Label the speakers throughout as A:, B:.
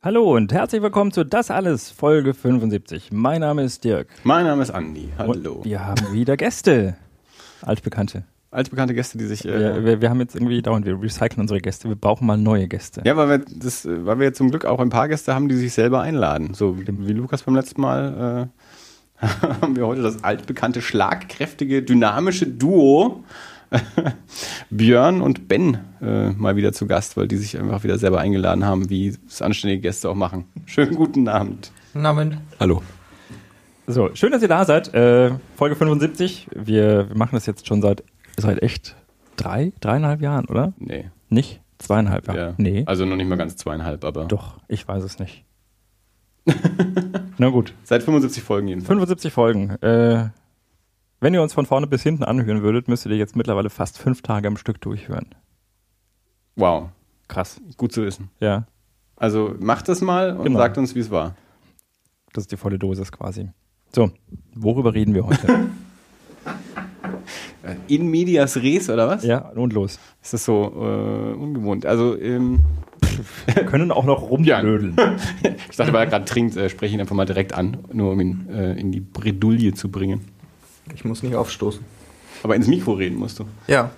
A: Hallo und herzlich willkommen zu Das Alles, Folge 75. Mein Name ist Dirk.
B: Mein Name ist Andi. Hallo.
A: Und wir haben wieder Gäste. Altbekannte.
B: Altbekannte Gäste, die sich...
A: Wir haben jetzt irgendwie dauernd, wir recyceln unsere Gäste. Wir brauchen mal neue Gäste.
B: Ja, weil wir jetzt zum Glück auch ein paar Gäste haben, die sich selber einladen. So wie Lukas beim letzten Mal haben wir heute das altbekannte, schlagkräftige, dynamische Duo Björn und Ben mal wieder zu Gast, weil die sich einfach wieder selber eingeladen haben, wie es anständige Gäste auch machen. Schönen guten Abend.
C: Guten Abend.
B: Hallo.
A: So, schön, dass ihr da seid. Folge 75. Wir machen das jetzt schon seit echt 3,5 Jahren, oder?
B: Nee.
A: Nicht? 2,5 Jahre?
B: Ja.
A: Nee.
B: Also noch nicht mal ganz 2,5, aber...
A: Doch, ich weiß es nicht. Na gut.
B: Seit 75 Folgen jedenfalls.
A: 75 Folgen. Wenn ihr uns von vorne bis hinten anhören würdet, müsstet ihr jetzt mittlerweile fast 5 Tage am Stück durchhören.
B: Wow.
A: Krass.
B: Gut zu wissen.
A: Ja.
B: Also macht das mal und sagt uns, wie es war.
A: Das ist die volle Dosis quasi. So, worüber reden wir heute?
B: In medias res, oder was?
A: Ja, und los.
B: Ist das so ungewohnt? Also,
A: wir können auch noch rumblödeln.
B: Ich dachte, weil er gerade trinkt, spreche ihn einfach mal direkt an, nur um ihn in die Bredouille zu bringen.
C: Ich muss nicht aufstoßen.
B: Aber ins Mikro reden musst du.
C: Ja.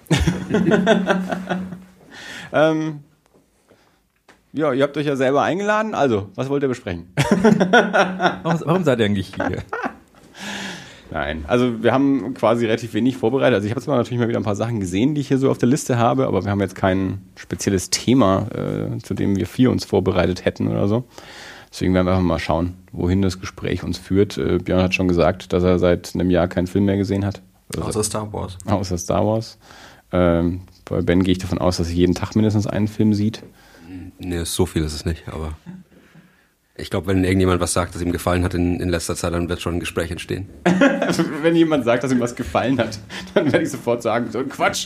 B: Ja, ihr habt euch ja selber eingeladen. Also, was wollt ihr besprechen?
A: Warum seid ihr eigentlich hier?
B: Nein, also wir haben quasi relativ wenig vorbereitet. Also ich habe jetzt natürlich mal wieder ein paar Sachen gesehen, die ich hier so auf der Liste habe, aber wir haben jetzt kein spezielles Thema, zu dem wir 4 uns vorbereitet hätten oder so. Deswegen werden wir einfach mal schauen, wohin das Gespräch uns führt. Björn hat schon gesagt, dass er seit einem Jahr keinen Film mehr gesehen hat.
C: Außer Star Wars.
B: Außer Star Wars. Bei Ben gehe ich davon aus, dass er jeden Tag mindestens einen Film sieht.
D: Nee, so viel ist es nicht, aber ich glaube, wenn irgendjemand was sagt, das ihm gefallen hat in letzter Zeit, dann wird schon ein Gespräch entstehen.
B: Also, wenn jemand sagt, dass ihm was gefallen hat, dann werde ich sofort sagen, so ein Quatsch.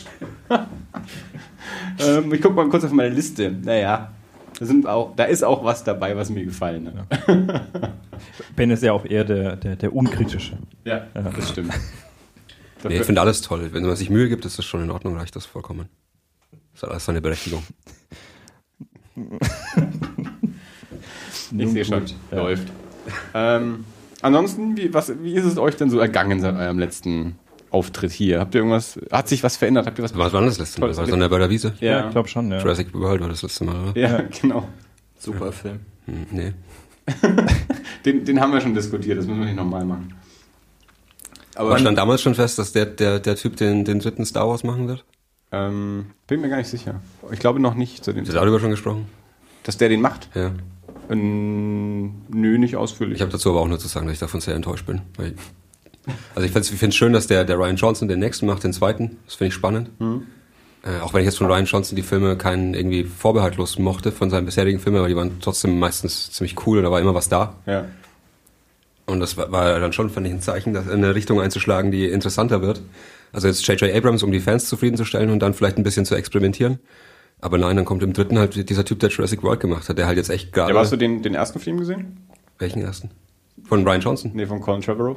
B: Ich gucke mal kurz auf meine Liste. Naja, da ist auch was dabei, was mir gefallen hat.
A: Ja. Ben ist ja auch eher der Unkritische.
B: Ja, das stimmt.
D: Nee, ich finde alles toll. Wenn man sich Mühe gibt, ist das schon in Ordnung, reicht das vollkommen. Das hat alles seine Berechtigung.
B: Ich sehe schon, läuft. Ansonsten, wie ist es euch denn so ergangen seit eurem letzten Auftritt hier? Hat sich was verändert? Habt ihr was
D: war das letzte Mal? War das an der Börder Wiese?
A: Ja, ich glaube schon, ja.
D: Jurassic World war das letzte Mal, oder?
B: Ja, genau.
C: Super Film.
D: Nee.
B: Den haben wir schon diskutiert, das müssen wir nicht nochmal machen.
D: Aber stand damals schon fest, dass der Typ den dritten Star Wars machen wird?
B: Bin mir gar nicht sicher. Ich glaube noch nicht zu dem.
D: Hast du darüber schon gesprochen?
B: Dass der den macht?
D: Ja.
B: Nö, nicht ausführlich.
D: Ich habe dazu aber auch nur zu sagen, dass ich davon sehr enttäuscht bin. Also ich finde es schön, dass der Rian Johnson den nächsten macht, den zweiten. Das finde ich spannend. Auch wenn ich jetzt von Rian Johnson die Filme keinen irgendwie vorbehaltlos mochte von seinen bisherigen Filmen, aber die waren trotzdem meistens ziemlich cool und da war immer was da.
B: Ja.
D: Und das war dann schon, fand ich, ein Zeichen, dass in eine Richtung einzuschlagen, die interessanter wird. Also jetzt J.J. Abrams, um die Fans zufriedenzustellen und dann vielleicht ein bisschen zu experimentieren. Aber nein, dann kommt im dritten halt dieser Typ, der Jurassic World gemacht hat, der halt jetzt echt gerade...
B: Ja, hast du den ersten Film gesehen?
D: Welchen ersten? Von Rian Johnson?
B: Nee, von Colin Trevorrow.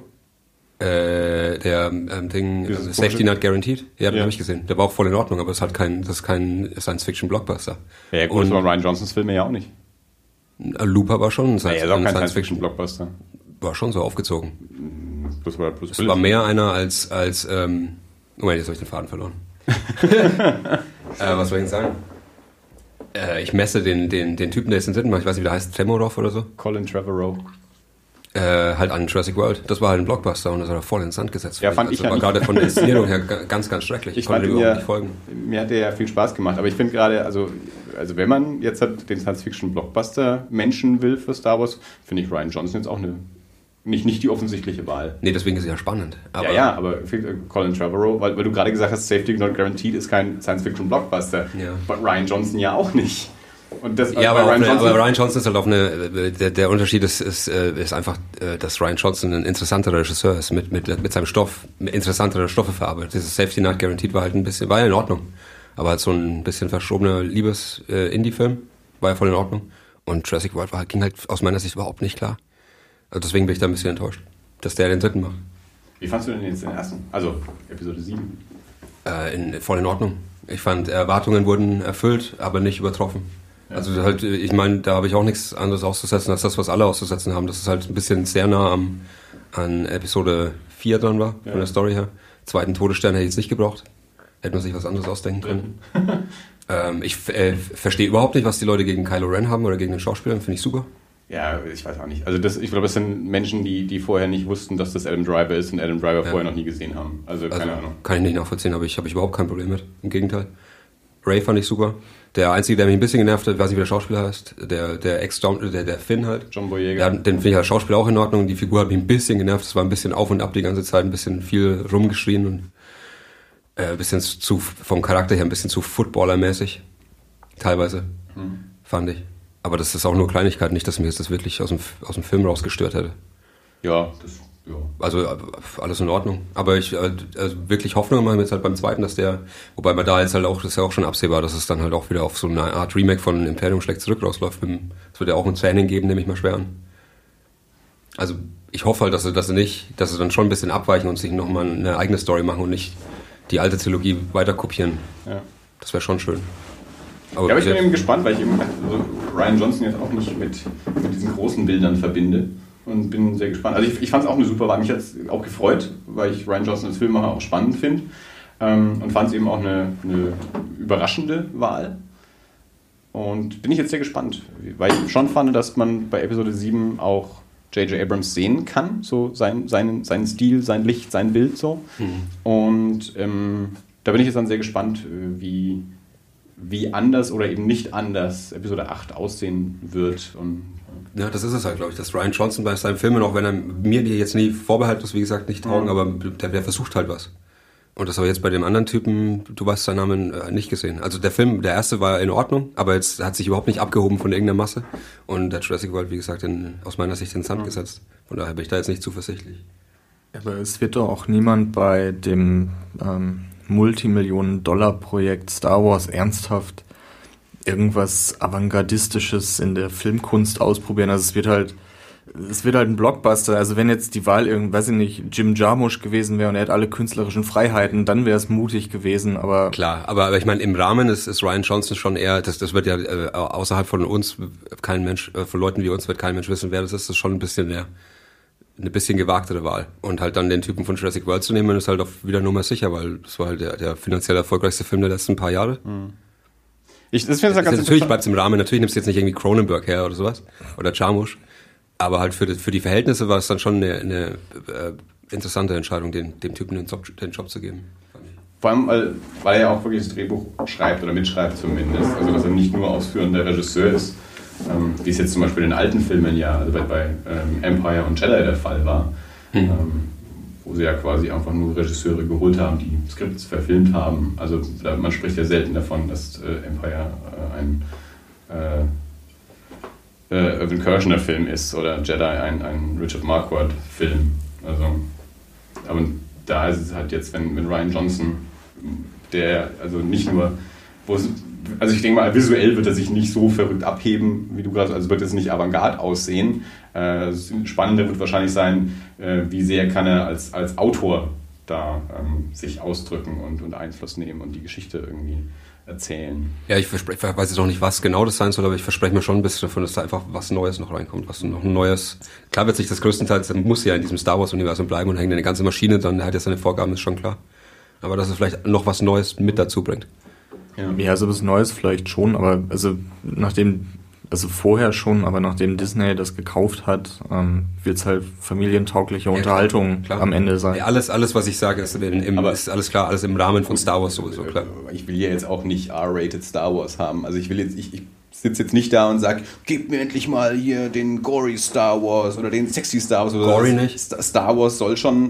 D: Safety Not Guaranteed. Ja, den habe ich gesehen. Der war auch voll in Ordnung, aber das ist kein Science-Fiction-Blockbuster.
B: Ja, gut, das war Rian Johnsons Filme ja auch nicht.
D: Looper war schon ein
B: Science-Fiction-Blockbuster.
D: War schon so aufgezogen.
B: Das
D: war mehr einer als Moment, jetzt habe ich den Faden verloren. Was soll ich denn sagen? Ich messe den Typen, der jetzt den dritten macht, ich weiß nicht, wie der heißt, Tremorov oder so.
B: Colin Trevorrow.
D: Halt an Jurassic World. Das war halt ein Blockbuster und das hat er voll ins Sand gesetzt.
B: Ja, fand ich
D: war gerade von der Inszenierung her ganz, ganz schrecklich.
B: Ich konnte überhaupt nicht folgen. Mir hat der ja viel Spaß gemacht, aber ich finde gerade, also wenn man jetzt halt den Science-Fiction-Blockbuster-Menschen will für Star Wars, finde ich Rian Johnson jetzt auch nicht die offensichtliche Wahl.
D: Nee, deswegen ist es ja spannend.
B: Aber aber Colin Trevorrow, weil du gerade gesagt hast, Safety Not Guaranteed ist kein Science-Fiction-Blockbuster.
D: Ja.
B: Aber Rian Johnson ja auch nicht. Und das,
D: ja, aber Rian Johnson ist halt auf der Unterschied ist einfach, dass Rian Johnson ein interessanterer Regisseur ist, mit seinem Stoff, interessantere Stoffe verarbeitet. Dieses Safety Not Guaranteed war ja in Ordnung. Aber halt so ein bisschen verschobener Liebes-Indie-Film war ja voll in Ordnung. Und Jurassic World ging halt aus meiner Sicht überhaupt nicht klar. Also deswegen bin ich da ein bisschen enttäuscht, dass der den dritten macht.
B: Wie fandst du denn jetzt den ersten? Also Episode 7?
D: Voll in Ordnung. Ich fand, Erwartungen wurden erfüllt, aber nicht übertroffen. Also halt, ich meine, da habe ich auch nichts anderes auszusetzen als das, was alle auszusetzen haben. Das ist halt ein bisschen sehr nah an Episode 4 dran war, von der Story her. Zweiten Todesstern hätte ich jetzt nicht gebraucht. Hätte man sich was anderes ausdenken können. Ich verstehe überhaupt nicht, was die Leute gegen Kylo Ren haben oder gegen den Schauspieler. Finde ich super.
B: Ja, ich weiß auch nicht. Also ich glaube, das sind Menschen, die vorher nicht wussten, dass das Adam Driver ist und Adam Driver vorher noch nie gesehen haben. Also keine Ahnung. Kann
D: ich nicht nachvollziehen, aber habe ich überhaupt kein Problem mit. Im Gegenteil. Ray fand ich super. Der Einzige, der mich ein bisschen genervt hat, weiß nicht, wie der Schauspieler heißt, der Finn halt. John Boyega. Den finde ich als Schauspieler auch in Ordnung. Die Figur hat mich ein bisschen genervt. Es war ein bisschen auf und ab die ganze Zeit, ein bisschen viel rumgeschrien und ein bisschen vom Charakter her ein bisschen zu Footballer-mäßig. Teilweise. Fand ich. Aber das ist auch nur Kleinigkeit, nicht, dass mir jetzt das wirklich aus dem Film rausgestört hätte.
B: Ja.
D: Also alles in Ordnung. Aber ich wirklich Hoffnung machen jetzt halt beim zweiten, dass wobei man da jetzt halt auch, das ist ja auch schon absehbar, dass es dann halt auch wieder auf so eine Art Remake von Imperium schlägt zurück rausläuft. Es wird ja auch ein Training geben, nehme ich mal schwer an. Also ich hoffe halt, dass sie dann schon ein bisschen abweichen und sich nochmal eine eigene Story machen und nicht die alte Trilogie weiter kopieren. Ja. Das wäre schon schön.
B: Aber ich bin eben gespannt, weil ich eben Rian Johnson jetzt auch nicht mit diesen großen Bildern verbinde und bin sehr gespannt. Also ich fand es auch eine super Wahl. Mich hat es auch gefreut, weil ich Rian Johnson als Filmemacher auch spannend finde und fand es eben auch eine überraschende Wahl. Und bin ich jetzt sehr gespannt, weil ich schon fand, dass man bei Episode 7 auch J.J. Abrams sehen kann, so seinen Stil, sein Licht, sein Bild so. Und da bin ich jetzt dann sehr gespannt, wie anders oder eben nicht anders Episode 8 aussehen wird.
D: Ja, das ist es halt, glaube ich, dass Rian Johnson bei seinen Filmen, auch wenn er mir die jetzt nie vorbehaltlos, wie gesagt, nicht taugen, aber der versucht halt was. Und das habe ich jetzt bei dem anderen Typen, du weißt seinen Namen, nicht gesehen. Also der erste war in Ordnung, aber jetzt hat sich überhaupt nicht abgehoben von irgendeiner Masse. Und der Jurassic World, wie gesagt, aus meiner Sicht in den Sand gesetzt. Von daher bin ich da jetzt nicht zuversichtlich.
C: Aber es wird doch auch niemand bei dem Multimillionen-Dollar-Projekt Star Wars ernsthaft irgendwas Avantgardistisches in der Filmkunst ausprobieren. Also es wird halt ein Blockbuster. Also wenn jetzt die Wahl weiß ich nicht, Jim Jarmusch gewesen wäre und er hätte alle künstlerischen Freiheiten, dann wäre es mutig gewesen, aber...
D: Klar, aber ich meine, im Rahmen ist Rian Johnson schon eher, das wird ja außerhalb von uns, kein Mensch, von Leuten wie uns wird kein Mensch wissen, wer das ist. Das ist schon ein bisschen eine bisschen gewagtere Wahl. Und halt dann den Typen von Jurassic World zu nehmen, ist halt auch wieder nur mal sicher, weil das war halt der finanziell erfolgreichste Film der letzten paar Jahre.
B: Das finde ich ganz
D: natürlich bleibt es im Rahmen, natürlich nimmst du jetzt nicht irgendwie Cronenberg her oder sowas, oder Jarmusch, aber halt für die Verhältnisse war es dann schon eine interessante Entscheidung, dem Typen den Job zu geben.
B: Vor allem, weil er ja auch wirklich das Drehbuch schreibt oder mitschreibt zumindest, also dass er nicht nur ausführender Regisseur ist, wie es jetzt zum Beispiel in alten Filmen also bei Empire und Jedi der Fall war, wo sie ja quasi einfach nur Regisseure geholt haben, die Skripts verfilmt haben. Also man spricht ja selten davon, dass Empire ein Irvin Kershner Film ist oder Jedi ein Richard Marquardt Film. Also, aber da ist es halt jetzt, wenn Rian Johnson, der also nicht nur, also ich denke mal, visuell wird er sich nicht so verrückt abheben, wie du gerade, also wird es nicht Avantgarde aussehen. Das Spannende wird wahrscheinlich sein, wie sehr kann er als Autor da sich ausdrücken und Einfluss nehmen und die Geschichte irgendwie erzählen.
D: Ja, ich weiß jetzt noch nicht, was genau das sein soll, aber ich verspreche mir schon ein bisschen davon, dass da einfach was Neues noch reinkommt, was noch ein neues, klar wird sich das größtenteils, muss ja in diesem Star Wars Universum bleiben und hängt eine ganze Maschine, dann hat er seine Vorgaben, ist schon klar. Aber dass es vielleicht noch was Neues mit dazu bringt.
C: Ja, also was Neues vielleicht schon, aber vorher schon, aber nachdem Disney das gekauft hat, wird es halt familientaugliche Unterhaltung klar. Am Ende sein.
D: Ja, alles, was ich sage, ist alles klar, alles im Rahmen von Star Wars sowieso, klar.
B: Ich will ja jetzt auch nicht R-rated Star Wars haben. Also ich sitze jetzt nicht da und sage, gib mir endlich mal hier den gory Star Wars oder den sexy Star Wars. Oder
D: gory nicht?
B: Star Wars soll schon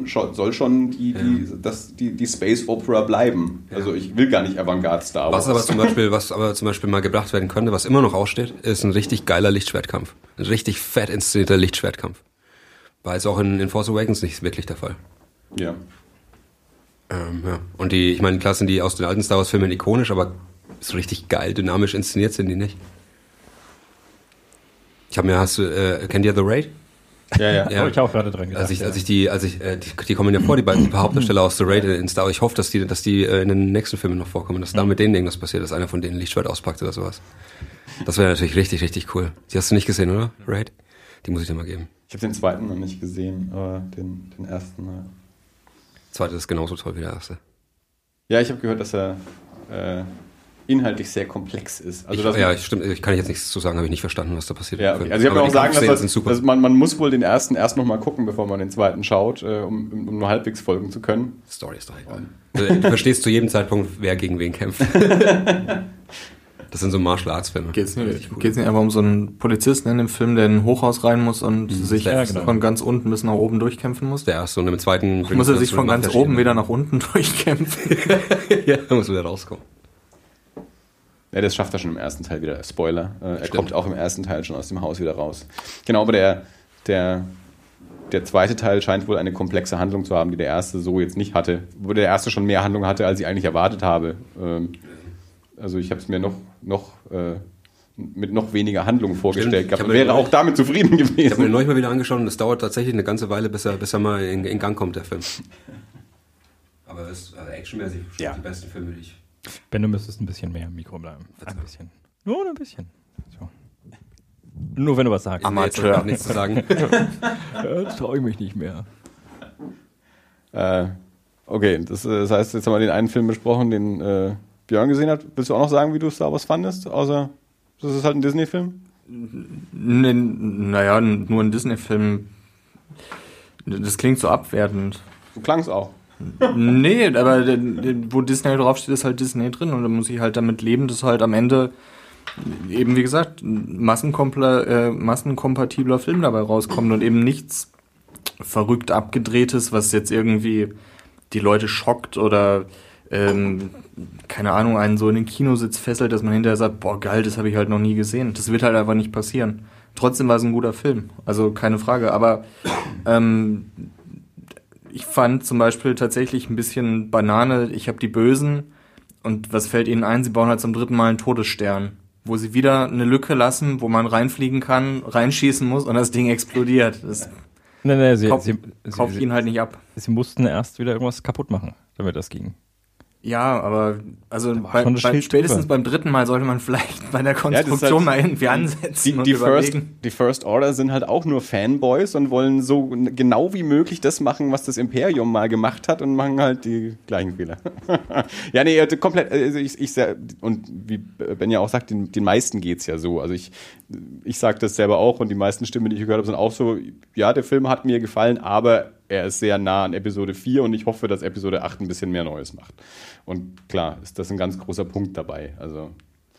B: die Space Opera bleiben. Ja. Also ich will gar nicht Avantgarde Star Wars.
D: Was aber zum Beispiel mal gebracht werden könnte, was immer noch aussteht, ist ein richtig geiler Lichtschwertkampf. Ein richtig fett inszenierter Lichtschwertkampf. War jetzt auch in Force Awakens nicht wirklich der Fall.
B: Ja.
D: Ja. Und ich meine, klar sind die aus den alten Star Wars Filmen ikonisch, aber so richtig geil, dynamisch inszeniert sind die nicht. Kennt ihr The Raid?
B: Ja.
A: Habe ich auch gerade dran gedacht.
D: Die kommen ja vor, die beiden Hauptdarsteller aus The Raid in Star Wars. Ich hoffe, dass die in den nächsten Filmen noch vorkommen, dass da mit denen irgendwas passiert, dass einer von denen Lichtschwert auspackt oder sowas. Das wäre natürlich richtig, richtig cool. Die hast du nicht gesehen, oder? Raid? Die muss ich dir mal geben.
B: Ich habe den zweiten noch nicht gesehen, aber den ersten. Ja.
D: Der zweite ist genauso toll wie der erste.
B: Ja, ich habe gehört, dass er inhaltlich sehr komplex ist. Also
D: stimmt. Ich kann jetzt nichts zu sagen, habe ich nicht verstanden, was da passiert.
B: Ja, okay. Also ich habe auch sagen lassen, dass man muss wohl den ersten erst noch mal gucken, bevor man den zweiten schaut, um nur halbwegs folgen zu können.
D: Story ist doch egal. Du verstehst zu jedem Zeitpunkt, wer gegen wen kämpft. Das sind so Martial Arts Filme.
C: Geht's nicht einfach um so einen Polizisten in dem Film, der in ein Hochhaus rein muss und sich von ganz unten bis nach oben durchkämpfen muss?
D: Der erste und im zweiten...
C: Muss er sich von ganz oben wieder nach unten durchkämpfen?
D: Ja, muss wieder rauskommen.
B: Ja, das schafft er schon im ersten Teil wieder. Spoiler. Er kommt auch im ersten Teil schon aus dem Haus wieder raus. Genau, aber der zweite Teil scheint wohl eine komplexe Handlung zu haben, die der erste so jetzt nicht hatte. Wo der erste schon mehr Handlung hatte, als ich eigentlich erwartet habe. Also ich habe es mir mit noch weniger Handlung vorgestellt gehabt und wäre auch damit zufrieden gewesen.
D: Ich habe mir neulich mal wieder angeschaut und es dauert tatsächlich eine ganze Weile, bis er mal in Gang kommt, der Film. Aber es ist actionmäßig schon die besten Filme, die ich...
A: Ben, du müsstest ein bisschen mehr im Mikro bleiben. Ein bisschen. Nur ein bisschen. So. Nur wenn du was sagst.
D: Amateur. Nichts zu sagen.
A: Jetzt traue ich mich nicht mehr.
B: Okay, das heißt, jetzt haben wir den einen Film besprochen, den Björn gesehen hat. Willst du auch noch sagen, wie du Star Wars fandest? Außer, das ist halt ein Disney-Film?
C: Naja, nur ein Disney-Film. Das klingt so abwertend.
B: So klang es auch.
C: Nee, aber wo Disney draufsteht, ist halt Disney drin und da muss ich halt damit leben, dass halt am Ende eben, wie gesagt, ein massenkompatibler Film dabei rauskommt und eben nichts verrückt abgedrehtes, was jetzt irgendwie die Leute schockt oder keine Ahnung, einen so in den Kinositz fesselt, dass man hinterher sagt, boah geil, das habe ich halt noch nie gesehen. Das wird halt einfach nicht passieren. Trotzdem war es ein guter Film, also keine Frage, aber ich fand zum Beispiel tatsächlich ein bisschen Banane, ich habe die Bösen und was fällt ihnen ein? Sie bauen halt zum 3. Mal einen Todesstern, wo sie wieder eine Lücke lassen, wo man reinfliegen kann, reinschießen muss und das Ding explodiert. Das kauft ihnen halt nicht ab.
A: Sie mussten erst wieder irgendwas kaputt machen, damit das ging.
C: Ja, aber also spätestens beim 3. Mal sollte man vielleicht bei der Konstruktion mal irgendwie ansetzen und überlegen.
B: Die First Order sind halt auch nur Fanboys und wollen so genau wie möglich das machen, was das Imperium mal gemacht hat und machen halt die gleichen Fehler. Ja, nee, komplett, also und wie Ben ja auch sagt, den meisten geht's ja so. Also ich sag das selber auch und die meisten Stimmen, die ich gehört habe, sind auch so, ja, der Film hat mir gefallen, aber er ist sehr nah an Episode 4 und ich hoffe, dass Episode 8 ein bisschen mehr Neues macht. Und klar, ist das ein ganz großer Punkt dabei. Also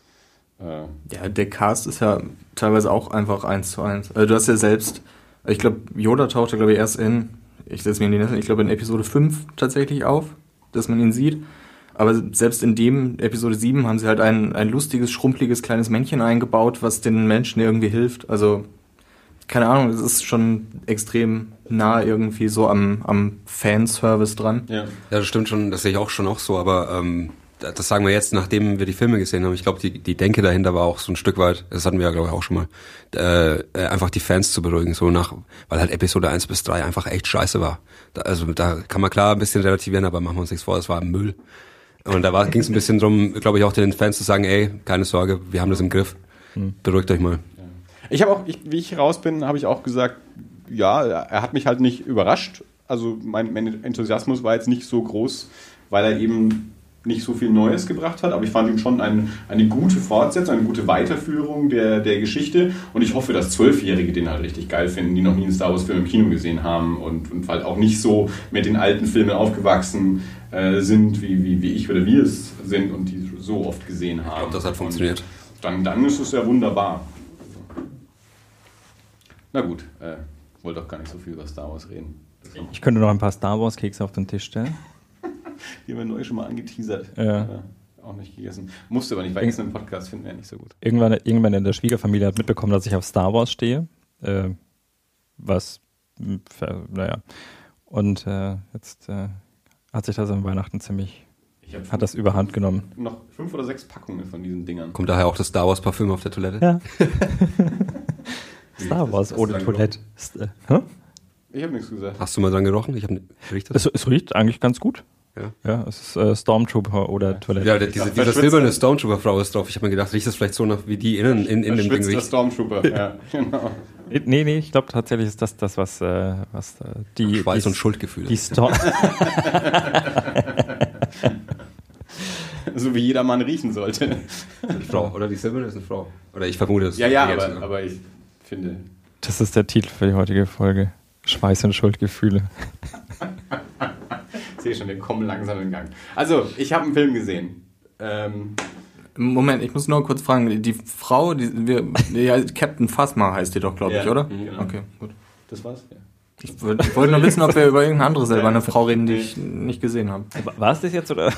C: ja, der Cast ist ja teilweise auch einfach 1:1. Also du hast ja selbst, ich glaube, Yoda tauchte, glaube ich, erst in Episode 5 tatsächlich auf, dass man ihn sieht. Aber selbst in dem Episode 7 haben sie halt ein lustiges, schrumpeliges kleines Männchen eingebaut, was den Menschen irgendwie hilft. Also keine Ahnung, es ist schon extrem nah irgendwie so am Fanservice dran.
D: Ja, das stimmt schon, das sehe ich auch schon so, aber das sagen wir jetzt, nachdem wir die Filme gesehen haben. Ich glaube, die Denke dahinter war auch so ein Stück weit, das hatten wir ja, glaube ich, auch schon mal, einfach die Fans zu beruhigen, weil halt Episode 1 bis 3 einfach echt scheiße war. Da kann man klar ein bisschen relativieren, aber machen wir uns nichts vor, das war Müll. Und da ging es ein bisschen drum, glaube ich, auch den Fans zu sagen, ey, keine Sorge, wir haben das im Griff, beruhigt euch mal.
B: Ich habe auch, wie ich raus bin, habe ich auch gesagt, ja, er hat mich halt nicht überrascht. Also mein Enthusiasmus war jetzt nicht so groß, weil er eben nicht so viel Neues gebracht hat. Aber ich fand ihn schon eine gute Fortsetzung, eine gute Weiterführung der Geschichte. Und ich hoffe, dass 12-Jährige den halt richtig geil finden, die noch nie einen Star Wars Film im Kino gesehen haben und halt auch nicht so mit den alten Filmen aufgewachsen sind, wie ich oder wir es sind und die so oft gesehen haben. Ich
D: glaube, das hat funktioniert.
B: Dann ist es ja wunderbar. Na gut, wollte doch gar nicht so viel über Star Wars reden.
A: Ich könnte noch ein paar Star Wars Kekse auf den Tisch stellen.
B: Die haben wir neu schon mal angeteasert.
A: Ja.
B: Auch nicht gegessen. Musste aber nicht, weil Essen im Podcast finden wir ja nicht so gut.
A: Irgendwann in der Schwiegerfamilie hat mitbekommen, dass ich auf Star Wars stehe. Und jetzt hat sich das an Weihnachten hat das überhand genommen.
B: Noch 5 oder 6 Packungen von diesen Dingern.
D: Kommt daher auch das Star Wars Parfüm auf der Toilette?
A: Ja. Star Wars ohne Toilette.
B: Ich habe nichts gesagt.
D: Hast du mal dran gerochen? Riecht das?
A: Es riecht eigentlich ganz gut. Ja, es ist Stormtrooper oder Toilette.
D: Ja, diese silberne Stormtrooper-Frau ist drauf. Ich habe mir gedacht, riecht das vielleicht so nach wie die in dem Ding
B: der
D: riecht?
B: Stormtrooper, ja, genau.
A: Nee, ich glaube tatsächlich ist das, was die...
D: Schweiß und Schuldgefühle.
A: Die Storm...
B: So wie jeder Mann riechen sollte.
D: Die Frau, oder die silberne ist eine Frau. Oder ich vermute es.
B: Ja, aber ich finde...
A: Das ist der Titel für die heutige Folge. Schweiß und Schuldgefühle.
B: Ich sehe schon, wir kommen langsam in Gang. Also, ich habe einen Film gesehen.
C: Moment, ich muss nur kurz fragen. Die Frau, Captain Phasma heißt die doch, glaube ich, oder?
B: Genau.
C: Okay, gut.
B: Das war's? Ja.
C: Ich wollte nur wissen, ob wir über irgendeine andere selber eine Frau reden, die ich nicht gesehen habe.
A: War es das jetzt, oder?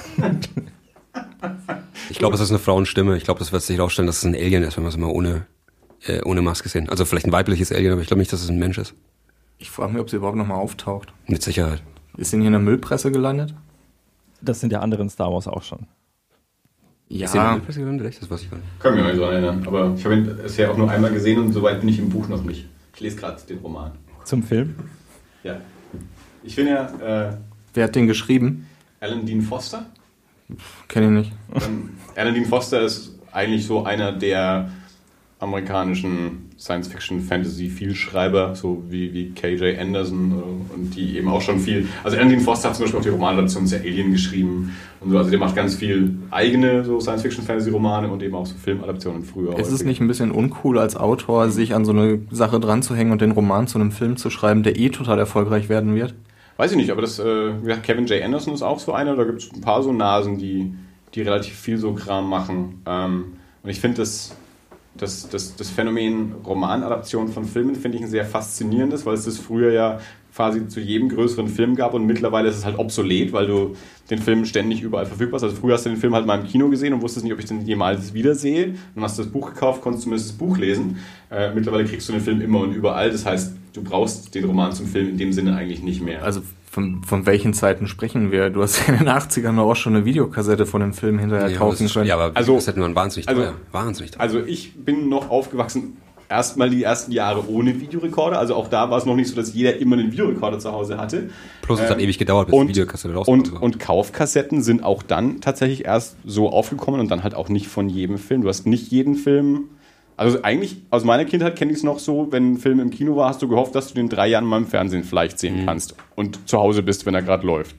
D: Ich glaube, es ist eine Frauenstimme. Ich glaube, das wird sich herausstellen, dass es ein Alien ist, wenn wir es mal ohne Maske sehen. Also vielleicht ein weibliches Alien, aber ich glaube nicht, dass es ein Mensch ist.
C: Ich frage mich, ob sie überhaupt nochmal auftaucht.
D: Mit Sicherheit.
C: Ist sie hier in der Müllpresse gelandet?
A: Das sind ja andere in Star Wars auch schon.
C: Ja.
D: Ist sie in der Müllpresse gelandet? Echt? Das weiß ich gar nicht.
B: Können wir mal so erinnern. Aber ich habe ihn bisher auch nur einmal gesehen und soweit bin ich im Buch noch nicht. Ich lese gerade den Roman.
A: Zum Film?
B: Ja. Ich finde ja...
C: Wer hat den geschrieben?
B: Alan Dean Foster.
C: Kenn ich nicht.
B: Alan Dean Foster ist eigentlich so einer der amerikanischen Science-Fiction-Fantasy-Vielschreiber, so wie K.J. Anderson und die eben auch schon viel... Also Alan Dean Foster hat zum Beispiel auch die Romanadaption zu Alien geschrieben und so. Also der macht ganz viel eigene so Science-Fiction-Fantasy-Romane und eben auch so Filmadaptionen früher.
C: Ist es nicht ein bisschen uncool als Autor, sich an so eine Sache dran zu hängen und den Roman zu einem Film zu schreiben, der total erfolgreich werden wird?
B: Weiß ich nicht, aber das Kevin J. Anderson ist auch so einer. Da gibt es ein paar so Nasen, die relativ viel so Kram machen. Und ich finde das Phänomen Romanadaption von Filmen finde ich ein sehr faszinierendes, weil es das früher ja quasi zu jedem größeren Film gab und mittlerweile ist es halt obsolet, weil du den Film ständig überall verfügbar hast. Also früher hast du den Film halt mal im Kino gesehen und wusstest nicht, ob ich den jemals wiedersehe. Dann hast du das Buch gekauft, konntest zumindest das Buch lesen. Mittlerweile kriegst du den Film immer und überall. Das heißt, du brauchst den Roman zum Film in dem Sinne eigentlich nicht mehr.
C: Also von welchen Zeiten sprechen wir? Du hast in den 80ern auch schon eine Videokassette von dem Film hinterher kaufen können.
D: Ja, aber Videokassetten waren wahnsinnig teuer.
B: Also ich bin noch aufgewachsen, erstmal die ersten Jahre ohne Videorekorder. Also auch da war es noch nicht so, dass jeder immer einen Videorekorder zu Hause hatte.
D: Plus es hat ewig gedauert, bis die Videokassette rauskommt.
B: Und Kaufkassetten sind auch dann tatsächlich erst so aufgekommen und dann halt auch nicht von jedem Film. Du hast nicht jeden Film... Also eigentlich, aus meiner Kindheit kenne ich es noch so, wenn ein Film im Kino war, hast du gehofft, dass du den in 3 Jahren mal im Fernsehen vielleicht sehen kannst und zu Hause bist, wenn er gerade läuft.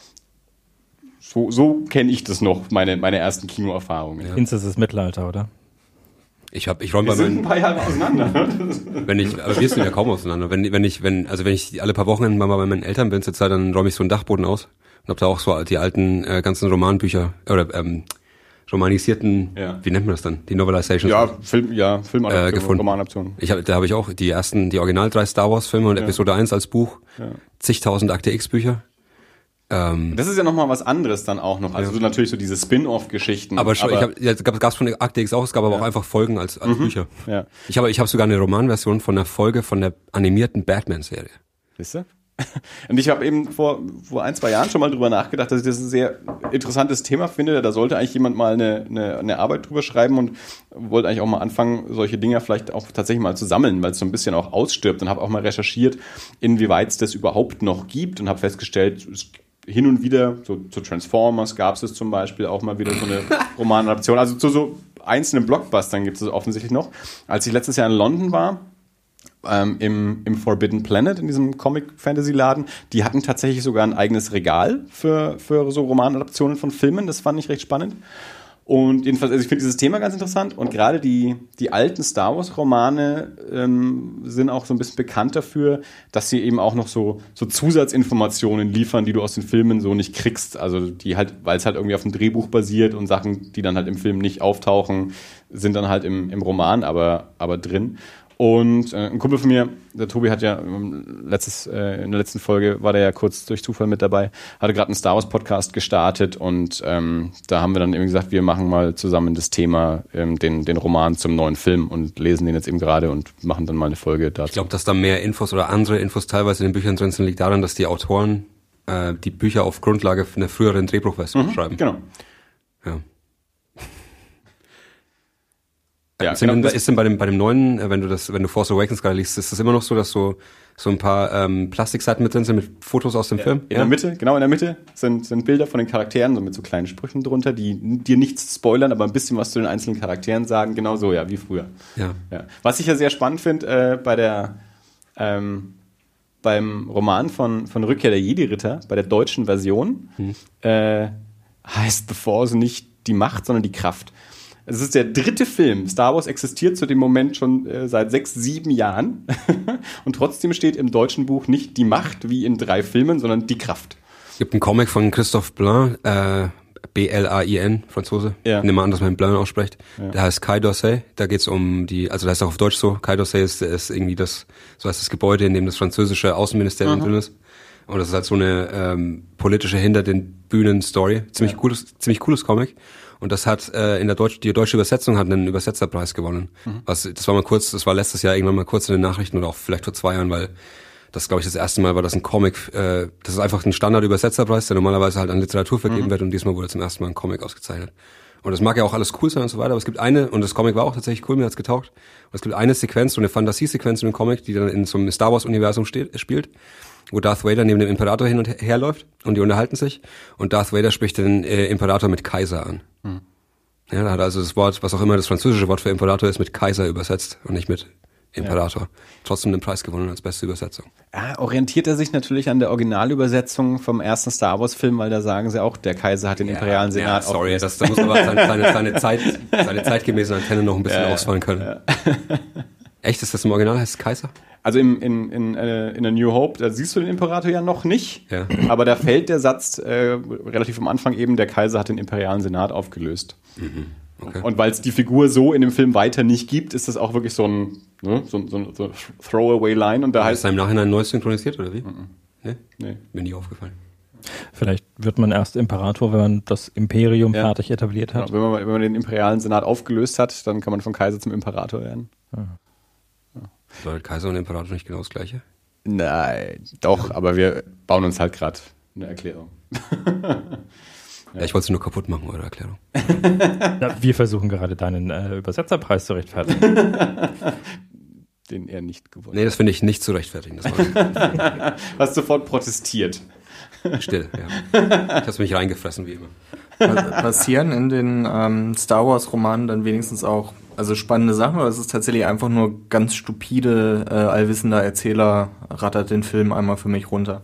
B: So kenne ich das noch, meine ersten Kinoerfahrungen.
A: Ja. Ins ist das Mittelalter, oder?
D: Ich räume
B: wir sind ein paar Jahre auseinander.
D: Aber wir sind ja kaum auseinander. Wenn ich alle paar Wochen mal bei meinen Eltern bin zur Zeit, dann räume ich so einen Dachboden aus und habe da auch so die alten ganzen Romanbücher oder romanisierten, wie nennt man das dann? Die Novelizations?
B: Filmadaption,
D: gefunden.
B: Romanadaption.
D: Da habe ich auch die Original 3 Star Wars Filme und Episode 1 als Buch, zigtausend Akte X Bücher.
B: Das ist ja nochmal was anderes dann auch noch. Also so natürlich so diese Spin-off-Geschichten.
D: Aber schon, gab's von Akte X auch, es gab aber auch einfach Folgen als Bücher. Ja. Ich habe sogar eine Romanversion von einer Folge von der animierten Batman-Serie.
B: Siehst du? Und ich habe eben vor 1-2 Jahren schon mal drüber nachgedacht, dass ich das ein sehr interessantes Thema finde. Da sollte eigentlich jemand mal eine Arbeit drüber schreiben und wollte eigentlich auch mal anfangen, solche Dinge vielleicht auch tatsächlich mal zu sammeln, weil es so ein bisschen auch ausstirbt. Und habe auch mal recherchiert, inwieweit es das überhaupt noch gibt und habe festgestellt, hin und wieder, so zu Transformers gab es zum Beispiel auch mal wieder so eine Romanadaption. Also zu so einzelnen Blockbustern gibt es offensichtlich noch. Als ich letztes Jahr in London war, im Forbidden Planet, in diesem Comic-Fantasy-Laden, die hatten tatsächlich sogar ein eigenes Regal für so Romanadaptionen von Filmen. Das fand ich recht spannend. Und jedenfalls, also ich finde dieses Thema ganz interessant und gerade die alten Star Wars-Romane sind auch so ein bisschen bekannt dafür, dass sie eben auch noch so Zusatzinformationen liefern, die du aus den Filmen so nicht kriegst. Also die halt, weil es halt irgendwie auf dem Drehbuch basiert und Sachen, die dann halt im Film nicht auftauchen, sind dann halt im Roman aber drin. Und ein Kumpel von mir, der Tobi, hat ja in der letzten Folge, war der ja kurz durch Zufall mit dabei, hatte gerade einen Star Wars Podcast gestartet und da haben wir dann eben gesagt, wir machen mal zusammen das Thema, den Roman zum neuen Film und lesen den jetzt eben gerade und machen dann mal eine Folge dazu.
D: Ich glaube, dass da mehr Infos oder andere Infos teilweise in den Büchern drin sind, liegt daran, dass die Autoren die Bücher auf Grundlage einer früheren Drehbuchversion schreiben.
B: Genau.
D: Ja.
B: Ja,
D: ist denn bei dem neuen, wenn du Force Awakens gerade liest, ist das immer noch so, dass so ein paar Plastikseiten mit drin sind mit Fotos aus dem Film?
B: In der Mitte sind Bilder von den Charakteren, so mit so kleinen Sprüchen drunter, die dir nichts spoilern, aber ein bisschen was zu den einzelnen Charakteren sagen, genau so, ja, wie früher.
D: Ja.
B: Was ich ja sehr spannend finde, beim Roman von Rückkehr der Jedi-Ritter, bei der deutschen Version, heißt The Force nicht die Macht, sondern die Kraft. Es ist der 3. Film. Star Wars existiert zu dem Moment schon seit 6, 7 Jahren. Und trotzdem steht im deutschen Buch nicht die Macht wie in 3 Filmen, sondern die Kraft.
D: Es gibt einen Comic von Christophe Blain, B-L-A-I-N, Franzose.
B: Ja.
D: Ich nehme an, dass man Blain ausspricht.
B: Ja.
D: Der heißt Quai d'Orsay. Da geht's um also da heißt auch auf Deutsch so, Quai d'Orsay ist irgendwie so heißt das Gebäude, in dem das französische Außenministerium drin ist. Und das ist halt so eine politische hinter den Bühnen-Story. Ziemlich cooles Comic. Und das hat die deutsche Übersetzung hat einen Übersetzerpreis gewonnen. Das war letztes Jahr irgendwann mal kurz in den Nachrichten oder auch vielleicht vor 2 Jahren, weil das, glaube ich, das erste Mal war, dass ein Comic, das ist einfach ein Standard-Übersetzerpreis, der normalerweise halt an Literatur vergeben wird, und diesmal wurde zum ersten Mal ein Comic ausgezeichnet. Und das mag ja auch alles cool sein und so weiter, aber es gibt und das Comic war auch tatsächlich cool, mir hat's getaugt. Und es gibt eine Sequenz, so eine Fantasiesequenz in dem Comic, die dann in so einem Star Wars-Universum spielt, wo Darth Vader neben dem Imperator hin und her läuft und die unterhalten sich, und Darth Vader spricht den Imperator mit Kaiser an. Ja, da hat also das Wort, was auch immer das französische Wort für Imperator ist, mit Kaiser übersetzt und nicht mit Imperator. Ja. Trotzdem den Preis gewonnen als beste Übersetzung.
B: Orientiert er sich natürlich an der Originalübersetzung vom ersten Star Wars Film, weil da sagen sie auch, der Kaiser hat den imperialen Senat.
D: Ja, sorry, da muss aber seine zeitgemäßen Antenne noch ein bisschen ausfallen können. Ja. Echt, ist das im Original, heißt es Kaiser?
B: Also in A New Hope, da siehst du den Imperator ja noch nicht, aber da fällt der Satz relativ am Anfang eben, der Kaiser hat den imperialen Senat aufgelöst. Okay. Und weil es die Figur so in dem Film weiter nicht gibt, ist das auch wirklich so ein Throwaway-Line. Und da heißt
D: ist er im Nachhinein neu synchronisiert, oder wie?
B: Nee.
D: Mir nie aufgefallen.
A: Vielleicht wird man erst Imperator, wenn man das Imperium fertig etabliert hat.
B: Genau, wenn man den imperialen Senat aufgelöst hat, dann kann man von Kaiser zum Imperator werden.
D: Soll Kaiser und Imperator nicht genau das Gleiche?
B: Nein, doch, aber wir bauen uns halt gerade eine Erklärung.
D: Ja, ich wollte es nur kaputt machen, eure Erklärung.
A: Wir versuchen gerade deinen Übersetzerpreis zu rechtfertigen.
B: Den er nicht gewonnen hat.
D: Nee, das finde ich nicht zu rechtfertigen.
B: Hast sofort protestiert.
D: Still, ja. Ich habe mich reingefressen, wie immer.
C: Passieren in den Star Wars Romanen dann wenigstens auch spannende Sachen, oder ist es tatsächlich einfach nur ganz stupide, allwissender Erzähler rattert den Film einmal für mich runter?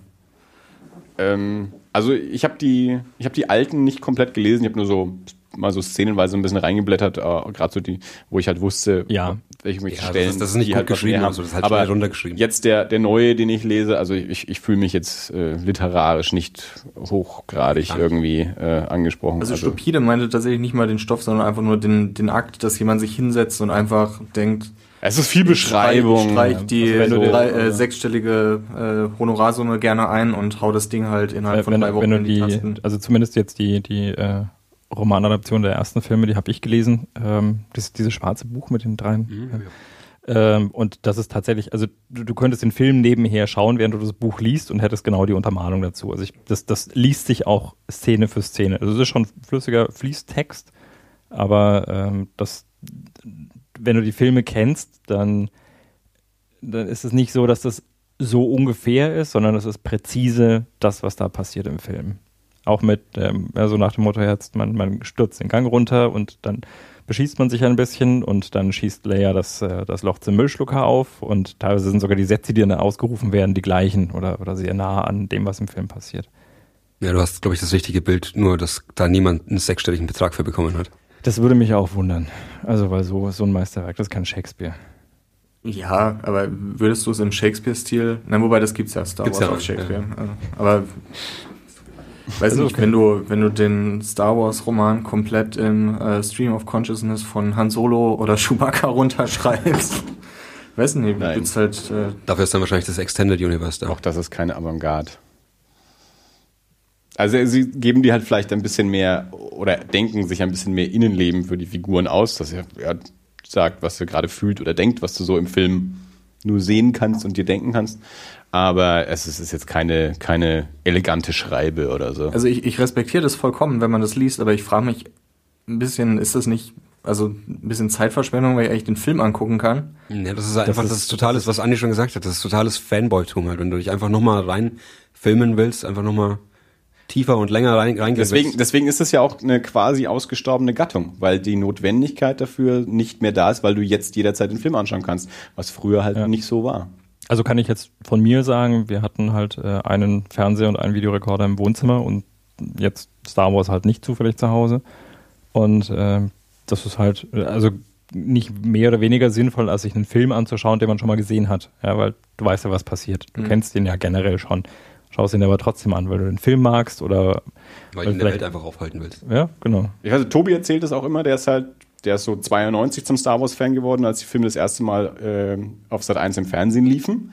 B: Also ich habe die alten nicht komplett gelesen, ich habe nur mal so szenenweise ein bisschen reingeblättert, gerade so die, wo ich halt wusste, welche Stellen.
D: Das ist nicht gut
B: halt
D: geschrieben,
B: haben.
D: also das ist halt
B: aber
D: schnell runtergeschrieben.
B: Jetzt der neue, den ich lese, also ich fühle mich jetzt literarisch nicht hochgradig irgendwie angesprochen.
C: Also stupide meinte tatsächlich nicht mal den Stoff, sondern einfach nur den Akt, dass jemand sich hinsetzt und einfach denkt,
B: es ist viel Beschreibung.
C: Streich die 6-stellige Honorarsumme gerne ein und hau das Ding halt innerhalb von 3 Wochen in die Tasten.
A: Also zumindest jetzt die Romanadaption der ersten Filme, die habe ich gelesen. Dieses schwarze Buch mit den 3. Und das ist tatsächlich, also du könntest den Film nebenher schauen, während du das Buch liest, und hättest genau die Untermalung dazu. Also das liest sich auch Szene für Szene. Also es ist schon flüssiger Fließtext, aber wenn du die Filme kennst, dann ist es nicht so, dass das so ungefähr ist, sondern es ist präzise das, was da passiert im Film. Auch mit, so nach dem Motto, jetzt man stürzt den Gang runter und dann beschießt man sich ein bisschen und dann schießt Leia das Loch zum Müllschlucker auf, und teilweise sind sogar die Sätze, die dann ausgerufen werden, die gleichen oder sehr nah an dem, was im Film passiert.
D: Ja, du hast, glaube ich, das richtige Bild, nur dass da niemand einen 6-stelligen Betrag für bekommen hat.
A: Das würde mich auch wundern. Also, weil so ein Meisterwerk, das ist kein Shakespeare.
C: Ja, aber würdest du es im Shakespeare-Stil, wobei das gibt's ja, Star Wars auf Shakespeare. Ja. Aber weiß nicht, wenn du den Star Wars Roman komplett im Stream of Consciousness von Han Solo oder Chewbacca runterschreibst, weiß nicht, gibt's halt.
D: Dafür ist dann wahrscheinlich das Extended Universe da.
B: Auch das ist keine Avantgarde. Also sie geben dir halt vielleicht ein bisschen mehr oder denken sich ein bisschen mehr Innenleben für die Figuren aus, dass er sagt, was er gerade fühlt oder denkt, was du so im Film nur sehen kannst und dir denken kannst. Aber es ist jetzt keine elegante Schreibe oder so.
C: Also ich respektiere das vollkommen, wenn man das liest, aber ich frage mich ein bisschen, ist das nicht also ein bisschen Zeitverschwendung, weil ich eigentlich den Film angucken kann.
D: Ja, das ist einfach, das ist totales, was Andi schon gesagt hat, das ist totales Fanboy-Tum halt, wenn du dich einfach nochmal rein filmen willst, einfach nochmal tiefer und länger reingehen willst.
B: Deswegen ist es ja auch eine quasi ausgestorbene Gattung, weil die Notwendigkeit dafür nicht mehr da ist, weil du jetzt jederzeit den Film anschauen kannst, was früher halt nicht so war.
A: Also kann ich jetzt von mir sagen, wir hatten halt einen Fernseher und einen Videorekorder im Wohnzimmer und jetzt Star Wars halt nicht zufällig zu Hause. Und das ist halt, also nicht mehr oder weniger sinnvoll, als sich einen Film anzuschauen, den man schon mal gesehen hat. Ja, weil du weißt ja, was passiert. Du kennst den ja generell schon. Schaust ihn aber trotzdem an, weil du den Film magst oder
D: weil du in der Welt einfach aufhalten willst.
A: Ja, genau.
B: Ich weiß, Tobi erzählt das auch immer, der ist so 92 zum Star Wars Fan geworden, als die Filme das erste Mal auf Sat.1 im Fernsehen liefen.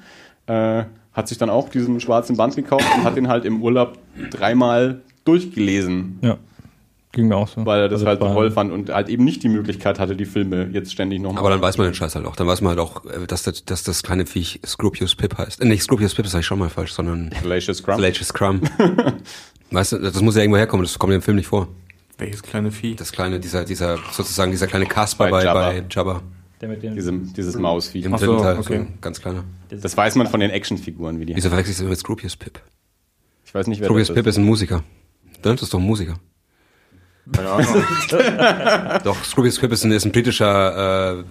B: Hat sich dann auch diesen schwarzen Band gekauft und hat den halt im Urlaub 3-mal durchgelesen.
A: Ja, ging mir auch so.
B: Weil er das halt so toll fand und halt eben nicht die Möglichkeit hatte, die Filme jetzt ständig nochmal.
D: Aber dann weiß man den Scheiß halt auch. Dann weiß man halt auch, dass das kleine Viech Scroobius Pip heißt. Nicht Scroobius Pip, das sag ich schon mal falsch, sondern
B: Salacious Crumb.
D: Salacious Crumb. Weißt du, das muss ja irgendwo herkommen, das kommt im Film nicht vor.
C: Welches kleine Vieh?
D: Das kleine, dieser kleine Kasper bei Jabba.
A: Der mit dem
B: Dieses Mausvieh.
D: Im dritten Teil,
C: okay.
D: so ganz kleiner.
B: Das weiß man von den Actionfiguren, wie die
D: Wieso verwechselst du mit Scroobius Pip?
B: Ich weiß nicht, wer
D: Scroobius
B: das
D: Pip ist ein Musiker. Das ist doch ein Musiker.
C: Keine Ahnung.
D: Doch, Scroobius Pip ist ein britischer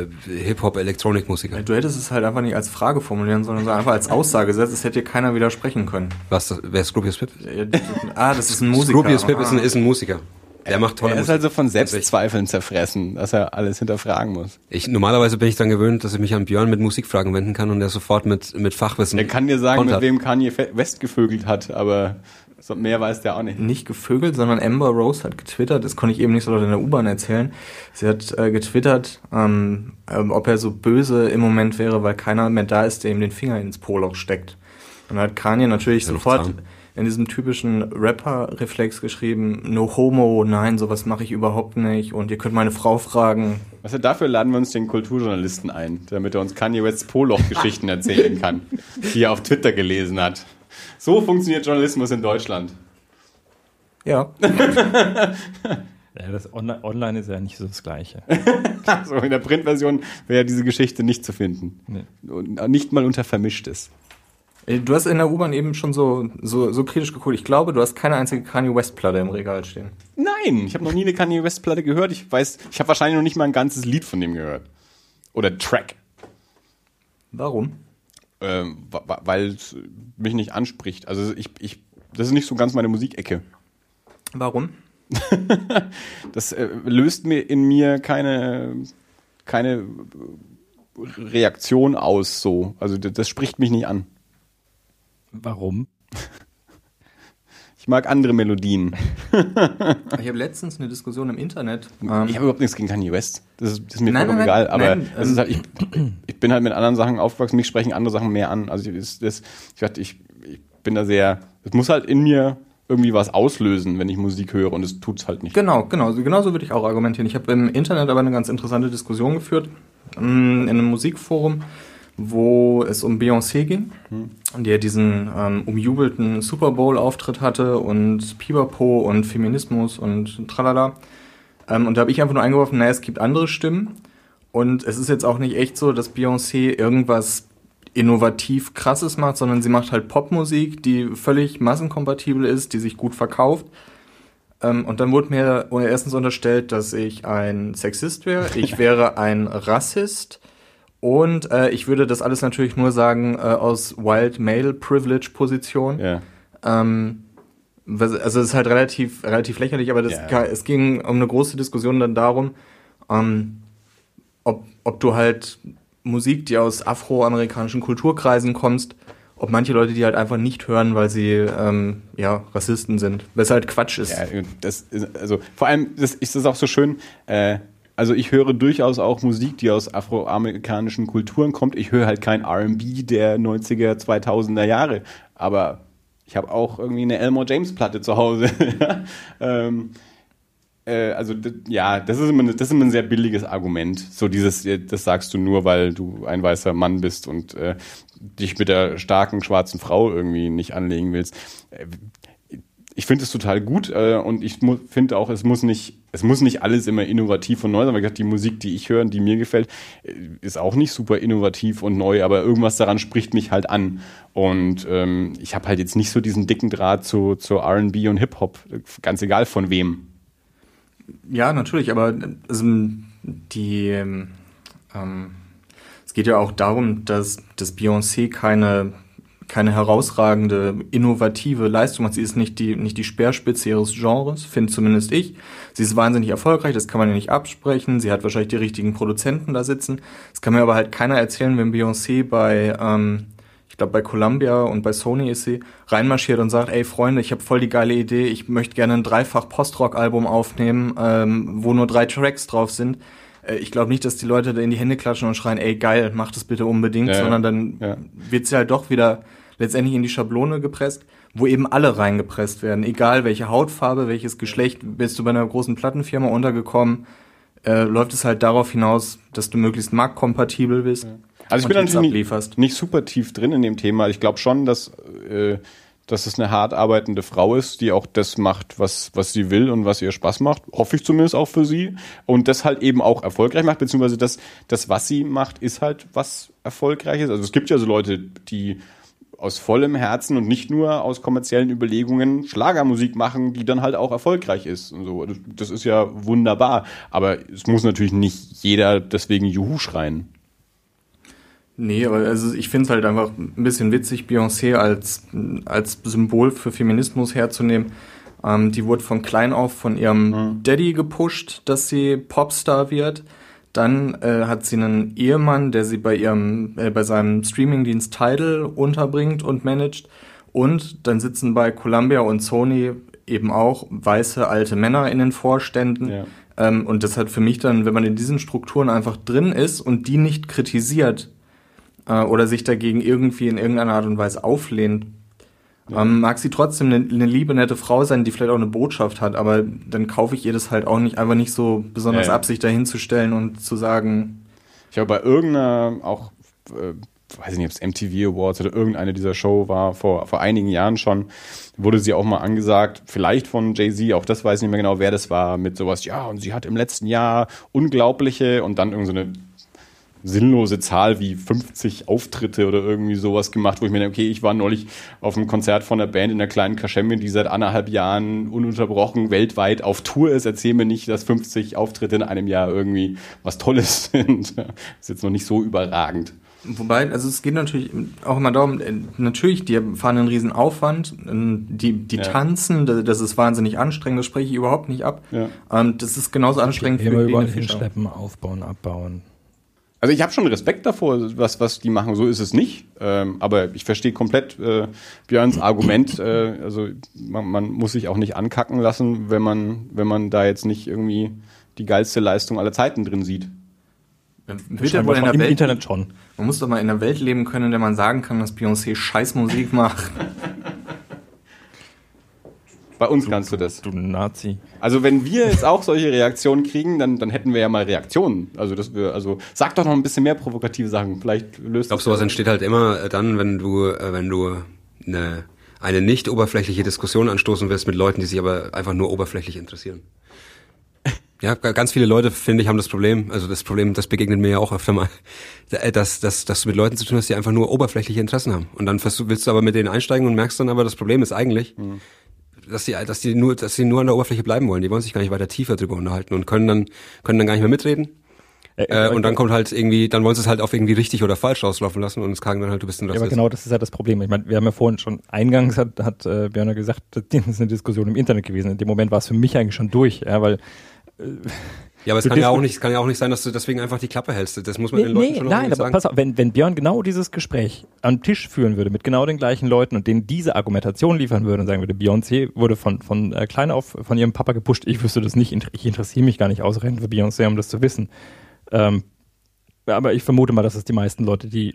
D: Hip-Hop-Elektronikmusiker.
C: Du hättest es halt einfach nicht als Frage formulieren, sondern so einfach als Aussage setzen, es hätte dir keiner widersprechen können.
D: Wer ist Scroobius Pip?
C: Das ist ein Musiker.
D: Scroobius Pip ist ein Musiker. Der macht tolle
B: Er ist
D: Musik.
B: also von Selbstzweifeln zerfressen, dass er alles hinterfragen muss.
D: Normalerweise bin ich dann gewöhnt, dass ich mich an Björn mit Musikfragen wenden kann und der sofort mit Fachwissen
B: Er kann dir sagen,
D: kontert.
B: mit wem Kanye West gevögelt hat, aber mehr weiß der auch nicht.
C: Nicht gevögelt, sondern Amber Rose hat getwittert, das konnte ich eben nicht so laut in der U-Bahn erzählen. Sie hat getwittert, ob er so böse im Moment wäre, weil keiner mehr da ist, der ihm den Finger ins Poloch steckt. Und dann hat Kanye natürlich sofort in diesem typischen Rapper-Reflex geschrieben, no homo, nein, sowas mache ich überhaupt nicht und ihr könnt meine Frau fragen.
B: Dafür laden wir uns den Kulturjournalisten ein, damit er uns Kanye Wests Poloch-Geschichten erzählen kann, die er auf Twitter gelesen hat. So funktioniert Journalismus in Deutschland.
C: Ja.
A: Ja, das Online ist ja nicht so das Gleiche.
B: So, in der Printversion wäre diese Geschichte nicht zu finden. Nee. Und nicht mal unter Vermischtes.
C: Du hast in der U-Bahn eben schon so kritisch geguckt. Ich glaube, du hast keine einzige Kanye West-Platte im Regal stehen.
B: Nein, ich habe noch nie eine Kanye West-Platte gehört. Ich habe wahrscheinlich noch nicht mal ein ganzes Lied von dem gehört. Oder Track.
C: Warum?
B: Weil es mich nicht anspricht. Also das ist nicht so ganz meine Musikecke.
C: Warum?
B: Das löst mir in mir keine Reaktion aus so. Also das spricht mich nicht an.
A: Warum?
B: Ich mag andere Melodien.
C: Ich habe letztens eine Diskussion im Internet.
B: Ich habe überhaupt nichts gegen Kanye West. Das ist mir vollkommen egal. Aber das ist halt, ich bin halt mit anderen Sachen aufgewachsen. Mich sprechen andere Sachen mehr an. Also ich bin da sehr. Es muss halt in mir irgendwie was auslösen, wenn ich Musik höre, und es tut's halt nicht.
C: Genau so würde ich auch argumentieren. Ich habe im Internet aber eine ganz interessante Diskussion geführt in einem Musikforum, wo es um Beyoncé ging, die ja diesen umjubelten Super Bowl-Auftritt hatte und Pipapo und Feminismus und tralala. Und da habe ich einfach nur eingeworfen, es gibt andere Stimmen und es ist jetzt auch nicht echt so, dass Beyoncé irgendwas innovativ Krasses macht, sondern sie macht halt Popmusik, die völlig massenkompatibel ist, die sich gut verkauft. Und dann wurde mir erstens unterstellt, dass ich ein Sexist wäre, ich wäre ein Rassist und ich würde das alles natürlich nur sagen aus Wild Male Privilege Position.
B: Ja.
C: Also es ist halt relativ lächerlich, aber es ging um eine große Diskussion dann darum, ob du halt Musik, die aus afroamerikanischen Kulturkreisen kommst, ob manche Leute die halt einfach nicht hören, weil sie Rassisten sind. Was halt Quatsch ist.
B: Ja, vor allem ist das auch so schön. Also ich höre durchaus auch Musik, die aus afroamerikanischen Kulturen kommt. Ich höre halt kein R&B der 90er, 2000er Jahre. Aber ich habe auch irgendwie eine Elmore James Platte zu Hause. Das ist immer ein sehr billiges Argument. So das sagst du nur, weil du ein weißer Mann bist und dich mit der starken schwarzen Frau irgendwie nicht anlegen willst. ich finde es total gut und ich finde auch, es muss nicht alles immer innovativ und neu sein. Weil die Musik, die ich höre und die mir gefällt, ist auch nicht super innovativ und neu, aber irgendwas daran spricht mich halt an. Und ich habe halt jetzt nicht so diesen dicken Draht zu R&B und Hip-Hop, ganz egal von wem.
C: Ja, natürlich, aber also, es geht ja auch darum, dass Beyoncé keine herausragende, innovative Leistung hat. Sie ist nicht die Speerspitze ihres Genres, finde zumindest ich. Sie ist wahnsinnig erfolgreich, das kann man ja nicht absprechen. Sie hat wahrscheinlich die richtigen Produzenten da sitzen. Das kann mir aber halt keiner erzählen, wenn Beyoncé ich glaube bei Columbia und bei Sony ist sie, reinmarschiert und sagt, ey Freunde, ich habe voll die geile Idee, ich möchte gerne ein 3-fach-Post-Rock-Album aufnehmen, wo nur 3 Tracks drauf sind. Ich glaube nicht, dass die Leute da in die Hände klatschen und schreien, ey geil, mach das bitte unbedingt, sondern dann wird sie halt doch wieder letztendlich in die Schablone gepresst, wo eben alle reingepresst werden. Egal welche Hautfarbe, welches Geschlecht, bist du bei einer großen Plattenfirma untergekommen, läuft es halt darauf hinaus, dass du möglichst marktkompatibel bist. Ja.
B: Also ich bin natürlich nicht super tief drin in dem Thema. Ich glaube schon, dass es eine hart arbeitende Frau ist, die auch das macht, was sie will und was ihr Spaß macht. Hoffe ich zumindest auch für sie. Und das halt eben auch erfolgreich macht, beziehungsweise das, was sie macht, ist halt was Erfolgreiches. Also es gibt ja so Leute, die aus vollem Herzen und nicht nur aus kommerziellen Überlegungen Schlagermusik machen, die dann halt auch erfolgreich ist. Und so. Das ist ja wunderbar. Aber es muss natürlich nicht jeder deswegen Juhu schreien.
C: Nee, aber also ich finde es halt einfach ein bisschen witzig, Beyoncé als Symbol für Feminismus herzunehmen. Die wurde von klein auf von ihrem Daddy gepusht, dass sie Popstar wird. Dann hat sie einen Ehemann, der sie bei seinem Streamingdienst Tidal unterbringt und managt. Und dann sitzen bei Columbia und Sony eben auch weiße alte Männer in den Vorständen. Ja. Und das hat für mich dann, wenn man in diesen Strukturen einfach drin ist und die nicht kritisiert, oder sich dagegen irgendwie in irgendeiner Art und Weise auflehnt, mag sie trotzdem eine liebe, nette Frau sein, die vielleicht auch eine Botschaft hat, aber dann kaufe ich ihr das halt auch nicht, einfach nicht so besonders ab, sich dahin zu stellen und zu sagen...
B: Ich habe bei irgendeiner, auch, weiß ich nicht, ob es MTV Awards oder irgendeine dieser Show war, vor einigen Jahren schon, wurde sie auch mal angesagt, vielleicht von Jay-Z, auch das weiß ich nicht mehr genau, wer das war, mit sowas, ja, und sie hat im letzten Jahr unglaubliche und dann irgend so eine sinnlose Zahl wie 50 Auftritte oder irgendwie sowas gemacht, wo ich mir denke, okay, ich war neulich auf einem Konzert von einer Band in der kleinen Kaschemme, die seit 1,5 Jahren ununterbrochen weltweit auf Tour ist. Erzähl mir nicht, dass 50 Auftritte in einem Jahr irgendwie was Tolles sind. Das ist jetzt noch nicht so überragend.
C: Wobei, also es geht natürlich auch immer darum, natürlich, die fahren einen riesen Aufwand, die tanzen, das ist wahnsinnig anstrengend, das spreche ich überhaupt nicht ab. Ja. Das ist genauso anstrengend
A: für die hinschleppen, aufbauen, abbauen.
B: Also ich habe schon Respekt davor, was die machen, so ist es nicht. Aber ich verstehe komplett Björns Argument. Also man muss sich auch nicht ankacken lassen, wenn man da jetzt nicht irgendwie die geilste Leistung aller Zeiten drin sieht.
C: Wird ja wohl in der Welt, Internet schon. Man muss doch mal in einer Welt leben können, in der man sagen kann, dass Beyoncé Scheißmusik macht.
B: Bei uns kannst du das.
A: Du Nazi.
B: Also wenn wir jetzt auch solche Reaktionen kriegen, dann hätten wir ja mal Reaktionen. Also sag doch noch ein bisschen mehr provokative Sachen. Vielleicht löst.
D: Ich glaube, sowas entsteht halt immer dann, wenn du eine nicht oberflächliche Diskussion anstoßen willst mit Leuten, die sich aber einfach nur oberflächlich interessieren. Ja, ganz viele Leute, finde ich, haben das Problem, das begegnet mir ja auch öfter mal, dass du mit Leuten zu tun hast, die einfach nur oberflächliche Interessen haben. Und dann willst du aber mit denen einsteigen und merkst dann aber, das Problem ist eigentlich, dass sie nur an der Oberfläche bleiben wollen. Die wollen sich gar nicht weiter tiefer drüber unterhalten und können dann gar nicht mehr mitreden. Und dann kommt halt irgendwie, dann wollen sie es halt auf irgendwie richtig oder falsch auslaufen lassen und es sagen dann halt, du bist ein Rassist.
A: Ja, aber genau, das ist ja das Problem. Ich meine, wir haben ja vorhin schon eingangs hat Björn gesagt, das ist eine Diskussion im Internet gewesen. In dem Moment war es für mich eigentlich schon durch, weil
D: ja, aber es kann ja auch nicht sein, dass du deswegen einfach die Klappe hältst. Das muss man den Leuten schon auch sagen.
A: Nein, pass auf, wenn Björn genau dieses Gespräch am Tisch führen würde mit genau den gleichen Leuten und denen diese Argumentation liefern würde und sagen würde, Beyoncé wurde von klein auf von ihrem Papa gepusht, ich wüsste das nicht, ich interessiere mich gar nicht ausreichend für Beyoncé, um das zu wissen. Aber ich vermute mal, dass es die meisten Leute, ich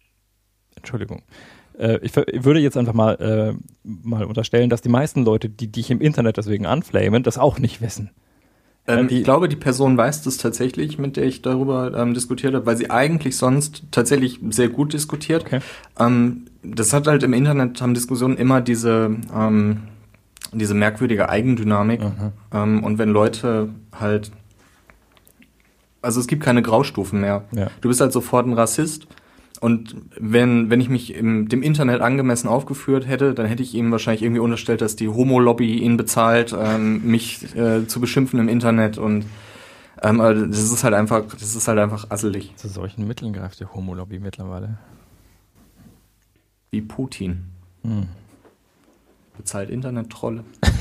A: würde jetzt einfach mal unterstellen, dass die meisten Leute, die dich im Internet deswegen anflamen, das auch nicht wissen.
C: Ich glaube, die Person weiß das tatsächlich, mit der ich darüber diskutiert habe, weil sie eigentlich sonst tatsächlich sehr gut diskutiert. Okay. Das hat halt im Internet, haben Diskussionen immer diese diese merkwürdige Eigendynamik. Und wenn Leute halt, also es gibt keine Graustufen mehr.
A: Ja.
C: Du bist halt sofort ein Rassist. Und wenn ich mich dem Internet angemessen aufgeführt hätte, dann hätte ich ihm wahrscheinlich irgendwie unterstellt, dass die Homo-Lobby ihn bezahlt, mich zu beschimpfen im Internet. Und das ist halt einfach asselig.
A: Zu solchen Mitteln greift die Homo-Lobby mittlerweile.
C: Wie Putin. Bezahlt Internet-Trolle.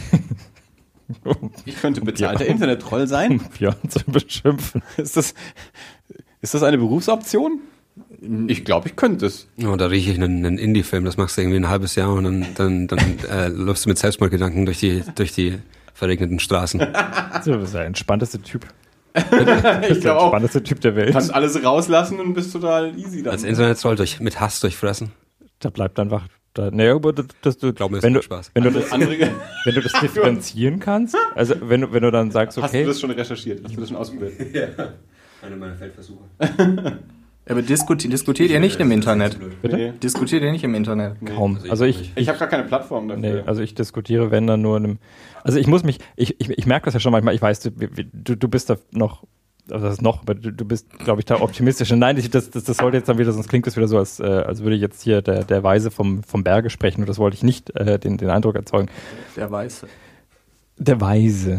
B: Ich könnte bezahlter Internet-Troll sein.
A: Björn zu beschimpfen.
B: Ist das eine Berufsoption? Ich glaube, ich könnte es.
D: Oh, da rieche ich einen Indie-Film, das machst du irgendwie ein halbes Jahr und dann läufst du mit Selbstmordgedanken durch die verregneten Straßen.
A: Du bist der entspannteste Typ.
B: Ich glaube auch.
A: Entspannteste Typ der Welt.
B: Kannst alles rauslassen und bist total easy dann.
D: Als Internet-Troll mit Hass durchfressen.
A: Da bleibt einfach. Aber dass du,
D: Glaub mir,
A: wenn,
D: das
A: du,
D: macht Spaß.
A: wenn, du das, wenn du das differenzieren kannst, also wenn du dann sagst, okay.
B: Hast du das schon recherchiert? Hast du das schon ausprobiert?
D: Ja. Eine meiner Feldversuche.
C: Aber diskutiert ihr nicht im Internet?
A: Bitte?
B: Nee.
C: Diskutiert ihr nicht im Internet?
A: Kaum. Also ich
B: habe gar keine Plattform dafür.
A: Nee, also ich diskutiere, wenn dann nur in einem. Also ich merke das ja schon manchmal, ich weiß, du bist da noch, also das ist noch, aber du bist, glaube ich, da optimistisch. Nein, das sollte jetzt dann wieder, sonst klingt das wieder so, als würde jetzt hier der Weise vom Berge sprechen, und das wollte ich nicht den Eindruck erzeugen.
C: Der Weiße.
A: Der Weise.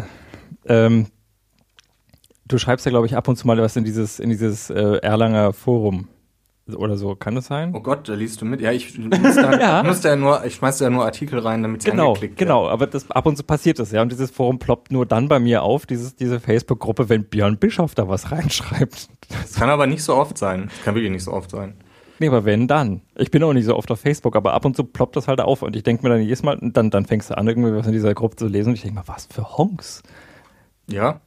A: Du schreibst ja, glaube ich, ab und zu mal was in dieses Erlanger Forum oder so. Kann das sein?
C: Oh Gott, da liest du mit. Ja, ich schmeiß da nur Artikel rein, damit es angeklickt wird.
A: Genau, aber ab und zu passiert das, ja. Und dieses Forum ploppt nur dann bei mir auf, diese Facebook-Gruppe, wenn Björn Bischof da was reinschreibt.
C: Das kann aber nicht so oft sein. Das kann wirklich nicht so oft sein.
A: Nee, aber wenn, dann. Ich bin auch nicht so oft auf Facebook, aber ab und zu ploppt das halt auf. Und ich denke mir dann jedes Mal, dann fängst du an, irgendwie was in dieser Gruppe zu lesen. Und ich denke mir, was für Honks.
C: Ja.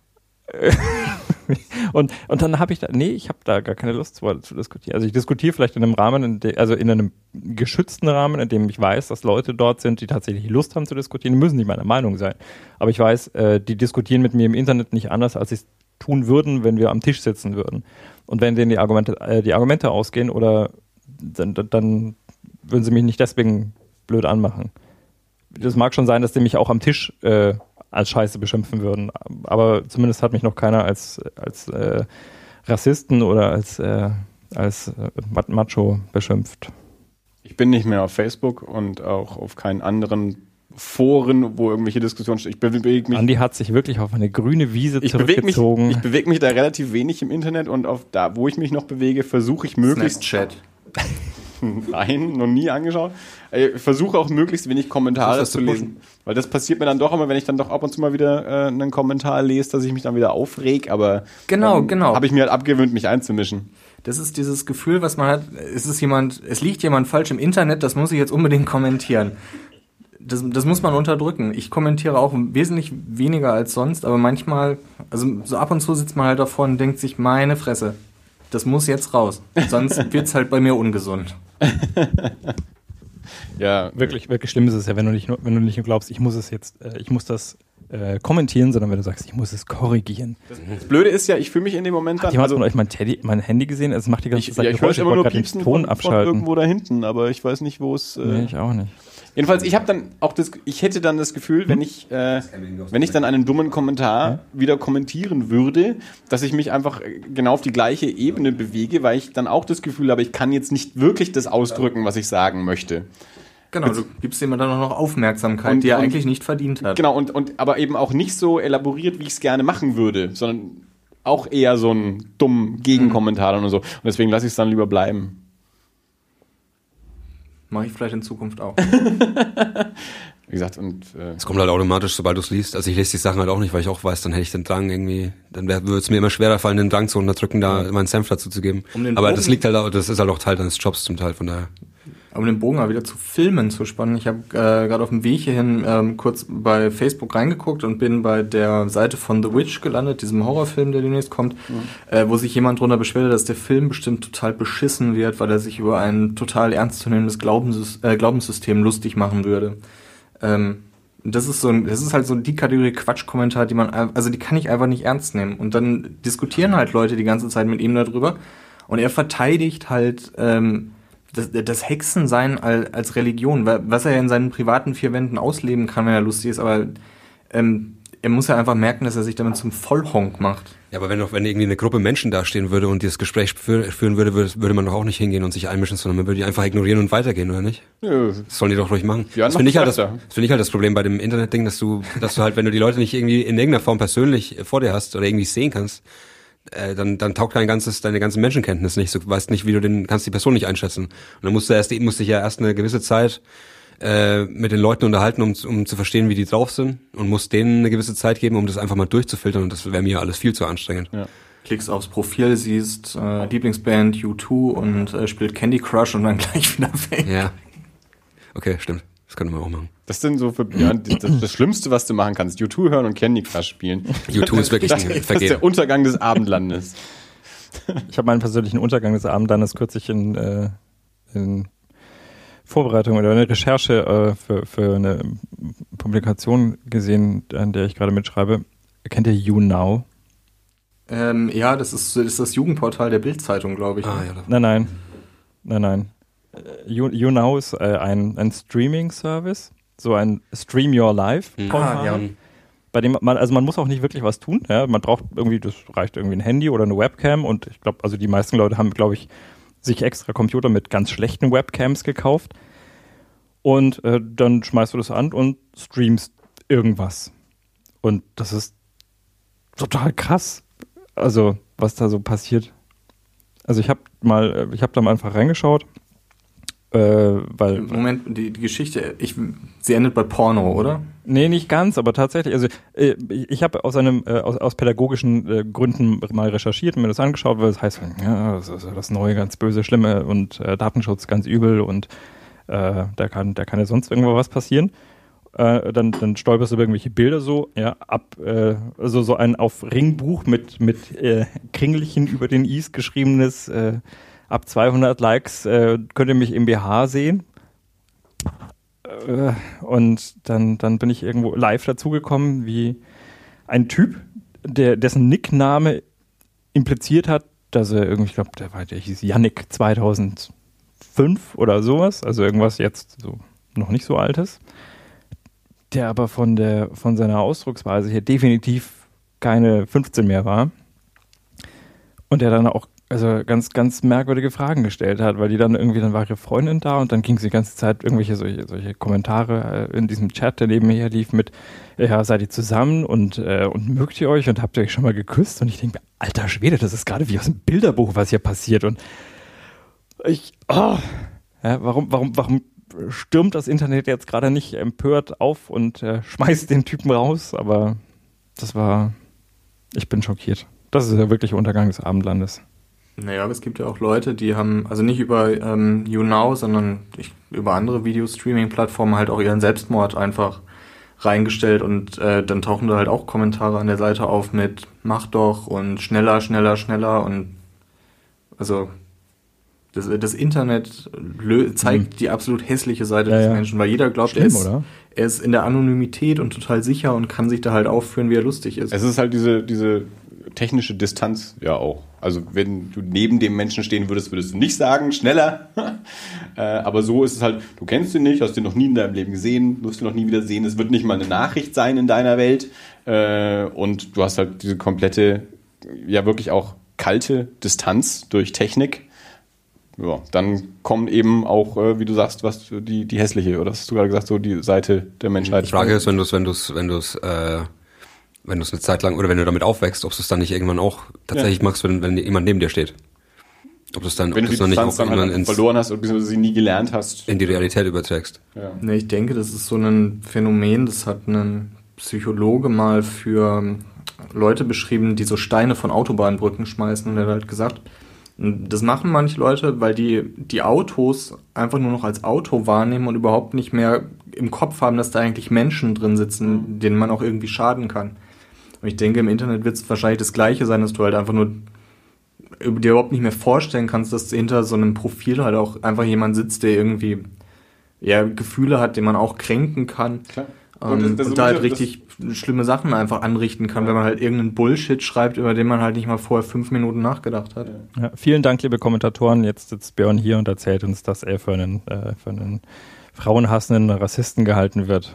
A: und dann habe ich ich habe da gar keine Lust zu diskutieren. Also ich diskutiere vielleicht in einem Rahmen, in einem geschützten Rahmen, in dem ich weiß, dass Leute dort sind, die tatsächlich Lust haben zu diskutieren. Die müssen nicht meiner Meinung sein. Aber ich weiß, die diskutieren mit mir im Internet nicht anders, als sie es tun würden, wenn wir am Tisch sitzen würden. Und wenn denen die Argumente ausgehen, oder dann würden sie mich nicht deswegen blöd anmachen. Das mag schon sein, dass die mich auch am Tisch als Scheiße beschimpfen würden. Aber zumindest hat mich noch keiner als Rassisten oder als Macho beschimpft.
B: Ich bin nicht mehr auf Facebook und auch auf keinen anderen Foren, wo irgendwelche Diskussionen stehen. Ich bewege mich.
A: Andi hat sich wirklich auf eine grüne Wiese zurückgezogen.
B: Ich bewege mich da relativ wenig im Internet, und auf da, wo ich mich noch bewege, versuche ich möglichst.
C: Snapchat.
B: Nein, noch nie angeschaut. Ich versuche auch möglichst wenig Kommentare zu lesen. Weil das passiert mir dann doch immer, wenn ich dann doch ab und zu mal wieder einen Kommentar lese, dass ich mich dann wieder aufreg. Aber
C: genau.
B: Habe ich mir halt abgewöhnt, mich einzumischen.
C: Das ist dieses Gefühl, was man hat, es liegt jemand falsch im Internet, das muss ich jetzt unbedingt kommentieren. Das muss man unterdrücken. Ich kommentiere auch wesentlich weniger als sonst, aber manchmal, also so ab und zu sitzt man halt davor und denkt sich, meine Fresse, das muss jetzt raus. Sonst wird's halt bei mir ungesund.
B: Ja,
A: wirklich, wirklich schlimm ist es ja, wenn du nicht nur glaubst, ich muss das kommentieren, sondern wenn du sagst, ich muss es korrigieren.
B: Das Blöde ist ja, ich fühle mich in dem Moment
A: dann. Hat jemand von euch mein Handy gesehen? Es macht die ganze Zeit
B: ich höre es immer nur piepsen
A: Ton abschalten.
B: Von irgendwo da hinten, aber ich weiß nicht, wo es.
A: Nee, ich auch nicht.
B: Jedenfalls, ich hätte dann das Gefühl, wenn ich dann einen dummen Kommentar wieder kommentieren würde, dass ich mich einfach genau auf die gleiche Ebene bewege, weil ich dann auch das Gefühl habe, ich kann jetzt nicht wirklich das ausdrücken, was ich sagen möchte.
C: Genau, du gibst ihm dann auch noch Aufmerksamkeit, die er eigentlich nicht verdient hat.
B: Genau, aber eben auch nicht so elaboriert, wie ich es gerne machen würde, sondern auch eher so einen dummen Gegenkommentar und so. Und deswegen lasse ich es dann lieber bleiben.
C: Mache ich vielleicht in Zukunft auch.
B: Wie gesagt,
D: es kommt halt automatisch, sobald du es liest. Also ich lese die Sachen halt auch nicht, weil ich auch weiß, dann hätte ich den Drang irgendwie, dann würde es mir immer schwerer fallen, den Drang zu unterdrücken, da meinen Senf dazu zu geben. Aber das liegt halt auch, das ist halt auch Teil deines Jobs zum Teil, von daher.
C: Um den Bogen mal wieder zu Filmen zu spannen. Ich habe gerade auf dem Weg hierhin kurz bei Facebook reingeguckt und bin bei der Seite von The Witch gelandet, diesem Horrorfilm, der demnächst kommt, wo sich jemand drunter beschwert, dass der Film bestimmt total beschissen wird, weil er sich über ein total ernstzunehmendes Glaubenssystem lustig machen würde. Das ist halt so die Kategorie Quatschkommentar, die kann ich einfach nicht ernst nehmen. Und dann diskutieren halt Leute die ganze Zeit mit ihm darüber und er verteidigt halt das Hexensein als Religion, was er in seinen privaten 4 Wänden ausleben kann, wenn er lustig ist, aber er muss ja einfach merken, dass er sich damit zum Vollhonk macht.
D: Ja, aber wenn irgendwie eine Gruppe Menschen dastehen würde und dieses Gespräch führen würde man doch auch nicht hingehen und sich einmischen, sondern man würde die einfach ignorieren und weitergehen, oder nicht? Ja. Das sollen die doch ruhig machen. Ja, das finde ich halt das Problem bei dem Internetding, dass du halt, wenn du die Leute nicht irgendwie in irgendeiner Form persönlich vor dir hast oder irgendwie sehen kannst, dann taugt deine ganze Menschenkenntnis nicht. Du weißt nicht, kannst die Person nicht einschätzen. Und dann musst du dich ja erst eine gewisse Zeit mit den Leuten unterhalten, um zu verstehen, wie die drauf sind, und musst denen eine gewisse Zeit geben, um das einfach mal durchzufiltern, und das wäre mir alles viel zu anstrengend. Ja.
C: Klickst aufs Profil, siehst Lieblingsband U2 und spielt Candy Crush und dann gleich wieder weg.
D: Ja. Okay, stimmt. Das könnte man auch machen.
B: Das sind so das Schlimmste, was du machen kannst. U2 hören und Candy Crush spielen.
D: U2 ist wirklich ein Vergehen. Das ist
B: der Untergang des Abendlandes.
A: Ich habe meinen persönlichen Untergang des Abendlandes kürzlich in Vorbereitung oder eine Recherche für eine Publikation gesehen, an der ich gerade mitschreibe. Kennt ihr YouNow?
C: Ja, das ist das Jugendportal der Bild-Zeitung, glaube ich.
A: Nein. YouNow ist ein Streaming-Service, so ein Stream Your Life-Portal.
C: Ja.
A: Bei dem man muss auch nicht wirklich was tun. Ja? Man braucht das reicht irgendwie ein Handy oder eine Webcam, und ich glaube, also die meisten Leute haben, glaube ich, sich extra Computer mit ganz schlechten Webcams gekauft, und dann schmeißt du das an und streamst irgendwas. Und das ist total krass, also was da so passiert. Also ich habe da mal einfach reingeschaut, weil...
C: Moment, die Geschichte, sie endet bei Porno, oder?
A: Nee, nicht ganz, aber tatsächlich, also ich habe aus pädagogischen Gründen mal recherchiert und mir das angeschaut, weil es heißt, ja, das ist das Neue ganz böse, Schlimme und Datenschutz ganz übel und da kann ja sonst irgendwo was passieren. Dann stolperst du über irgendwelche Bilder so, ja, also so ein auf Ringbuch mit Kringelchen über den I's geschriebenes, ab 200 Likes könnt ihr mich im BH sehen. Und dann bin ich irgendwo live dazugekommen, wie ein Typ, dessen Nickname impliziert hat, dass er irgendwie, ich glaube, der hieß Yannick 2005 oder sowas, also irgendwas jetzt so noch nicht so Altes, der aber von seiner Ausdrucksweise hier definitiv keine 15 mehr war, und der dann auch also ganz, ganz merkwürdige Fragen gestellt hat, weil dann war ihre Freundin da, und dann ging sie die ganze Zeit irgendwelche solche Kommentare in diesem Chat, der neben mir her lief, mit, ja, seid ihr zusammen und mögt ihr euch und habt ihr euch schon mal geküsst? Und ich denke mir, alter Schwede, das ist gerade wie aus dem Bilderbuch, was hier passiert. Und warum stürmt das Internet jetzt gerade nicht empört auf und schmeißt den Typen raus? Aber ich bin schockiert. Das ist der wirkliche Untergang des Abendlandes.
C: Naja, aber es gibt ja auch Leute, die haben, also nicht über YouNow, sondern über andere Video-Streaming-Plattformen halt auch ihren Selbstmord einfach reingestellt, und dann tauchen da halt auch Kommentare an der Seite auf mit mach doch und schneller, schneller, schneller, und also das Internet zeigt die absolut hässliche Seite des Menschen, weil jeder glaubt, er ist in der Anonymität und total sicher und kann sich da halt aufführen, wie er lustig ist.
B: Es ist halt diese technische Distanz ja auch. Also wenn du neben dem Menschen stehen würdest du nicht sagen, schneller. Aber so ist es halt, du kennst ihn nicht, hast ihn noch nie in deinem Leben gesehen, wirst ihn noch nie wieder sehen. Es wird nicht mal eine Nachricht sein in deiner Welt. Und du hast halt diese komplette, ja wirklich auch kalte Distanz durch Technik. Ja, dann kommen eben auch, wie du sagst, was die hässliche, oder hast du gerade gesagt, so die Seite der Menschheit.
D: Die Frage ist, wenn du es eine Zeit lang, oder wenn du damit aufwächst, ob du es dann nicht irgendwann auch tatsächlich machst, wenn jemand neben dir steht. Ob du es dann,
B: wenn du die Distanz dann halt verloren hast und sie nie gelernt hast.
D: In die Realität überträgst.
C: Ja. Ne, ich denke, das ist so ein Phänomen, das hat ein Psychologe mal für Leute beschrieben, die so Steine von Autobahnbrücken schmeißen, und er hat halt gesagt, das machen manche Leute, weil die Autos einfach nur noch als Auto wahrnehmen und überhaupt nicht mehr im Kopf haben, dass da eigentlich Menschen drin sitzen, denen man auch irgendwie schaden kann. Und ich denke, im Internet wird es wahrscheinlich das Gleiche sein, dass du halt einfach nur dir überhaupt nicht mehr vorstellen kannst, dass hinter so einem Profil halt auch einfach jemand sitzt, der irgendwie Gefühle hat, den man auch kränken kann.
B: Klar.
C: und da halt richtig schlimme Sachen einfach anrichten kann, wenn man halt irgendeinen Bullshit schreibt, über den man halt nicht mal vorher 5 Minuten nachgedacht hat.
A: Ja, vielen Dank, liebe Kommentatoren. Jetzt sitzt Björn hier und erzählt uns, dass er für einen frauenhassenden Rassisten gehalten wird.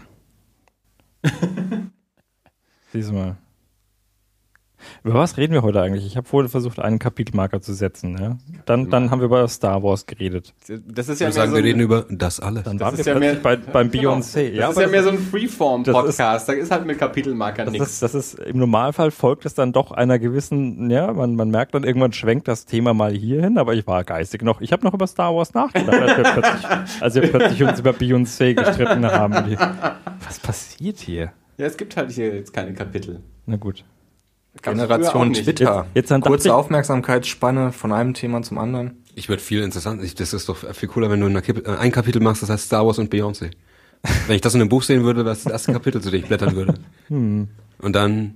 A: Diesmal. Über was reden wir heute eigentlich? Ich habe vorhin versucht, einen Kapitelmarker zu setzen. Ja? Dann haben wir über Star Wars geredet.
B: Das ist ja
D: wir sagen,
B: so
D: wir reden über das alles.
A: Dann waren wir ja plötzlich beim Beyoncé.
B: Genau. Das ist ja mehr so ein Freeform-Podcast. Da ist halt mit Kapitelmarker nichts.
A: Das ist im Normalfall folgt es dann doch einer gewissen, ja, man merkt dann irgendwann schwenkt das Thema mal hier hin, aber ich war geistig noch. Ich habe noch über Star Wars nachgedacht, als wir plötzlich uns über Beyoncé gestritten haben. Was passiert hier?
B: Ja, es gibt halt hier jetzt keine Kapitel.
A: Na gut.
C: Generation Twitter.
A: Jetzt dann
C: kurze Aufmerksamkeitsspanne von einem Thema zum anderen.
D: Ich würde viel interessant. Das ist doch viel cooler, wenn du ein Kapitel machst, das heißt Star Wars und Beyoncé. Wenn ich das in einem Buch sehen würde, wäre es das erste Kapitel, zu dem ich blättern würde. Und dann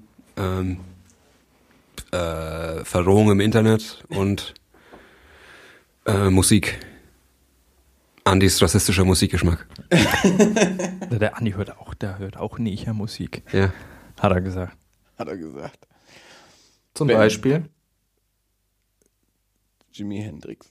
D: Verrohung im Internet und Musik. Andys rassistischer Musikgeschmack.
A: Der Andi hört auch nicht Musik.
D: Ja.
B: Hat er gesagt.
C: Zum Beispiel
B: Jimi Hendrix.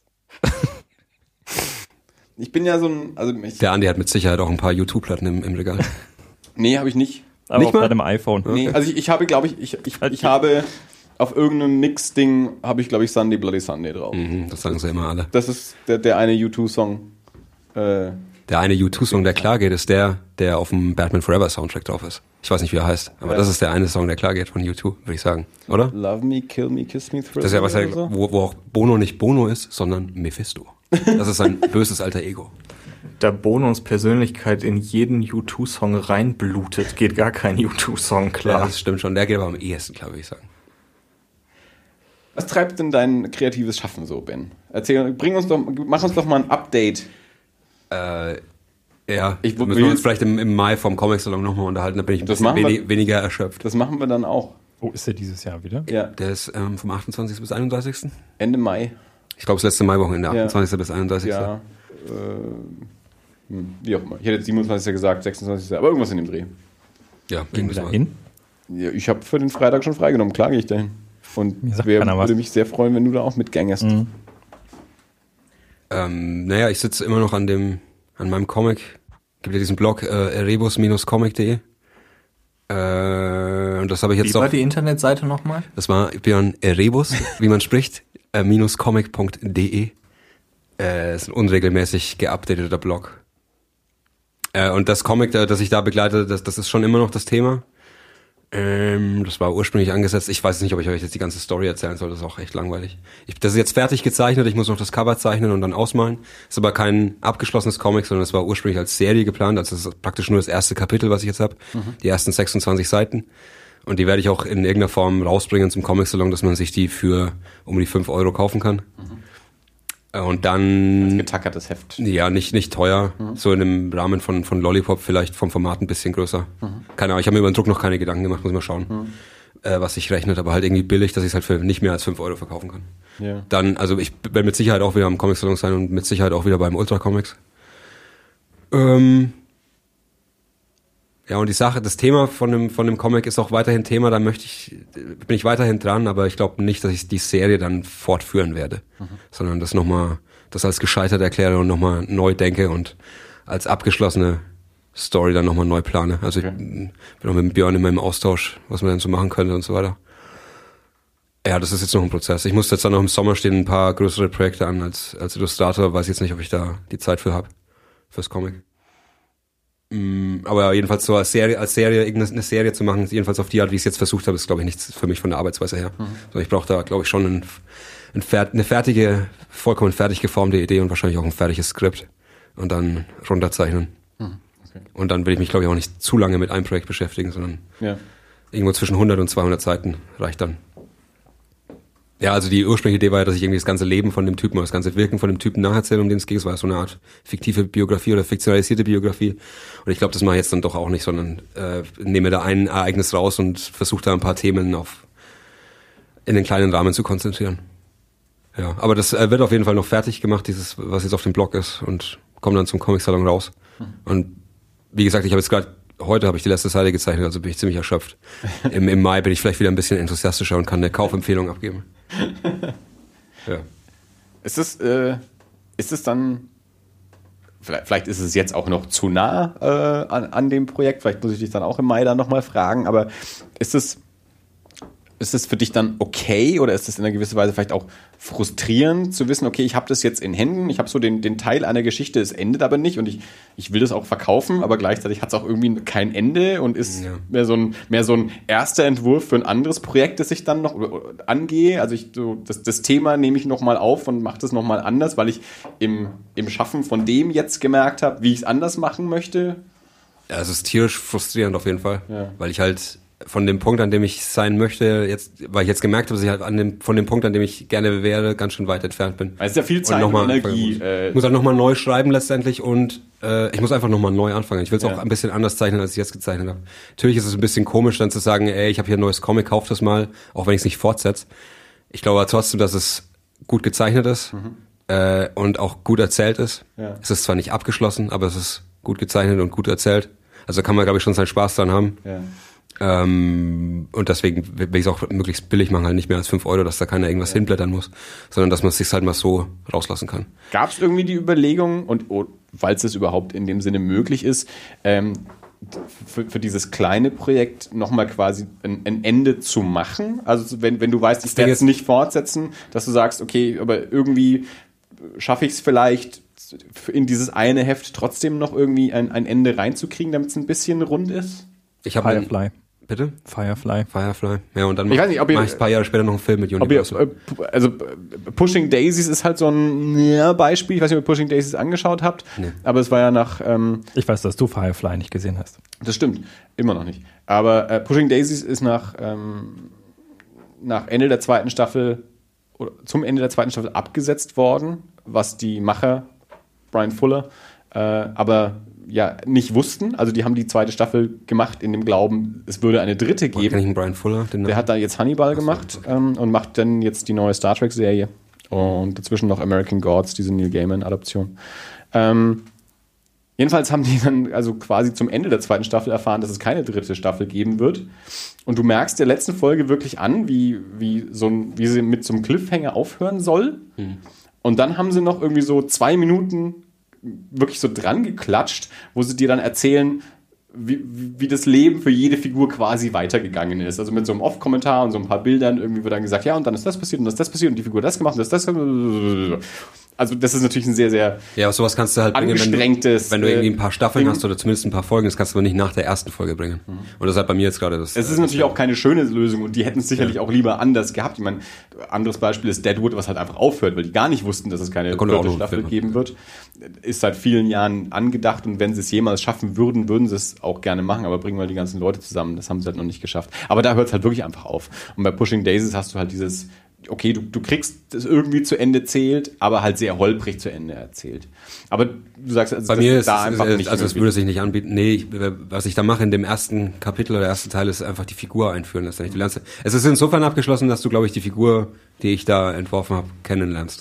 B: Ich bin ja so ein...
D: Der Andi hat mit Sicherheit auch ein paar YouTube-Platten im Regal.
B: Nee, habe ich nicht.
A: Aber nicht auch bei dem iPhone.
B: Nee, also ich habe, glaube ich, ich habe auf irgendeinem Mix-Ding, habe ich, glaube ich, Sunday Bloody Sunday drauf.
D: Das sagen sie immer alle.
B: Das ist der eine U2-Song.
D: Der eine U2-Song, der klar geht, ist der auf dem Batman Forever Soundtrack drauf ist. Ich weiß nicht, wie er heißt, aber das ist der eine Song, der klar geht von U2, würde ich sagen, oder?
B: Love Me, Kill Me, Kiss Me, Thrill.
D: Das ist ja was, wo auch Bono nicht Bono ist, sondern Mephisto. Das ist sein böses alter Ego.
C: Da Bonos Persönlichkeit in jeden U2-Song reinblutet, geht gar kein U2-Song klar.
D: Ja, das stimmt schon. Der geht aber am ehesten, klar, würde ich sagen.
B: Was treibt denn dein kreatives Schaffen so, Ben? Mach uns doch mal ein Update.
D: Ja, wir müssen uns vielleicht im Mai vom Comic-Salon nochmal unterhalten, da bin ich ein bisschen weniger erschöpft.
B: Das machen wir dann auch.
A: Oh, ist der dieses Jahr wieder?
B: Ja.
D: Der ist vom 28. bis 31.
B: Ende Mai.
D: Ich glaube, das letzte Maiwochenende, 28. bis 31.
B: Ja, wie auch immer. Ich hätte jetzt 27. gesagt, 26. Aber irgendwas in dem Dreh.
D: Ja,
A: gehen wir da hin?
B: Ja, ich habe für den Freitag schon freigenommen, klar gehe ich dahin. Und würde mich sehr freuen, wenn du da auch mitgängest.
A: Mhm.
D: Naja, ich sitze immer noch an meinem Comic. Gibt ja diesen Blog erebus-comic.de. Und das habe ich jetzt
C: Wie war die Internetseite nochmal?
D: Das war Björn Erebus, wie man spricht, -comic.de. Ist ein unregelmäßig geupdateter Blog. Und das Comic, das ich da begleite, das ist schon immer noch das Thema. Das war ursprünglich angesetzt. Ich weiß nicht, ob ich euch jetzt die ganze Story erzählen soll. Das ist auch echt langweilig. Das ist jetzt fertig gezeichnet. Ich muss noch das Cover zeichnen und dann ausmalen. Ist aber kein abgeschlossenes Comic, sondern es war ursprünglich als Serie geplant. Also das ist praktisch nur das erste Kapitel, was ich jetzt habe. Die ersten 26 Seiten. Und die werde ich auch in irgendeiner Form rausbringen zum Comic-Salon, dass man sich die für um die 5 € kaufen kann. Und dann...
B: Als getackertes Heft.
D: Ja, nicht teuer. So in dem Rahmen von Lollipop, vielleicht vom Format ein bisschen größer. Keine Ahnung, ich habe mir über den Druck noch keine Gedanken gemacht, muss mal schauen, was sich rechnet. Aber halt irgendwie billig, dass ich es halt für nicht mehr als 5 € verkaufen kann.
B: Ja.
D: Dann, also ich werde mit Sicherheit auch wieder am Comic-Salon sein und mit Sicherheit auch wieder beim Ultra Comics. Ja, und das Thema von dem Comic ist auch weiterhin Thema, da bin ich weiterhin dran, aber ich glaube nicht, dass ich die Serie dann fortführen werde, sondern das als gescheitert erkläre und nochmal neu denke und als abgeschlossene Story dann nochmal neu plane. Also ich bin auch mit Björn immer im Austausch, was man dann so machen könnte und so weiter. Ja, das ist jetzt noch ein Prozess. Ich muss jetzt dann noch im Sommer stehen ein paar größere Projekte an als Illustrator, weiß jetzt nicht, ob ich da die Zeit für habe, fürs Comic. Aber ja, jedenfalls so eine Serie zu machen, jedenfalls auf die Art, wie ich es jetzt versucht habe, ist, glaube ich, nichts für mich von der Arbeitsweise her. So, ich brauche da, glaube ich, schon eine fertige, vollkommen fertig geformte Idee und wahrscheinlich auch ein fertiges Skript und dann runterzeichnen. Okay. Und dann will ich mich, glaube ich, auch nicht zu lange mit einem Projekt beschäftigen, sondern irgendwo zwischen 100 und 200 Seiten reicht dann. Ja, also die ursprüngliche Idee war ja, dass ich irgendwie das ganze Leben von dem Typen oder das ganze Wirken von dem Typen nacherzähle, um den es ging. Es war so eine Art fiktive Biografie oder fiktionalisierte Biografie. Und ich glaube, das mache ich jetzt dann doch auch nicht, sondern nehme da ein Ereignis raus und versuche da ein paar Themen in den kleinen Rahmen zu konzentrieren. Ja, aber das wird auf jeden Fall noch fertig gemacht, was jetzt auf dem Blog ist, und kommt dann zum Comic-Salon raus. Und wie gesagt, ich habe jetzt gerade heute habe ich die letzte Seite gezeichnet, also bin ich ziemlich erschöpft. Im Mai bin ich vielleicht wieder ein bisschen enthusiastischer und kann eine Kaufempfehlung abgeben. Ja.
B: Ist es dann, vielleicht ist es jetzt auch noch zu nah an dem Projekt, vielleicht muss ich dich dann auch im Mai dann nochmal fragen, aber ist es für dich dann okay oder ist es in einer gewissen Weise vielleicht auch frustrierend zu wissen, okay, ich habe das jetzt in Händen, ich habe so den Teil einer Geschichte, es endet aber nicht und ich will das auch verkaufen, aber gleichzeitig hat es auch irgendwie kein Ende und ist mehr so ein erster Entwurf für ein anderes Projekt, das ich dann noch angehe. Also das Thema nehme ich nochmal auf und mache das nochmal anders, weil ich im Schaffen von dem jetzt gemerkt habe, wie ich es anders machen möchte.
D: Ja, es ist tierisch frustrierend auf jeden Fall, weil ich halt von dem Punkt, an dem ich sein möchte, weil ich jetzt gemerkt habe, dass ich halt von dem Punkt, an dem ich gerne wäre, ganz schön weit entfernt bin.
B: Weil es ist ja viel Zeit und Energie.
D: Ich muss halt nochmal neu schreiben letztendlich und ich muss einfach nochmal neu anfangen. Ich will es auch ein bisschen anders zeichnen, als ich jetzt gezeichnet habe. Natürlich ist es ein bisschen komisch, dann zu sagen, ich habe hier ein neues Comic, kauf das mal, auch wenn ich es nicht fortsetze. Ich glaube aber trotzdem, dass es gut gezeichnet ist und auch gut erzählt ist. Ja. Es ist zwar nicht abgeschlossen, aber es ist gut gezeichnet und gut erzählt. Also kann man, glaube ich, schon seinen Spaß dran haben. Ja. Und deswegen will ich es auch möglichst billig machen, halt nicht mehr als 5 €, dass da keiner irgendwas hinblättern muss, sondern dass man es sich halt mal so rauslassen kann.
B: Gab es irgendwie die Überlegung, und falls es überhaupt in dem Sinne möglich ist, für dieses kleine Projekt nochmal quasi ein Ende zu machen? Also wenn du weißt, ich werde es nicht fortsetzen, dass du sagst, okay, aber irgendwie schaffe ich es vielleicht in dieses eine Heft trotzdem noch irgendwie ein Ende reinzukriegen, damit es ein bisschen rund ist?
D: Ich habe
A: Firefly.
D: Bitte?
A: Firefly.
D: Ja, und dann
B: ich weiß nicht, ob
D: mach ich ein paar Jahre später noch einen Film mit Universal.
B: Also Pushing Daisies ist halt so ein Beispiel. Ich weiß nicht, ob ihr Pushing Daisies angeschaut habt, aber es war ja nach...
A: ich weiß, dass du Firefly nicht gesehen hast.
B: Das stimmt, immer noch nicht. Aber Pushing Daisies ist nach Ende der zweiten Staffel oder zum Ende der zweiten Staffel abgesetzt worden, was die Macher, Brian Fuller, aber ja nicht wussten. Also die haben die zweite Staffel gemacht in dem Glauben, es würde eine dritte geben.
D: Kenn ich einen Brian Fuller?
B: Der hat da jetzt Hannibal gemacht und macht dann jetzt die neue Star Trek Serie und dazwischen noch American Gods, diese Neil Gaiman Adaption. Jedenfalls haben die dann also quasi zum Ende der zweiten Staffel erfahren, dass es keine dritte Staffel geben wird. Und du merkst der letzten Folge wirklich an, wie sie mit so einem Cliffhanger aufhören soll. Und dann haben sie noch irgendwie so 2 Minuten wirklich so dran geklatscht, wo sie dir dann erzählen, wie das Leben für jede Figur quasi weitergegangen ist. Also mit so einem Off-Kommentar und so ein paar Bildern irgendwie wird dann gesagt, ja, und dann ist das passiert und das passiert und die Figur das gemacht und das. Also das ist natürlich ein sehr, sehr
D: sowas kannst du halt
B: angestrengtes...
D: Wenn du irgendwie ein paar Staffeln hast oder zumindest ein paar Folgen, das kannst du aber nicht nach der ersten Folge bringen. Und das ist halt bei mir jetzt gerade das...
B: Es ist natürlich auch keine schöne Lösung und die hätten es sicherlich auch lieber anders gehabt. Ich meine, anderes Beispiel ist Deadwood, was halt einfach aufhört, weil die gar nicht wussten, dass es keine vierte Staffel geben wird. Ist seit vielen Jahren angedacht und wenn sie es jemals schaffen würden, würden sie es auch gerne machen, aber bringen mal die ganzen Leute zusammen. Das haben sie halt noch nicht geschafft. Aber da hört es halt wirklich einfach auf. Und bei Pushing Daisies hast du halt dieses... Okay, du kriegst es irgendwie zu Ende erzählt, aber halt sehr holprig zu Ende erzählt. Aber du sagst, also
D: bei mir ist da einfach nicht. Also es würde sich nicht anbieten. Nee, was ich da mache in dem ersten Kapitel oder ersten Teil ist einfach die Figur einführen lassen. Es ist insofern abgeschlossen, dass du, glaube ich, die Figur, die ich da entworfen habe, kennenlernst.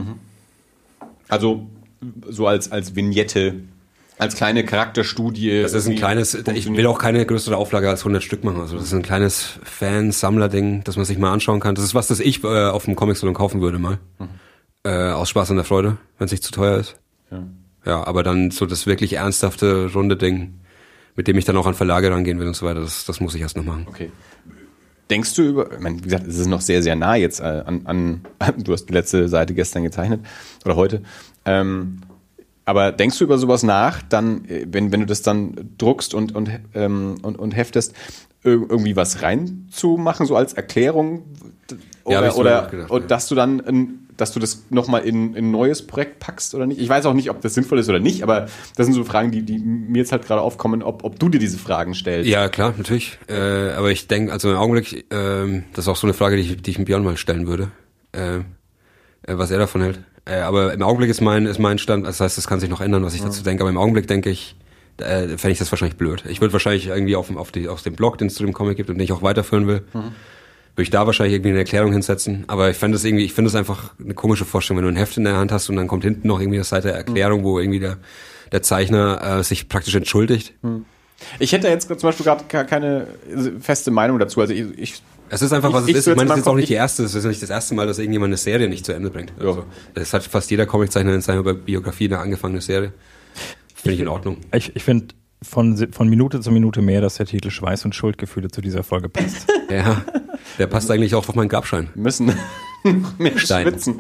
B: Also so als Vignette. Als kleine Charakterstudie.
D: Das ist ein kleines, ich will auch keine größere Auflage als 100 Stück machen. Also das ist ein kleines Fan-Sammler-Ding, das man sich mal anschauen kann. Das ist was, das ich auf dem Comic-Salon kaufen würde mal. Aus Spaß und der Freude, wenn es nicht zu teuer ist. Ja, aber dann so das wirklich ernsthafte, runde Ding, mit dem ich dann auch an Verlage rangehen will und so weiter, das muss ich erst noch machen.
B: Okay. Denkst du wie gesagt, es ist noch sehr, sehr nah jetzt du hast die letzte Seite gestern gezeichnet oder heute, aber denkst du über sowas nach, dann, wenn du das dann druckst und heftest, irgendwie was reinzumachen, so als Erklärung? Oder dass du das nochmal in ein neues Projekt packst oder nicht? Ich weiß auch nicht, ob das sinnvoll ist oder nicht, aber das sind so Fragen, die mir jetzt halt gerade aufkommen, ob du dir diese Fragen stellst.
D: Ja, klar, natürlich. Aber ich denke, also im Augenblick, das ist auch so eine Frage, die ich dem Björn mal stellen würde, was er davon hält. Aber im Augenblick ist mein Stand, das heißt, es kann sich noch ändern, was ich dazu denke, aber im Augenblick denke ich, fände ich das wahrscheinlich blöd. Ich würde wahrscheinlich irgendwie aus dem Blog, den es zu dem Comic gibt und den ich auch weiterführen will, würde ich da wahrscheinlich irgendwie eine Erklärung hinsetzen. Aber ich finde es einfach eine komische Vorstellung, wenn du ein Heft in der Hand hast und dann kommt hinten noch irgendwie eine Seite Erklärung, wo irgendwie der Zeichner sich praktisch entschuldigt.
B: Ich hätte jetzt zum Beispiel gerade keine feste Meinung dazu. Also
D: es ist einfach, was es ist. Ich meine, das ist jetzt auch nicht es ist nicht das erste Mal, dass irgendjemand eine Serie nicht zu Ende bringt. Also, das hat fast jeder Comiczeichner in seiner Biografie eine angefangene Serie. Finde ich in Ordnung.
A: Ich finde von Minute zu Minute mehr, dass der Titel Schweiß und Schuldgefühle zu dieser Folge passt.
D: Ja, der passt eigentlich auch auf meinen Grabstein.
B: Müssen mehr
D: Stein.
B: schwitzen.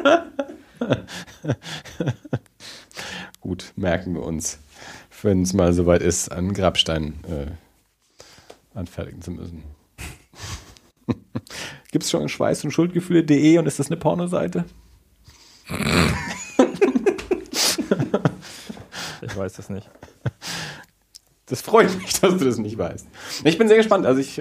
B: Gut, merken wir uns, wenn es mal soweit ist, einen Grabstein anfertigen zu müssen. Gibt es schon Schweiß- und Schuldgefühle.de und ist das eine Pornoseite?
A: Ich weiß das nicht.
B: Das freut mich, dass du das nicht weißt. Ich bin sehr gespannt. Also ich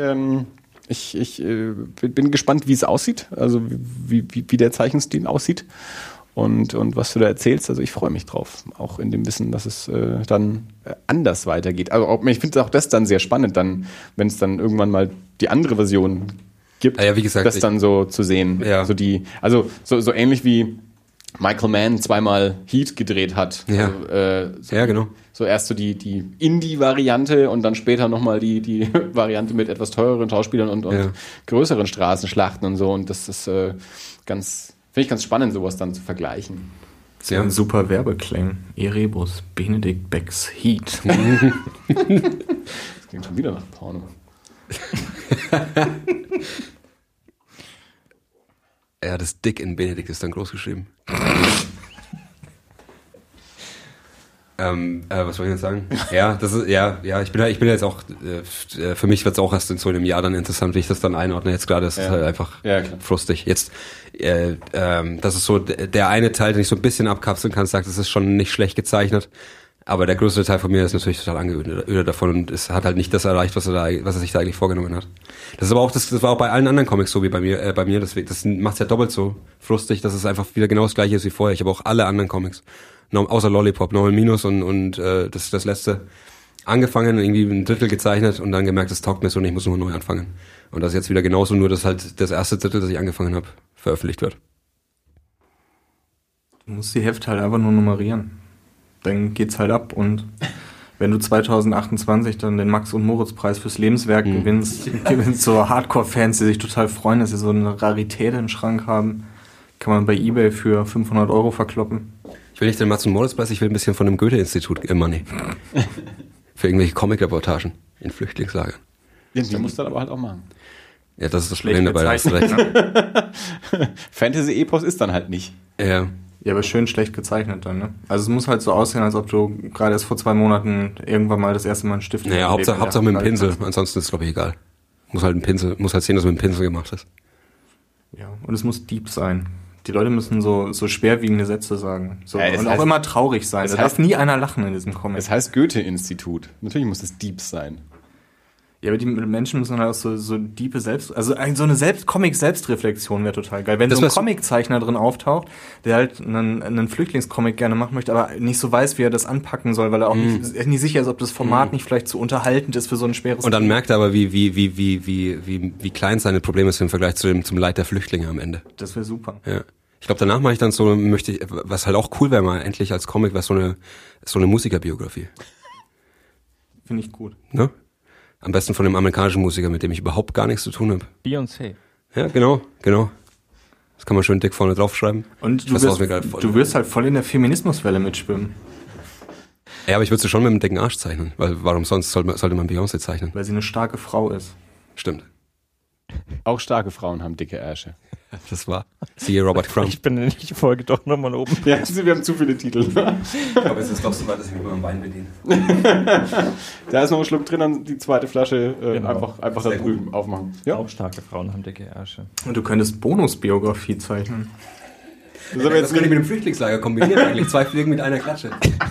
B: bin gespannt, wie es aussieht, also wie der Zeichenstil aussieht und was du da erzählst. Also ich freue mich drauf, auch in dem Wissen, dass es dann anders weitergeht. Also ich finde auch das dann sehr spannend, dann, wenn es dann irgendwann mal die andere Version gibt,
D: wie gesagt,
B: das dann so zu sehen.
D: Ja.
B: So ähnlich wie Michael Mann zweimal Heat gedreht hat.
D: Ja,
B: Also,
D: genau.
B: So erst so die Indie-Variante und dann später nochmal die Variante mit etwas teureren Schauspielern und größeren Straßenschlachten und so. Und das ist finde ich ganz spannend, sowas dann zu vergleichen.
C: Sehr ein super Werbeclaim. Erebus, Benedict Becks Heat.
B: Das klingt schon wieder nach Porno.
D: Ja, das Dick in Benedikt ist dann groß geschrieben. Was soll ich jetzt sagen? Ja, das ist, ich bin jetzt auch, für mich wird es auch erst in so einem Jahr dann interessant, wie ich das dann einordne. Jetzt gerade ist es halt einfach frustig. Jetzt, das ist so der eine Teil, den ich so ein bisschen abkapseln kann, sagt, es ist schon nicht schlecht gezeichnet. Aber der größte Teil von mir ist natürlich total angeödet davon und es hat halt nicht das erreicht, was er sich da eigentlich vorgenommen hat. Das ist aber auch, das war auch bei allen anderen Comics so wie bei mir, deswegen, das macht's ja doppelt so frustig, dass es einfach wieder genau das gleiche ist wie vorher. Ich habe auch alle anderen Comics, außer Lollipop, Normal Minus und das letzte angefangen, irgendwie ein Drittel gezeichnet und dann gemerkt, das taugt mir so und ich muss nochmal neu anfangen. Und das ist jetzt wieder genauso, nur dass halt das erste Drittel, das ich angefangen habe, veröffentlicht wird.
C: Du musst die Hefte halt einfach nur nummerieren. Dann geht's halt ab und wenn du 2028 dann den Max- und Moritz-Preis fürs Lebenswerk gewinnst so Hardcore-Fans, die sich total freuen, dass sie so eine Rarität im Schrank haben, kann man bei eBay für 500 € verkloppen.
D: Ich will nicht den Max- und Moritz-Preis, ich will ein bisschen von dem Goethe-Institut Money. Für irgendwelche Comic-Reportagen in Flüchtlingslagern.
B: Die musst du dann aber halt auch machen.
D: Ja, das ist das Problem dabei. Hast recht.
B: Fantasy-Epos ist dann halt nicht.
D: Ja.
C: Ja, aber schön schlecht gezeichnet dann, ne? Also es muss halt so aussehen, als ob du gerade erst vor 2 Monaten irgendwann mal das erste Mal einen Stift...
D: Naja, Hauptsache mit dem Pinsel, ansonsten ist es, glaube ich, egal. Muss halt sehen, dass es mit dem Pinsel gemacht ist.
C: Ja, und es muss deep sein. Die Leute müssen so schwerwiegende Sätze sagen. So, und auch immer traurig sein. Da darf nie einer lachen in diesem Comic.
B: Es heißt Goethe-Institut. Natürlich muss es deep sein.
C: Ja, aber die Menschen müssen halt auch so diepe so eine Comic-Selbstreflexion wäre total geil. Wenn so ein Comiczeichner drin auftaucht, der halt einen Flüchtlingscomic gerne machen möchte, aber nicht so weiß, wie er das anpacken soll, weil er auch nicht sicher ist, ob das Format nicht vielleicht zu unterhaltend ist für so ein schweres...
D: Und dann merkt er aber, wie klein seine Probleme sind im Vergleich zum Leid der Flüchtlinge am Ende.
C: Das wäre super.
D: Ja. Ich glaube, danach mache ich dann was halt auch cool wäre mal endlich als Comic, wäre so eine Musikerbiografie.
C: Finde ich gut.
D: Ne? Am besten von einem amerikanischen Musiker, mit dem ich überhaupt gar nichts zu tun habe.
A: Beyoncé.
D: Ja, genau. Das kann man schön dick vorne draufschreiben.
C: Und du wirst halt voll in der Feminismuswelle mitschwimmen.
D: Ja, aber ich würde sie schon mit einem dicken Arsch zeichnen, weil warum sonst sollte man Beyoncé zeichnen?
C: Weil sie eine starke Frau ist.
D: Stimmt.
B: Auch starke Frauen haben dicke Ärsche.
D: Das war. Siehe Robert Crumb.
A: Ich bin in die Folge doch nochmal oben.
B: Ja, wir haben zu viele Titel.
D: Ich glaube, es ist doch so weit, dass ich mich mit meinem Wein bediene.
B: Da ist noch ein Schluck drin, dann die zweite Flasche einfach da drüben aufmachen.
A: Ja? Auch starke Frauen haben dicke Ärsche.
C: Und du könntest Bonusbiografie zeichnen.
D: Das kann ich mit dem Flüchtlingslager kombinieren eigentlich. 2 Fliegen mit einer Klatsche.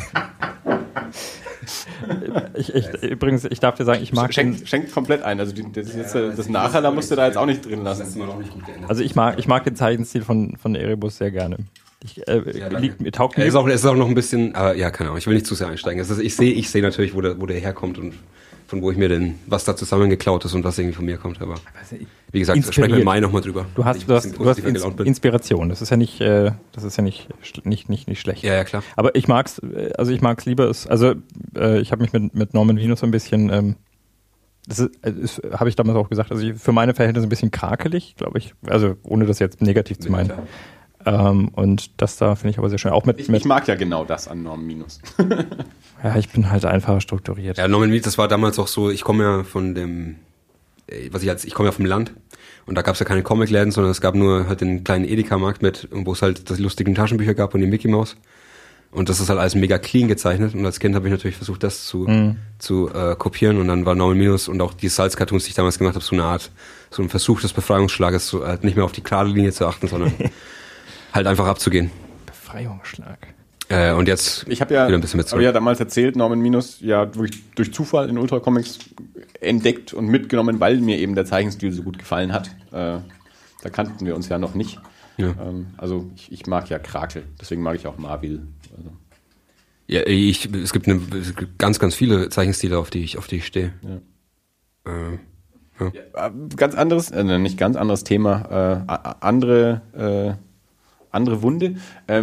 A: Übrigens, ich darf dir sagen, ich mag
B: Schenkt komplett ein. Also das Nachher, da musst du da jetzt auch nicht drin lassen.
D: Das ist immer noch nicht gut geändert.
A: Also ich mag den Zeichenstil von Erebus sehr gerne. Taugt mir.
D: Es ist auch noch ein bisschen, ja, keine Ahnung, ich will nicht zu sehr einsteigen. Ich sehe natürlich, wo der herkommt und von wo ich mir denn, was da zusammengeklaut ist und was irgendwie von mir kommt. Aber wie gesagt, sprechen wir im Mai nochmal drüber.
A: Du hast Inspiration. Das ist ja nicht schlecht.
D: Ja, klar.
A: Aber ich mag's lieber. Ich habe mich mit Norman Venus so ein bisschen, habe ich damals auch gesagt, also für meine Verhältnisse ein bisschen krakelig, glaube ich. Also ohne das jetzt negativ zu meinen. Und das da finde ich aber sehr schön. Auch
B: ich mag ja genau das an Norman Venus.
A: Ja, ich bin halt einfach strukturiert.
D: Ja, Norman Venus, das war damals auch so, ich komme ja von dem, ich komme ja vom Land und da gab es ja keine Comicläden, sondern es gab nur halt den kleinen Edeka-Markt wo es halt die lustigen Taschenbücher gab und die Mickey Mouse. Und das ist halt alles mega clean gezeichnet und als Kind habe ich natürlich versucht, das zu kopieren und dann war Norman Venus und auch die Salz-Cartoons, die ich damals gemacht habe, so ein Versuch des Befreiungsschlages, halt nicht mehr auf die gerade Linie zu achten, sondern halt einfach abzugehen.
A: Befreiungsschlag.
D: Und jetzt
B: ich habe ja,
D: wieder ein bisschen mit zurück.
B: Ja damals erzählt, Norman Venus ja durch Zufall in Ultra Comics entdeckt und mitgenommen, weil mir eben der Zeichenstil so gut gefallen hat. Da kannten wir uns ja noch nicht.
D: Ja.
B: Also ich mag ja Krakel, deswegen mag ich auch Marvel. Also.
D: Ja, es gibt ganz, ganz viele Zeichenstile, auf die ich stehe.
B: Ja. Ja, ganz anderes, nicht ganz anderes Thema, andere Wunde.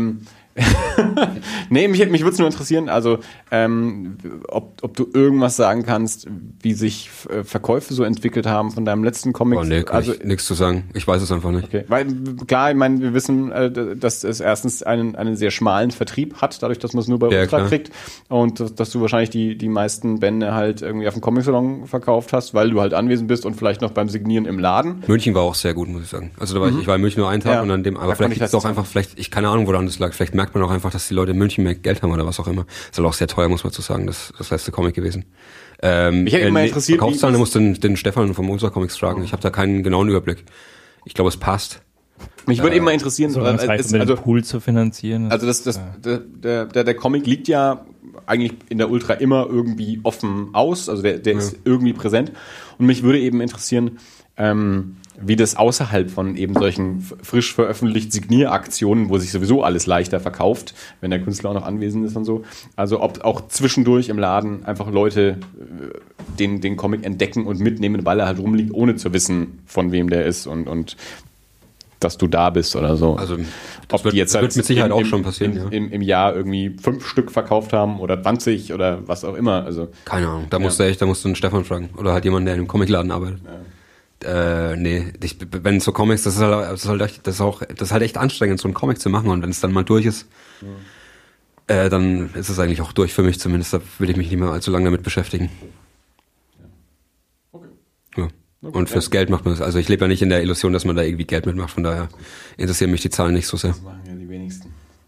B: Nee, mich würde es nur interessieren, also ob du irgendwas sagen kannst, wie sich Verkäufe so entwickelt haben von deinem letzten Comic.
D: Oh, nee, kann ich nichts zu sagen. Ich weiß es einfach nicht.
B: Okay. Weil klar, ich meine, wir wissen, dass es erstens einen sehr schmalen Vertrieb hat, dadurch, dass man es nur bei Ultra kriegt und dass du wahrscheinlich die meisten Bände halt irgendwie auf dem Comic-Salon verkauft hast, weil du halt anwesend bist und vielleicht noch beim Signieren im Laden.
D: München war auch sehr gut, muss ich sagen. Also da war ich war in München nur einen Tag und an dem, aber vielleicht ist es auch einfach, ich keine Ahnung, woran das lag, vielleicht merkt man auch einfach, dass die Leute in München mehr Geld haben oder was auch immer. Ist halt auch sehr teuer, muss man zu sagen, das letzte Comic gewesen.
B: Mich hätte immer interessiert,
D: Verkaufszahlen, musst du den Stefan vom Ultra Comics fragen. Ich habe da keinen genauen Überblick. Ich glaube, es passt.
B: Mich würde eben mal interessieren,
A: so den Pool zu finanzieren.
B: Also der Comic liegt ja eigentlich in der Ultra immer irgendwie offen aus, also der ist irgendwie präsent. Und mich würde eben interessieren, wie das außerhalb von eben solchen frisch veröffentlicht Signieraktionen, wo sich sowieso alles leichter verkauft, wenn der Künstler auch noch anwesend ist und so. Also ob auch zwischendurch im Laden einfach Leute den Comic entdecken und mitnehmen, weil er halt rumliegt, ohne zu wissen, von wem der ist und dass du da bist oder so.
D: Also das wird mit Sicherheit auch schon passieren.
B: Im Jahr irgendwie 5 Stück verkauft haben oder 20 oder was auch immer. Also
D: keine Ahnung, da musst du einen Stefan fragen oder halt jemanden, der in einem Comicladen arbeitet. Ja. Wenn so Comics, das ist halt echt anstrengend, so einen Comic zu machen und wenn es dann mal durch ist, dann ist es eigentlich auch durch für mich zumindest, da will ich mich nicht mehr allzu lange damit beschäftigen.
B: Okay.
D: Ja. Und fürs Geld macht man das, also ich lebe ja nicht in der Illusion, dass man da irgendwie Geld mitmacht, von daher interessieren mich die Zahlen nicht so sehr.
B: Das machen ja die wenigsten.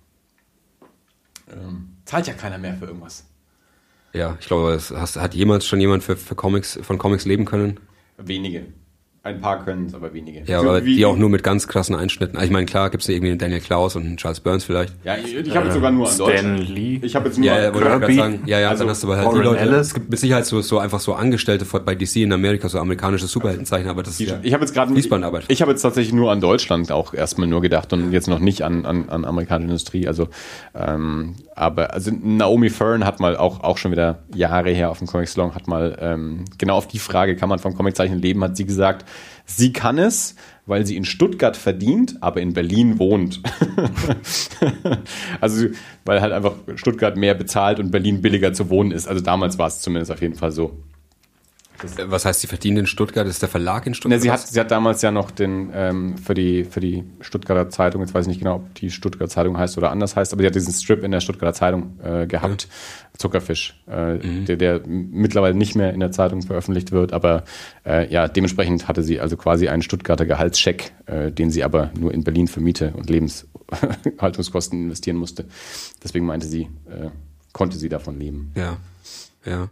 B: Zahlt ja keiner mehr für irgendwas.
D: Ja, ich glaube, hat jemals schon jemand von Comics leben können?
B: Wenige. Ein paar können es, aber wenige.
D: Ja, aber die auch nur mit ganz krassen Einschnitten. Ich meine, klar, gibt es irgendwie einen Daniel Klaus und einen Charles Burns vielleicht.
B: Ja, ich habe jetzt sogar nur an
C: Stan Lee.
B: Ich habe jetzt nur
D: an
C: Kirby.
D: Sagen, also, dann hast du aber halt die Leute. Es gibt mit Sicherheit so einfach so Angestellte bei DC in Amerika, so amerikanische Superheldenzeichner, aber das ist
B: ich habe jetzt gerade
D: Fließbandarbeit.
B: Ich habe jetzt tatsächlich nur an Deutschland auch erstmal nur gedacht und jetzt noch nicht an amerikanische Industrie. Also, aber Naomi Fern hat mal auch schon wieder Jahre her auf dem Comic Salon hat mal genau auf die Frage, kann man vom Comiczeichnen leben, hat sie gesagt, sie kann es, weil sie in Stuttgart verdient, aber in Berlin wohnt. Also, weil halt einfach Stuttgart mehr bezahlt und Berlin billiger zu wohnen ist. Also damals war es zumindest auf jeden Fall so.
D: Was heißt, sie verdient in Stuttgart? Ist der Verlag in Stuttgart?
B: Sie hat damals ja noch für die Stuttgarter Zeitung, jetzt weiß ich nicht genau, ob die Stuttgarter Zeitung heißt oder anders heißt, aber sie hat diesen Strip in der Stuttgarter Zeitung gehabt, Zuckerfisch, der mittlerweile nicht mehr in der Zeitung veröffentlicht wird, aber dementsprechend hatte sie also quasi einen Stuttgarter Gehaltscheck, den sie aber nur in Berlin für Miete und Lebenshaltungskosten investieren musste. Deswegen meinte sie, konnte sie davon leben.
D: Ja.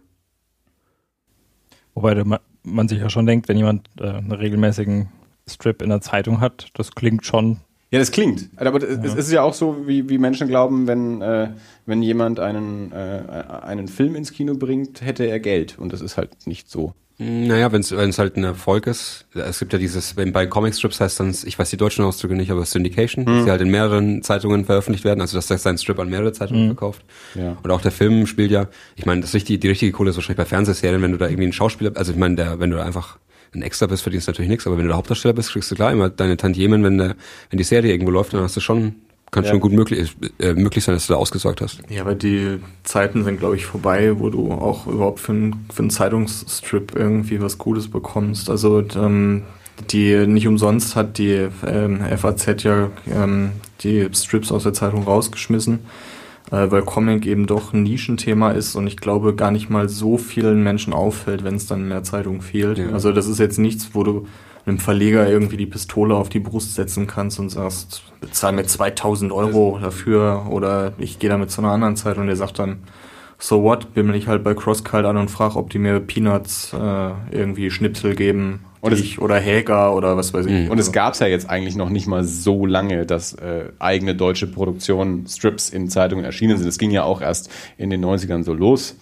A: Wobei man sich ja schon denkt, wenn jemand einen regelmäßigen Strip in der Zeitung hat, das klingt schon.
B: Ja, das klingt. Aber es ist ja auch so, wie Menschen glauben, wenn jemand einen Film ins Kino bringt, hätte er Geld. Und das ist halt nicht so.
D: Naja, wenn es halt ein Erfolg ist. Es gibt ja dieses, wenn bei Comicstrips heißt dann, ich weiß die deutschen Ausdrücke nicht, aber Syndication, dass die halt in mehreren Zeitungen veröffentlicht werden, also dass der seinen Strip an mehrere Zeitungen verkauft.
B: Ja.
D: Und auch der Film spielt ja, ich meine, die richtige Kohle ist wahrscheinlich bei Fernsehserien, wenn du da irgendwie einen Schauspieler, also ich meine, wenn du da einfach ein Extra bist, verdienst du natürlich nichts, aber wenn du der Hauptdarsteller bist, kriegst du klar immer deine Tantiemen, wenn die Serie irgendwo läuft, dann hast du schon, kann schon gut möglich sein, dass du da ausgesorgt hast.
C: Ja, aber die Zeiten sind, glaube ich, vorbei, wo du auch überhaupt für einen Zeitungsstrip irgendwie was Gutes bekommst. Also die nicht umsonst hat die FAZ ja die Strips aus der Zeitung rausgeschmissen, weil Comic eben doch ein Nischenthema ist und ich glaube gar nicht mal so vielen Menschen auffällt, wenn es dann in der Zeitung fehlt. Ja. Also das ist jetzt nichts, wo du einem Verleger irgendwie die Pistole auf die Brust setzen kannst und sagst, bezahl mir 2.000 € dafür oder ich gehe damit zu einer anderen Zeitung und der sagt dann, so what, bin ich halt bei CrossCult an und frage, ob die mir Peanuts irgendwie Schnipsel geben oder Häger oder was weiß ich.
B: Und es gab es ja jetzt eigentlich noch nicht mal so lange, dass eigene deutsche Produktionen, Strips in Zeitungen erschienen sind. Es ging ja auch erst in den 90ern so los.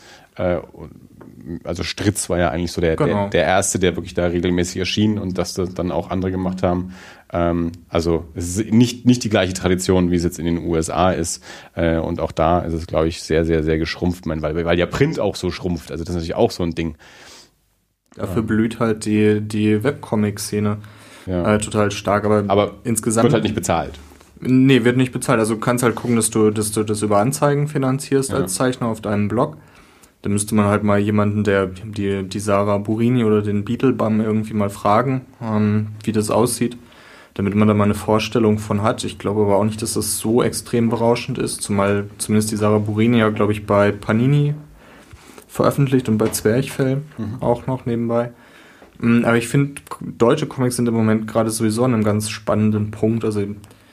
B: Also Stritz war ja eigentlich so der Erste, der wirklich da regelmäßig erschien und das dann auch andere gemacht haben. Also es ist nicht die gleiche Tradition, wie es jetzt in den USA ist. Und auch da ist es, glaube ich, sehr, sehr, sehr geschrumpft, weil ja Print auch so schrumpft. Also das ist natürlich auch so ein Ding.
C: Dafür blüht halt die Webcomic-Szene total stark. Aber insgesamt
B: wird halt nicht bezahlt.
C: Nee, wird nicht bezahlt. Also du kannst halt gucken, dass du das über Anzeigen finanzierst als Zeichner auf deinem Blog. Da müsste man halt mal jemanden, der die Sarah Burini oder den Beetlebum irgendwie mal fragen, wie das aussieht, damit man da mal eine Vorstellung von hat. Ich glaube aber auch nicht, dass das so extrem berauschend ist, zumal zumindest die Sarah Burini ja, glaube ich, bei Panini veröffentlicht und bei Zwerchfell auch noch nebenbei. Aber ich finde, deutsche Comics sind im Moment gerade sowieso an einem ganz spannenden Punkt. Also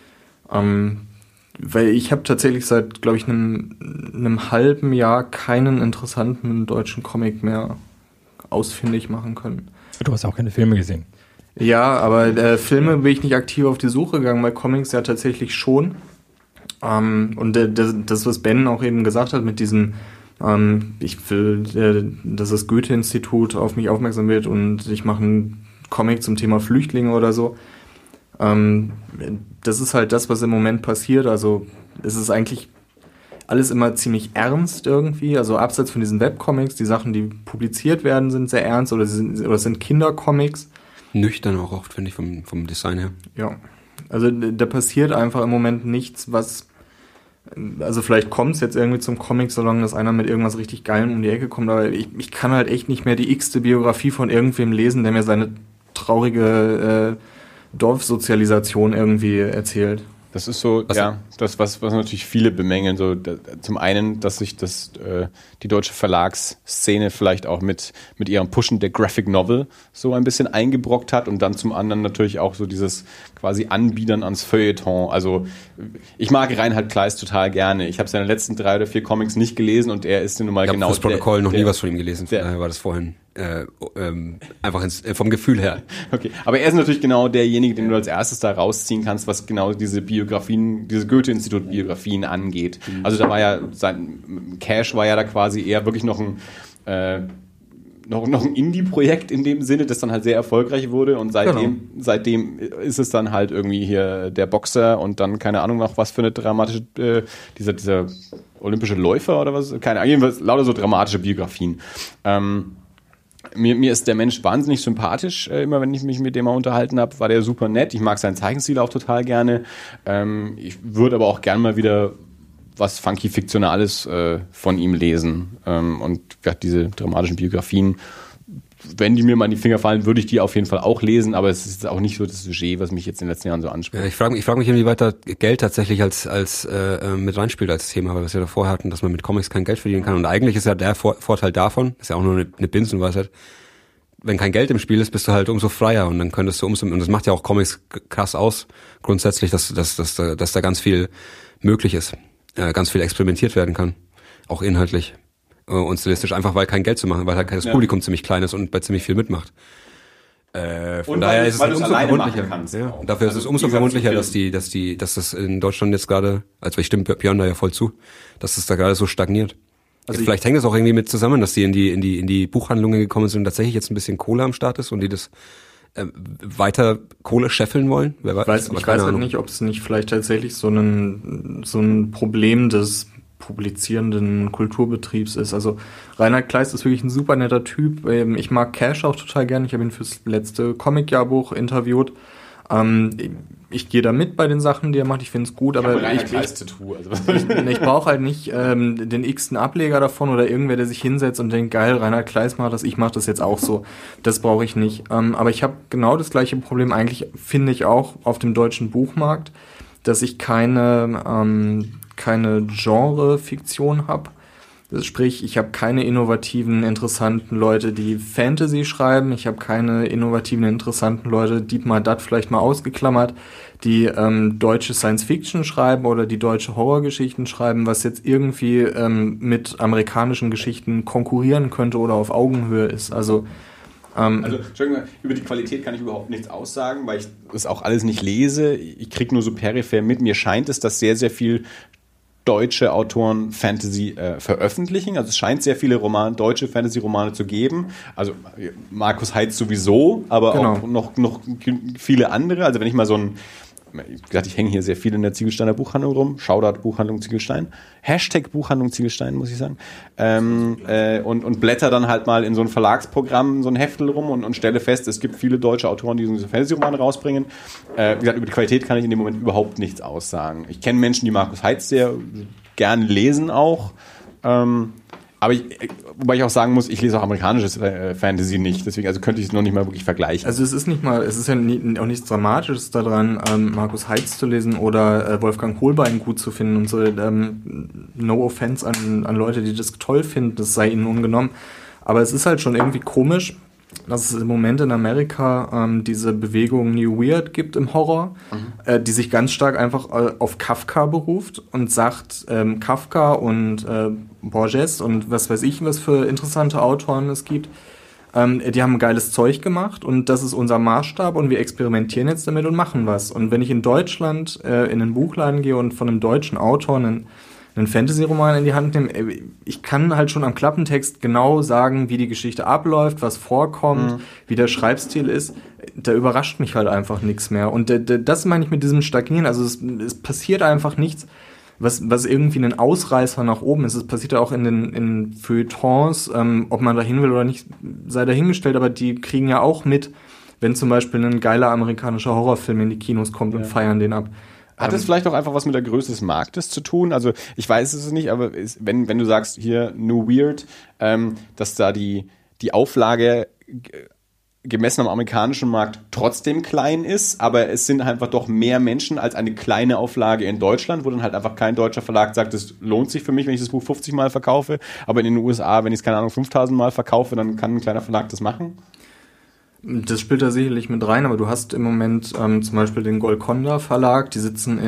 C: weil ich habe tatsächlich seit, glaube ich, einem halben Jahr keinen interessanten deutschen Comic mehr ausfindig machen können.
A: Du hast auch keine Filme gesehen.
C: Ja, aber Filme bin ich nicht aktiv auf die Suche gegangen, bei Comics ja tatsächlich schon. Und das, was Ben auch eben gesagt hat mit diesem, ich will, dass das Goethe-Institut auf mich aufmerksam wird und ich mache einen Comic zum Thema Flüchtlinge oder so. Das ist halt das, was im Moment passiert. Also es ist eigentlich alles immer ziemlich ernst irgendwie. Also abseits von diesen Webcomics, die Sachen, die publiziert werden, sind sehr ernst oder sind Kindercomics.
D: Nüchtern auch oft, finde ich, vom Design her.
C: Ja, also da passiert einfach im Moment nichts, also vielleicht kommt es jetzt irgendwie zum Comic-Salon, dass einer mit irgendwas richtig Geilem um die Ecke kommt, aber ich kann halt echt nicht mehr die x-te Biografie von irgendwem lesen, der mir seine traurige Dorfsozialisation irgendwie erzählt.
B: Das ist so, das, was natürlich viele bemängeln. So, zum einen, dass sich die deutsche Verlagsszene vielleicht auch mit ihrem Pushen der Graphic Novel so ein bisschen eingebrockt hat und dann zum anderen natürlich auch so dieses quasi Anbiedern ans Feuilleton. Also ich mag Reinhard Kleist total gerne. Ich habe seine letzten 3 oder 4 Comics nicht gelesen und er ist nun mal genau...
D: Ich habe das Protokoll noch nie was von ihm gelesen, von daher war das vorhin einfach vom Gefühl her.
B: Okay, aber er ist natürlich genau derjenige, den du als erstes da rausziehen kannst, was genau diese Biografien, diese Goethe-Institut-Biografien angeht. Also da war ja, Cash war ja da quasi eher wirklich noch ein Indie-Projekt in dem Sinne, das dann halt sehr erfolgreich wurde und seitdem ist es dann halt irgendwie hier der Boxer und dann keine Ahnung noch was für eine dramatische, dieser olympische Läufer oder was, keine Ahnung, jedenfalls lauter so dramatische Biografien. Mir ist der Mensch wahnsinnig sympathisch, immer wenn ich mich mit dem mal unterhalten habe, war der super nett. Ich mag seinen Zeichenstil auch total gerne. Ich würde aber auch gerne mal wieder was Funky-Fiktionales von ihm lesen. Und diese dramatischen Biografien, wenn die mir mal in die Finger fallen, würde ich die auf jeden Fall auch lesen, aber es ist auch nicht so das Sujet, was mich jetzt in den letzten Jahren so anspricht.
D: Ja, ich frage mich, inwieweit da Geld tatsächlich als mit reinspielt als Thema, weil wir es ja davor hatten, dass man mit Comics kein Geld verdienen kann. Und eigentlich ist ja der Vorteil davon, ist ja auch nur eine Binsenweisheit, wenn kein Geld im Spiel ist, bist du halt umso freier und dann könntest du und das macht ja auch Comics krass aus, grundsätzlich, dass da ganz viel möglich ist, ganz viel experimentiert werden kann, auch inhaltlich. Und stilistisch, einfach weil kein Geld zu machen, weil halt das Publikum ziemlich klein ist und bei ziemlich viel mitmacht. Von daher ist es umso vermutlicher. Ja. Und dafür ist es umso vermutlicher, dass das in Deutschland jetzt gerade, also ich stimme Björn da ja voll zu, dass es da gerade so stagniert. Also vielleicht hängt das auch irgendwie mit zusammen, dass die in die Buchhandlungen gekommen sind und tatsächlich jetzt ein bisschen Kohle am Start ist und die das weiter Kohle scheffeln wollen.
C: Ich weiß halt nicht, ob es nicht vielleicht tatsächlich so ein Problem des publizierenden Kulturbetriebs ist. Also Reinhard Kleist ist wirklich ein super netter Typ. Ich mag Cash auch total gern. Ich habe ihn fürs letzte Comic-Jahrbuch interviewt. Ich gehe da mit bei den Sachen, die er macht. Ich finde es gut, aber ich brauche halt nicht den x-ten Ableger davon oder irgendwer, der sich hinsetzt und denkt, geil, Reinhard Kleist macht das, ich mache das jetzt auch so. Das brauche ich nicht. Aber ich habe genau das gleiche Problem eigentlich, finde ich auch, auf dem deutschen Buchmarkt, dass ich keine Genre-Fiktion habe. Sprich, ich habe keine innovativen, interessanten Leute, die Fantasy schreiben. Ich habe keine innovativen, interessanten Leute, Dietmar Datt vielleicht mal ausgeklammert, die deutsche Science-Fiction schreiben oder die deutsche Horrorgeschichten schreiben, was jetzt irgendwie mit amerikanischen Geschichten konkurrieren könnte oder auf Augenhöhe ist. Also,
B: Entschuldigung, über die Qualität kann ich überhaupt nichts aussagen, weil ich das auch alles nicht lese. Ich kriege nur so peripher mit. Mir scheint es, dass sehr, sehr viel deutsche Autoren Fantasy veröffentlichen. Also es scheint sehr viele deutsche Fantasy-Romane zu geben. Also Markus Heitz sowieso, aber auch noch viele andere. Also wenn ich mal so ein, wie gesagt, ich hänge hier sehr viel in der Ziegelsteiner Buchhandlung rum. Shoutout Buchhandlung Ziegelstein. Hashtag Buchhandlung Ziegelstein, muss ich sagen. Und blätter dann halt mal in so ein Verlagsprogramm, so ein Heftel rum und stelle fest, es gibt viele deutsche Autoren, die diese Fantasy-Romane rausbringen. Wie gesagt, über die Qualität kann ich in dem Moment überhaupt nichts aussagen. Ich kenne Menschen, die Markus Heitz sehr gern lesen auch. Aber wobei ich auch sagen muss, ich lese auch amerikanisches Fantasy nicht, deswegen also könnte ich es noch nicht mal wirklich vergleichen.
C: Also es ist ja auch nichts Dramatisches daran, Markus Heitz zu lesen oder Wolfgang Hohlbein gut zu finden und so. No offense an Leute, die das toll finden, das sei ihnen ungenommen. Aber es ist halt schon irgendwie komisch, dass es im Moment in Amerika diese Bewegung New Weird gibt im Horror, die sich ganz stark einfach auf Kafka beruft und sagt, Kafka und Borges und was weiß ich, was für interessante Autoren es gibt, die haben geiles Zeug gemacht und das ist unser Maßstab und wir experimentieren jetzt damit und machen was. Und wenn ich in Deutschland in den Buchladen gehe und von einem deutschen Autor einen Fantasy-Roman in die Hand nehme, ich kann halt schon am Klappentext genau sagen, wie die Geschichte abläuft, was vorkommt, wie der Schreibstil ist. Da überrascht mich halt einfach nichts mehr. Und das meine ich mit diesem Stagnieren. Also es passiert einfach nichts, was irgendwie ein Ausreißer nach oben ist. Es passiert ja auch in Feuilletons, ob man da hin will oder nicht, sei dahingestellt, aber die kriegen ja auch mit, wenn zum Beispiel ein geiler amerikanischer Horrorfilm in die Kinos kommt und feiern den ab.
B: Hat es vielleicht auch einfach was mit der Größe des Marktes zu tun? Also ich weiß es nicht, aber wenn du sagst, hier New Weird, dass da die Auflage gemessen am amerikanischen Markt trotzdem klein ist, aber es sind einfach doch mehr Menschen als eine kleine Auflage in Deutschland, wo dann halt einfach kein deutscher Verlag sagt, es lohnt sich für mich, wenn ich das Buch 50 Mal verkaufe, aber in den USA, wenn ich es, keine Ahnung, 5000 Mal verkaufe, dann kann ein kleiner Verlag das machen?
C: Das spielt da sicherlich mit rein, aber du hast im Moment zum Beispiel den Golconda Verlag, die sitzen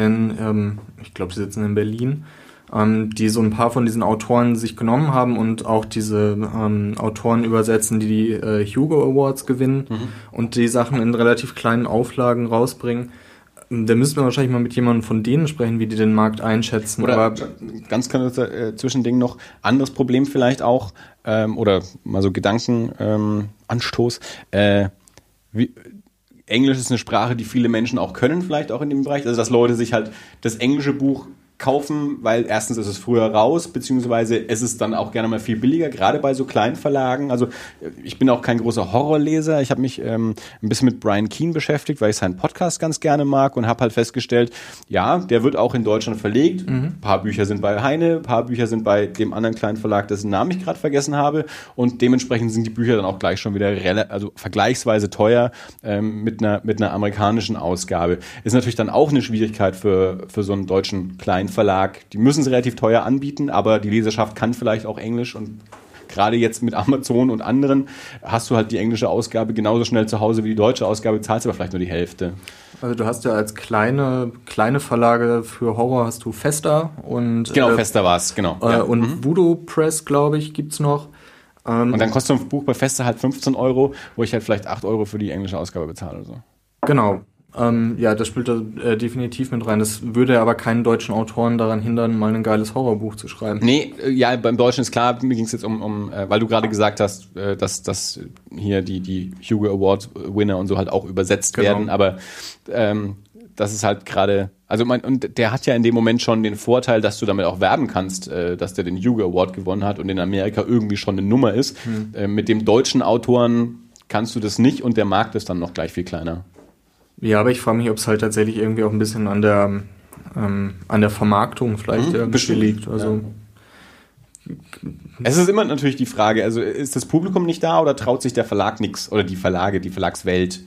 C: in Berlin, die so ein paar von diesen Autoren sich genommen haben und auch diese Autoren übersetzen, die Hugo Awards gewinnen und die Sachen in relativ kleinen Auflagen rausbringen. Da müssten wir wahrscheinlich mal mit jemandem von denen sprechen, wie die den Markt einschätzen.
B: Oder aber ganz kleines Zwischending noch, anderes Problem vielleicht auch, oder mal so Gedankenanstoß. Englisch ist eine Sprache, die viele Menschen auch können, vielleicht auch in dem Bereich. Also dass Leute sich halt das englische Buch kaufen, weil erstens ist es früher raus, beziehungsweise es ist dann auch gerne mal viel billiger, gerade bei so kleinen Verlagen. Also ich bin auch kein großer Horrorleser. Ich habe mich ein bisschen mit Brian Keane beschäftigt, weil ich seinen Podcast ganz gerne mag und habe halt festgestellt, ja, der wird auch in Deutschland verlegt. Ein paar Bücher sind bei Heine, ein paar Bücher sind bei dem anderen kleinen Verlag, dessen Namen ich gerade vergessen habe, und dementsprechend sind die Bücher dann auch gleich schon wieder vergleichsweise teuer mit einer amerikanischen Ausgabe. Ist natürlich dann auch eine Schwierigkeit für so einen deutschen kleinen Verlag. Die müssen es relativ teuer anbieten, aber die Leserschaft kann vielleicht auch Englisch, und gerade jetzt mit Amazon und anderen hast du halt die englische Ausgabe genauso schnell zu Hause wie die deutsche Ausgabe, zahlst aber vielleicht nur die Hälfte.
C: Also du hast ja als kleine Verlage für Horror hast du Festa und
B: genau, Festa war es, genau.
C: Und Voodoo Press, glaube ich, gibt's noch.
B: Und dann kostet ein Buch bei Festa halt 15 €, wo ich halt vielleicht 8 € für die englische Ausgabe bezahle oder so.
C: Genau. Ja, das spielt da definitiv mit rein. Das würde aber keinen deutschen Autoren daran hindern, mal ein geiles Horrorbuch zu schreiben.
B: Nee, ja, beim Deutschen ist klar, mir ging es jetzt um weil du gerade gesagt hast, dass hier die Hugo Award Winner und so halt auch übersetzt werden, aber das ist halt gerade, und der hat ja in dem Moment schon den Vorteil, dass du damit auch werben kannst, dass der den Hugo Award gewonnen hat und in Amerika irgendwie schon eine Nummer ist. Mit dem deutschen Autoren kannst du das nicht und der Markt ist dann noch gleich viel kleiner.
C: Ja, aber ich frage mich, ob es halt tatsächlich irgendwie auch ein bisschen an der Vermarktung vielleicht irgendwie liegt. Also
B: es ist immer natürlich die Frage, also ist das Publikum nicht da oder traut sich der Verlag nichts oder die Verlagswelt?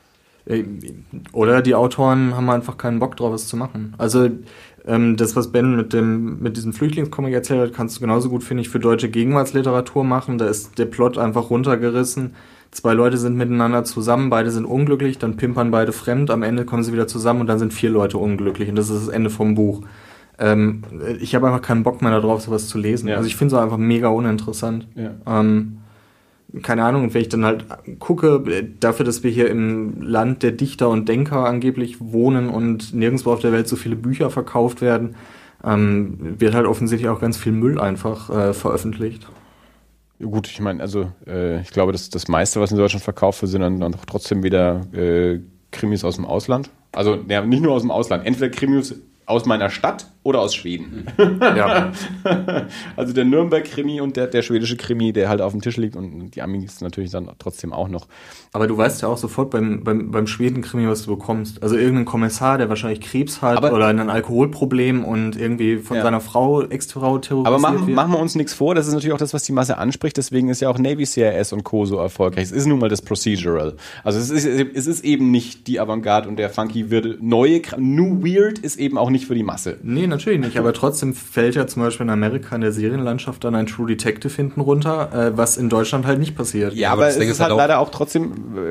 C: Oder die Autoren haben einfach keinen Bock drauf, es zu machen. Also das, was Ben mit diesem Flüchtlingscomic erzählt hat, kannst du genauso gut, finde ich, für deutsche Gegenwartsliteratur machen. Da ist der Plot einfach runtergerissen. 2 Leute sind miteinander zusammen, beide sind unglücklich, dann pimpern beide fremd, am Ende kommen sie wieder zusammen und dann sind 4 Leute unglücklich und das ist das Ende vom Buch. Ich habe einfach keinen Bock mehr darauf, sowas zu lesen. Ja. Also ich finde es einfach mega uninteressant. Ja. Keine Ahnung, und wenn ich dann halt gucke, dafür, dass wir hier im Land der Dichter und Denker angeblich wohnen und nirgendwo auf der Welt so viele Bücher verkauft werden, wird halt offensichtlich auch ganz viel Müll einfach veröffentlicht.
B: Gut, ich meine, ich glaube, das meiste, was in Deutschland verkauft wird, sind dann doch trotzdem wieder Krimis aus dem Ausland. Also ja, nicht nur aus dem Ausland, entweder Krimis aus meiner Stadt oder aus Schweden. Ja. Also der Nürnberg-Krimi und der schwedische Krimi, der halt auf dem Tisch liegt und die Amis natürlich dann trotzdem auch noch.
C: Aber du weißt ja auch sofort beim Schweden-Krimi, was du bekommst. Also irgendein Kommissar, der wahrscheinlich Krebs hat oder ein Alkoholproblem und irgendwie von seiner Ex-Frau terrorisiert
B: wird. Aber machen wir uns nichts vor, das ist natürlich auch das, was die Masse anspricht, deswegen ist ja auch Navy CRS und Co. so erfolgreich. Es ist nun mal das Procedural. Also es ist eben nicht die Avantgarde und der funky Wirde. New Weird ist eben auch nicht für die Masse.
C: Nee, natürlich nicht, aber trotzdem fällt ja zum Beispiel in Amerika in der Serienlandschaft dann ein True Detective hinten runter, was in Deutschland halt nicht passiert.
B: Ja, aber es ist halt leider auch trotzdem,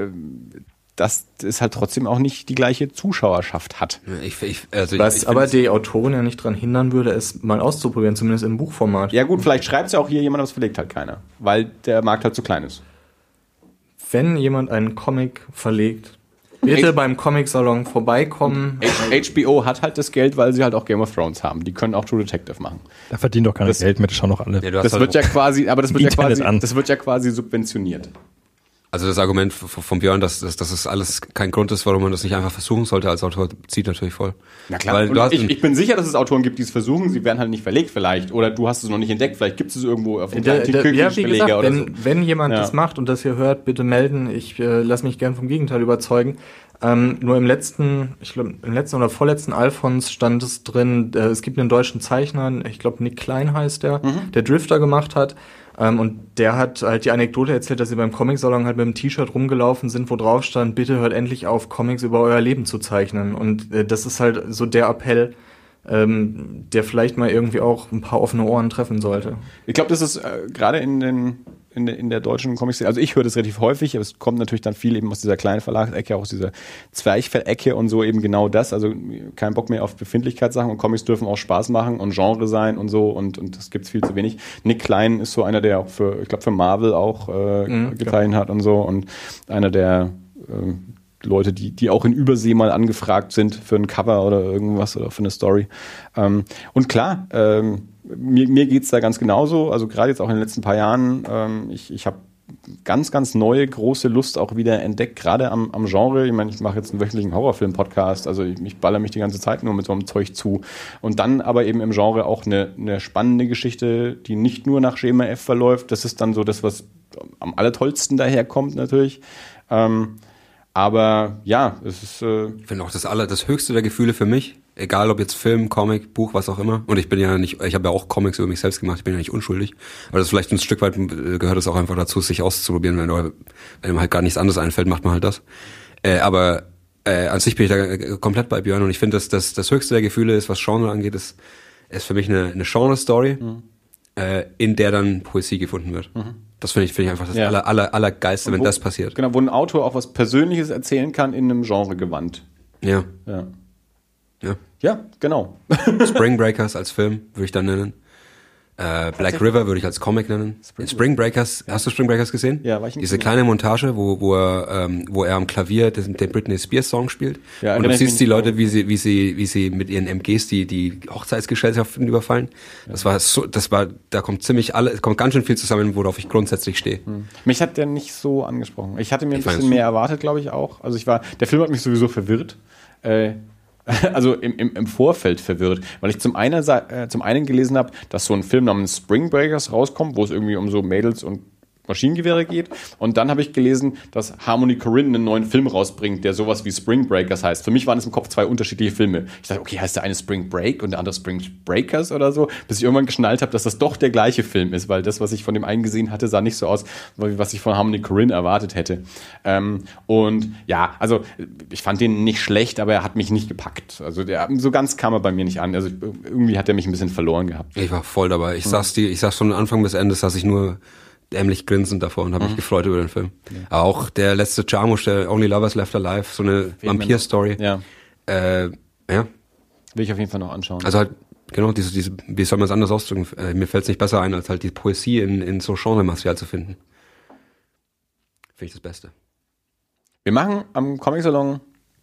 B: dass es halt trotzdem auch nicht die gleiche Zuschauerschaft hat.
C: Aber die Autorin ja nicht daran hindern würde, es mal auszuprobieren, zumindest im Buchformat.
B: Ja gut, vielleicht schreibt es ja auch hier jemand, aber es verlegt halt keiner, weil der Markt halt zu klein ist.
C: Wenn jemand einen Comic verlegt, bitte beim Comic-Salon vorbeikommen.
B: HBO hat halt das Geld, weil sie halt auch Game of Thrones haben. Die können auch True Detective machen.
A: Da verdienen doch keiner Geld mit, das schauen doch alle.
B: Ja, das wird ja quasi subventioniert.
D: Also das Argument von Björn, dass das alles kein Grund ist, warum man das nicht einfach versuchen sollte als Autor, zieht natürlich voll.
B: Na klar, weil ich bin sicher, dass es Autoren gibt, die es versuchen, sie werden halt nicht verlegt vielleicht, oder du hast es noch nicht entdeckt, vielleicht gibt es irgendwo auf dem
C: Verleger oder so. Wenn jemand das macht und das hier hört, bitte melden, ich lasse mich gern vom Gegenteil überzeugen. Nur im letzten oder vorletzten Alphons stand es drin, es gibt einen deutschen Zeichner, ich glaube Nick Klein heißt der Drifter gemacht hat. Und der hat halt die Anekdote erzählt, dass sie beim Comic-Salon halt mit einem T-Shirt rumgelaufen sind, wo drauf stand, bitte hört endlich auf, Comics über euer Leben zu zeichnen. Und das ist halt so der Appell, der vielleicht mal irgendwie auch ein paar offene Ohren treffen sollte.
B: Ich glaube, das ist gerade in der deutschen Comic-Szene, also ich höre das relativ häufig, aber es kommt natürlich dann viel eben aus dieser kleinen Verlagsecke, auch aus dieser Zwerchfellecke und so eben genau das, also kein Bock mehr auf Befindlichkeitssachen und Comics dürfen auch Spaß machen und Genre sein und so und das gibt's viel zu wenig. Nick Klein ist so einer, der auch für Marvel auch gezeichnet hat und so und einer der Leute, die auch in Übersee mal angefragt sind für ein Cover oder irgendwas oder für eine Story. Und klar, mir geht's da ganz genauso, also gerade jetzt auch in den letzten paar Jahren, ich habe ganz, ganz neue, große Lust auch wieder entdeckt, gerade am Genre. Ich meine, ich mache jetzt einen wöchentlichen Horrorfilm-Podcast, also ich baller mich die ganze Zeit nur mit so einem Zeug zu. Und dann aber eben im Genre auch eine spannende Geschichte, die nicht nur nach Schema F verläuft. Das ist dann so das, was am allertollsten daherkommt natürlich. Aber ja, es ist...
D: Ich finde auch das höchste der Gefühle für mich, egal ob jetzt Film, Comic, Buch, was auch immer. Und ich habe ja auch Comics über mich selbst gemacht, ich bin ja nicht unschuldig. Aber das ist vielleicht ein Stück weit, gehört es auch einfach dazu, sich auszuprobieren. Wenn einem halt gar nichts anderes einfällt, macht man halt das. Aber an sich bin ich da komplett bei Björn und ich finde, dass das höchste der Gefühle ist, was Genre angeht, ist für mich eine Genre-Story, in der dann Poesie gefunden wird. Das finde ich einfach das allergeilste, wenn das passiert.
B: Genau, wo ein Autor auch was Persönliches erzählen kann in einem Genregewand.
D: Ja.
B: Ja, genau.
D: Spring Breakers als Film würde ich dann nennen. Black River würde ich als Comic nennen. Spring Breakers, hast du Spring Breakers gesehen?
B: Ja, war ich nicht.
D: Diese kleine Montage, wo er am Klavier den Britney Spears Song spielt.
B: Ja,
D: und du siehst die Leute, wie sie mit ihren MGs die Hochzeitsgesellschaften überfallen. Da kommt ganz schön viel zusammen, worauf ich grundsätzlich stehe.
B: Mich hat der nicht so angesprochen. Ich hatte mir ein bisschen mehr erwartet, glaube ich auch. Also der Film hat mich sowieso verwirrt. Also im Vorfeld verwirrt, weil ich zum einen gelesen habe, dass so ein Film namens Spring Breakers rauskommt, wo es irgendwie um so Mädels und Maschinengewehre geht. Und dann habe ich gelesen, dass Harmony Korine einen neuen Film rausbringt, der sowas wie Spring Breakers heißt. Für mich waren es im Kopf 2 unterschiedliche Filme. Ich dachte, okay, heißt der eine Spring Break und der andere Spring Breakers oder so, bis ich irgendwann geschnallt habe, dass das doch der gleiche Film ist, weil das, was ich von dem einen gesehen hatte, sah nicht so aus, was ich von Harmony Korine erwartet hätte. Und ja, also ich fand den nicht schlecht, aber er hat mich nicht gepackt. Also so ganz kam er bei mir nicht an. Also irgendwie hat er mich ein bisschen verloren gehabt.
D: Ich war voll dabei. Ich saß von Anfang bis Ende, saß ich nur dämlich grinsend davor und habe mich gefreut über den Film. Ja. Aber auch der letzte Jarmusch, der Only Lovers Left Alive, so eine Vampir-Story.
B: Ja.
D: Ja.
B: Will ich auf jeden Fall noch anschauen.
D: Also halt, genau, diese wie soll man es anders ausdrücken? Mir fällt es nicht besser ein, als halt die Poesie in so Genre-Material zu finden. Finde ich das Beste.
B: Wir machen am Comic-Salon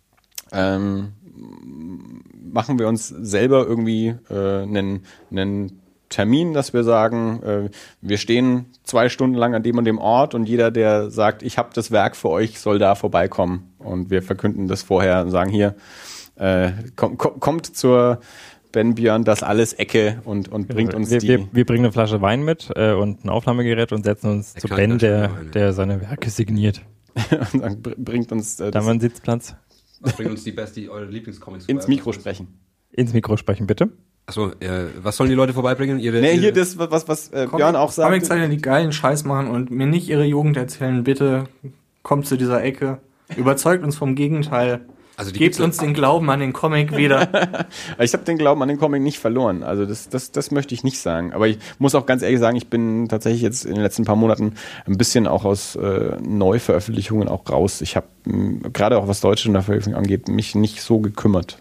B: machen wir uns selber irgendwie einen Termin, dass wir sagen, wir stehen 2 Stunden lang an dem und dem Ort und jeder, der sagt, ich habe das Werk für euch, soll da vorbeikommen. Und wir verkünden das vorher und sagen, hier, kommt zur Ben Björn das alles Ecke und bringt uns
A: wir bringen eine Flasche Wein mit und ein Aufnahmegerät und setzen uns zu Ben, der seine Werke signiert.
B: Und dann bringt uns
A: da haben wir einen Sitzplatz.
D: Was bringt uns eure Lieblingscomics?
B: Ins Mikro sprechen.
A: Ins Mikro sprechen, bitte.
D: Achso, was sollen die Leute vorbeibringen?
B: Hier das, was Björn auch sagt.
C: Comiczeichner, die geilen Scheiß machen und mir nicht ihre Jugend erzählen, bitte kommt zu dieser Ecke. Überzeugt uns vom Gegenteil. Also gebt uns den Glauben an den Comic wieder.
B: Ich habe den Glauben an den Comic nicht verloren. Also das möchte ich nicht sagen. Aber ich muss auch ganz ehrlich sagen, ich bin tatsächlich jetzt in den letzten paar Monaten ein bisschen auch aus Neuveröffentlichungen auch raus. Ich habe gerade auch was deutsche Neuveröffentlichungen angeht, mich nicht so gekümmert.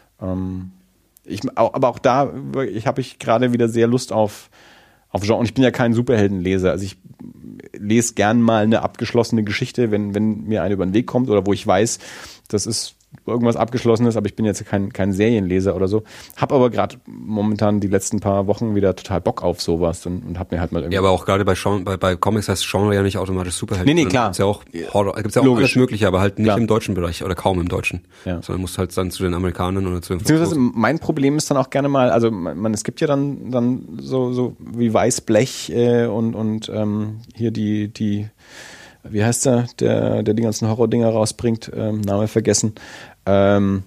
B: Aber auch da habe ich gerade wieder sehr Lust auf Genre. Und ich bin ja kein Superheldenleser. Also ich lese gern mal eine abgeschlossene Geschichte, wenn mir eine über den Weg kommt oder wo ich weiß, das ist irgendwas Abgeschlossenes, aber ich bin jetzt kein Serienleser oder so. Hab aber gerade momentan die letzten paar Wochen wieder total Bock auf sowas und hab mir halt mal irgendwie...
D: Ja, aber auch gerade bei Comics heißt Genre ja nicht automatisch Superhelden.
B: Nee, klar.
D: Gibt's ja auch Horror, gibt's ja auch alles Mögliche, aber halt nicht im deutschen Bereich oder kaum im Deutschen. Ja. Sondern musst halt dann zu den Amerikanern oder zu den
B: Beziehungsweise mein Problem ist dann auch gerne mal, also es gibt ja dann so wie Weißblech und hier die wie heißt der die ganzen Horror-Dinger rausbringt, Name vergessen. Und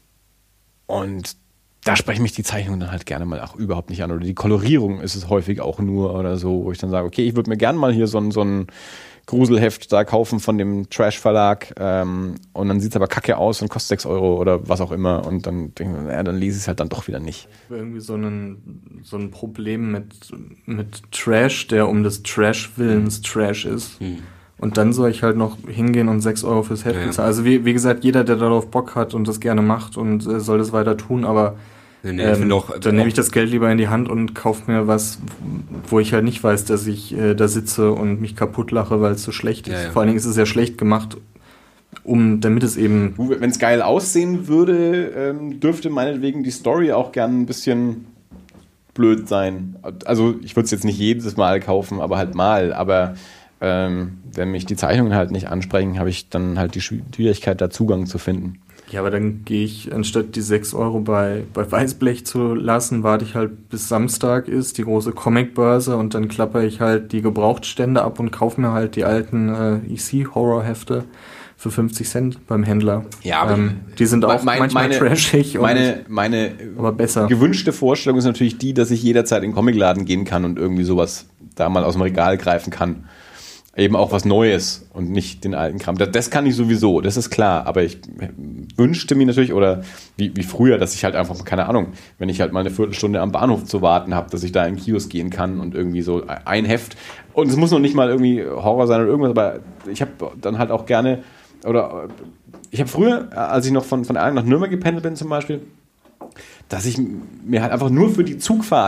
B: da sprechen mich die Zeichnungen dann halt gerne mal auch überhaupt nicht an. Oder die Kolorierung ist es häufig auch nur oder so, wo ich dann sage, okay, ich würde mir gerne mal hier so ein Gruselheft da kaufen von dem Trash-Verlag und dann sieht es aber kacke aus und kostet 6 Euro oder was auch immer und dann denke ich, dann lese ich es halt dann doch wieder nicht.
C: Irgendwie so ein Problem mit Trash, der um des Trash-Willens Trash ist. Und dann soll ich halt noch hingehen und 6 Euro fürs Heft bezahlen. Also wie gesagt, jeder, der darauf Bock hat und das gerne macht und soll das weiter tun, aber dann nehme ich das Geld lieber in die Hand und kaufe mir was, wo ich halt nicht weiß, dass ich da sitze und mich kaputt lache, weil es so schlecht ist. Ja. Vor allen Dingen ist es ja schlecht gemacht, damit es eben...
B: Wenn es geil aussehen würde, dürfte meinetwegen die Story auch gern ein bisschen blöd sein. Also ich würde es jetzt nicht jedes Mal kaufen, aber halt mal, aber... wenn mich die Zeichnungen halt nicht ansprechen, habe ich dann halt die Schwierigkeit, da Zugang zu finden.
C: Ja, aber dann gehe ich, anstatt die 6 Euro bei Weißblech zu lassen, warte ich halt bis Samstag ist, die große Comicbörse und dann klapper ich halt die Gebrauchtstände ab und kaufe mir halt die alten EC-Horror-Hefte für 50 Cent beim Händler.
B: Ja, aber
C: die sind auch manchmal trashig
B: meine
C: aber besser.
B: Gewünschte Vorstellung ist natürlich die, dass ich jederzeit in den Comicladen gehen kann und irgendwie sowas da mal aus dem Regal greifen kann. Eben auch was Neues und nicht den alten Kram. Das kann ich sowieso, das ist klar. Aber ich wünschte mir natürlich, oder wie früher, dass ich halt einfach, keine Ahnung, wenn ich halt mal eine Viertelstunde am Bahnhof zu warten habe, dass ich da in den Kiosk gehen kann und irgendwie so ein Heft. Und es muss noch nicht mal irgendwie Horror sein oder irgendwas, aber ich habe dann halt auch gerne, oder ich habe früher, als ich noch von Erlangen nach Nürnberg gependelt bin zum Beispiel, dass ich mir halt einfach nur für die Zugfahrt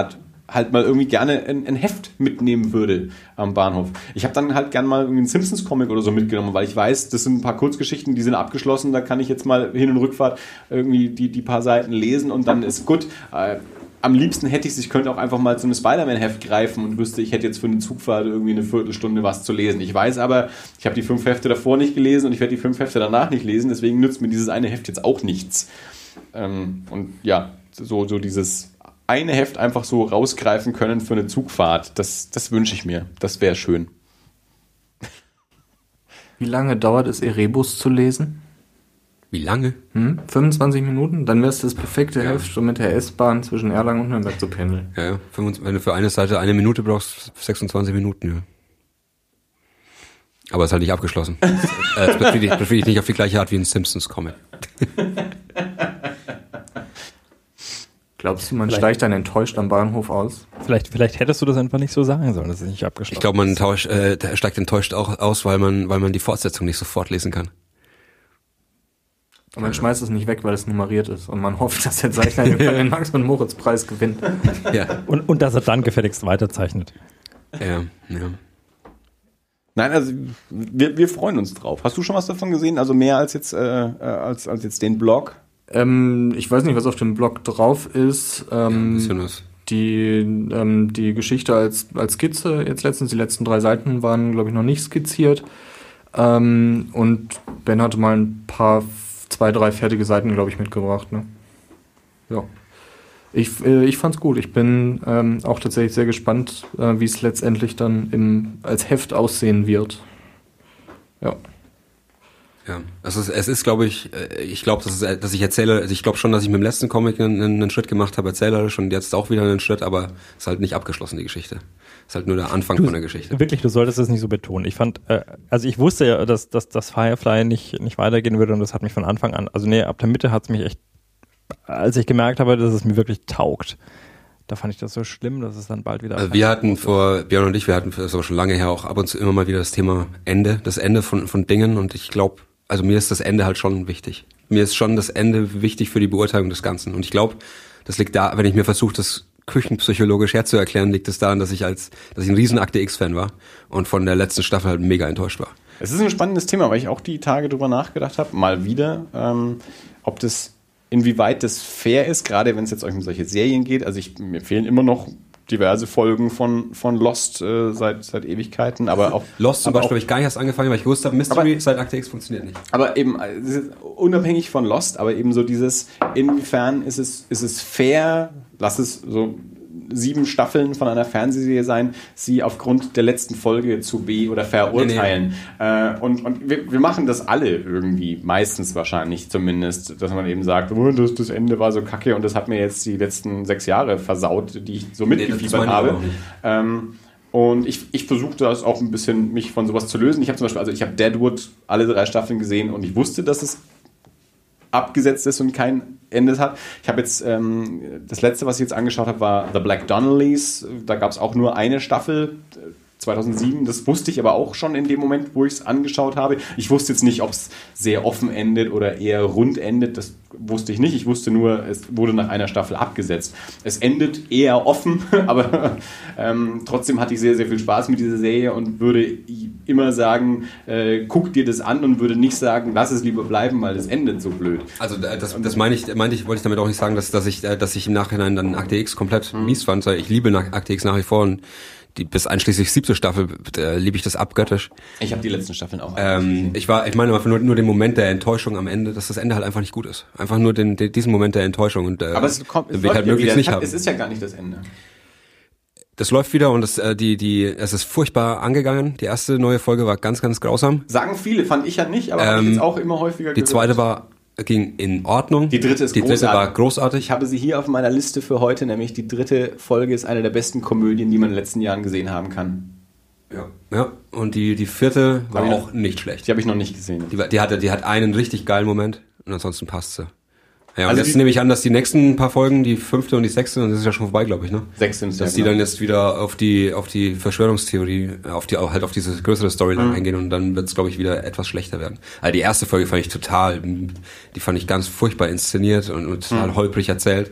B: halt mal irgendwie gerne ein Heft mitnehmen würde am Bahnhof. Ich habe dann halt gern mal irgendwie einen Simpsons-Comic oder so mitgenommen, weil ich weiß, das sind ein paar Kurzgeschichten, die sind abgeschlossen, da kann ich jetzt mal Hin- und Rückfahrt irgendwie die paar Seiten lesen und dann ist gut. Am liebsten hätte ich könnte auch einfach mal zu einem Spider-Man-Heft greifen und wüsste, ich hätte jetzt für eine Zugfahrt irgendwie eine Viertelstunde was zu lesen. Ich weiß aber, ich habe die 5 Hefte davor nicht gelesen und ich werde die 5 Hefte danach nicht lesen, deswegen nützt mir dieses eine Heft jetzt auch nichts. Und ja, so dieses eine Heft einfach so rausgreifen können für eine Zugfahrt, das wünsche ich mir. Das wäre schön.
C: Wie lange dauert es, Erebus zu lesen?
D: Wie lange?
C: 25 Minuten? Dann wär's das perfekte Heft, um mit der S-Bahn zwischen Erlangen und Nürnberg zu pendeln.
D: Ja. Wenn du für eine Seite 1 Minute brauchst, 26 Minuten, ja. Aber es ist halt nicht abgeschlossen. Das befriedigt nicht auf die gleiche Art wie ein Simpsons-Comic.
C: Glaubst du, man steigt dann enttäuscht am Bahnhof aus?
A: Vielleicht hättest du das einfach nicht so sagen sollen, dass es nicht abgeschlossen ist.
D: Ich glaube, man steigt enttäuscht auch aus, weil man die Fortsetzung nicht sofort lesen kann.
C: Und man schmeißt es nicht weg, weil es nummeriert ist. Und man hofft, dass der Zeichner den Max- und Moritz-Preis gewinnt.
D: Ja.
A: Und dass er dann gefälligst weiterzeichnet.
D: Ja.
B: Nein, also wir freuen uns drauf. Hast du schon was davon gesehen? Also mehr als jetzt als jetzt den Blog?
C: Ich weiß nicht, was auf dem Blog drauf ist.
D: Ein bisschen was.
C: Die Geschichte als Skizze jetzt letztens, die letzten 3 Seiten waren, glaube ich, noch nicht skizziert. Und Ben hatte mal ein paar 2, 3 fertige Seiten, glaube ich, mitgebracht. Ne? Ja. Ich fand's gut. Ich bin auch tatsächlich sehr gespannt, wie es letztendlich dann als Heft aussehen wird. Ja.
D: Ja, es ist, glaube ich glaube, dass ich erzähle, also ich glaube schon, dass ich mit dem letzten Comic einen Schritt gemacht habe, erzählerisch, und jetzt auch wieder einen Schritt, aber es ist halt nicht abgeschlossen, die Geschichte. Es ist halt nur der Anfang von der Geschichte.
A: Wirklich, du solltest es nicht so betonen. Ich fand, also ich wusste ja, dass Firefly nicht weitergehen würde, und das hat mich von Anfang an, also ab der Mitte hat es mich echt, als ich gemerkt habe, dass es mir wirklich taugt, da fand ich das so schlimm, dass es dann bald wieder...
D: Also Björn und ich, wir hatten das aber schon lange her auch ab und zu immer mal wieder das Thema das Ende von Dingen, und ich glaube, also mir ist das Ende halt schon wichtig. Mir ist schon das Ende wichtig für die Beurteilung des Ganzen. Und ich glaube, das liegt da, wenn ich mir versuche, das küchenpsychologisch herzuerklären, liegt es daran, dass ich ein riesen Akte X-Fan war und von der letzten Staffel halt mega enttäuscht war.
B: Es ist ein spannendes Thema, weil ich auch die Tage drüber nachgedacht habe, mal wieder, inwieweit das fair ist, gerade wenn es jetzt um solche Serien geht. Also mir fehlen immer noch diverse Folgen von Lost seit Ewigkeiten, aber auch...
D: Lost zum Beispiel habe ich gar nicht erst angefangen, weil ich gewusst habe, Mystery seit Akte X funktioniert nicht.
B: Aber eben, unabhängig von Lost, aber eben so dieses, inwiefern ist es fair, lass es so 7 Staffeln von einer Fernsehserie sein, sie aufgrund der letzten Folge zu oder verurteilen. Nee. Und wir machen das alle irgendwie, meistens wahrscheinlich zumindest, dass man eben sagt, das Ende war so kacke und das hat mir jetzt die letzten 6 Jahre versaut, die ich so mitgefiebert habe. Und ich versuche das auch ein bisschen, mich von sowas zu lösen. Ich habe zum Beispiel, ich habe Deadwood alle 3 Staffeln gesehen und ich wusste, dass es abgesetzt ist und kein Ende hat. Ich habe jetzt, das letzte, was ich jetzt angeschaut habe, war The Black Donnellys. Da gab es auch nur eine Staffel, 2007. Das wusste ich aber auch schon in dem Moment, wo ich es angeschaut habe. Ich wusste jetzt nicht, ob es sehr offen endet oder eher rund endet. Das wusste ich nicht. Ich wusste nur, es wurde nach einer Staffel abgesetzt. Es endet eher offen, aber trotzdem hatte ich sehr, sehr viel Spaß mit dieser Serie und würde immer sagen, guck dir das an, und würde nicht sagen, lass es lieber bleiben, weil es endet so blöd.
D: Also das wollte ich damit auch nicht sagen, dass ich im Nachhinein dann Akte X komplett mies fand. Ich liebe Akte X nach wie vor, und bis einschließlich 7. Staffel liebe ich das abgöttisch.
B: Ich habe die letzten Staffeln auch.
D: Ich meine einfach nur den Moment der Enttäuschung am Ende, dass das Ende halt einfach nicht gut ist. Einfach nur diesen Moment der Enttäuschung, und
B: aber es
D: will halt möglichst nicht haben.
B: Es ist ja gar nicht das Ende.
D: Das läuft wieder, und es ist furchtbar angegangen. Die erste neue Folge war ganz, ganz grausam.
B: Sagen viele, fand ich ja nicht, aber habe ich jetzt auch immer häufiger gehört.
D: Die zweite ging in Ordnung.
B: Die dritte
D: war großartig.
B: Ich habe sie hier auf meiner Liste für heute, nämlich die 3. Folge ist eine der besten Komödien, die man in den letzten Jahren gesehen haben kann.
D: Ja. Und die 4. war auch nicht schlecht.
B: Die habe ich noch nicht gesehen.
D: Die hat einen richtig geilen Moment, und ansonsten passt sie. Ja, und also jetzt nehme ich an, dass die nächsten paar Folgen, die 5. und die 6., und das ist ja schon vorbei, glaube ich, ne?
B: 6.
D: Dass die dann jetzt wieder auf die Verschwörungstheorie, auf diese größere Storyline eingehen, und dann wird es, glaube ich, wieder etwas schlechter werden. Also die erste Folge fand ich ganz furchtbar inszeniert und total holprig erzählt.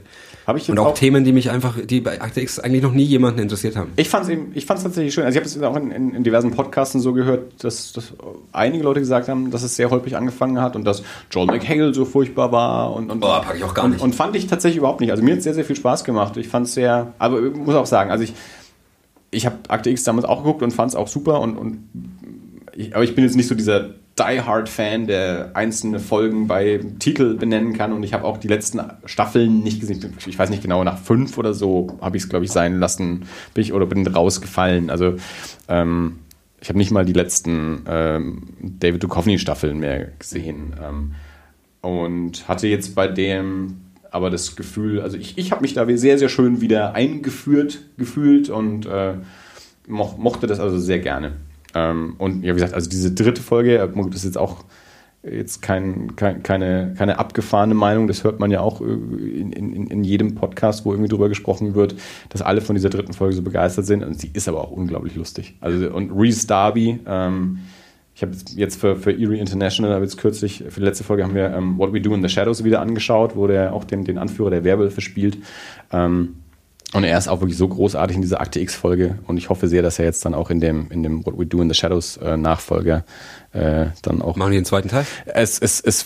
D: Und auch Themen, die bei Akte X eigentlich noch nie jemanden interessiert haben.
B: Ich fand's tatsächlich schön. Also ich habe es auch in diversen Podcasts so gehört, dass einige Leute gesagt haben, dass es sehr holprig angefangen hat und dass Joel McHale so furchtbar war.
D: Pack ich auch gar nicht.
B: Und fand ich tatsächlich überhaupt nicht. Also mir hat es sehr, sehr viel Spaß gemacht. Ich fand es sehr, aber ich muss auch sagen, also ich habe Akte X damals auch geguckt und fand es auch super. Aber ich bin jetzt nicht so dieser Die-Hard-Fan, der einzelne Folgen bei Titel benennen kann. Und ich habe auch die letzten Staffeln nicht gesehen. Ich weiß nicht genau, nach 5 oder so habe ich es, glaube ich, sein lassen. Bin rausgefallen. Also ich habe nicht mal die letzten David Duchovny-Staffeln mehr gesehen. Und hatte jetzt bei dem aber das Gefühl, also ich habe mich da sehr, sehr schön wieder eingeführt gefühlt und mochte das also sehr gerne. Und ja, wie gesagt, also diese dritte Folge, das ist jetzt keine abgefahrene Meinung, das hört man ja auch in jedem Podcast, wo irgendwie drüber gesprochen wird, dass alle von dieser dritten Folge so begeistert sind, und sie ist aber auch unglaublich lustig. Also, und Rhys Darby, ich habe jetzt für Erie International, aber jetzt kürzlich, für die letzte Folge haben wir What We Do in the Shadows wieder angeschaut, wo der auch den Anführer der Werwölfe spielt. Und er ist auch wirklich so großartig in dieser Akte X-Folge, und ich hoffe sehr, dass er jetzt dann auch in dem What We Do in the Shadows Nachfolger dann auch...
D: Machen die einen zweiten Teil?
B: Es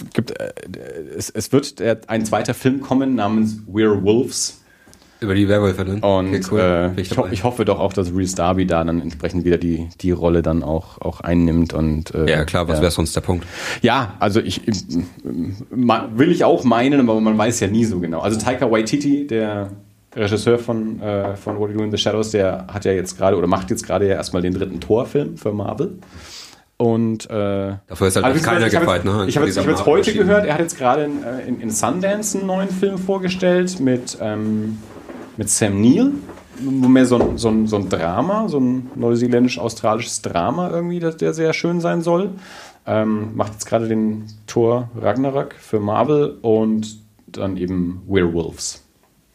B: wird ein zweiter Film kommen namens Werewolves.
D: Über die Werwölfe dann?
B: Und okay, cool. Ich hoffe doch auch, dass Rhys Darby da dann entsprechend wieder die Rolle dann auch einnimmt. Und,
D: ja klar, was wäre sonst der Punkt?
B: Ja, also will ich auch meinen, aber man weiß ja nie so genau. Also Taika Waititi, der Regisseur von What We Do in the Shadows, der hat ja jetzt gerade oder macht jetzt gerade ja erstmal den dritten Thor-Film für Marvel. Und
D: dafür ist halt keiner gefeit, ne?
B: Ich habe jetzt heute gehört, er hat jetzt gerade in Sundance einen neuen Film vorgestellt mit Sam Neill, mehr so ein Drama, so ein neuseeländisch-australisches Drama irgendwie, der sehr schön sein soll. Macht jetzt gerade den Thor Ragnarök für Marvel und dann eben Werewolves.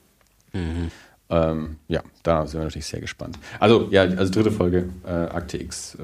B: Ja, da sind wir natürlich sehr gespannt. Also dritte Folge, Akte X,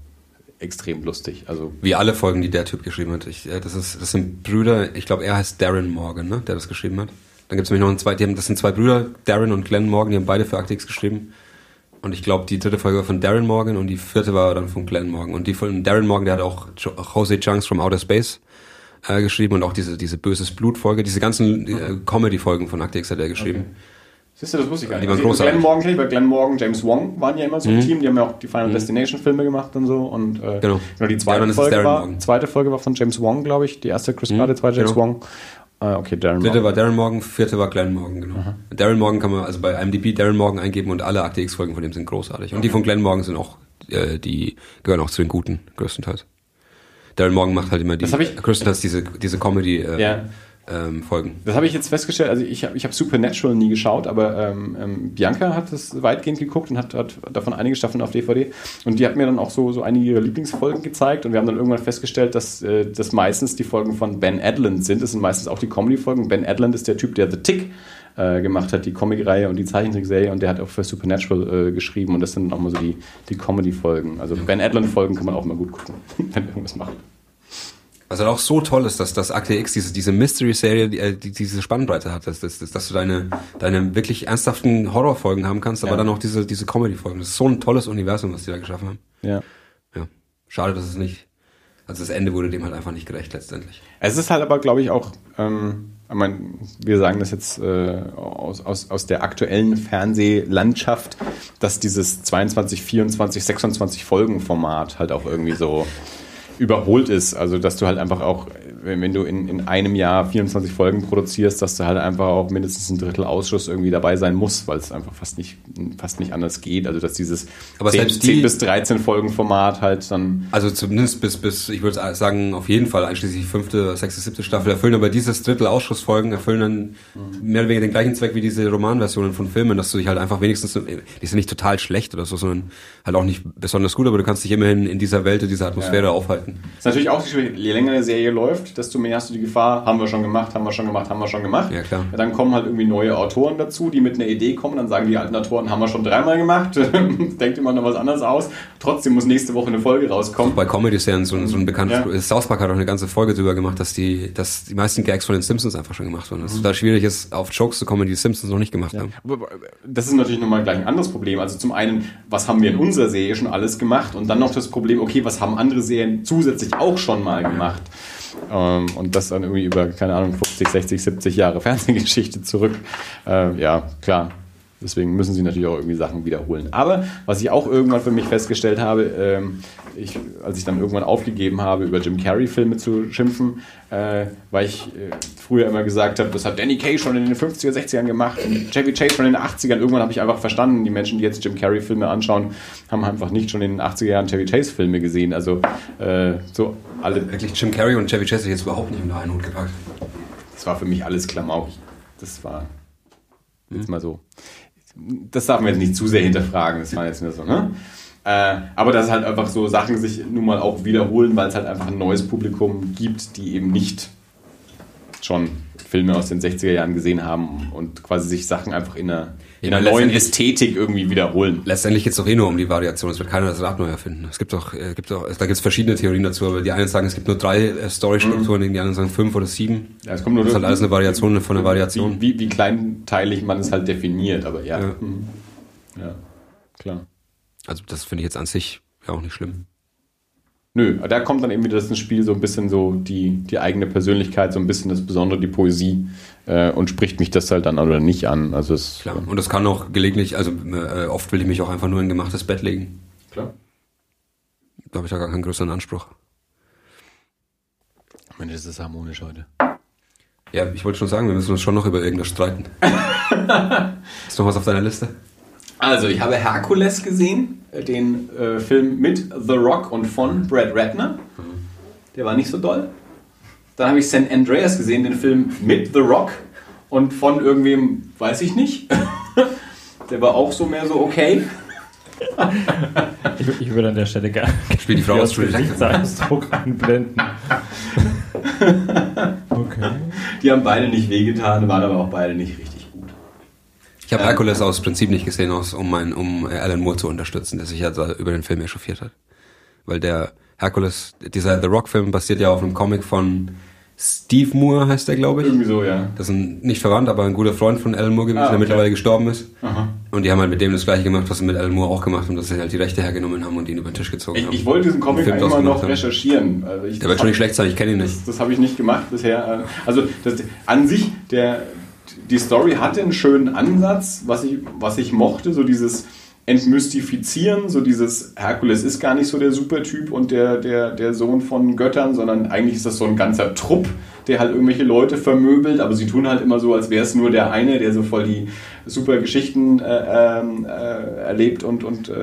B: extrem lustig. Also
D: wie alle Folgen, die der Typ geschrieben hat. Das sind Brüder, ich glaube, er heißt Darren Morgan, ne, der das geschrieben hat. Dann gibt es nämlich noch das sind zwei Brüder, Darren und Glenn Morgan, die haben beide für Akte X geschrieben. Und ich glaube, die dritte Folge war von Darren Morgan und die vierte war dann von Glenn Morgan. Und die von Darren Morgan, der hat auch Jose Chunks from Outer Space geschrieben und auch diese Böses Blut-Folge, diese ganzen Comedy-Folgen von Akte X hat er geschrieben. Okay.
B: Siehst du, das wusste ich gar nicht.
D: Die waren großartig.
B: Glenn Morgan kenne ich, weil Glenn Morgan, James Wong waren ja immer so ein Team, die haben ja auch die Final Destination Filme gemacht und so. Und
D: genau,
B: die zweite Folge war von James Wong, glaube ich. Die erste Chris Pratt, die zweite James Wong. Okay, Darren Morgan.
D: Dritte war Darren Morgan, vierte war Glenn Morgan, genau. Aha. Darren Morgan kann man also bei IMDb Darren Morgan eingeben und alle Akte X-Folgen von dem sind großartig. Und die von Glenn Morgan sind auch, die gehören auch zu den guten, größtenteils. Darren Morgan macht halt immer größtenteils diese Comedy Folgen.
B: Das habe ich jetzt festgestellt, also ich hab Supernatural nie geschaut, aber Bianca hat das weitgehend geguckt und hat davon einige Staffeln auf DVD, und die hat mir dann auch so einige ihrer Lieblingsfolgen gezeigt, und wir haben dann irgendwann festgestellt, dass das meistens die Folgen von Ben Adland sind. Das sind meistens auch die Comedy-Folgen. Ben Adland ist der Typ, der The Tick gemacht hat, die Comic-Reihe und die Zeichentrickserie, und der hat auch für Supernatural geschrieben, und das sind auch mal so die Comedy-Folgen. Also Ben Adland-Folgen kann man auch mal gut gucken, wenn er irgendwas macht.
D: Was halt auch so toll ist, dass Akte X diese Mystery-Serie diese Spannbreite hat, dass du deine wirklich ernsthaften Horrorfolgen haben kannst, aber dann auch diese Comedy-Folgen. Das ist so ein tolles Universum, was die da geschaffen haben.
B: Ja.
D: Schade, dass es nicht, also das Ende wurde dem halt einfach nicht gerecht letztendlich.
B: Es ist halt aber, glaube ich, auch, ich meine, wir sagen das jetzt aus der aktuellen Fernsehlandschaft, dass dieses 22, 24, 26 Folgen-Format halt auch irgendwie so überholt ist, also dass du halt einfach auch, wenn du in einem Jahr 24 Folgen produzierst, dass du halt einfach auch mindestens ein Drittel Ausschuss irgendwie dabei sein musst, weil es einfach fast nicht anders geht, also dass dieses 10 bis 13 Folgen Format halt dann...
D: Also zumindest bis ich würde sagen, auf jeden Fall einschließlich 5., 6., 7. Staffel erfüllen, aber dieses Drittel Ausschussfolgen erfüllen dann mehr oder weniger den gleichen Zweck wie diese Romanversionen von Filmen, dass du dich halt einfach wenigstens, die sind nicht total schlecht oder so, sondern halt auch nicht besonders gut, aber du kannst dich immerhin in dieser Welt, in dieser Atmosphäre aufhalten.
B: Das ist natürlich auch schwierig, je länger eine Serie läuft, desto mehr hast du die Gefahr, haben wir schon gemacht.
D: Ja, klar.
B: Ja, dann kommen halt irgendwie neue Autoren dazu, die mit einer Idee kommen, dann sagen die alten Autoren, haben wir schon 3-mal gemacht, denkt immer noch was anderes aus. Trotzdem muss nächste Woche eine Folge rauskommen.
D: Auch bei Comedy-Serien so ein bekanntes... South Park hat auch eine ganze Folge drüber gemacht, dass die meisten Gags von den Simpsons einfach schon gemacht wurden. Dass es da schwierig ist, auf Jokes zu kommen, die Simpsons noch nicht gemacht haben.
B: Das ist natürlich nochmal gleich ein anderes Problem. Also zum einen, was haben wir in unserer Serie schon alles gemacht? Und dann noch das Problem, okay, was haben andere Serien zusätzlich auch schon mal gemacht? Und das dann irgendwie über, keine Ahnung, 50, 60, 70 Jahre Fernsehgeschichte zurück. Ja, klar. Deswegen müssen sie natürlich auch irgendwie Sachen wiederholen. Aber was ich auch irgendwann für mich festgestellt habe, als ich dann irgendwann aufgegeben habe, über Jim Carrey-Filme zu schimpfen, weil ich früher immer gesagt habe, das hat Danny Kaye schon in den 50er, 60ern gemacht und Chevy Chase schon in den 80ern. Irgendwann habe ich einfach verstanden, die Menschen, die jetzt Jim Carrey-Filme anschauen, haben einfach nicht schon in den 80er Jahren Chevy Chase-Filme gesehen. Also so alle...
D: Wirklich, Jim Carrey und Chevy Chase hätte ich jetzt überhaupt nicht unter einen Hut gepackt.
B: Das war für mich alles Klamauk. Das war jetzt mal so... Das darf man jetzt nicht zu sehr hinterfragen, das war jetzt nur so, ne? Aber dass halt einfach so Sachen sich nun mal auch wiederholen, weil es halt einfach ein neues Publikum gibt, die eben nicht schon Filme aus den 60er Jahren gesehen haben und quasi sich Sachen einfach in einer neuen Ästhetik irgendwie wiederholen.
D: Letztendlich geht es doch eh nur um die Variation. Es wird keiner das Rad neu erfinden. Da gibt es verschiedene Theorien dazu, aber die einen sagen, es gibt nur 3 Story-Strukturen, die anderen sagen 5 oder 7.
B: Ja, es kommt nur
D: das ist halt alles eine Variation von einer Variation.
B: Wie kleinteilig man es halt definiert, aber ja. Ja, klar.
D: Also das finde ich jetzt an sich ja auch nicht schlimm.
B: Nö, da kommt dann eben wieder das ins Spiel, so ein bisschen so die eigene Persönlichkeit, so ein bisschen das Besondere, die Poesie und spricht mich das halt dann oder nicht an. Also
D: klar, und das kann auch gelegentlich, also oft will ich mich auch einfach nur in ein gemachtes Bett legen.
B: Klar.
D: Da habe ich ja gar keinen größeren Anspruch.
B: Mensch, ist das harmonisch heute.
D: Ja, ich wollte schon sagen, wir müssen uns schon noch über irgendwas streiten. Ist noch was auf deiner Liste?
B: Also, ich habe Herkules gesehen, den Film mit The Rock und von Brad Ratner. Der war nicht so doll. Dann habe ich San Andreas gesehen, den Film mit The Rock und von irgendwem, weiß ich nicht. Der war auch so mehr so okay.
A: Ich würde an der Stelle gerne
D: Spiel die Frau aus
A: Gesichtsausdruck einblenden.
B: Okay. Die haben beide nicht wehgetan, waren aber auch beide nicht richtig gut.
D: Ich habe Herkules aus Prinzip nicht gesehen, um Alan Moore zu unterstützen, der sich ja über den Film echauffiert hat. Weil der Herkules, dieser The Rock-Film basiert ja auf einem Comic von Steve Moore, heißt der, glaube ich.
B: Irgendwie so, ja.
D: Das ist nicht verwandt, aber ein guter Freund von Alan Moore gewesen, der mittlerweile gestorben ist. Aha. Und die haben halt mit dem das Gleiche gemacht, was sie mit Alan Moore auch gemacht haben, dass sie halt die Rechte hergenommen haben und ihn über den Tisch gezogen haben.
B: Ich wollte diesen Comic immer noch recherchieren. Also
D: der wird schon nicht schlecht sein, ich kenne ihn nicht.
B: Das habe ich nicht gemacht bisher. Also an sich, die Story hatte einen schönen Ansatz, was ich mochte, so dieses Entmystifizieren, so dieses Herkules ist gar nicht so der Supertyp und der Sohn von Göttern, sondern eigentlich ist das so ein ganzer Trupp, der halt irgendwelche Leute vermöbelt, aber sie tun halt immer so, als wäre es nur der eine, der so voll die super Geschichten erlebt und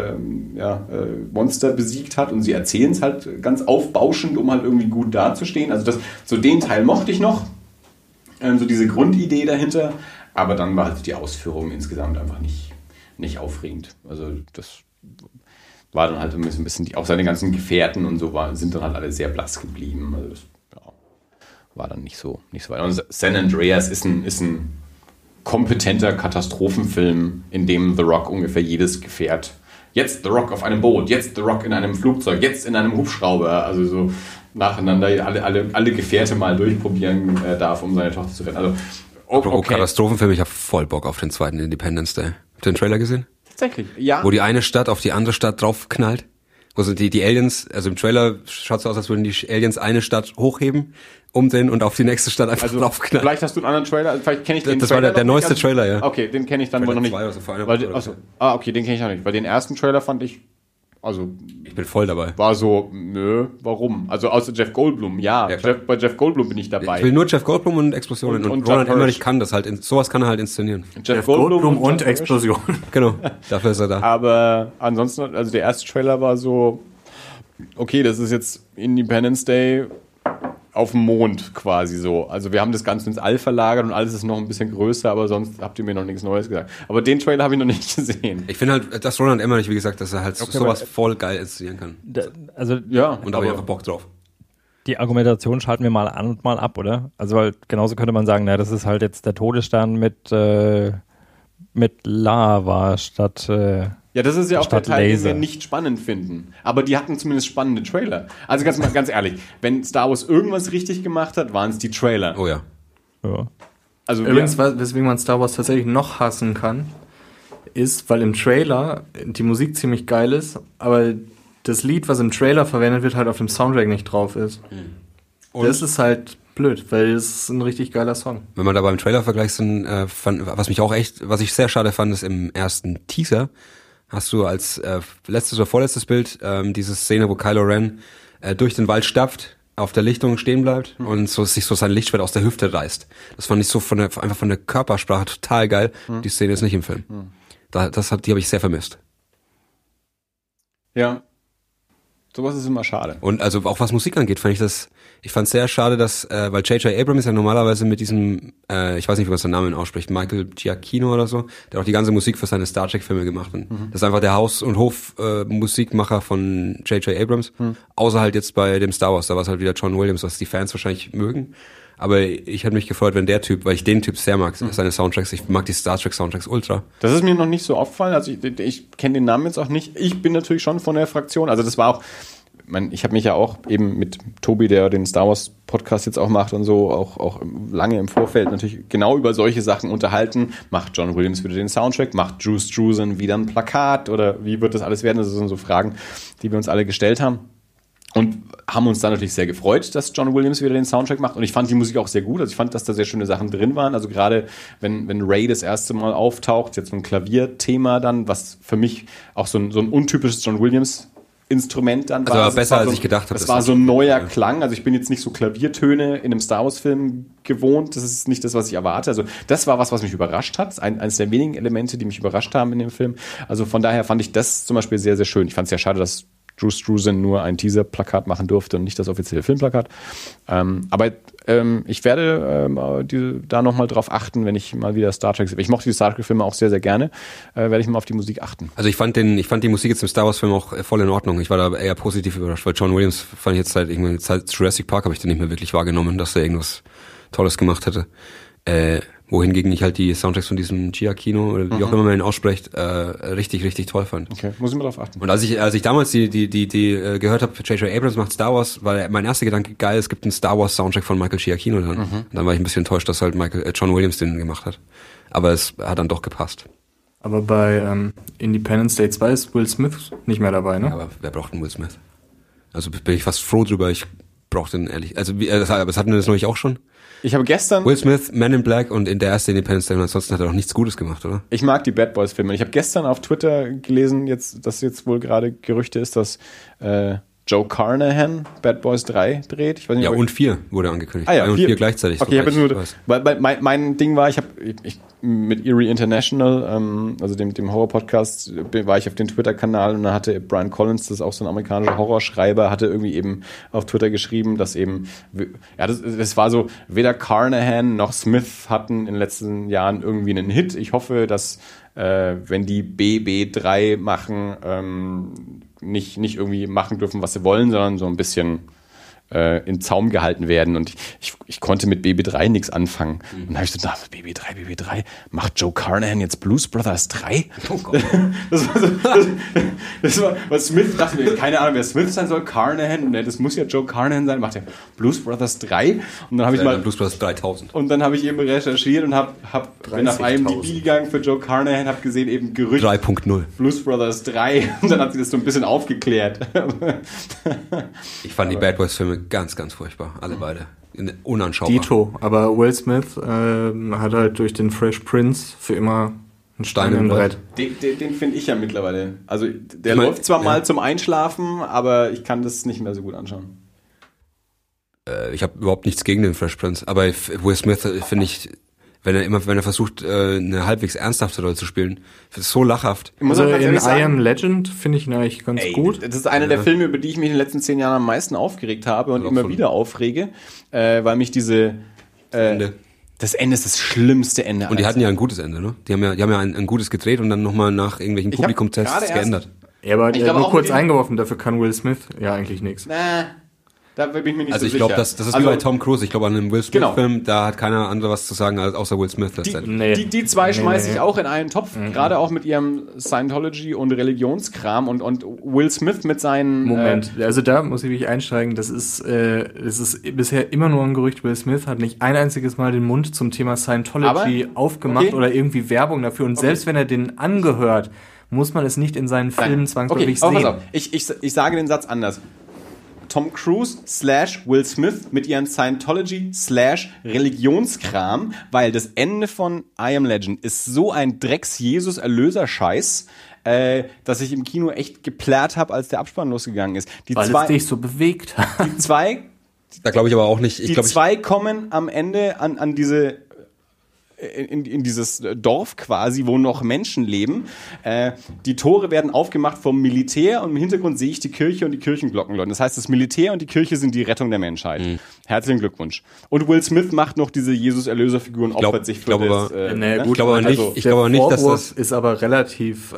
B: Monster besiegt hat und sie erzählen es halt ganz aufbauschend, um halt irgendwie gut dazustehen. Also so den Teil mochte ich noch, so diese Grundidee dahinter, aber dann war halt die Ausführung insgesamt einfach nicht aufregend. Also das war dann halt ein bisschen, auch seine ganzen Gefährten und so sind dann halt alle sehr blass geblieben. Also das war dann nicht so weit. Und San Andreas ist ein kompetenter Katastrophenfilm, in dem The Rock ungefähr jedes Gefährt, jetzt The Rock auf einem Boot, jetzt The Rock in einem Flugzeug, jetzt in einem Hubschrauber, also so nacheinander alle Gefährte mal durchprobieren darf, um seine Tochter zu retten. Also
D: okay. Katastrophenfilm, ich habe voll Bock auf den zweiten Independence Day. Habt ihr den Trailer gesehen?
B: Tatsächlich, ja.
D: Wo die eine Stadt auf die andere Stadt draufknallt. Wo so die Aliens, also im Trailer schaut es aus, als würden die Aliens eine Stadt hochheben, umdrehen und auf die nächste Stadt einfach draufknallen.
B: Vielleicht hast du einen anderen Trailer, vielleicht kenne ich den
D: Das
B: Trailer
D: war der neueste Trailer, ja.
B: Okay, den kenne ich dann wohl noch nicht. Okay, den kenne ich noch nicht, weil den ersten Trailer fand ich,
D: ich bin voll dabei.
B: War so, warum? Also außer Jeff Goldblum, ja bei Jeff Goldblum bin ich dabei.
D: Ich will nur Jeff Goldblum und Explosionen und Roland Emmerich kann das halt, sowas kann er halt inszenieren.
C: Jeff Goldblum und Explosionen.
D: Genau, dafür ist er da.
B: Aber ansonsten, also der erste Trailer war so, okay, das ist jetzt Independence Day auf dem Mond quasi so. Also wir haben das Ganze ins All verlagert und alles ist noch ein bisschen größer, aber sonst habt ihr mir noch nichts Neues gesagt. Aber den Trailer habe ich noch nicht gesehen.
D: Ich finde halt, dass Roland Emmerich, wie gesagt, dass er halt sowas voll geil inszenieren kann.
A: Also
D: und da habe ich einfach Bock drauf.
A: Die Argumentation schalten wir mal an und mal ab, oder? Also weil genauso könnte man sagen, das ist halt jetzt der Todesstern mit Lava statt
B: ja, das ist ja auch der Teil,
A: Laser.
B: den wir nicht spannend finden. Aber die hatten zumindest spannende Trailer. Also ganz ehrlich, wenn Star Wars irgendwas richtig gemacht hat, waren es die Trailer.
D: Oh ja.
B: Also
C: übrigens, weswegen man Star Wars tatsächlich noch hassen kann, ist, weil im Trailer die Musik ziemlich geil ist, aber das Lied, was im Trailer verwendet wird, halt auf dem Soundtrack nicht drauf ist. Und das ist halt blöd, weil es ist ein richtig geiler Song.
D: Wenn man da beim Trailer vergleicht, was ich sehr schade fand, ist im ersten Teaser hast du als letztes oder vorletztes Bild diese Szene, wo Kylo Ren durch den Wald stapft, auf der Lichtung stehen bleibt und sich so sein Lichtschwert aus der Hüfte reißt. Das fand ich so einfach von der Körpersprache total geil. Die Szene ist nicht im Film. Die habe ich sehr vermisst.
B: Ja. Sowas ist immer schade.
D: Und also auch was Musik angeht, fand ich es sehr schade, dass, weil J.J. Abrams ja normalerweise mit diesem, ich weiß nicht, wie man seinen Namen ausspricht, Michael Giacchino oder so, der auch die ganze Musik für seine Star Trek-Filme gemacht hat. Das ist einfach der Haus- und Hof-Musikmacher von J.J. Abrams, außer halt jetzt bei dem Star Wars, da war es halt wieder John Williams, was die Fans wahrscheinlich mögen. Aber ich hätte mich gefreut, wenn der Typ, weil ich den Typ sehr mag, seine Soundtracks, ich mag die Star Trek Soundtracks ultra.
B: Das ist mir noch nicht so aufgefallen, also ich kenne den Namen jetzt auch nicht. Ich bin natürlich schon von der Fraktion, also das war auch, ich habe mich ja auch eben mit Tobi, der den Star Wars Podcast jetzt auch macht und so, auch lange im Vorfeld natürlich genau über solche Sachen unterhalten. Macht John Williams wieder den Soundtrack? Macht Drew Struzan wieder ein Plakat? Oder wie wird das alles werden? Das sind so Fragen, die wir uns alle gestellt haben. Und haben uns dann natürlich sehr gefreut, dass John Williams wieder den Soundtrack macht. Und ich fand die Musik auch sehr gut. Also ich fand, dass da sehr schöne Sachen drin waren. Also gerade wenn Rey das erste Mal auftaucht, jetzt so ein Klavierthema dann, was für mich auch so ein untypisches John Williams Instrument dann war.
D: Also besser, als ich gedacht habe.
B: Das war so ein neuer Klang. Also ich bin jetzt nicht so Klaviertöne in einem Star Wars Film gewohnt. Das ist nicht das, was ich erwarte. Also das war was mich überrascht hat. Eines der wenigen Elemente, die mich überrascht haben in dem Film. Also von daher fand ich das zum Beispiel sehr, sehr schön. Ich fand es ja schade, dass Drew Struzan nur ein Teaser-Plakat machen durfte und nicht das offizielle Filmplakat. Aber ich werde da nochmal drauf achten, wenn ich mal wieder Star Trek sehe. Ich mochte die Star Trek-Filme auch sehr, sehr gerne. Werde ich mal auf die Musik achten.
D: Also ich fand die Musik jetzt im Star Wars-Film auch voll in Ordnung. Ich war da eher positiv überrascht, weil John Williams fand ich jetzt seit Jurassic Park habe ich den nicht mehr wirklich wahrgenommen, dass er irgendwas Tolles gemacht hätte. Wohingegen ich halt die Soundtracks von diesem Giacchino oder wie auch immer man ihn ausspricht, richtig, richtig toll fand.
B: Okay, muss ich mal drauf achten.
D: Und als ich damals die gehört habe, J.J. Abrams macht Star Wars, war mein erster Gedanke, geil, es gibt einen Star Wars Soundtrack von Michael Giacchino dann. Und dann war ich ein bisschen enttäuscht, dass halt John Williams den gemacht hat. Aber es hat dann doch gepasst.
C: Aber bei Independence Day 2 ist Will Smith nicht mehr dabei, ne?
D: Ja, aber wer braucht einen Will Smith? Also bin ich fast froh drüber, ich brauche den ehrlich. Also aber das hatten wir das neulich auch schon.
B: Ich habe gestern...
D: Will Smith, Man in Black und in der ersten Independence Day und ansonsten hat er doch nichts Gutes gemacht, oder?
B: Ich mag die Bad Boys Filme. Ich habe gestern auf Twitter gelesen, dass jetzt wohl gerade Gerüchte ist, dass Joe Carnahan Bad Boys 3 dreht. Ich weiß nicht,
D: ja, und 4 wurde angekündigt.
B: Ja,
D: 3 und 4 gleichzeitig.
B: Okay, ich habe jetzt nur... Weil mein Ding war, ich mit Eerie International, also dem Horror-Podcast, war ich auf dem Twitter-Kanal und da hatte Brian Collins, das ist auch so ein amerikanischer Horrorschreiber, hatte irgendwie eben auf Twitter geschrieben, dass eben, ja, das war so, weder Carnahan noch Smith hatten in den letzten Jahren irgendwie einen Hit. Ich hoffe, dass wenn die BB3 machen, nicht irgendwie machen dürfen, was sie wollen, sondern so ein bisschen in Zaum gehalten werden. Und ich konnte mit BB3 nichts anfangen. Und dann habe ich so gedacht, BB3, macht Joe Carnahan jetzt Blues Brothers 3? Oh Gott. Das war was Smith, dachte mir, keine Ahnung, wer Smith sein soll, Carnahan, das muss ja Joe Carnahan sein, macht ja Blues Brothers 3. Und dann habe ich mal
D: Blues Brothers 3000.
B: Und dann habe ich eben recherchiert und bin auf IMDb gegangen für Joe Carnahan, habe gesehen eben Gerüchte
D: 3.0
B: Blues Brothers 3 und dann hat sie das so ein bisschen aufgeklärt.
D: Ich fand die Bad Boys Filme ganz, ganz furchtbar, alle beide. Unanschaubar.
C: Dito, aber Will Smith hat halt durch den Fresh Prince für immer einen Stein im Brett.
B: Den finde ich ja mittlerweile. Also der läuft zwar mal zum Einschlafen, aber ich kann das nicht mehr so gut anschauen.
D: Ich habe überhaupt nichts gegen den Fresh Prince, aber Will Smith finde ich, wenn er versucht, eine halbwegs ernsthafte Rolle zu spielen, ist so lachhaft.
C: Also in I Am Legend finde ich ihn eigentlich ganz gut.
B: Das ist einer der Filme, über die ich mich in den letzten 10 Jahren am meisten aufgeregt habe und immer wieder aufrege, weil mich das Ende ist das schlimmste Ende.
D: Und die hatten ja ein gutes Ende, ne? Die haben ja ein gutes gedreht und dann nochmal nach irgendwelchen Publikumstests geändert.
C: Ja, aber nur kurz eingeworfen, dafür kann Will Smith ja eigentlich nichts.
B: Da bin ich mir nicht
D: also
B: so
D: ich
B: sicher.
D: glaube, das ist wie bei Tom Cruise. Ich glaube, an einem Will Smith-Film, da hat keiner andere was zu sagen, als außer Will Smith.
B: Die zwei schmeiße ich auch in einen Topf, gerade auch mit ihrem Scientology- und Religionskram und Will Smith mit seinen...
C: Moment, also da muss ich wirklich einsteigen, das ist bisher immer nur ein Gerücht. Will Smith hat nicht ein einziges Mal den Mund zum Thema Scientology aufgemacht oder irgendwie Werbung dafür. Und selbst wenn er den angehört, muss man es nicht in seinen Filmen zwangsläufig sehen.
B: Pass auf. Ich sage den Satz anders. Tom Cruise / Will Smith mit ihren Scientology / Religionskram, weil das Ende von I Am Legend ist so ein Drecks-Jesus-Erlöser-Scheiß, dass ich im Kino echt geplärrt habe, als der Abspann losgegangen ist.
C: Weil es dich so bewegt hat.
B: Die zwei...
D: Da glaube ich aber auch nicht.
B: Zwei kommen am Ende an diese... In dieses Dorf quasi, wo noch Menschen leben. Die Tore werden aufgemacht vom Militär und im Hintergrund sehe ich die Kirche und die Kirchenglocken läuten. Das heißt, das Militär und die Kirche sind die Rettung der Menschheit. Herzlichen Glückwunsch. Und Will Smith macht noch diese Jesus-Erlöser-Figur und opfert sich für das.
D: Ich glaube aber nicht, dass das
C: ist aber relativ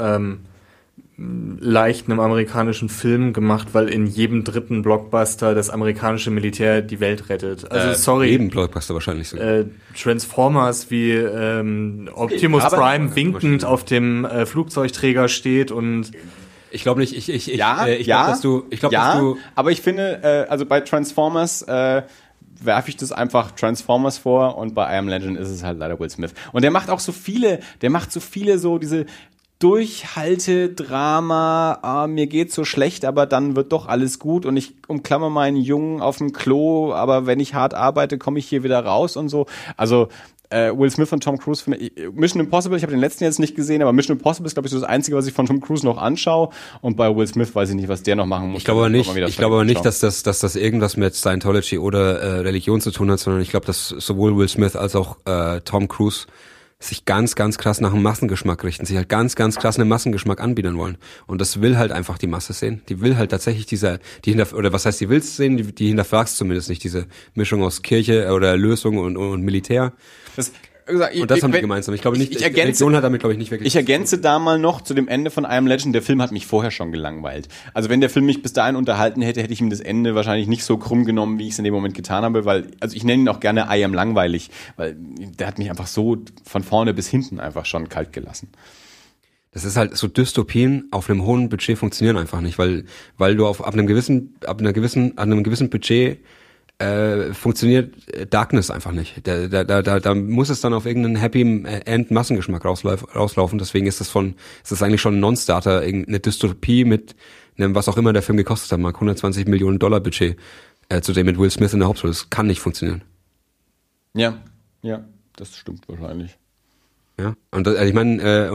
C: leicht einem amerikanischen Film gemacht, weil in jedem dritten Blockbuster das amerikanische Militär die Welt rettet. Also sorry.
D: Jedem Blockbuster wahrscheinlich so.
C: Transformers wie Optimus Prime winkend auf dem Flugzeugträger steht und
D: ich glaube nicht, ich glaube, dass du
B: aber ich finde, also bei Transformers werfe ich das einfach Transformers vor und bei I Am Legend ist es halt leider Will Smith. Und der macht so viele so diese Durchhalte-Drama, mir geht's so schlecht, aber dann wird doch alles gut und ich umklammer meinen Jungen auf dem Klo, aber wenn ich hart arbeite, komme ich hier wieder raus und so. Also Will Smith und Tom Cruise, Mission Impossible, ich habe den letzten jetzt nicht gesehen, aber Mission Impossible ist, glaube ich, so das Einzige, was ich von Tom Cruise noch anschaue und bei Will Smith weiß ich nicht, was der noch machen muss.
D: Ich glaube aber nicht, dass das irgendwas mit Scientology oder Religion zu tun hat, sondern ich glaube, dass sowohl Will Smith als auch Tom Cruise sich ganz, ganz krass nach dem Massengeschmack richten, sich halt ganz, ganz krass einen Massengeschmack anbieten wollen. Und das will halt einfach die Masse sehen. Die will halt tatsächlich die will's sehen, die hinterfragt zumindest nicht, diese Mischung aus Kirche oder Erlösung und Militär. Und das haben die gemeinsam. Ich glaube nicht, Religion hat damit, glaube ich, nicht wirklich.
B: Ich ergänze da mal noch zu dem Ende von I Am Legend. Der Film hat mich vorher schon gelangweilt. Also wenn der Film mich bis dahin unterhalten hätte, hätte ich ihm das Ende wahrscheinlich nicht so krumm genommen, wie ich es in dem Moment getan habe, weil, also ich nenne ihn auch gerne I Am langweilig, weil der hat mich einfach so von vorne bis hinten einfach schon kalt gelassen.
D: Das ist halt so, Dystopien auf einem hohen Budget funktionieren einfach nicht, weil du ab einem gewissen Budget funktioniert Darkness einfach nicht. Da muss es dann auf irgendeinen Happy End Massengeschmack rauslaufen. Deswegen ist das eigentlich schon ein Non-Starter, eine Dystopie mit einem, was auch immer der Film gekostet hat, mal $120 Millionen Budget, zudem mit Will Smith in der Hauptrolle. Das kann nicht funktionieren.
B: Ja, das stimmt wahrscheinlich.
D: Ja, und ich meine,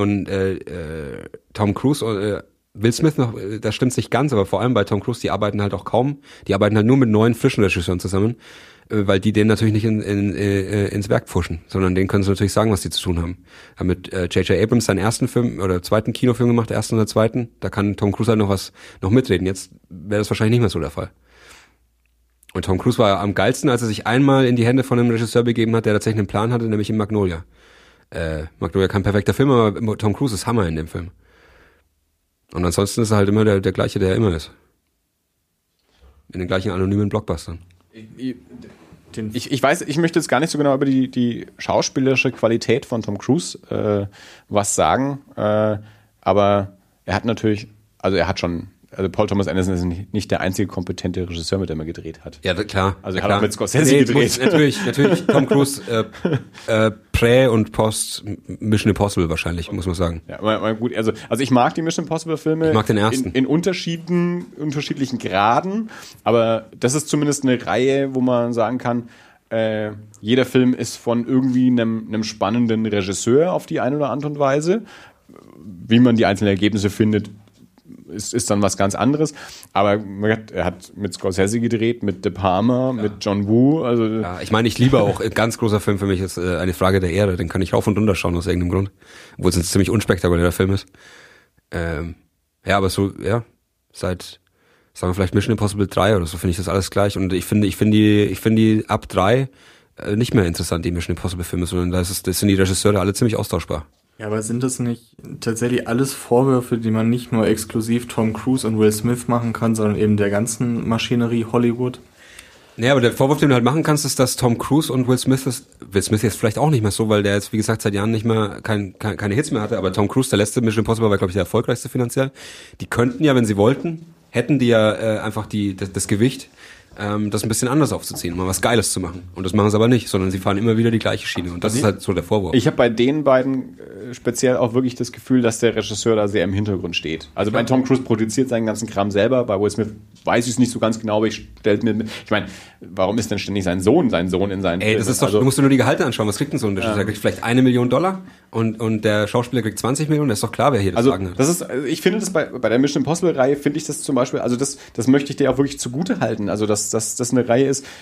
D: Tom Cruise, Will Smith noch, das stimmt nicht ganz, aber vor allem bei Tom Cruise, die arbeiten halt auch kaum, die arbeiten halt nur mit neuen, frischen Regisseuren zusammen, weil die denen natürlich nicht ins Werk pfuschen, sondern denen können sie natürlich sagen, was die zu tun haben. Haben mit J.J. Abrams seinen ersten Film oder zweiten Kinofilm gemacht, ersten oder zweiten, da kann Tom Cruise halt noch mitreden. Jetzt wäre das wahrscheinlich nicht mehr so der Fall. Und Tom Cruise war am geilsten, als er sich einmal in die Hände von einem Regisseur begeben hat, der tatsächlich einen Plan hatte, nämlich in Magnolia. Magnolia kein perfekter Film, aber Tom Cruise ist Hammer in dem Film. Und ansonsten ist er halt immer der gleiche, der er immer ist. In den gleichen anonymen Blockbustern.
B: Ich weiß, ich möchte jetzt gar nicht so genau über die schauspielerische Qualität von Tom Cruise was sagen, aber er hat natürlich, also Paul Thomas Anderson ist nicht der einzige kompetente Regisseur, mit dem er gedreht hat.
D: Ja, klar.
B: Also er hat auch mit Scorsese gedreht.
D: Natürlich Tom Cruise Prä- und Post Mission Impossible wahrscheinlich, muss man sagen.
B: Ja, aber gut, also ich mag die Mission Impossible Filme.
D: Ich mag den ersten.
B: In unterschiedlichen Graden, aber das ist zumindest eine Reihe, wo man sagen kann, jeder Film ist von irgendwie einem spannenden Regisseur auf die eine oder andere Weise. Wie man die einzelnen Ergebnisse findet, ist dann was ganz anderes. Aber er hat mit Scorsese gedreht, mit De Palma, mit John Woo. Also
D: ja, ich meine, ich liebe auch, ein ganz großer Film für mich ist Eine Frage der Ehre. Den kann ich rauf und runter schauen aus irgendeinem Grund. Obwohl es ein ziemlich unspektakulärer Film ist. Ja, aber so, ja, seit, sagen wir vielleicht Mission Impossible 3 oder so, finde ich das alles gleich. Und ich finde die ab 3 nicht mehr interessant, die Mission Impossible Filme, sondern das sind die Regisseure alle ziemlich austauschbar.
C: Ja, aber sind das nicht tatsächlich alles Vorwürfe, die man nicht nur exklusiv Tom Cruise und Will Smith machen kann, sondern eben der ganzen Maschinerie Hollywood?
D: Naja, aber der Vorwurf, den du halt machen kannst, ist, dass Tom Cruise und Will Smith jetzt vielleicht auch nicht mehr so, weil der jetzt, wie gesagt, seit Jahren nicht mehr keine Hits mehr hatte, aber Tom Cruise, der letzte Mission Impossible, war, glaube ich, der erfolgreichste finanziell. Die könnten ja, wenn sie wollten, hätten die ja einfach das Gewicht, das ein bisschen anders aufzuziehen, mal was Geiles zu machen. Und das machen sie aber nicht, sondern sie fahren immer wieder die gleiche Schiene. Und das ist halt so der Vorwurf.
B: Ich habe bei den beiden speziell auch wirklich das Gefühl, dass der Regisseur da sehr im Hintergrund steht. Also bei Tom Cruise produziert seinen ganzen Kram selber, bei Will Smith weiß ich es nicht so ganz genau, aber ich meine, warum ist denn ständig sein Sohn in seinen
D: Filmen? Das ist doch, du musst dir nur die Gehalte anschauen. Was kriegt denn so ein Regisseur? Der kriegt vielleicht $1 Million und der Schauspieler kriegt 20 Millionen. Das ist doch klar, wer hier das Sagen hat.
B: Das ist, ich finde das bei der Mission Impossible Reihe, finde ich das zum Beispiel, also das möchte ich dir auch wirklich zugute halten. Also dass das eine Reihe ist,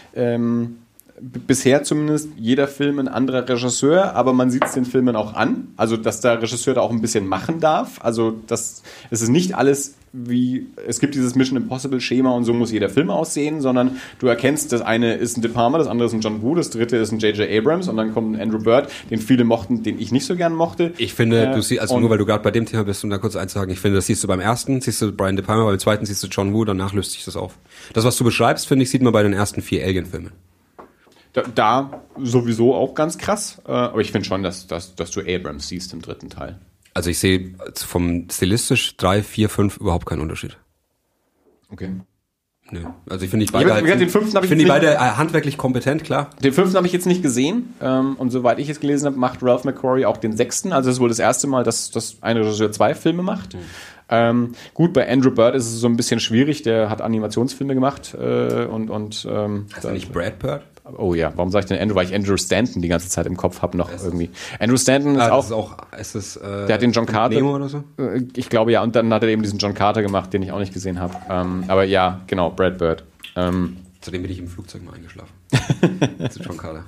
B: bisher zumindest jeder Film ein anderer Regisseur, aber man sieht es den Filmen auch an, also dass der Regisseur da auch ein bisschen machen darf, also es ist nicht alles wie, es gibt dieses Mission Impossible Schema und so muss jeder Film aussehen, sondern du erkennst, das eine ist ein De Palma, das andere ist ein John Woo, das dritte ist ein J.J. Abrams und dann kommt ein Andrew Bird, den viele mochten, den ich nicht so gern mochte.
D: Ich finde, du siehst, also nur weil du gerade bei dem Thema bist, um da kurz einzusagen, ich finde, das siehst du beim ersten, siehst du Brian De Palma, beim zweiten siehst du John Woo, danach löst sich das auf. Das, was du beschreibst, finde ich, sieht man bei den ersten 4 Alien-Filmen.
B: Da sowieso auch ganz krass, aber ich finde schon, dass du Abrams siehst im dritten Teil.
D: Also ich sehe vom stilistisch 3, 4, 5 überhaupt keinen Unterschied.
B: Okay.
D: Nö. Also ich finde die beide handwerklich kompetent, klar.
B: Den 5. habe ich jetzt nicht gesehen und soweit ich es gelesen habe, macht Ralph McQuarrie auch den 6. Also es ist wohl das erste Mal, dass ein Regisseur 2 Filme macht. Gut, bei Andrew Bird ist es so ein bisschen schwierig, der hat Animationsfilme gemacht und
D: heißt er nicht Brad Bird?
B: Oh ja, warum sage ich denn Andrew? Weil ich Andrew Stanton die ganze Zeit im Kopf habe noch irgendwie. Andrew Stanton ist der hat den John Carter.
D: Nemo oder so?
B: Ich glaube ja, und dann hat er eben diesen John Carter gemacht, den ich auch nicht gesehen habe. Aber ja, genau, Brad Bird.
D: Zudem bin ich im Flugzeug mal eingeschlafen. Zu John Carter.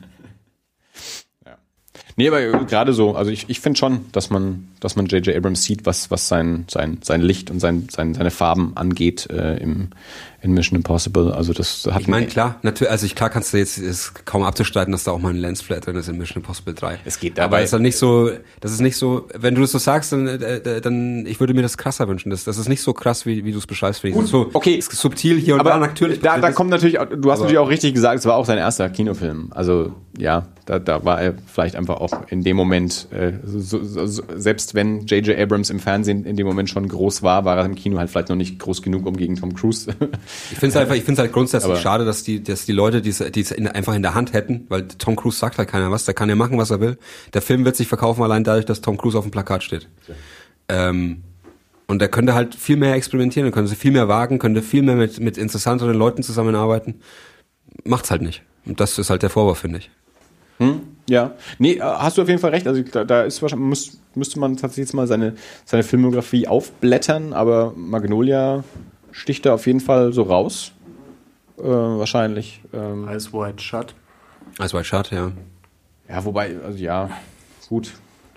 B: Ja. Nee, aber gerade so, also ich finde schon, dass man J.J. Abrams sieht, was sein Licht und seine Farben angeht in Mission Impossible. Also das hat.
D: Ich meine, klar, natürlich, also klar kannst du jetzt, ist kaum abzustreiten, dass da auch mal ein Lensflare drin ist in Mission Impossible 3.
B: Es geht dabei.
D: Aber ist das ist nicht so, wenn du das so sagst, dann ich würde mir das krasser wünschen. Das ist nicht so krass, wie du es beschreibst, finde ich. So,
B: okay.
D: Ist subtil hier und
B: aber
D: da natürlich.
B: Da kommt natürlich, du hast natürlich auch richtig gesagt, es war auch sein erster Kinofilm. Also ja, da war er vielleicht einfach auch in dem Moment, selbst wenn J.J. Abrams im Fernsehen in dem Moment schon groß war, war er im Kino halt vielleicht noch nicht groß genug, um gegen Tom Cruise.
D: Ich finde es halt grundsätzlich schade, dass die Leute, die es einfach in der Hand hätten, weil Tom Cruise sagt halt keiner was, der kann ja machen, was er will. Der Film wird sich verkaufen allein dadurch, dass Tom Cruise auf dem Plakat steht. Ja. Und der könnte halt viel mehr experimentieren, könnte viel mehr wagen, könnte viel mehr mit interessanteren Leuten zusammenarbeiten. Macht's halt nicht. Und das ist halt der Vorwurf, finde ich.
B: Ja, nee, hast du auf jeden Fall recht. Also da ist wahrscheinlich müsste man tatsächlich jetzt mal seine Filmografie aufblättern, aber Magnolia sticht da auf jeden Fall so raus. Wahrscheinlich.
C: Eyes Wide Shut.
D: Eyes Wide Shut, ja.
B: Ja, wobei, also ja, gut.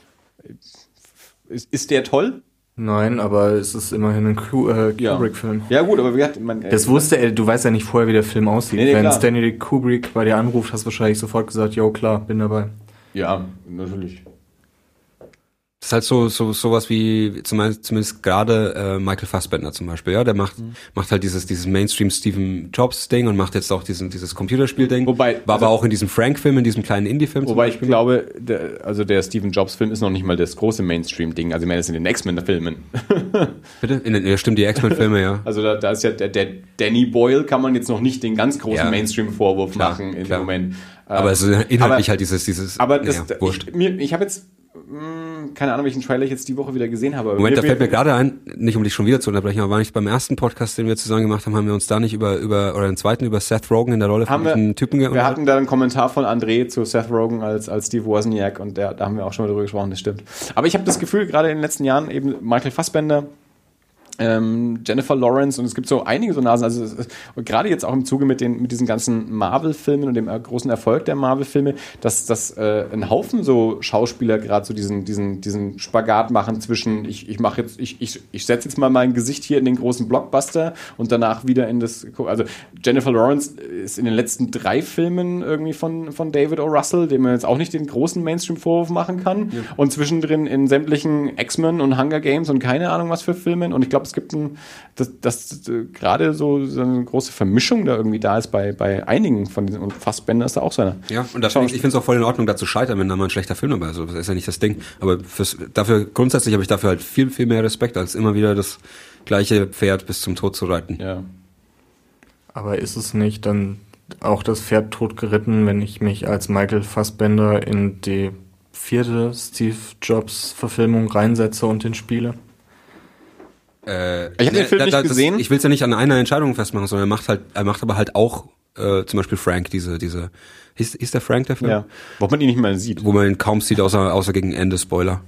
B: Ist der toll?
C: Nein, aber es ist immerhin ein Kubrick-Film.
B: Ja gut, aber
C: das wusste er, du weißt ja nicht vorher, wie der Film aussieht.
B: Nee,
C: wenn
B: klar.
C: Stanley Kubrick bei dir anruft, hast du wahrscheinlich sofort gesagt, jo klar, bin dabei.
B: Ja, natürlich.
D: Das ist halt sowas wie zumindest gerade Michael Fassbender zum Beispiel, ja, der macht halt dieses Mainstream Stephen Jobs Ding und macht jetzt auch dieses Computerspiel-Ding. War aber auch in diesem Frank-Film, in diesem kleinen Indie-Film.
B: Wobei ich glaube, der Stephen Jobs-Film ist noch nicht mal das große Mainstream-Ding. Also ich meine, das sind in den X-Men-Filmen.
D: Bitte? Ja, stimmt, die X-Men-Filme, ja.
B: Also da ist ja der Danny Boyle, kann man jetzt noch nicht den ganz großen Mainstream-Vorwurf machen im Moment.
D: Aber es ist inhaltlich halt dieses
B: aber
D: wurscht.
B: Ich habe jetzt keine Ahnung, welchen Trailer ich jetzt die Woche wieder gesehen habe.
D: Moment, da fällt mir gerade ein, nicht um dich schon wieder zu unterbrechen, aber war nicht beim ersten Podcast, den wir zusammen gemacht haben wir uns da nicht über den zweiten über Seth Rogen in der Rolle von diesem Typen
B: Wir hatten da einen Kommentar von André zu Seth Rogen als Steve Wozniak und da haben wir auch schon mal drüber gesprochen, das stimmt. Aber ich habe das Gefühl, gerade in den letzten Jahren eben Michael Fassbender, Jennifer Lawrence und es gibt so einige so Nasen, also gerade jetzt auch im Zuge mit diesen ganzen Marvel-Filmen und dem großen Erfolg der Marvel-Filme, dass ein Haufen so Schauspieler gerade so diesen Spagat machen zwischen ich setze jetzt mal mein Gesicht hier in den großen Blockbuster und danach wieder in das, also Jennifer Lawrence ist in den letzten 3 Filmen irgendwie von David O. Russell, dem man jetzt auch nicht den großen Mainstream-Vorwurf machen kann und zwischendrin in sämtlichen X-Men und Hunger Games und keine Ahnung was für Filmen und ich glaube, es gibt gerade so eine große Vermischung da irgendwie da ist bei einigen von diesen, und Fassbender ist da auch so einer.
D: Ja, und ich finde es auch voll in Ordnung, da zu scheitern, wenn da mal ein schlechter Film dabei ist. Das ist ja nicht das Ding. Aber grundsätzlich habe ich dafür halt viel, viel mehr Respekt, als immer wieder das gleiche Pferd bis zum Tod zu reiten.
B: Ja.
C: Aber ist es nicht dann auch das Pferd totgeritten, wenn ich mich als Michael Fassbender in die 4. Steve Jobs Verfilmung reinsetze und den spiele?
B: Ich habe den Film nicht gesehen.
D: Ich will es ja nicht an einer Entscheidung festmachen, sondern er macht aber halt auch zum Beispiel Frank, hieß der Frank der Film?
B: Ja, wo man ihn nicht mehr sieht.
D: Wo man ihn kaum sieht, außer gegen Ende, Spoiler.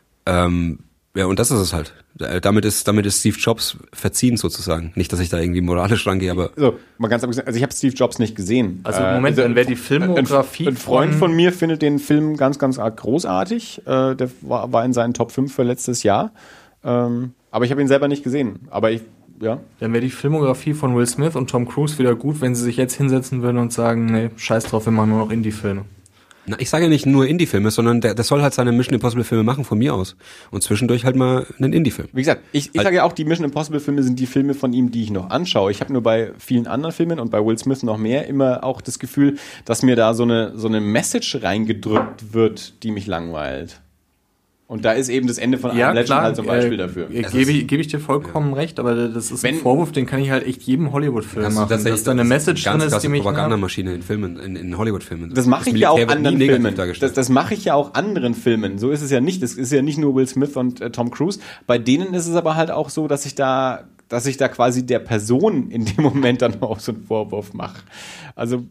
D: Ja, und das ist es halt. Damit ist Steve Jobs verziehen sozusagen. Nicht, dass ich da irgendwie moralisch rangehe, aber...
B: So, mal ganz ehrlich, also ich habe Steve Jobs nicht gesehen.
C: Also Moment, dann wäre die Filmografie...
B: Ein Freund von mir findet den Film ganz, ganz arg großartig. Der war in seinen Top 5 für letztes Jahr. Aber ich habe ihn selber nicht gesehen. Aber ja.
C: Dann wäre die Filmografie von Will Smith und Tom Cruise wieder gut, wenn sie sich jetzt hinsetzen würden und sagen, nee, scheiß drauf, wir machen nur noch Indie-Filme.
D: Na, ich sage ja nicht nur Indie-Filme, sondern der soll halt seine Mission Impossible-Filme machen von mir aus. Und zwischendurch halt mal einen Indie-Film.
B: Wie gesagt, ich sage ja auch, die Mission Impossible-Filme sind die Filme von ihm, die ich noch anschaue. Ich habe nur bei vielen anderen Filmen und bei Will Smith noch mehr immer auch das Gefühl, dass mir da so eine Message reingedrückt wird, die mich langweilt. Und da ist eben das Ende von
C: ja,
B: Legend halt zum Beispiel dafür.
C: Gebe ich dir vollkommen recht, aber das ist ein Vorwurf, den kann ich halt echt jedem Hollywood-Film machen. Dass da eine Message drin ist, die mich
D: Propagandamaschine in Filmen, in Hollywood-Filmen.
B: Das mache ich ja auch anderen Filmen. Das mache ich ja auch anderen Filmen. So ist es ja nicht. Das ist ja nicht nur Will Smith und Tom Cruise. Bei denen ist es aber halt auch so, dass ich da quasi der Person in dem Moment dann auch so einen Vorwurf mache. Also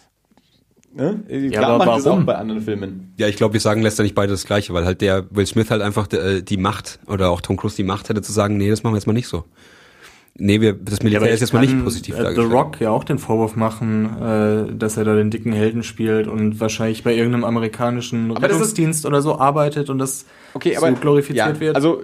B: ne? Klar, macht das auch bei anderen Filmen.
D: Ja, ich glaube, wir sagen letztendlich beide das Gleiche, weil halt der Will Smith halt einfach die Macht oder auch Tom Cruise die Macht hätte zu sagen, nee, das machen wir jetzt mal nicht so. Nee, das Militär ist jetzt mal nicht positiv dargestellt.
C: The Rock ja auch den Vorwurf machen, dass er da den dicken Helden spielt und wahrscheinlich bei irgendeinem amerikanischen Rettungsdienst oder so arbeitet und das so glorifiziert wird.
B: Also,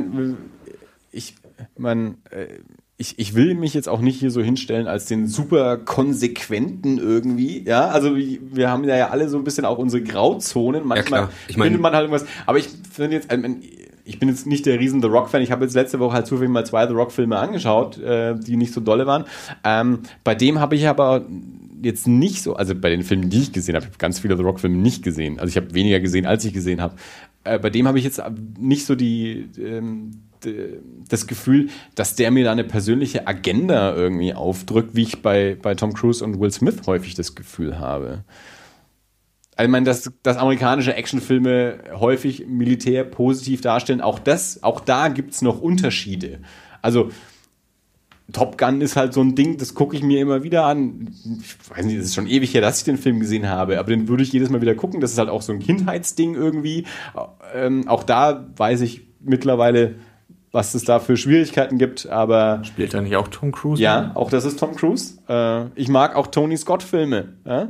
B: ich will mich jetzt auch nicht hier so hinstellen als den super konsequenten irgendwie, ja, also wir haben ja alle so ein bisschen auch unsere Grauzonen, manchmal findet man halt irgendwas, aber ich finde jetzt, ich bin jetzt nicht der riesen The Rock-Fan, ich habe jetzt letzte Woche halt zufällig mal 2 The Rock-Filme angeschaut, die nicht so dolle waren, bei dem habe ich aber jetzt nicht so, also bei den Filmen, die ich gesehen habe, ich habe ganz viele The Rock-Filme nicht gesehen, also ich habe weniger gesehen, als ich gesehen habe, bei dem habe ich jetzt nicht so das Gefühl, dass der mir da eine persönliche Agenda irgendwie aufdrückt, wie ich bei Tom Cruise und Will Smith häufig das Gefühl habe. Also ich meine, dass amerikanische Actionfilme häufig Militär positiv darstellen, auch da gibt's noch Unterschiede. Also Top Gun ist halt so ein Ding, das gucke ich mir immer wieder an. Ich weiß nicht, es ist schon ewig her, dass ich den Film gesehen habe, aber den würde ich jedes Mal wieder gucken. Das ist halt auch so ein Kindheitsding irgendwie. Auch da weiß ich mittlerweile, was es da für Schwierigkeiten gibt, aber...
C: Spielt da nicht auch Tom Cruise?
B: Ja, auch das ist Tom Cruise. Ich mag auch Tony Scott-Filme. Ja?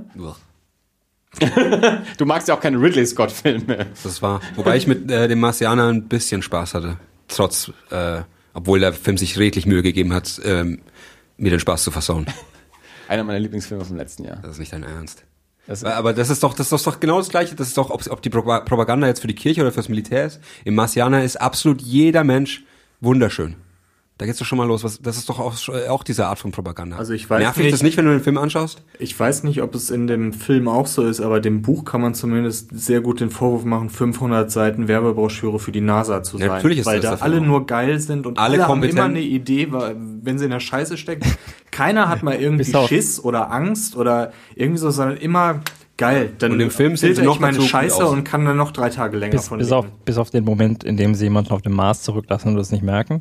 B: Du magst ja auch keine Ridley Scott-Filme.
D: Das war, wobei ich mit dem Marsianer ein bisschen Spaß hatte. Obwohl der Film sich redlich Mühe gegeben hat, mir den Spaß zu versauen.
B: Einer meiner Lieblingsfilme vom letzten Jahr.
D: Das ist nicht dein Ernst. Aber das ist doch genau das Gleiche. Das ist doch, ob die Propaganda jetzt für die Kirche oder fürs Militär ist. Im Marsianer ist absolut jeder Mensch wunderschön. Da geht's doch schon mal los. Das ist doch auch diese Art von Propaganda.
C: Also ich weiß
D: Nervt dich das nicht, wenn du den Film anschaust?
C: Ich weiß nicht, ob es in dem Film auch so ist, aber dem Buch kann man zumindest sehr gut den Vorwurf machen, 500 Seiten Werbebroschüre für die NASA zu sein.
D: Ja, natürlich ist
C: weil
D: das
C: da alle nur geil sind und alle haben immer eine Idee, wenn sie in der Scheiße stecken. Keiner hat mal irgendwie Schiss oder Angst oder irgendwie so, sondern immer... Geil, dann
D: und im Film sind
C: noch meine Scheiße und kann dann noch 3 Tage länger von leben.
A: Bis auf den Moment, in dem sie jemanden auf dem Mars zurücklassen und das nicht merken.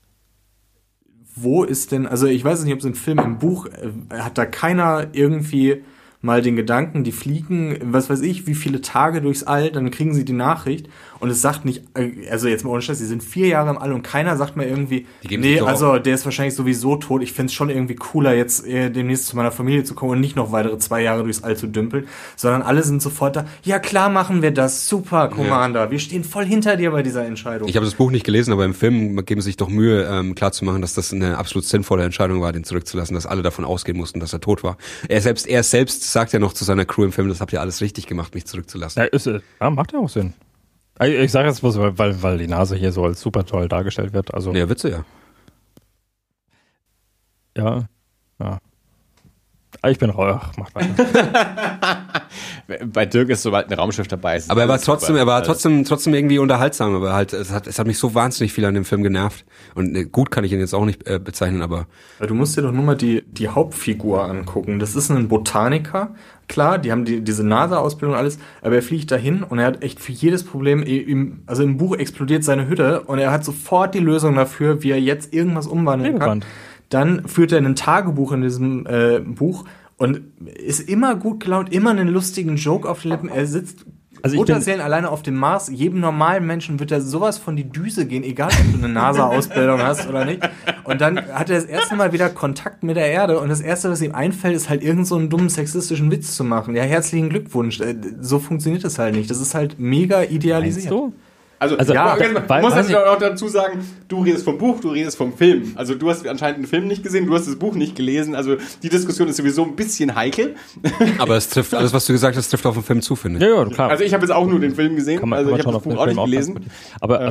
C: Wo ist denn, also ich weiß nicht, ob es im Film, im Buch, hat da keiner irgendwie mal den Gedanken, die fliegen, was weiß ich, wie viele Tage durchs All, dann kriegen sie die Nachricht und es sagt nicht, also jetzt mal ohne Scheiß, sie sind 4 Jahre im All und keiner sagt mal irgendwie, nee, also der ist wahrscheinlich sowieso tot, ich find's schon irgendwie cooler, jetzt demnächst zu meiner Familie zu kommen und nicht noch weitere 2 Jahre durchs All zu dümpeln, sondern alle sind sofort da, ja klar machen wir das, super, Commander, wir stehen voll hinter dir bei dieser Entscheidung.
D: Ich habe das Buch nicht gelesen, aber im Film geben sie sich doch Mühe, klarzumachen, dass das eine absolut sinnvolle Entscheidung war, den zurückzulassen, dass alle davon ausgehen mussten, dass er tot war. Er selbst sagt ja noch zu seiner Crew im Film, das habt ihr alles richtig gemacht, mich zurückzulassen.
A: Ja, macht ja auch Sinn. Ich sage jetzt bloß, weil die Nase hier so als super toll dargestellt wird. Also
D: ja, Witze, ja.
A: Ja. Ich bin raus, macht weiter.
B: Bei Dirk ist, sobald ein Raumschiff dabei ist.
D: Aber er war trotzdem irgendwie unterhaltsam, aber halt, es hat mich so wahnsinnig viel an dem Film genervt. Und gut kann ich ihn jetzt auch nicht bezeichnen, aber.
C: Du musst dir doch nur mal die Hauptfigur angucken. Das ist ein Botaniker. Klar, die haben diese NASA-Ausbildung und alles, aber er fliegt dahin und er hat echt für jedes Problem, also im Buch explodiert seine Hütte und er hat sofort die Lösung dafür, wie er jetzt irgendwas umwandeln kann. Dann führt er ein Tagebuch in diesem Buch und ist immer gut gelaunt, immer einen lustigen Joke auf den Lippen. Er sitzt Mutterseelen alleine auf dem Mars. Jedem normalen Menschen wird er sowas von die Düse gehen, egal ob du eine NASA-Ausbildung hast oder nicht. Und dann hat er das erste Mal wieder Kontakt mit der Erde und das Erste, was ihm einfällt, ist halt irgend so einen dummen sexistischen Witz zu machen. Ja, herzlichen Glückwunsch. So funktioniert das halt nicht. Das ist halt mega idealisiert.
B: Meinst du? Also ja, du musst natürlich auch dazu sagen, du redest vom Buch, du redest vom Film. Also du hast anscheinend den Film nicht gesehen, du hast das Buch nicht gelesen. Also die Diskussion ist sowieso ein bisschen heikel.
D: Aber es trifft, alles was du gesagt hast, trifft auf den Film zu, finde ich.
A: Ja, klar.
B: Also ich habe jetzt auch nur den Film gesehen, also ich habe das Buch auch nicht gelesen.
A: Aber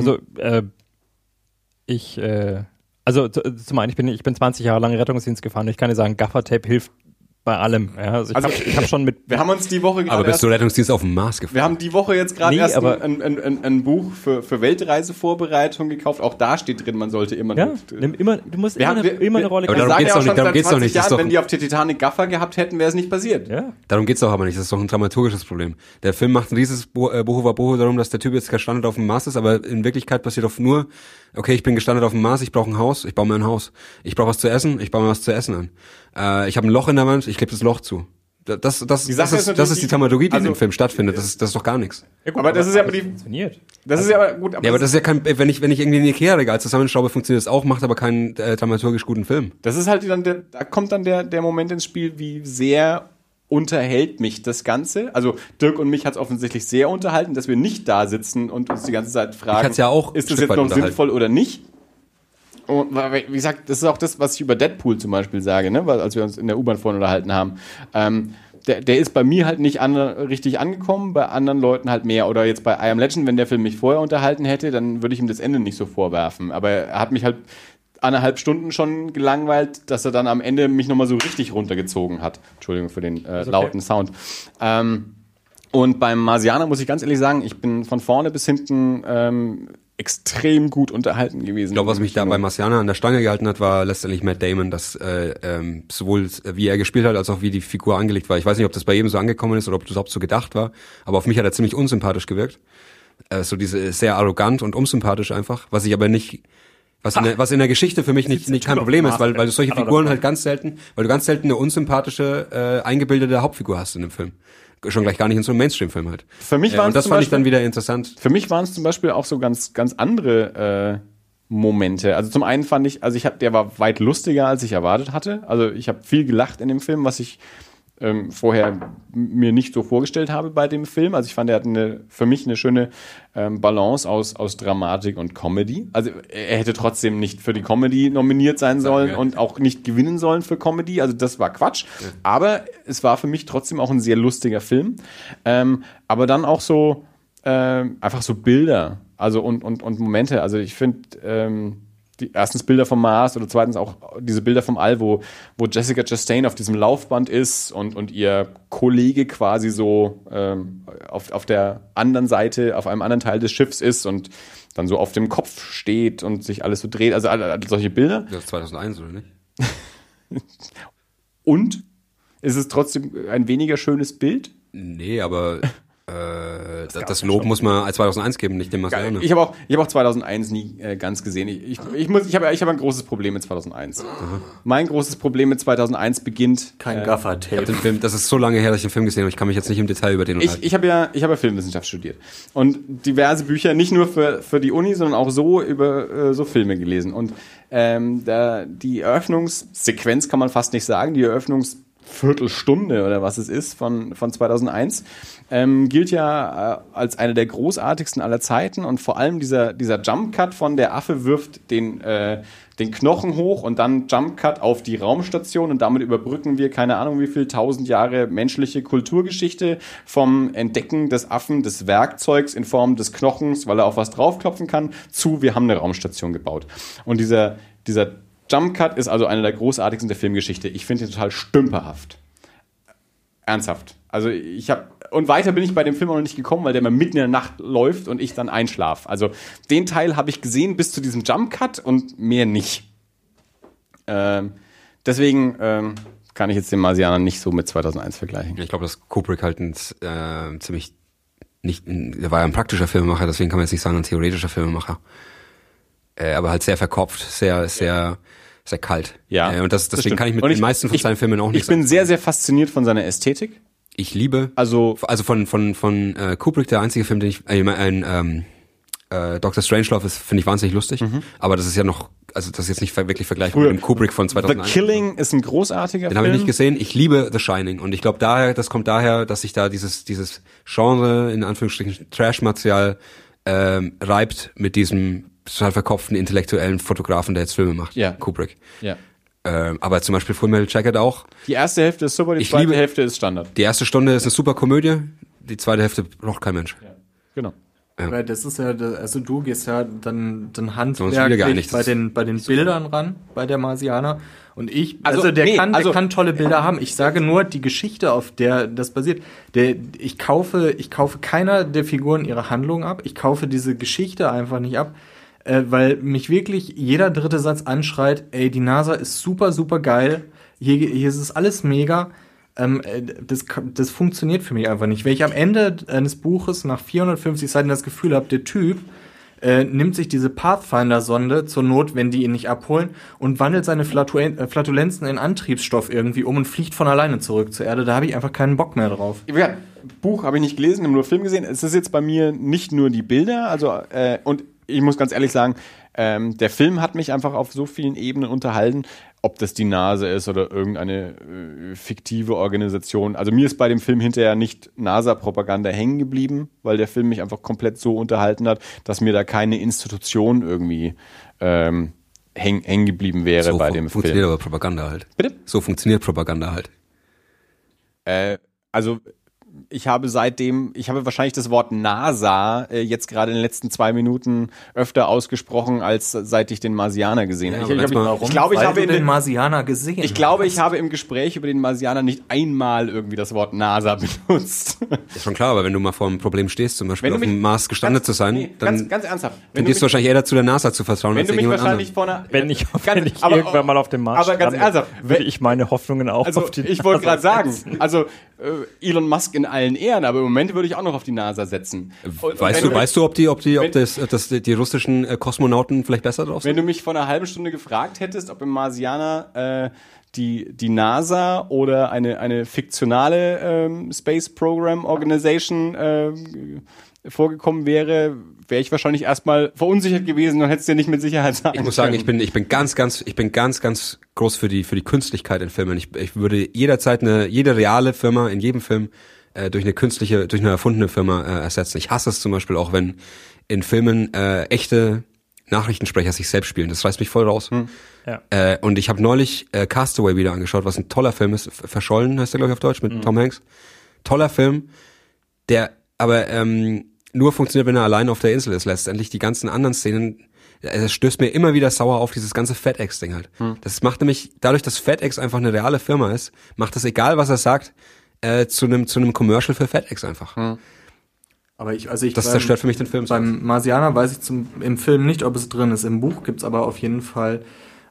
A: zum einen, ich bin 20 Jahre lang Rettungsdienst gefahren und ich kann dir sagen, Gaffertape hilft bei allem. Ja, also ich hab schon mit.
B: Wir haben uns die Woche gerade.
D: Aber bist du Rettungsdienst auf dem Mars gefahren?
B: Wir haben die Woche jetzt gerade ein Buch für Weltreisevorbereitung gekauft. Auch da steht drin, man sollte immer.
A: Ja, du musst immer eine Rolle.
D: Aber darum geht's doch nicht. Darum geht's doch nicht.
B: Wenn die auf der Titanic Gaffer gehabt hätten, wäre es nicht passiert.
A: Ja.
D: Darum geht's doch aber nicht. Das ist doch ein dramaturgisches Problem. Der Film macht ein rieses Bohu darum, dass der Typ jetzt gestrandet auf dem Mars ist, aber in Wirklichkeit passiert doch nur, okay, ich bin gestrandet auf dem Mars, ich brauche ein Haus, ich baue mir ein Haus. Ich brauche was zu essen, ich baue mir was zu essen an. Ich habe ein Loch in der Wand, ich klebe das Loch zu. Das ist die Dramaturgie, die in dem Film stattfindet. Das ist doch gar nichts.
B: Ja, gut, aber das ist ja aber gut.
D: Aber das ist ja kein, wenn ich irgendwie ein Ikea-Regal zusammenschraube, funktioniert das auch, macht aber keinen dramaturgisch guten Film.
B: Das ist halt dann da kommt dann der Moment ins Spiel, wie sehr unterhält mich das Ganze. Also Dirk und mich hat es offensichtlich sehr unterhalten, dass wir nicht da sitzen und uns die ganze Zeit fragen,
D: ja auch
B: ist das jetzt noch sinnvoll oder nicht? Und wie gesagt, das ist auch das, was ich über Deadpool zum Beispiel sage, ne? Weil als wir uns in der U-Bahn vorhin unterhalten haben. Der ist bei mir halt nicht richtig angekommen, bei anderen Leuten halt mehr. Oder jetzt bei I Am Legend, wenn der Film mich vorher unterhalten hätte, dann würde ich ihm das Ende nicht so vorwerfen. Aber er hat mich halt 1,5 Stunden schon gelangweilt, dass er dann am Ende mich nochmal so richtig runtergezogen hat. Entschuldigung für den lauten Sound. Und beim Marsianer muss ich ganz ehrlich sagen, ich bin von vorne bis hinten extrem gut unterhalten gewesen.
D: Ich glaube, was mich da bei Marsianer an der Stange gehalten hat, war letztendlich Matt Damon, dass sowohl wie er gespielt hat, als auch wie die Figur angelegt war. Ich weiß nicht, ob das bei jedem so angekommen ist oder ob das überhaupt so gedacht war, aber auf mich hat er ziemlich unsympathisch gewirkt. So diese sehr arrogant und unsympathisch einfach, was ich aber nicht, was in der Geschichte für mich nicht kein Problem ist, weil du solche Figuren halt ganz selten eine unsympathische, eingebildete Hauptfigur hast in dem Film. Schon gleich gar nicht in so einem Mainstream-Film halt.
B: Für mich
D: und das fand ich dann wieder interessant.
B: Für mich waren es zum Beispiel auch so ganz, ganz andere Momente. Also zum einen fand ich, der war weit lustiger, als ich erwartet hatte. Also ich habe viel gelacht in dem Film, was ich vorher mir nicht so vorgestellt habe bei dem Film. Also ich fand, er hat für mich eine schöne Balance aus Dramatik und Comedy. Also er hätte trotzdem nicht für die Comedy nominiert sein sollen und auch nicht gewinnen sollen für Comedy. Also das war Quatsch. Ja. Aber es war für mich trotzdem auch ein sehr lustiger Film. Aber dann auch so einfach so Bilder, also und Momente. Also ich finde erstens Bilder vom Mars oder zweitens auch diese Bilder vom All, wo Jessica Chastain auf diesem Laufband ist und ihr Kollege quasi so auf der anderen Seite, auf einem anderen Teil des Schiffs ist und dann so auf dem Kopf steht und sich alles so dreht. Also solche Bilder.
D: Das ist 2001, oder nicht?
B: Und? Ist es trotzdem ein weniger schönes Bild?
D: Nee, aber das Lob muss man als 2001 geben, nicht dem Marsianer.
B: Ich habe auch 2001 nie ganz gesehen. Ich habe ein großes Problem mit 2001. Mein großes Problem mit 2001 beginnt...
C: Kein Gaffer-Tape.
D: Das ist so lange her, dass ich den Film gesehen habe. Ich kann mich jetzt nicht im Detail über den unterhalten.
B: Ich habe ja Filmwissenschaft studiert. Und diverse Bücher, nicht nur für die Uni, sondern auch so über so Filme gelesen. Und die Eröffnungssequenz kann man fast nicht sagen, die Viertelstunde oder was es ist von 2001, gilt ja als eine der großartigsten aller Zeiten und vor allem dieser Jump-Cut von der Affe wirft den Knochen hoch und dann Jump-Cut auf die Raumstation und damit überbrücken wir keine Ahnung wie viel 1000 Jahre menschliche Kulturgeschichte vom Entdecken des Affen, des Werkzeugs in Form des Knochens, weil er auf was draufklopfen kann, zu wir haben eine Raumstation gebaut. Und dieser Jump Cut ist also einer der großartigsten der Filmgeschichte. Ich finde ihn total stümperhaft. Ernsthaft. Also und weiter bin ich bei dem Film auch noch nicht gekommen, weil der mal mitten in der Nacht läuft und ich dann einschlafe. Also den Teil habe ich gesehen bis zu diesem Jump Cut und mehr nicht. Deswegen kann ich jetzt den Marsianer nicht so mit 2001 vergleichen.
D: Ich glaube, dass Kubrick halt ziemlich der war ja ein praktischer Filmemacher, deswegen kann man jetzt nicht sagen ein theoretischer Filmemacher. Aber halt sehr verkopft, sehr kalt.
B: Ja.
D: Und deswegen kann ich mit den meisten von seinen Filmen auch nicht sagen.
B: Ich bin sehr, sehr fasziniert von seiner Ästhetik.
D: Ich liebe,
B: also
D: von Kubrick, der einzige Film, den ich, Dr. Strangelove finde ich wahnsinnig lustig, aber das ist ja noch, also das ist jetzt nicht wirklich vergleichbar mit dem Kubrick von 2001.
B: The Killing ist ein großartiger Film.
D: Den habe ich nicht gesehen. Ich liebe The Shining und ich glaube das kommt daher, dass sich da dieses Genre, in Anführungsstrichen Trash-Material, reibt mit diesem total verkopften intellektuellen Fotografen, der jetzt Filme macht.
B: Ja.
D: Kubrick.
B: Ja.
D: Aber zum Beispiel Full Metal Jacket auch.
B: Die erste Hälfte ist super, die zweite Hälfte ist Standard.
D: Die erste Stunde ist eine super Komödie, die zweite Hälfte braucht kein Mensch.
B: Ja. Genau.
C: Weil das ist ja, also du gehst ja dann handwerklich bei den Bildern ran, bei der Marsianer. Und der kann tolle Bilder haben. Ich sage nur, die Geschichte, auf der das basiert, ich kaufe keiner der Figuren ihre Handlung ab. Ich kaufe diese Geschichte einfach nicht ab, weil mich wirklich jeder dritte Satz anschreit, ey, die NASA ist super, super geil. Hier ist es alles mega. Das funktioniert für mich einfach nicht. Wenn ich am Ende eines Buches nach 450 Seiten das Gefühl habe, der Typ nimmt sich diese Pathfinder-Sonde zur Not, wenn die ihn nicht abholen, und wandelt seine Flatulenzen in Antriebsstoff irgendwie um und fliegt von alleine zurück zur Erde, da habe ich einfach keinen Bock mehr drauf.
B: Ja, Buch habe ich nicht gelesen, habe nur Film gesehen. Es ist jetzt bei mir nicht nur die Bilder, also und ich muss ganz ehrlich sagen, der Film hat mich einfach auf so vielen Ebenen unterhalten, ob das die NASA ist oder irgendeine fiktive Organisation. Also mir ist bei dem Film hinterher nicht NASA-Propaganda hängen geblieben, weil der Film mich einfach komplett so unterhalten hat, dass mir da keine Institution irgendwie hängen geblieben wäre bei dem Film. So
D: funktioniert aber Propaganda halt.
B: Bitte?
D: So funktioniert Propaganda halt.
B: Also ich habe wahrscheinlich das Wort NASA jetzt gerade in den letzten 2 Minuten öfter ausgesprochen, als seit ich den Marsianer gesehen habe.
C: Ich glaube, ich habe den Marsianer gesehen.
B: Ich glaube, ich habe im Gespräch über den Marsianer nicht einmal irgendwie das Wort NASA benutzt.
D: Ist schon klar, aber wenn du mal vor einem Problem stehst, zum Beispiel auf dem Mars gestrandet zu sein, dann
B: ganz ernsthaft.
D: Dann gehst du wahrscheinlich eher dazu, der NASA zu vertrauen,
B: als irgendjemand anderem.
A: Wenn ich irgendwann mal auf dem Mars
B: strande,
A: würde ich meine Hoffnungen auch auf die NASA
B: ich wollte gerade sagen, Elon Musk in allen Ehren, aber im Moment würde ich auch noch auf die NASA setzen.
D: Weißt du, ob die russischen Kosmonauten vielleicht besser drauf sind?
B: Wenn du mich vor einer halben Stunde gefragt hättest, ob im Marsianer die NASA oder eine fiktionale Space Program Organization vorgekommen wäre, wäre ich wahrscheinlich erstmal verunsichert gewesen und hätte es dir nicht mit Sicherheit sagen können.
D: Ich muss sagen, ich bin ganz groß für die Künstlichkeit in Filmen. Ich würde jederzeit jede reale Firma in jedem Film durch eine erfundene Firma ersetzen. Ich hasse es zum Beispiel auch, wenn in Filmen echte Nachrichtensprecher sich selbst spielen. Das reißt mich voll raus.
A: Ja.
D: Und ich habe neulich Castaway wieder angeschaut, was ein toller Film ist. Verschollen heißt der, glaube ich, auf Deutsch, mit Tom Hanks. Toller Film, der aber nur funktioniert, wenn er allein auf der Insel ist. Letztendlich die ganzen anderen Szenen, es stößt mir immer wieder sauer auf, dieses ganze FedEx-Ding halt. Das macht nämlich, dadurch, dass FedEx einfach eine reale Firma ist, macht es egal, was er sagt, zu einem Commercial für FedEx einfach.
C: Aber
D: das zerstört für mich den Film.
C: Beim Marsianer weiß ich im Film nicht, ob es drin ist. Im Buch gibt's aber auf jeden Fall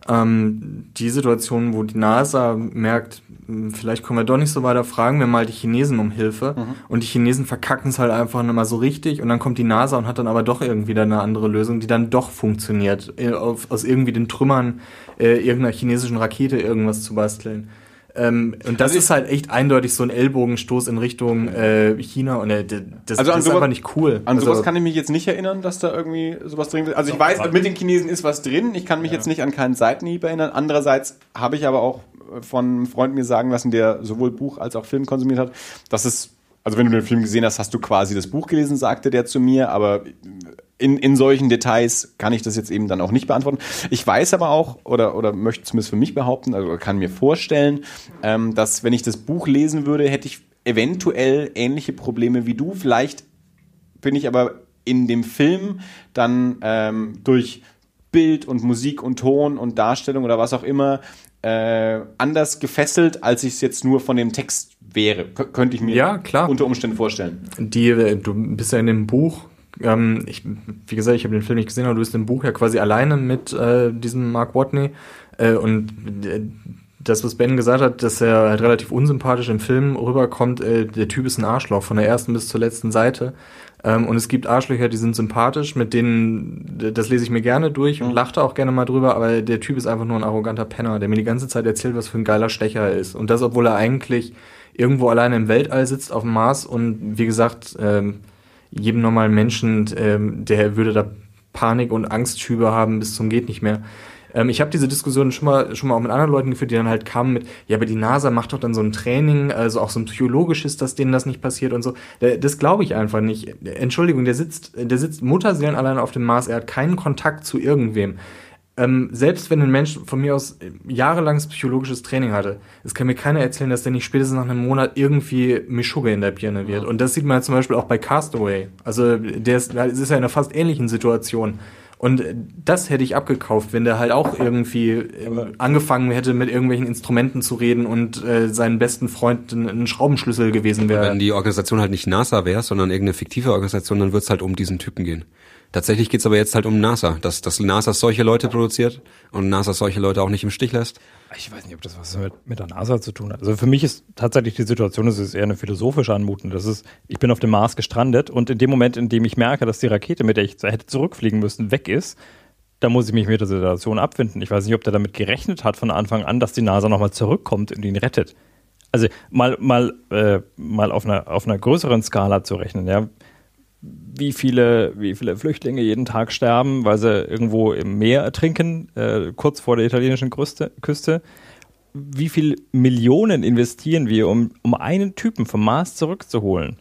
C: die Situation, wo die NASA merkt, vielleicht kommen wir doch nicht so weiter, fragen wir mal die Chinesen um Hilfe. Und die Chinesen verkacken es halt einfach nicht mal so richtig und dann kommt die NASA und hat dann aber doch irgendwie eine andere Lösung, die dann doch funktioniert, aus irgendwie den Trümmern irgendeiner chinesischen Rakete irgendwas zu basteln. Und das ist halt echt eindeutig so ein Ellbogenstoß in Richtung China und das ist einfach nicht cool.
B: An sowas kann ich mich jetzt nicht erinnern, dass da irgendwie sowas drin ist. Also ich weiß, mit den Chinesen ist was drin. Ich kann mich jetzt nicht an keinen Seitenhieb erinnern. Andererseits habe ich aber auch von einem Freund mir sagen lassen, der sowohl Buch als auch Film konsumiert hat, dass es, also wenn du den Film gesehen hast, hast du quasi das Buch gelesen, sagte der zu mir, aber in solchen Details kann ich das jetzt eben dann auch nicht beantworten. Ich weiß aber auch, oder möchte zumindest für mich behaupten, also kann mir vorstellen, dass wenn ich das Buch lesen würde, hätte ich eventuell ähnliche Probleme wie du. Vielleicht bin ich aber in dem Film dann durch Bild und Musik und Ton und Darstellung oder was auch immer anders gefesselt, als ich es jetzt nur von dem Text wäre. Könnte ich mir unter Umständen vorstellen.
C: Du bist ja in dem Buch, wie gesagt, ich habe den Film nicht gesehen, aber du bist im Buch ja quasi alleine mit diesem Mark Watney und das, was Ben gesagt hat, dass er halt relativ unsympathisch im Film rüberkommt, der Typ ist ein Arschloch, von der ersten bis zur letzten Seite. Und es gibt Arschlöcher, die sind sympathisch, mit denen, das lese ich mir gerne durch und lachte auch gerne mal drüber, aber der Typ ist einfach nur ein arroganter Penner, der mir die ganze Zeit erzählt, was für ein geiler Stecher er ist. Und das, obwohl er eigentlich irgendwo alleine im Weltall sitzt, auf dem Mars und wie gesagt, jedem normalen Menschen, der würde da Panik- und Angstschübe haben bis zum geht nicht mehr. Ich habe diese Diskussion schon mal auch mit anderen Leuten geführt, die dann halt kamen mit, ja, aber die NASA macht doch dann so ein Training, also auch so ein psychologisches, dass denen das nicht passiert und so. Das glaube ich einfach nicht. Entschuldigung, der sitzt Mutterseelen allein auf dem Mars, er hat keinen Kontakt zu irgendwem. Selbst wenn ein Mensch von mir aus jahrelanges psychologisches Training hatte, es kann mir keiner erzählen, dass der nicht spätestens nach einem Monat irgendwie Mischugge in der Birne wird. Und das sieht man ja zum Beispiel auch bei Castaway. Also es ist ja in einer fast ähnlichen Situation. Und das hätte ich abgekauft, wenn der halt auch irgendwie angefangen hätte, mit irgendwelchen Instrumenten zu reden und seinen besten Freund ein Schraubenschlüssel gewesen wäre.
D: Wenn die Organisation halt nicht NASA wäre, sondern irgendeine fiktive Organisation, dann wird es halt um diesen Typen gehen. Tatsächlich geht's aber jetzt halt um NASA, dass NASA solche Leute produziert und NASA solche Leute auch nicht im Stich lässt.
A: Ich weiß nicht, ob das was mit der NASA zu tun hat. Also für mich ist tatsächlich die Situation, das ist eher eine philosophische Anmutung. Das ist, ich bin auf dem Mars gestrandet und in dem Moment, in dem ich merke, dass die Rakete, mit der ich hätte zurückfliegen müssen, weg ist, da muss ich mich mit der Situation abfinden. Ich weiß nicht, ob der damit gerechnet hat von Anfang an, dass die NASA nochmal zurückkommt und ihn rettet. Also mal auf einer größeren Skala zu rechnen, ja. Wie viele Flüchtlinge jeden Tag sterben, weil sie irgendwo im Meer ertrinken, kurz vor der italienischen Küste. Wie viel Millionen investieren wir, um einen Typen vom Mars zurückzuholen?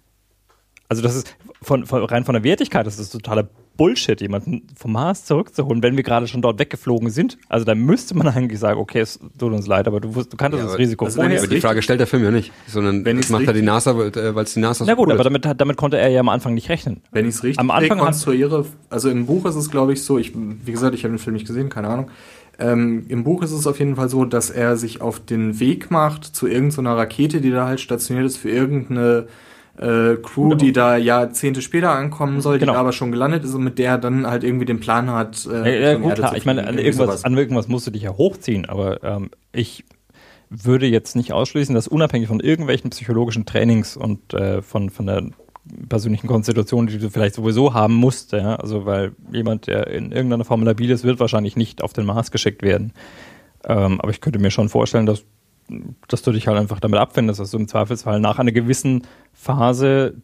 A: Also das ist rein von der Wertigkeit, das ist totaler Bullshit, jemanden vom Mars zurückzuholen, wenn wir gerade schon dort weggeflogen sind. Also da müsste man eigentlich sagen, okay, es tut uns leid, aber du kanntest das Risiko vorher.
D: Aber die Frage stellt der Film ja nicht, sondern das macht ja die NASA, weil es die NASA so
A: Na gut,
D: cool
A: aber damit konnte er ja am Anfang nicht rechnen.
C: Wenn ich es richtig rekonstruiere, also im Buch ist es, glaube ich, so, wie gesagt, ich habe den Film nicht gesehen, keine Ahnung. Im Buch ist es auf jeden Fall so, dass er sich auf den Weg macht zu irgendeiner Rakete, die da halt stationiert ist für irgendeine Crew, die da Jahrzehnte später ankommen soll, die aber schon gelandet ist und mit der dann halt irgendwie den Plan hat.
A: Gut, klar. Ich meine, an irgendwas musst du dich ja hochziehen, aber ich würde jetzt nicht ausschließen, dass unabhängig von irgendwelchen psychologischen Trainings und von der persönlichen Konstitution, die du vielleicht sowieso haben musst, ja, also weil jemand, der in irgendeiner Form labil ist, wird wahrscheinlich nicht auf den Mars geschickt werden. Aber ich könnte mir schon vorstellen, dass du dich halt einfach damit abfindest, dass du im Zweifelsfall nach einer gewissen Phase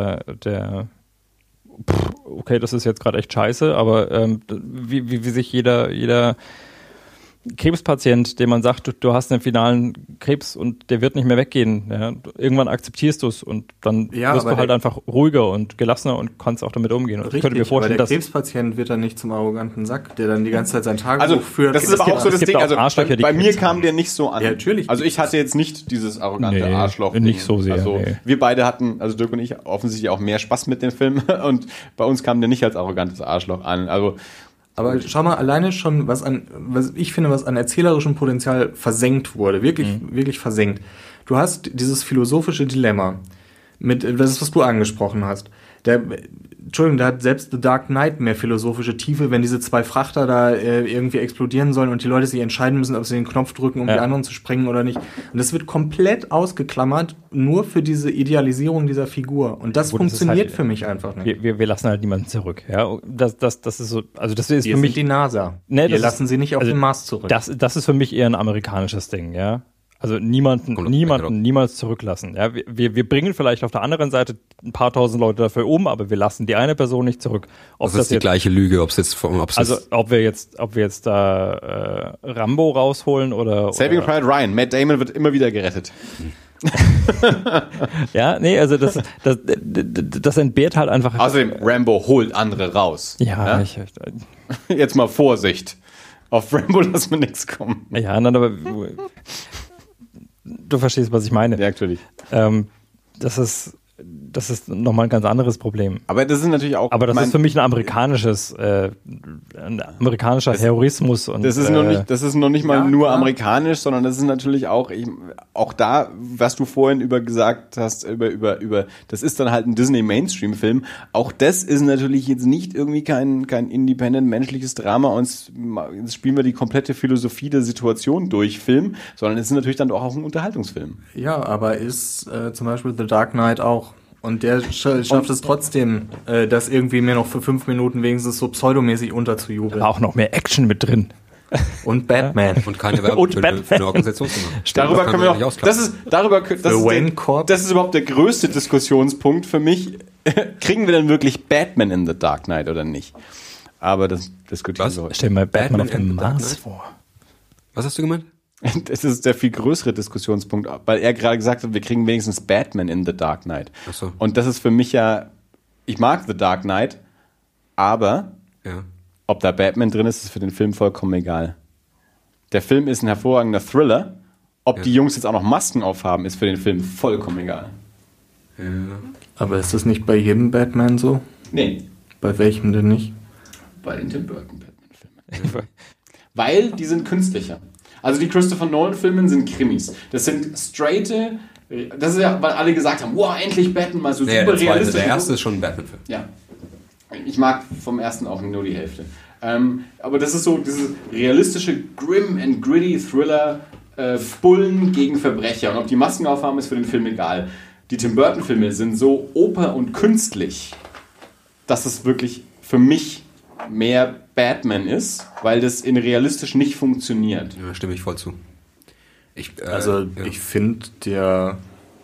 A: okay, das ist jetzt gerade echt scheiße, aber wie sich jeder Krebspatient, dem man sagt, du hast einen finalen Krebs und der wird nicht mehr weggehen. Ja. Irgendwann akzeptierst du es und dann wirst du halt einfach ruhiger und gelassener und kannst auch damit umgehen. Und
C: richtig,
A: ich könnte mir vorstellen,
C: aber der Krebspatient wird dann nicht zum arroganten Sack, der dann die ganze Zeit sein Tagebuch führt.
B: Das ist aber auch so das Ding, also bei mir kam der nicht so an.
C: Ja, natürlich.
B: Also ich hatte jetzt nicht dieses arrogante Arschloch.
A: Nicht so sehr.
B: Also wir beide hatten, also Dirk und ich, offensichtlich auch mehr Spaß mit dem Film und bei uns kam der nicht als arrogantes Arschloch an. Also
C: aber schau mal, alleine schon, was ich finde, was an erzählerischem Potenzial versenkt wurde, wirklich versenkt. Du hast dieses philosophische Dilemma das ist, was du angesprochen hast. Entschuldigung, da hat selbst The Dark Knight mehr philosophische Tiefe, wenn diese zwei Frachter da irgendwie explodieren sollen und die Leute sich entscheiden müssen, ob sie den Knopf drücken, um die anderen zu sprengen oder nicht. Und das wird komplett ausgeklammert, nur für diese Idealisierung dieser Figur. Und das funktioniert für mich einfach nicht.
A: Wir lassen halt niemanden zurück. Ja, das ist so, also das ist für mich
C: die NASA. Wir lassen sie nicht auf den Mars zurück.
A: Das ist für mich eher ein amerikanisches Ding, ja. Also niemals zurücklassen. Ja, wir bringen vielleicht auf der anderen Seite ein paar tausend Leute dafür um, aber wir lassen die eine Person nicht zurück.
D: Das ist die gleiche Lüge, ob wir
A: jetzt da Rambo rausholen oder
B: Saving Private Ryan. Matt Damon wird immer wieder gerettet.
A: Ja, nee, also das entbehrt halt einfach.
B: Außerdem Rambo holt andere raus.
A: Ja?
B: Jetzt mal Vorsicht. Auf Rambo lassen wir nichts kommen.
A: Ja, nein, aber du verstehst, was ich meine.
B: Ja, natürlich.
A: Das ist das ist nochmal ein ganz anderes Problem.
B: Aber das ist natürlich auch...
A: Aber das ist für mich ein amerikanischer Terrorismus. Und,
B: das ist noch nicht mal nur amerikanisch, sondern das ist natürlich auch da, was du vorhin gesagt hast, über das ist dann halt ein Disney-Mainstream-Film. Auch das ist natürlich jetzt nicht irgendwie kein independent menschliches Drama und jetzt spielen wir die komplette Philosophie der Situation durch Film, sondern es ist natürlich dann auch ein Unterhaltungsfilm.
C: Ja, aber ist zum Beispiel The Dark Knight auch. Und der schafft es trotzdem, das irgendwie mir noch für 5 Minuten wenigstens so pseudomäßig unterzujubeln.
A: Aber auch noch mehr Action mit drin.
C: Und Batman.
D: Und keine Werbung für eine Organisationsnummer.
B: Darüber können wir noch, das ist überhaupt der größte Diskussionspunkt für mich. Kriegen wir denn wirklich Batman in The Dark Knight oder nicht? Aber das diskutieren wir heute.
A: Stell dir mal Batman auf dem Mars vor.
D: Was hast du gemeint?
B: Das ist der viel größere Diskussionspunkt, weil er gerade gesagt hat, wir kriegen wenigstens Batman in The Dark Knight.
D: Ach so.
B: Und das ist für mich ich mag The Dark Knight, aber ob da Batman drin ist für den Film vollkommen egal. Der Film ist ein hervorragender Thriller. Ob die Jungs jetzt auch noch Masken aufhaben, ist für den Film vollkommen egal.
C: Ja. Aber ist das nicht bei jedem Batman so?
B: Nee.
C: Bei welchem denn nicht?
B: Bei den Tim Burton Batman-Filmen. Weil die sind künstlicher. Also die Christopher Nolan-Filme sind Krimis. Das sind das ist ja, weil alle gesagt haben, wow, endlich Batman, mal so super realistisch.
D: Der erste ist schon ein Batman-Film.
B: Ja. Ich mag vom ersten auch nur die Hälfte. Aber das ist so dieses realistische Grim and Gritty Thriller, Bullen gegen Verbrecher. Und ob die Masken aufhaben, ist für den Film egal. Die Tim Burton-Filme sind so oper und künstlich, dass es wirklich für mich mehr Batman ist, weil das in realistisch nicht funktioniert.
D: Ja, stimme ich voll zu.
C: Ich finde, der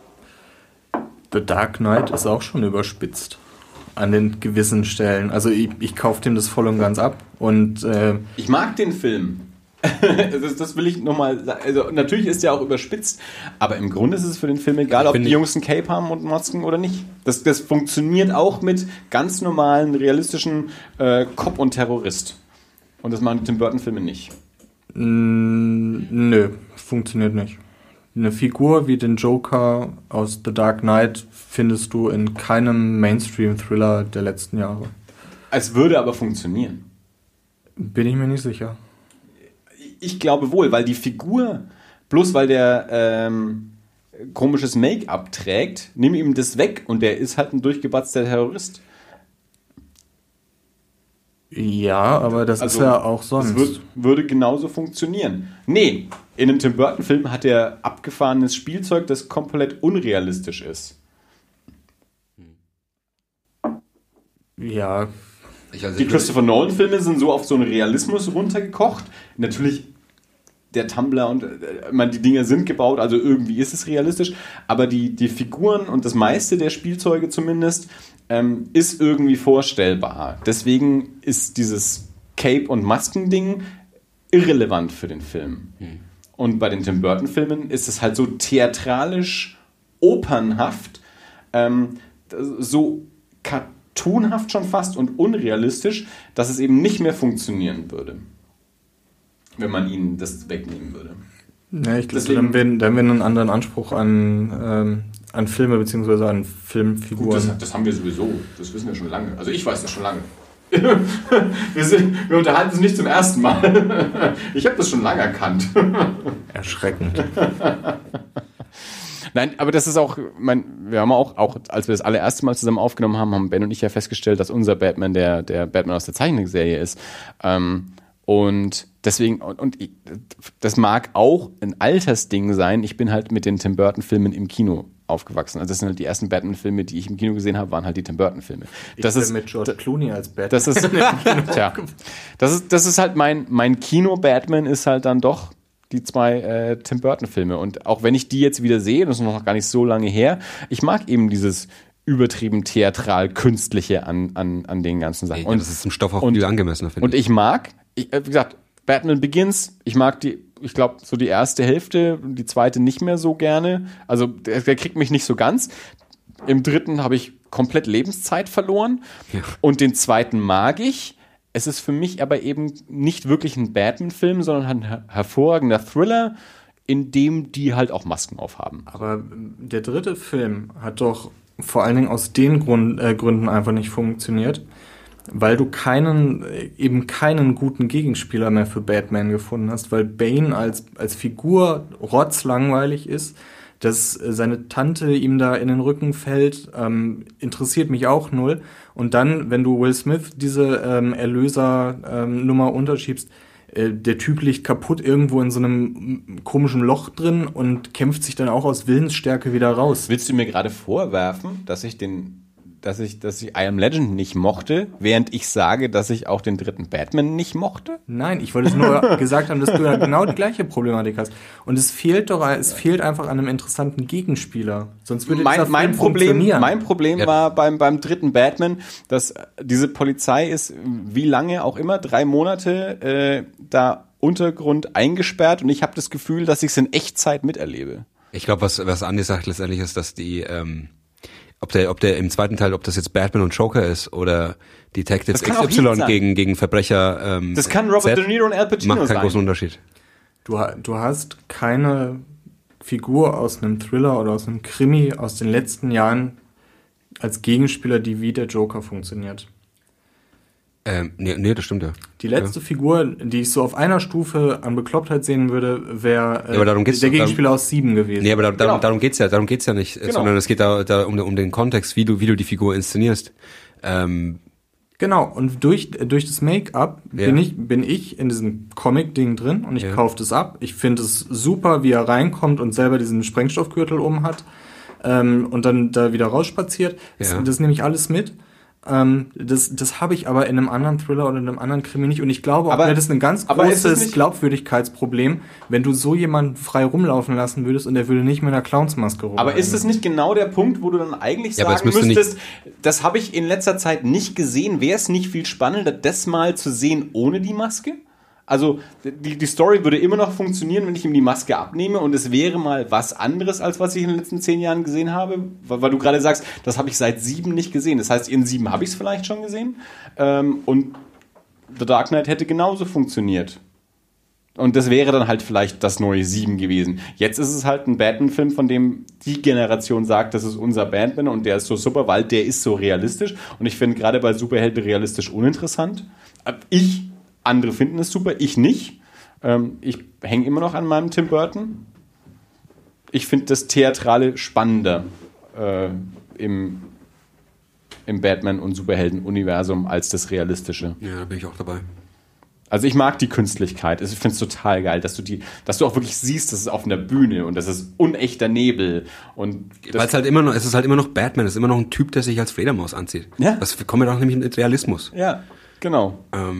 C: The Dark Knight ist auch schon überspitzt an den gewissen Stellen. Also ich kaufe dem das voll und ganz ab. Und
B: ich mag den Film. Das will ich nochmal sagen. Also natürlich ist der auch überspitzt, aber im Grunde ist es für den Film egal, ob die Jungs ein Cape haben und Masken oder nicht. Das funktioniert auch mit ganz normalen, realistischen Cop und Terrorist. Und das machen die Tim Burton-Filme nicht.
C: Nö, funktioniert nicht. Eine Figur wie den Joker aus The Dark Knight findest du in keinem Mainstream-Thriller der letzten Jahre.
B: Es würde aber funktionieren.
C: Bin ich mir nicht sicher.
B: Ich glaube wohl, weil die Figur, bloß weil der komisches Make-up trägt, nimm ihm das weg und der ist halt ein durchgebatzter Terrorist.
C: Ja, aber das ist ja auch sonst.
B: Das würde genauso funktionieren. Nee, in einem Tim Burton-Film hat er abgefahrenes Spielzeug, das komplett unrealistisch ist.
C: Ja.
B: Die Christopher Nolan-Filme sind so auf so einen Realismus runtergekocht. Natürlich, der Tumblr und die Dinger sind gebaut, also irgendwie ist es realistisch. Aber die Figuren und das meiste der Spielzeuge zumindest ist irgendwie vorstellbar. Deswegen ist dieses Cape- und Masken-Ding irrelevant für den Film. Und bei den Tim Burton-Filmen ist es halt so theatralisch, opernhaft, so cartoonhaft schon fast und unrealistisch, dass es eben nicht mehr funktionieren würde, wenn man ihnen das wegnehmen würde.
C: Ja, ich glaube, dann haben wir einen anderen Anspruch an Filme bzw. an Filmfiguren.
B: Gut, das haben wir sowieso, das wissen wir schon lange. Also ich weiß das schon lange. Wir unterhalten uns nicht zum ersten Mal. Ich habe das schon lange erkannt.
C: Erschreckend.
B: Nein, aber das ist auch, wir haben auch, als wir das allererste Mal zusammen aufgenommen haben, haben Ben und ich ja festgestellt, dass unser Batman der Batman aus der Zeichentrickserie ist. Und deswegen, das mag auch ein Altersding sein. Ich bin halt mit den Tim Burton-Filmen im Kino aufgewachsen. Also das sind halt die ersten Batman-Filme, die ich im Kino gesehen habe, waren halt die Tim Burton-Filme.
C: Das ist mit George Clooney als Batman.
B: Das ist halt mein Kino-Batman ist halt dann doch die 2 Tim Burton-Filme. Und auch wenn ich die jetzt wieder sehe, das ist noch gar nicht so lange her, ich mag eben dieses übertrieben theatral-künstliche an den ganzen Sachen.
D: Und das ist im Stoff auch viel angemessener, finde ich.
B: Und ich mag, wie gesagt, Batman Begins, ich mag ich glaube, so die erste Hälfte, die zweite nicht mehr so gerne. Also der kriegt mich nicht so ganz. Im dritten habe ich komplett Lebenszeit verloren. Ja. Und den zweiten mag ich. Es ist für mich aber eben nicht wirklich ein Batman-Film, sondern ein hervorragender Thriller, in dem die halt auch Masken aufhaben.
C: Aber der dritte Film hat doch vor allen Dingen aus den Gründen einfach nicht funktioniert, weil du keinen guten Gegenspieler mehr für Batman gefunden hast, weil Bane als Figur rotzlangweilig ist, dass seine Tante ihm da in den Rücken fällt, interessiert mich auch null. Und dann, wenn du Will Smith diese Erlöser-Nummer unterschiebst, der Typ liegt kaputt irgendwo in so einem komischen Loch drin und kämpft sich dann auch aus Willensstärke wieder raus.
B: Willst du mir gerade vorwerfen, dass ich I Am Legend nicht mochte, während ich sage, dass ich auch den dritten Batman nicht mochte?
C: Nein, ich wollte es nur gesagt haben, dass du ja genau die gleiche Problematik hast. Und es fehlt einfach an einem interessanten Gegenspieler. Sonst würde
B: mein Problem war beim dritten Batman, dass diese Polizei ist, wie lange auch immer, 3 Monate da Untergrund eingesperrt und ich habe das Gefühl, dass ich es in Echtzeit miterlebe.
D: Ich glaube, was Andi sagt letztendlich ist, dass die ob der im zweiten Teil, ob das jetzt Batman und Joker ist oder Detectives XY gegen Verbrecher
B: das kann Robert De Niro und Al Pacino
D: macht keinen großen Unterschied.
C: Du hast keine Figur aus einem Thriller oder aus einem Krimi aus den letzten Jahren als Gegenspieler, die wie der Joker funktioniert.
D: Nee, das stimmt ja.
C: Die letzte Figur, die ich so auf einer Stufe an Beklopptheit sehen würde, wäre der Gegenspieler aus 7 gewesen.
D: Nee, aber darum geht's ja nicht, sondern es geht da um den Kontext, wie du die Figur inszenierst.
C: Genau, und durch das Make-up bin ich in diesem Comic-Ding drin und ich kaufe das ab. Ich finde es super, wie er reinkommt und selber diesen Sprengstoffgürtel hat und dann da wieder rausspaziert. Das nehme ich alles mit. Das habe ich aber in einem anderen Thriller oder in einem anderen Krimi nicht. Und ich glaube auch, wäre das ein ganz großes Glaubwürdigkeitsproblem, wenn du so jemanden frei rumlaufen lassen würdest und er würde nicht mit einer Clownsmaske rumlaufen.
B: Aber ist das nicht genau der Punkt, wo du dann eigentlich sagen müsstest, das habe ich in letzter Zeit nicht gesehen, wäre es nicht viel spannender, das mal zu sehen ohne die Maske? Also die Story würde immer noch funktionieren, wenn ich ihm die Maske abnehme und es wäre mal was anderes, als was ich in den letzten 10 Jahren gesehen habe, weil du gerade sagst, das habe ich seit 7 nicht gesehen. Das heißt, in 7 habe ich es vielleicht schon gesehen und The Dark Knight hätte genauso funktioniert. Und das wäre dann halt vielleicht das neue 7 gewesen. Jetzt ist es halt ein Batman-Film, von dem die Generation sagt, das ist unser Batman und der ist so super, weil der ist so realistisch. Und ich finde gerade bei Superhelden realistisch uninteressant. Andere finden es super, ich nicht. Ich hänge immer noch an meinem Tim Burton. Ich finde das Theatrale spannender im Batman- und Superhelden-Universum als das Realistische.
D: Ja, da bin ich auch dabei.
B: Also ich mag die Künstlichkeit. Ich finde es total geil, dass du auch wirklich siehst, das ist auf einer Bühne und das ist unechter Nebel. Weil
D: es ist halt immer noch Batman, es ist immer noch ein Typ, der sich als Fledermaus anzieht.
B: Ja.
D: Das kommt ja auch nämlich mit Realismus.
B: Ja. Genau.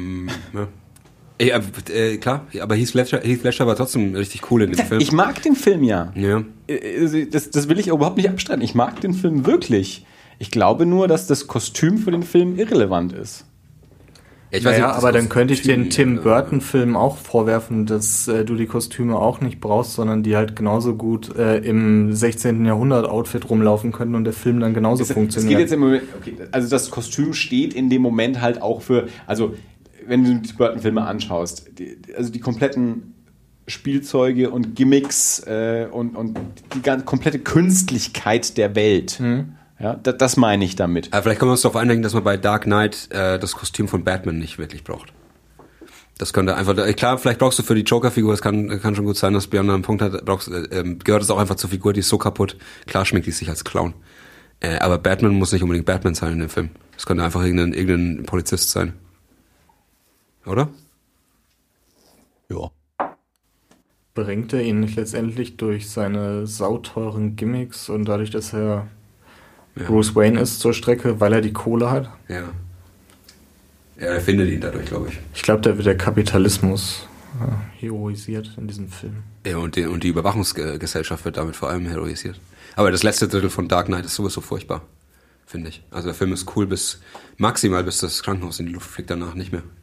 D: Klar, aber Heath Ledger war trotzdem richtig cool in dem Film.
B: Ich mag den Film ja.
D: Ja.
B: Das will ich überhaupt nicht abstreiten. Ich mag den Film wirklich. Ich glaube nur, dass das Kostüm für den Film irrelevant ist.
C: Ja, ich weiß nicht, aber dann könnte ich den Tim Burton-Film auch vorwerfen, dass du die Kostüme auch nicht brauchst, sondern die halt genauso gut im 16. Jahrhundert-Outfit rumlaufen können und der Film dann genauso funktioniert.
B: Es geht jetzt im Moment, okay, also das Kostüm steht in dem Moment halt auch für, also wenn du die Burton-Filme anschaust, die kompletten Spielzeuge und Gimmicks und die ganze komplette Künstlichkeit der Welt. Ja, das meine ich damit.
D: Aber vielleicht können wir uns darauf einigen, dass man bei Dark Knight das Kostüm von Batman nicht wirklich braucht. Das könnte einfach, klar, vielleicht brauchst du für die Joker-Figur, es kann schon gut sein, dass Björn einen Punkt hat, gehört es auch einfach zur Figur, die ist so kaputt. Klar schminkt die sich als Clown. Aber Batman muss nicht unbedingt Batman sein in dem Film. Es könnte einfach irgendein Polizist sein. Oder?
B: Ja.
C: Bringt er ihn nicht letztendlich durch seine sauteuren Gimmicks und dadurch, dass er Bruce Wayne ist zur Strecke, weil er die Kohle hat?
D: Ja. Er findet ihn dadurch, glaube ich.
C: Ich glaube, da wird der Kapitalismus heroisiert in diesem Film.
D: Ja, und die Überwachungsgesellschaft wird damit vor allem heroisiert. Aber das letzte Drittel von Dark Knight ist sowieso furchtbar, finde ich. Also der Film ist cool maximal bis das Krankenhaus in die Luft fliegt, danach nicht mehr.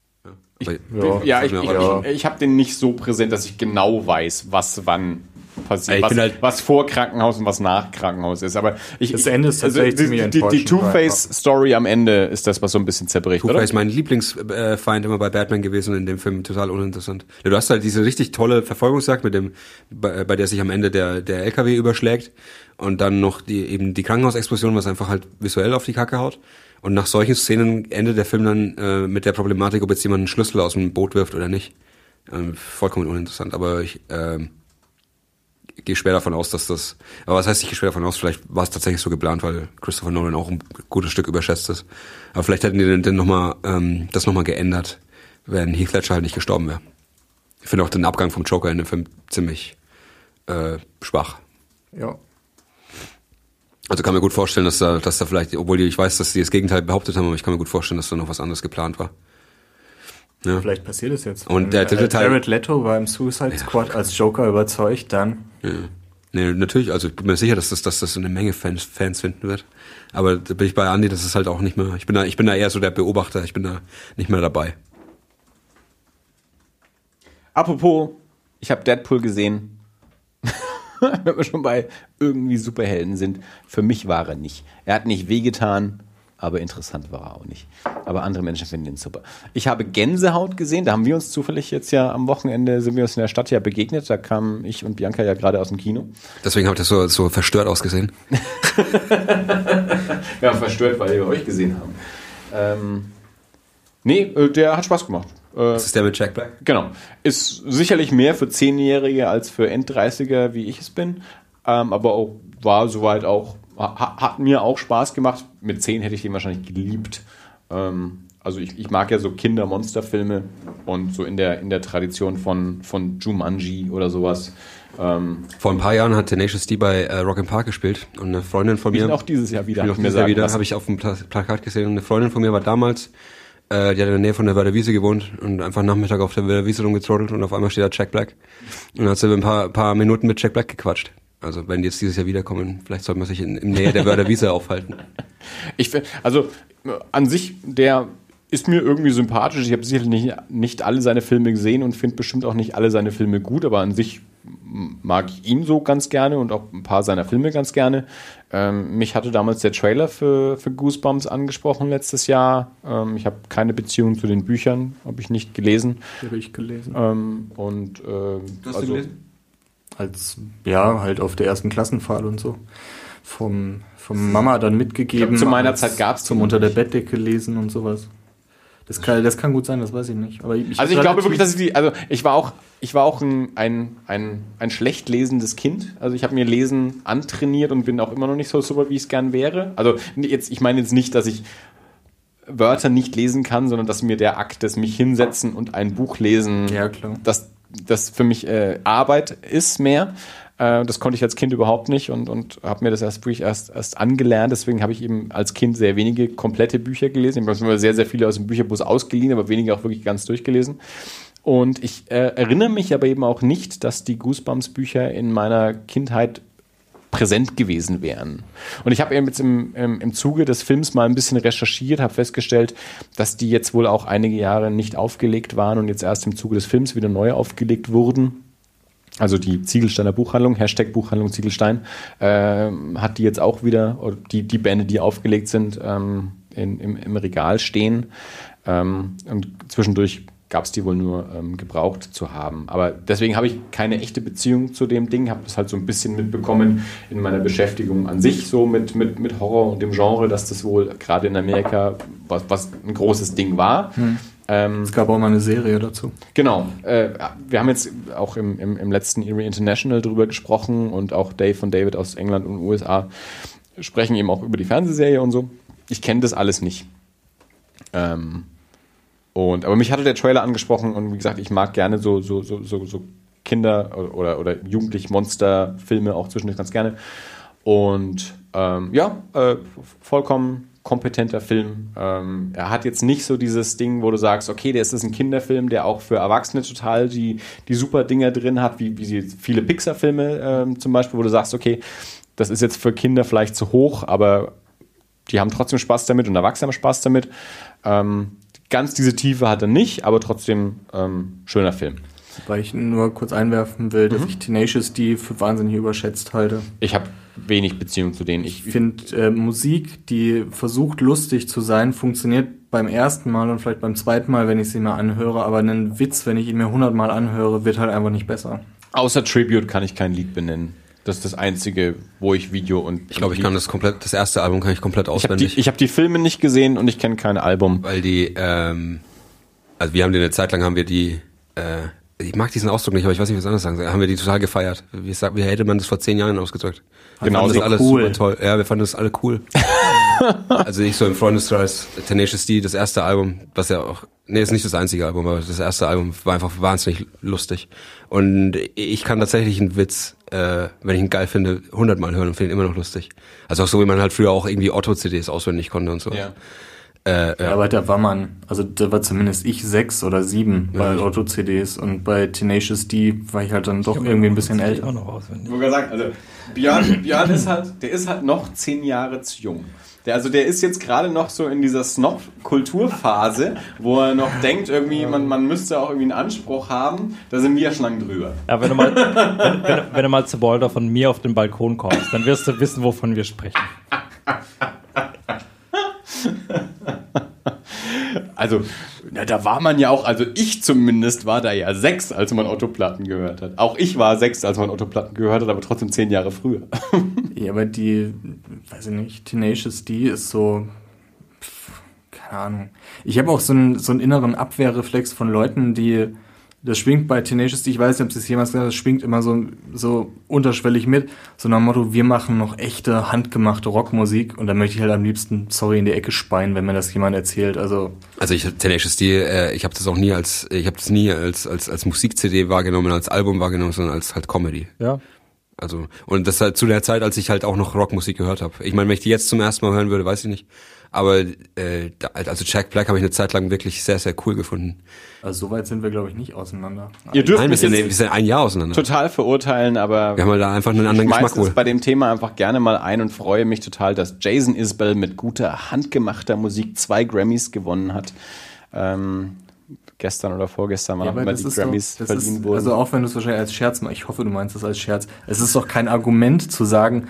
B: Ich habe den nicht so präsent, dass ich genau weiß, was wann passiert. Was vor Krankenhaus und was nach Krankenhaus ist. Aber
C: das Ende ist tatsächlich ziemlich enttäuschend.
B: Die Two-Face-Story am Ende ist das, was so ein bisschen zerbricht,
D: Two-Face ist mein Lieblingsfeind immer bei Batman gewesen und in dem Film total uninteressant. Du hast halt diese richtig tolle Verfolgungsjagd bei der sich am Ende der LKW überschlägt und dann noch die Krankenhausexplosion, was einfach halt visuell auf die Kacke haut. Und nach solchen Szenen endet der Film dann mit der Problematik, ob jetzt jemand einen Schlüssel aus dem Boot wirft oder nicht. Vollkommen uninteressant, aber ich gehe schwer davon aus, aber was heißt, ich gehe schwer davon aus, vielleicht war es tatsächlich so geplant, weil Christopher Nolan auch ein gutes Stück überschätzt ist. Aber vielleicht hätten die dann das nochmal geändert, wenn Heath Ledger halt nicht gestorben wäre. Ich finde auch den Abgang vom Joker in dem Film ziemlich schwach.
C: Ja.
D: Also kann mir gut vorstellen, dass da vielleicht, obwohl ich weiß, dass die das Gegenteil behauptet haben, aber ich kann mir gut vorstellen, dass da noch was anderes geplant war.
C: Ja. Vielleicht passiert es jetzt.
D: Und der dritte Teil.
C: Jared Leto war im Suicide Squad als Joker überzeugt, dann.
D: Ja. Nee, natürlich, also ich bin mir sicher, dass das eine Menge Fans finden wird. Aber da bin ich bei Andi, das ist halt auch nicht mehr, ich bin da eher so der Beobachter, ich bin da nicht mehr dabei.
B: Apropos, ich habe Deadpool gesehen. Wenn wir schon bei irgendwie Superhelden sind. Für mich war er nicht. Er hat nicht wehgetan, aber interessant war er auch nicht. Aber andere Menschen finden ihn super. Ich habe Gänsehaut gesehen, da haben wir uns zufällig jetzt ja am Wochenende, sind wir uns in der Stadt ja begegnet, da kamen ich und Bianca ja gerade aus dem Kino.
D: Deswegen habt ihr so verstört ausgesehen.
B: Ja, verstört, weil wir euch gesehen haben. Der hat Spaß gemacht.
D: Das ist der mit Jack Black?
B: Genau. Ist sicherlich mehr für 10-Jährige als für End-30er, wie ich es bin. Aber auch war soweit auch, hat mir auch Spaß gemacht. Mit 10 hätte ich den wahrscheinlich geliebt. Also ich mag ja so Kinder-Monster-Filme und so in der Tradition von Jumanji oder sowas.
D: Vor ein paar Jahren hat Tenacious D bei Rock im Park gespielt und eine Freundin von mir...
B: auch dieses Jahr wieder.
D: Habe ich auf dem Plakat gesehen und eine Freundin von mir war damals... die hat in der Nähe von der Wörder Wiese gewohnt und einfach Nachmittag auf der Wörder Wiese rumgetrottelt und auf einmal steht da Jack Black. Und dann hat sie ein paar Minuten mit Jack Black gequatscht. Also wenn die jetzt dieses Jahr wiederkommen, vielleicht sollte man sich in Nähe der Wörder Wiese aufhalten.
B: Ich finde, also an sich, der ist mir irgendwie sympathisch. Ich habe sicherlich nicht alle seine Filme gesehen und finde bestimmt auch nicht alle seine Filme gut, aber an sich mag ich ihn so ganz gerne und auch ein paar seiner Filme ganz gerne. Mich hatte damals der Trailer für Goosebumps angesprochen letztes Jahr. Ich habe keine Beziehung zu den Büchern, habe ich nicht gelesen.
C: Die habe ich gelesen.
D: Du hast gelesen?
C: Halt auf der ersten Klassenfahrt und so. Vom Mama dann mitgegeben.
B: Zu meiner Zeit gab es
C: zum Unter der Bettdecke lesen und sowas. Das kann gut sein, das weiß ich nicht. Aber ich
B: glaube wirklich, dass ich war auch ein schlecht lesendes Kind. Also ich habe mir Lesen antrainiert und bin auch immer noch nicht so super, wie ich es gern wäre. Also ich meine jetzt nicht, dass ich Wörter nicht lesen kann, sondern dass mir der Akt des mich hinsetzen und ein Buch lesen,
C: ja, klar.
B: Das für mich Arbeit ist mehr. Das konnte ich als Kind überhaupt nicht und habe mir das erst angelernt. Deswegen habe ich eben als Kind sehr wenige komplette Bücher gelesen. Ich habe mir sehr, sehr viele aus dem Bücherbus ausgeliehen, aber wenige auch wirklich ganz durchgelesen. Und ich erinnere mich aber eben auch nicht, dass die Goosebumps-Bücher in meiner Kindheit präsent gewesen wären. Und ich habe eben jetzt im Zuge des Films mal ein bisschen recherchiert, habe festgestellt, dass die jetzt wohl auch einige Jahre nicht aufgelegt waren und jetzt erst im Zuge des Films wieder neu aufgelegt wurden. Also die Ziegelsteiner Buchhandlung, #Buchhandlung Ziegelstein, hat die jetzt auch wieder, die Bände, die aufgelegt sind, im Regal stehen. Und zwischendurch gab es die wohl nur gebraucht zu haben. Aber deswegen habe ich keine echte Beziehung zu dem Ding, habe das halt so ein bisschen mitbekommen in meiner Beschäftigung an sich, so mit Horror und dem Genre, dass das wohl gerade in Amerika was ein großes Ding war.
C: Es gab auch mal eine Serie dazu.
B: Genau. Wir haben jetzt auch im letzten Eerie International drüber gesprochen und auch Dave und David aus England und USA sprechen eben auch über die Fernsehserie und so. Ich kenne das alles nicht. Aber mich hatte der Trailer angesprochen und wie gesagt, ich mag gerne so Kinder- oder Jugendlich-Monster-Filme auch zwischendurch ganz gerne. Und vollkommen kompetenter Film. Er hat jetzt nicht so dieses Ding, wo du sagst, okay, das ist ein Kinderfilm, der auch für Erwachsene total die super Dinger drin hat, wie viele Pixar-Filme zum Beispiel, wo du sagst, okay, das ist jetzt für Kinder vielleicht zu hoch, aber die haben trotzdem Spaß damit und Erwachsene haben Spaß damit. Ganz diese Tiefe hat er nicht, aber trotzdem schöner Film.
C: Weil ich nur kurz einwerfen will, dass ich Tenacious D für wahnsinnig überschätzt halte.
B: Ich habe wenig Beziehung zu denen.
C: Ich finde, Musik, die versucht lustig zu sein, funktioniert beim ersten Mal und vielleicht beim zweiten Mal, wenn ich sie mir anhöre, aber einen Witz, wenn ich ihn mir 100 Mal anhöre, wird halt einfach nicht besser.
B: Außer Tribute kann ich kein Lied benennen. Das ist das Einzige, wo ich Video und...
D: Ich glaube, ich kann das erste Album kann ich komplett auswendig.
B: Ich hab die Filme nicht gesehen und ich kenne kein Album.
D: Weil die, also wir haben die eine Zeit lang, ich mag diesen Ausdruck nicht, aber ich weiß nicht, was anderes sagen. Haben wir die total gefeiert. Wie hätte man das vor 10 Jahren ausgedrückt?
B: Genau,
D: das alles
C: cool.
D: Super toll. Ja, wir fanden das alle cool. Also ich so im Freundeskreis, Tenacious D, das erste Album, was ja auch, ist nicht das einzige Album, aber das erste Album war einfach wahnsinnig lustig. Und ich kann tatsächlich einen Witz, wenn ich ihn geil finde, 100 Mal hören und finde ihn immer noch lustig. Also auch so, wie man halt früher auch irgendwie Otto-CDs auswendig konnte und so.
B: Ja.
C: Ja, aber da war zumindest ich 6 oder 7 bei Otto-CDs und bei Tenacious D war ich halt dann doch irgendwie ein bisschen älter.
A: Auch noch auswendig.
B: Ich wollte sagen, also Björn ist halt noch 10 Jahre zu jung. Der ist jetzt gerade noch so in dieser Snob-Kulturphase, wo er noch denkt, irgendwie, man müsste auch irgendwie einen Anspruch haben. Da sind wir ja schon lange drüber.
A: Ja, wenn du mal zu Boulder von mir auf den Balkon kommst, dann wirst du wissen, wovon wir sprechen.
B: Also, da war man ja auch, also ich zumindest war da ja 6, als man Otto-Platten gehört hat. Auch ich war 6, als man Otto-Platten gehört hat, aber trotzdem 10 Jahre früher.
C: Ja, aber weiß ich nicht, Tenacious D ist so, keine Ahnung. Ich habe auch so einen inneren Abwehrreflex von Leuten, das schwingt bei Tenacious D, ich weiß nicht, ob es jemals gesagt hat, das schwingt immer so unterschwellig mit, so nach dem Motto, wir machen noch echte, handgemachte Rockmusik und da möchte ich halt am liebsten, in die Ecke speien, wenn mir das jemand erzählt, also
D: Tenacious D, ich habe das auch nie als Musik-CD wahrgenommen, als Album wahrgenommen, sondern als halt Comedy.
A: Ja.
D: Also, und das halt zu der Zeit, als ich halt auch noch Rockmusik gehört habe. Ich meine, wenn ich die jetzt zum ersten Mal hören würde, weiß ich nicht. Aber also Jack Black habe ich eine Zeit lang wirklich sehr, sehr cool gefunden.
C: Also so weit sind wir, glaube ich, nicht auseinander.
B: Ihr dürft
D: Nein,
B: mich
D: wir
B: jetzt
D: sind ein Jahr auseinander.
B: total verurteilen, aber
D: Wir haben halt da einfach einen anderen
B: ich
D: Geschmack
B: schmeiß
D: wohl.
B: es bei dem Thema einfach gerne mal ein und freue mich total, dass Jason Isbell mit guter, handgemachter Musik 2 Grammys gewonnen hat. Gestern oder vorgestern waren auch immer die Grammys verliehen wurden.
C: Also auch wenn du es wahrscheinlich als Scherz machst, ich hoffe, du meinst das als Scherz, es ist doch kein Argument zu sagen,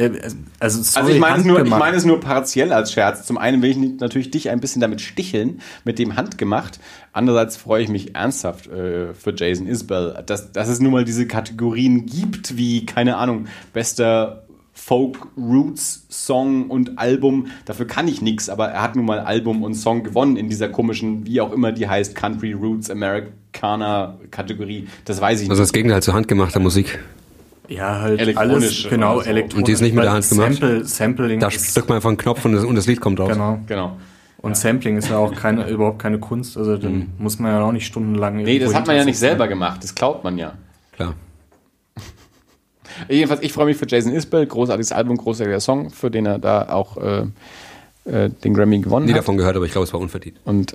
B: ich meine es nur partiell als Scherz. Zum einen will ich natürlich dich ein bisschen damit sticheln, mit dem handgemacht. Andererseits freue ich mich ernsthaft für Jason Isbell, dass es nun mal diese Kategorien gibt, wie, keine Ahnung, bester Folk, Roots, Song und Album. Dafür kann ich nichts, aber er hat nun mal Album und Song gewonnen in dieser komischen, wie auch immer die heißt, Country, Roots, Americana Kategorie. Das weiß ich nicht.
D: Also das Gegenteil zu handgemachter Musik.
C: Ja, halt
B: elektronisch
C: alles, genau,
B: oder so.
C: elektronisch.
D: Und die ist nicht mit der Hand gemacht?
C: Sampling.
D: Da drückt man einfach einen Knopf und das Lied kommt raus.
C: Genau. Und Sampling ist ja auch überhaupt keine Kunst, also dann muss man ja auch nicht stundenlang...
B: Nee, das hat man ja nicht selber gemacht, das klaut man ja.
D: Klar.
B: Jedenfalls, ich freue mich für Jason Isbell, großartiges Album, großartiger Song, für den er da auch den Grammy gewonnen
D: Nie
B: hat.
D: davon gehört, aber ich glaube, es war unverdient.
B: Und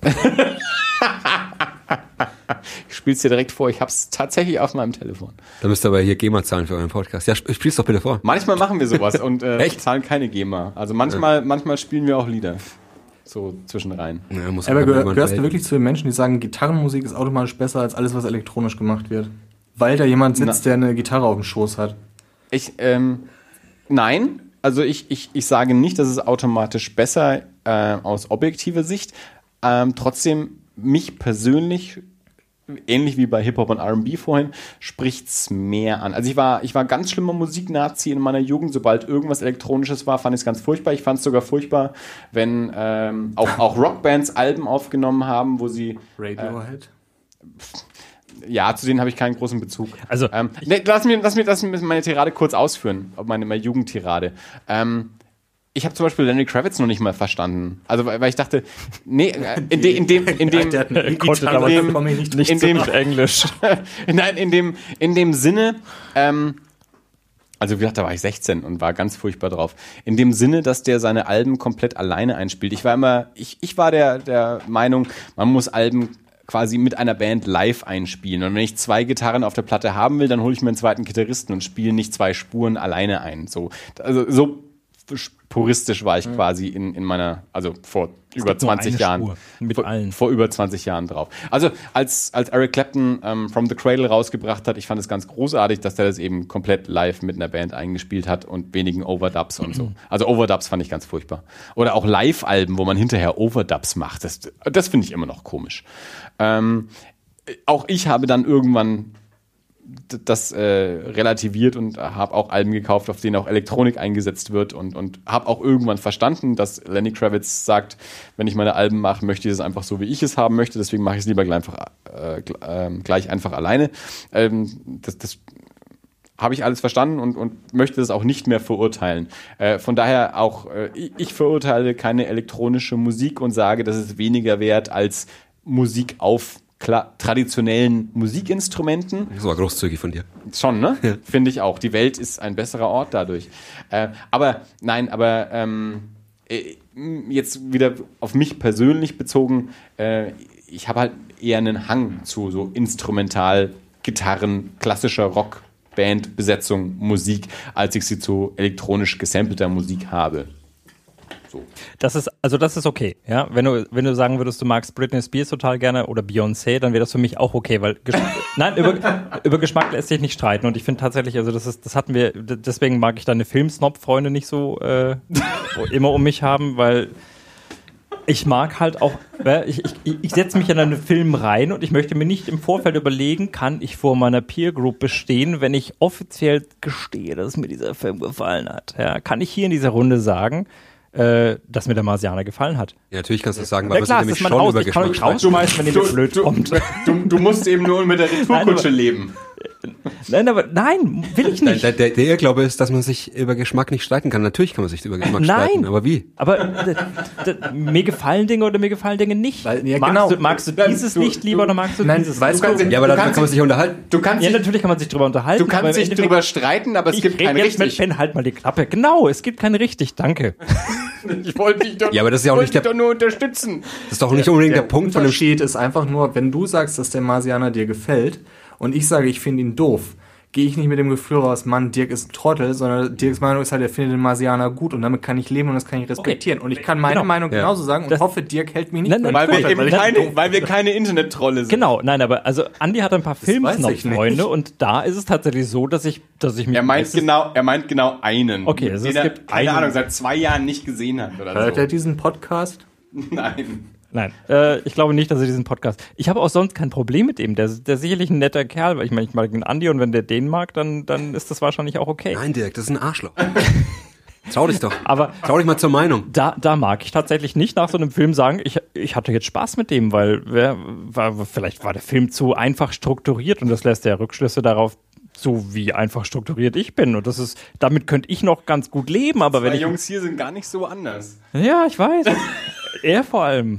B: ich spiel's dir direkt vor, ich hab's tatsächlich auf meinem Telefon.
D: Da müsst ihr aber hier GEMA zahlen für euren Podcast. Ja, spiel's doch bitte vor.
B: Manchmal machen wir sowas und
D: Echt?
B: zahlen keine GEMA. Also manchmal spielen wir auch Lieder. So zwischenrein.
D: Ja, muss
C: Aber
D: man
C: gehörst du wirklich zu den Menschen, die sagen, Gitarrenmusik ist automatisch besser als alles, was elektronisch gemacht wird? Weil da jemand sitzt, der eine Gitarre auf dem Schoß hat.
B: Nein. Also ich sage nicht, dass es automatisch besser aus objektiver Sicht. Trotzdem, mich persönlich, ähnlich wie bei Hip-Hop und R&B vorhin, spricht's mehr an. Also ich war ganz schlimmer Musiknazi in meiner Jugend. Sobald irgendwas Elektronisches war, fand ich es ganz furchtbar. Ich fand es sogar furchtbar, wenn auch Rockbands Alben aufgenommen haben, wo sie...
C: Radiohead?
B: Ja, zu denen habe ich keinen großen Bezug.
A: Also
B: lass mir meine Tirade kurz ausführen, meine Jugendtirade. Ich habe zum Beispiel Lenny Kravitz noch nicht mal verstanden. Also weil ich dachte, nee, in dem
A: Englisch.
B: Nein, in dem Sinne, also wie gesagt, da war ich 16 und war ganz furchtbar drauf. In dem Sinne, dass der seine Alben komplett alleine einspielt. Ich war der Meinung, man muss Alben quasi mit einer Band live einspielen. Und wenn ich 2 Gitarren auf der Platte haben will, dann hole ich mir einen zweiten Gitarristen und spiele nicht 2 Spuren alleine ein. So puristisch war ich quasi in meiner, also vor über 20 Jahren.
A: Mit allen.
B: Vor über 20 Jahren drauf. Also als Eric Clapton From the Cradle rausgebracht hat, ich fand es ganz großartig, dass der das eben komplett live mit einer Band eingespielt hat und wenigen Overdubs und so. Also Overdubs fand ich ganz furchtbar. Oder auch Live-Alben, wo man hinterher Overdubs macht. Das finde ich immer noch komisch. Auch ich habe dann irgendwann das relativiert und habe auch Alben gekauft, auf denen auch Elektronik eingesetzt wird und habe auch irgendwann verstanden, dass Lenny Kravitz sagt, wenn ich meine Alben mache, möchte ich es einfach so, wie ich es haben möchte, deswegen mache ich es lieber gleich einfach alleine. Das habe ich alles verstanden und möchte das auch nicht mehr verurteilen. Von daher auch, ich verurteile keine elektronische Musik und sage, das ist weniger wert als Musik auf traditionellen Musikinstrumenten.
D: Das war großzügig von dir.
B: Schon, ne? Ja. Finde ich auch. Die Welt ist ein besserer Ort dadurch. Aber jetzt wieder auf mich persönlich bezogen, ich habe halt eher einen Hang zu so Instrumental-Gitarren, klassischer Rock, Bandbesetzung, Musik, als ich sie zu elektronisch gesampelter Musik habe. So.
A: Das ist okay, ja. Wenn du sagen würdest, du magst Britney Spears total gerne oder Beyoncé, dann wäre das für mich auch okay, weil über Geschmack lässt sich nicht streiten und ich finde tatsächlich, also das hatten wir, deswegen mag ich deine Filmsnob-Freunde nicht so immer um mich haben, weil ich mag halt auch, ich setze mich in einen Film rein und ich möchte mir nicht im Vorfeld überlegen, kann ich vor meiner Peer Group bestehen, wenn ich offiziell gestehe, dass mir dieser Film gefallen hat. Ja, kann ich hier in dieser Runde sagen, dass mir der Marsianer gefallen hat.
D: Ja, natürlich kannst du das sagen, weil
A: ja, klar,
D: wir sind nämlich schon über
A: Geschmack. Ich kann euch rausschmeißen, wenn ihr mir blöd kommt.
B: Du musst eben nur mit der Retourkutsche leben.
A: Nein, will ich nicht.
D: Der Irrglaube ist, dass man sich über Geschmack nicht streiten kann. Natürlich kann man sich über Geschmack streiten, aber wie?
A: Aber mir gefallen Dinge oder mir gefallen Dinge nicht. Magst du dieses nicht lieber oder magst du dieses?
D: Ja, aber darüber kann man sich unterhalten.
A: Natürlich kann man sich drüber unterhalten.
B: Du kannst dich drüber streiten, aber es gibt kein richtig.
A: Ben, halt mal die Klappe. Genau, es gibt kein richtig. Danke.
B: Ich wollte dich doch,
D: ja, aber das ist ja auch nicht
B: doch nur unterstützen.
D: Das ist doch nicht unbedingt der Punkt von dem
C: Unterschied ist einfach nur, wenn du sagst, dass der Marsianer dir gefällt und ich sage, ich finde ihn doof, gehe ich nicht mit dem Gefühl raus, Mann, Dirk ist ein Trottel, sondern Dirks Meinung ist halt, er findet den Marsianer gut und damit kann ich leben und das kann ich respektieren. Okay. Und ich kann meine Meinung genauso sagen und hoffe, Dirk hält mich nicht für
B: weil wir keine Internet-Trolle sind.
A: Genau, nein, aber also Andi hat ein paar Filmsnob-Freunde und da ist es tatsächlich so, dass ich mich...
B: Er meint genau einen.
A: Okay, also
B: den
A: es gibt
B: keine Ahnung, seit 2 Jahren nicht gesehen hat oder
C: Hört
B: so.
C: er diesen Podcast?
B: Nein,
A: ich glaube nicht, dass er diesen Podcast... Ich habe auch sonst kein Problem mit ihm. Der ist sicherlich ein netter Kerl, weil ich mag den Andi und wenn der den mag, dann ist das wahrscheinlich auch okay.
D: Nein, Dirk, das ist ein Arschloch. Trau dich doch.
A: Aber
D: trau dich mal zur Meinung.
A: Da mag ich tatsächlich nicht nach so einem Film sagen, ich hatte jetzt Spaß mit dem, weil vielleicht war der Film zu einfach strukturiert und das lässt ja Rückschlüsse darauf, so wie einfach strukturiert ich bin. Und damit könnte ich noch ganz gut leben, aber
B: die Jungs hier sind gar nicht so anders.
A: Ja, ich weiß. Er vor allem.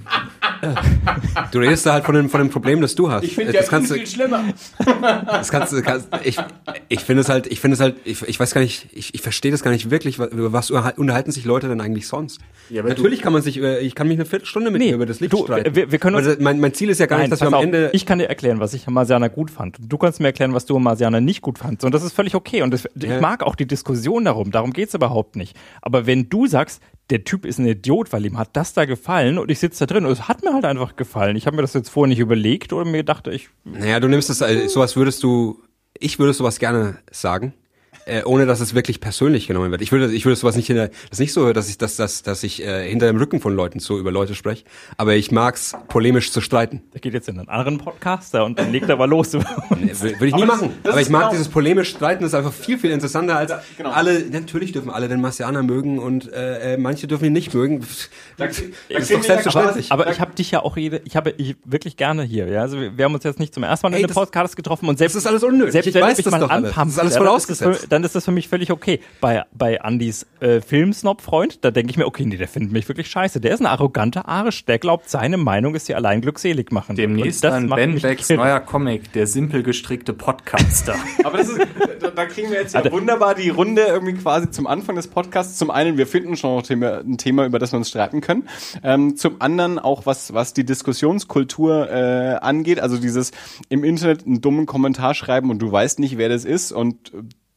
D: Du redest da halt von dem Problem, das du hast.
B: Ich finde das viel schlimmer.
D: Ich finde es halt, ich weiß gar nicht, ich verstehe das gar nicht wirklich, über was unterhalten sich Leute denn eigentlich sonst? Ja, natürlich kann man sich, ich kann mich eine Viertelstunde mit dir über das Licht streiten.
A: Wir können uns,
D: mein Ziel ist ja gar nicht, dass wir am Ende...
A: Ich kann dir erklären, was ich am Marsianer gut fand. Und du kannst mir erklären, was du am Marsianer nicht gut fandst. Und das ist völlig okay. Und ich mag auch die Diskussion darum geht's überhaupt nicht. Aber wenn du sagst, der Typ ist ein Idiot, weil ihm hat das da gefallen und ich sitze da drin und es hat mir halt einfach gefallen. Ich habe mir das jetzt vorher nicht überlegt oder mir gedacht,
D: Naja, du nimmst das, sowas ich würde sowas gerne sagen, ohne dass es wirklich persönlich genommen wird. Ich würde sowas nicht das ist nicht so, dass ich hinter dem Rücken von Leuten so über Leute spreche, aber ich mag's polemisch zu streiten.
A: Der geht jetzt in einen anderen Podcaster und dann legt er aber los.
D: Würde ich nie machen. Aber ich mag dieses polemisch Streiten, das ist einfach viel, viel interessanter als natürlich dürfen alle den Marsianer mögen und manche dürfen ihn nicht mögen. Das ist doch selbstverständlich.
A: Aber ich habe dich ja auch wirklich gerne hier. Ja? Also wir haben uns jetzt nicht zum ersten Mal in einem Podcast getroffen und selbst
D: das ist alles unnötig.
A: Selbst
D: ich weiß das doch alles. Das ist alles vorausgesetzt.
A: Dann ist das für mich völlig okay. Bei Andys Filmsnob-Freund, da denke ich mir, okay, nee, der findet mich wirklich scheiße. Der ist ein arroganter Arsch. Der glaubt, seine Meinung ist hier allein glückselig machen.
C: Demnächst ein Ben Becks neuer Comic, der simpel gestrickte Podcaster.
B: Aber da kriegen wir jetzt ja wunderbar die Runde irgendwie quasi zum Anfang des Podcasts. Zum einen, wir finden schon noch ein Thema, über das wir uns streiten können. Zum anderen auch, was die Diskussionskultur angeht. Also dieses im Internet einen dummen Kommentar schreiben und du weißt nicht, wer das ist und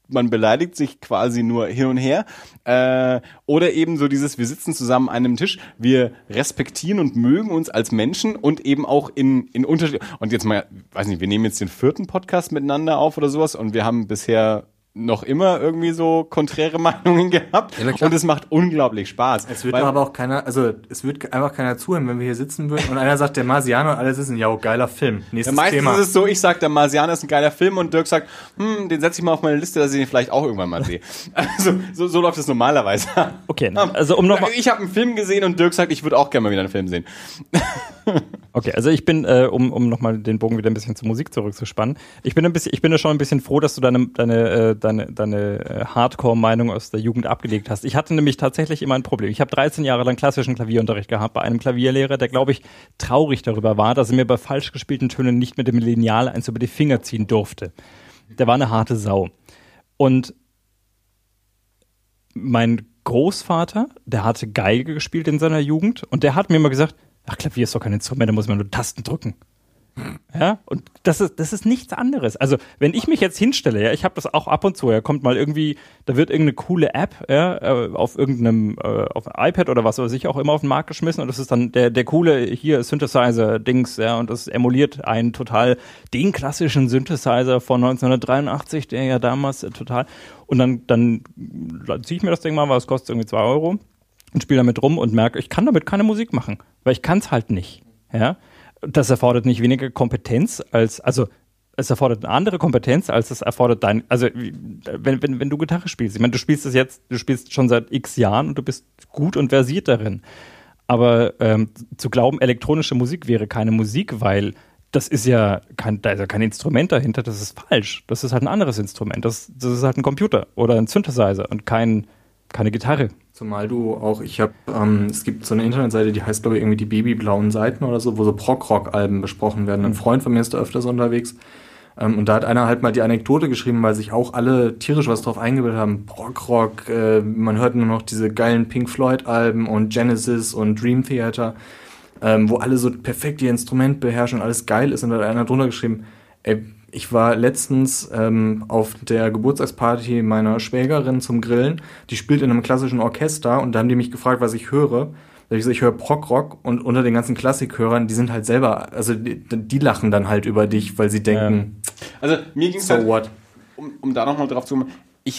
B: man beleidigt sich quasi nur hin und her. Oder eben so dieses, wir sitzen zusammen an einem Tisch, wir respektieren und mögen uns als Menschen und eben auch in Unterschied. Und jetzt mal, weiß nicht, wir nehmen jetzt den 4. Podcast miteinander auf oder sowas und wir haben bisher noch immer irgendwie so konträre Meinungen gehabt und es macht unglaublich Spaß.
C: Es wird aber auch keiner, also es wird einfach keiner zuhören, wenn wir hier sitzen würden und einer sagt, der Marsianer und alle wissen, ja, geiler Film. Nächstes
B: meistens
C: Thema.
B: Ist es so, ich sage, der Marsianer ist ein geiler Film und Dirk sagt, den setze ich mal auf meine Liste, dass ich den vielleicht auch irgendwann mal sehe. Also so läuft es normalerweise.
A: Okay, also
B: ich habe einen Film gesehen und Dirk sagt, ich würde auch gerne mal wieder einen Film sehen.
A: Okay, also ich bin, um nochmal den Bogen wieder ein bisschen zur Musik zurückzuspannen, ich bin ja schon ein bisschen froh, dass du deine Hardcore-Meinung aus der Jugend abgelegt hast. Ich hatte nämlich tatsächlich immer ein Problem. Ich habe 13 Jahre lang klassischen Klavierunterricht gehabt bei einem Klavierlehrer, der, glaube ich, traurig darüber war, dass er mir bei falsch gespielten Tönen nicht mit dem Lineal eins über die Finger ziehen durfte. Der war eine harte Sau. Und mein Großvater, der hatte Geige gespielt in seiner Jugend und der hat mir immer gesagt, ach, Klavier ist doch kein Instrument, da muss man nur Tasten drücken. Ja, und das ist nichts anderes. Also, wenn ich mich jetzt hinstelle, ja, ich habe das auch ab und zu, ja, kommt mal irgendwie, da wird irgendeine coole App, ja, auf irgendeinem, auf einem iPad oder was weiß ich auch immer auf den Markt geschmissen und das ist dann der coole hier Synthesizer-Dings, ja, und das emuliert einen total den klassischen Synthesizer von 1983, der ja damals total, und dann ziehe ich mir das Ding mal, weil es kostet irgendwie 2 Euro und spiele damit rum und merke, ich kann damit keine Musik machen, weil ich kann es halt nicht, ja. Das erfordert nicht weniger Kompetenz also es erfordert eine andere Kompetenz, als es erfordert wenn du Gitarre spielst. Ich meine, du spielst schon seit x Jahren und du bist gut und versiert darin. Aber zu glauben, elektronische Musik wäre keine Musik, weil das ist ja da ist ja kein Instrument dahinter, das ist falsch. Das ist halt ein anderes Instrument. Das ist halt ein Computer oder ein Synthesizer und keine Gitarre.
C: Zumal du auch, es gibt so eine Internetseite, die heißt, glaube ich, irgendwie die babyblauen Seiten oder so, wo so Prog-Rock-Alben besprochen werden. Ein Freund von mir ist da öfters unterwegs. Und da hat einer halt mal die Anekdote geschrieben, weil sich auch alle tierisch was drauf eingebildet haben. Prog-Rock, man hört nur noch diese geilen Pink Floyd-Alben und Genesis und Dream Theater, wo alle so perfekt ihr Instrument beherrschen und alles geil ist. Und da hat einer drunter geschrieben, ich war letztens auf der Geburtstagsparty meiner Schwägerin zum Grillen. Die spielt in einem klassischen Orchester und da haben die mich gefragt, was ich höre. Da habe ich gesagt, ich höre Prog-Rock und unter den ganzen Klassikhörern, die sind halt selber, also die lachen dann halt über dich, weil sie denken,
B: also mir ging es halt, um da nochmal drauf zu kommen,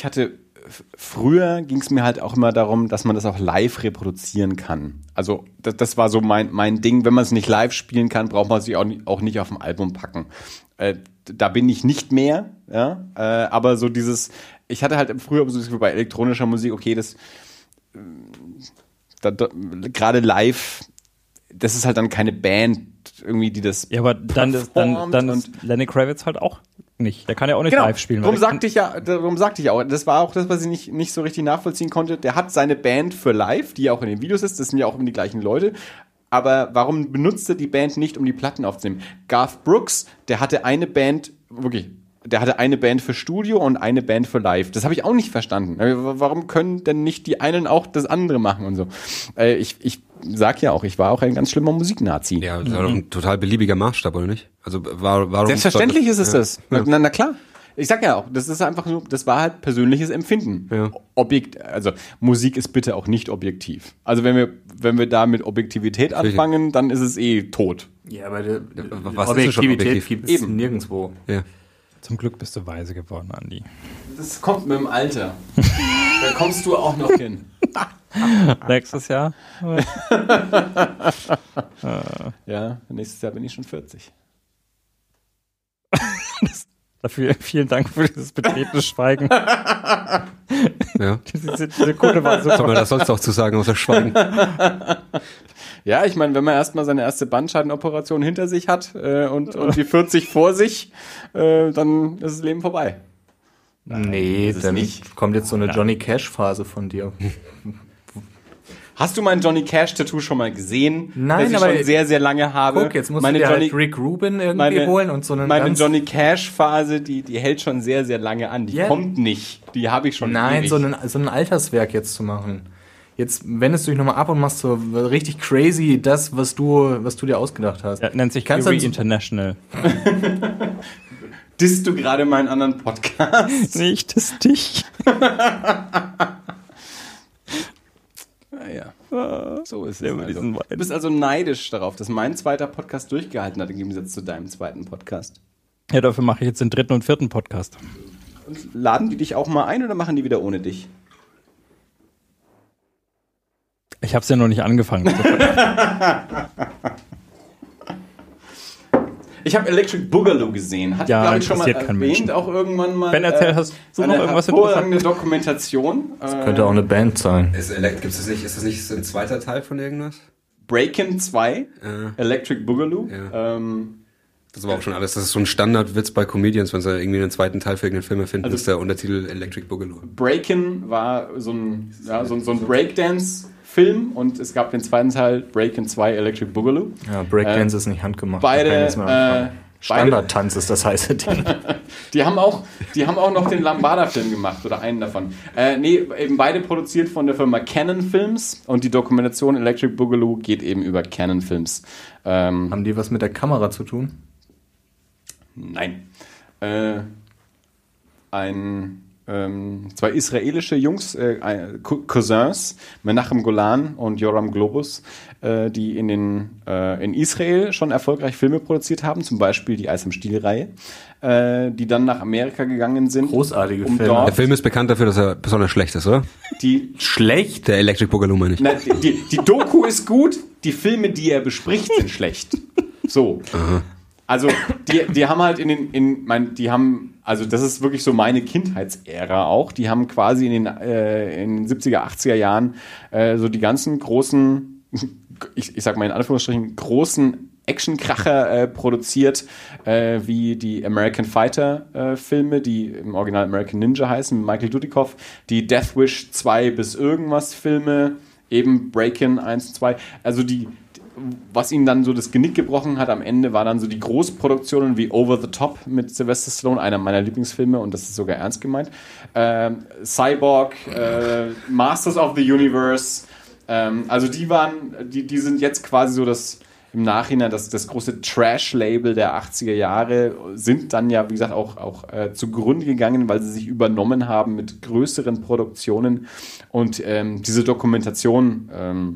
B: früher ging es mir halt auch immer darum, dass man das auch live reproduzieren kann. Also das war so mein Ding, wenn man es nicht live spielen kann, braucht man es sich auch nicht auf dem Album packen. Da bin ich nicht mehr, ja, aber so ich hatte halt früher so bei elektronischer Musik, okay, gerade live, das ist halt dann keine Band irgendwie, die das.
A: Ja, aber dann ist Lenny Kravitz halt auch nicht. Der kann ja auch nicht live spielen.
B: Darum sagte ich auch, das war auch das, was ich nicht so richtig nachvollziehen konnte. Der hat seine Band für live, die ja auch in den Videos ist, das sind ja auch immer die gleichen Leute. Aber warum benutzt er die Band nicht, um die Platten aufzunehmen? Garth Brooks, der hatte eine Band für Studio und eine Band für Live. Das habe ich auch nicht verstanden. Warum können denn nicht die einen auch das andere machen und so? Ich sag ja auch, ich war auch ein ganz schlimmer Musiknazi.
D: Ja, das war doch ein total beliebiger Maßstab, oder nicht? Also warum?
B: Selbstverständlich ist es das. Na klar. Ich sag ja auch, das ist einfach so, das war halt persönliches Empfinden. Ja. Also Musik ist bitte auch nicht objektiv. Also wenn wir da mit Objektivität anfangen, dann ist es tot.
C: Ja, aber was Objektivität gibt es nirgendwo.
D: Ja.
A: Zum Glück bist du weise geworden, Andi.
B: Das kommt mit dem Alter. Da kommst du auch noch hin.
A: Nächstes Jahr?
B: Ja, nächstes Jahr bin ich schon 40.
A: Dafür vielen Dank für dieses betretene Schweigen.
D: Ja.
A: Diese Sekunde war super.
D: Soll man das sonst auch zu sagen, außer Schweigen?
B: Ja, ich meine, wenn man erstmal seine erste Bandscheidenoperation hinter sich hat und die 40 vor sich, dann ist das Leben vorbei.
C: Nee, dann kommt jetzt so eine Johnny Cash-Phase von dir.
B: Hast du mein Johnny Cash-Tattoo schon mal gesehen?
C: Nein,
B: das ich schon sehr, sehr lange habe.
C: Guck, jetzt musst du dir halt Rick Rubin irgendwie holen und so einen
B: meine Johnny Cash-Phase, die hält schon sehr, sehr lange an. Die kommt nicht. Die habe ich schon ewig.
C: So ein Alterswerk jetzt zu machen. Jetzt wendest du dich nochmal ab und machst so richtig crazy das, was du dir ausgedacht hast.
A: Ja, nennt sich Fury International.
B: Disst du gerade meinen anderen Podcast?
A: Nicht das dich.
B: Naja, so ist es. Also. Du bist also neidisch darauf, dass mein zweiter Podcast durchgehalten hat, im Gegensatz zu deinem zweiten Podcast.
A: Ja, dafür mache ich jetzt den 3. und 4. Podcast.
B: Und laden die dich auch mal ein oder machen die wieder ohne dich?
A: Ich habe es ja noch nicht angefangen.
B: Ich habe Electric Boogaloo gesehen. Hat,
A: ja,
B: glaube ich, schon mal
A: erwähnt,
B: auch irgendwann mal.
A: Ben, erzähl, hast du noch irgendwas
B: hervorragende Dokumentation.
C: Das könnte auch eine Band sein.
D: Ist das nicht ein zweiter Teil von irgendwas?
B: Breakin' 2, Electric Boogaloo.
D: Ja. Das war auch schon alles. Das ist so ein Standardwitz bei Comedians, wenn sie irgendwie einen zweiten Teil für irgendeinen Film erfinden, also ist der Untertitel Electric Boogaloo.
B: Breakin' war so ein Breakdance-Film und es gab den zweiten Teil, Breakin' 2, Electric Boogaloo.
C: Ja, Breakdance ist nicht handgemacht.
B: Beide
C: Standardtanz ist das heiße Ding.
B: Die haben auch noch den Lambada-Film gemacht, oder einen davon. Eben beide produziert von der Firma Canon Films und die Dokumentation Electric Boogaloo geht eben über Canon Films.
C: Haben die was mit der Kamera zu tun?
B: Nein. Zwei israelische Jungs, Cousins, Menachem Golan und Yoram Globus, die in Israel schon erfolgreich Filme produziert haben, zum Beispiel die Eis am Stiel-Reihe, die dann nach Amerika gegangen sind.
C: Großartige Filme.
D: Der Film ist bekannt dafür, dass er besonders schlecht ist, oder?
C: Schlecht?
D: Der Electric Boogaloo meine ich.
B: Na, die Doku ist gut, die Filme, die er bespricht, sind schlecht. So.
D: Aha.
B: Also die haben halt also das ist wirklich so meine Kindheitsära auch. Die haben quasi in den 70er, 80er Jahren so die ganzen großen, ich sag mal in Anführungsstrichen, großen Actionkracher produziert, wie die American Fighter Filme, die im Original American Ninja heißen, mit Michael Dudikoff, die Death Wish 2 bis irgendwas Filme, eben Breakin' 1 und 2, also was ihnen dann so das Genick gebrochen hat am Ende, war dann so die Großproduktionen wie Over the Top mit Sylvester Stallone, einer meiner Lieblingsfilme, und das ist sogar ernst gemeint. Cyborg, Masters of the Universe, also die sind jetzt quasi so im Nachhinein das große Trash-Label der 80er Jahre, sind dann ja, wie gesagt, auch zugrunde gegangen, weil sie sich übernommen haben mit größeren Produktionen, und diese Dokumentation,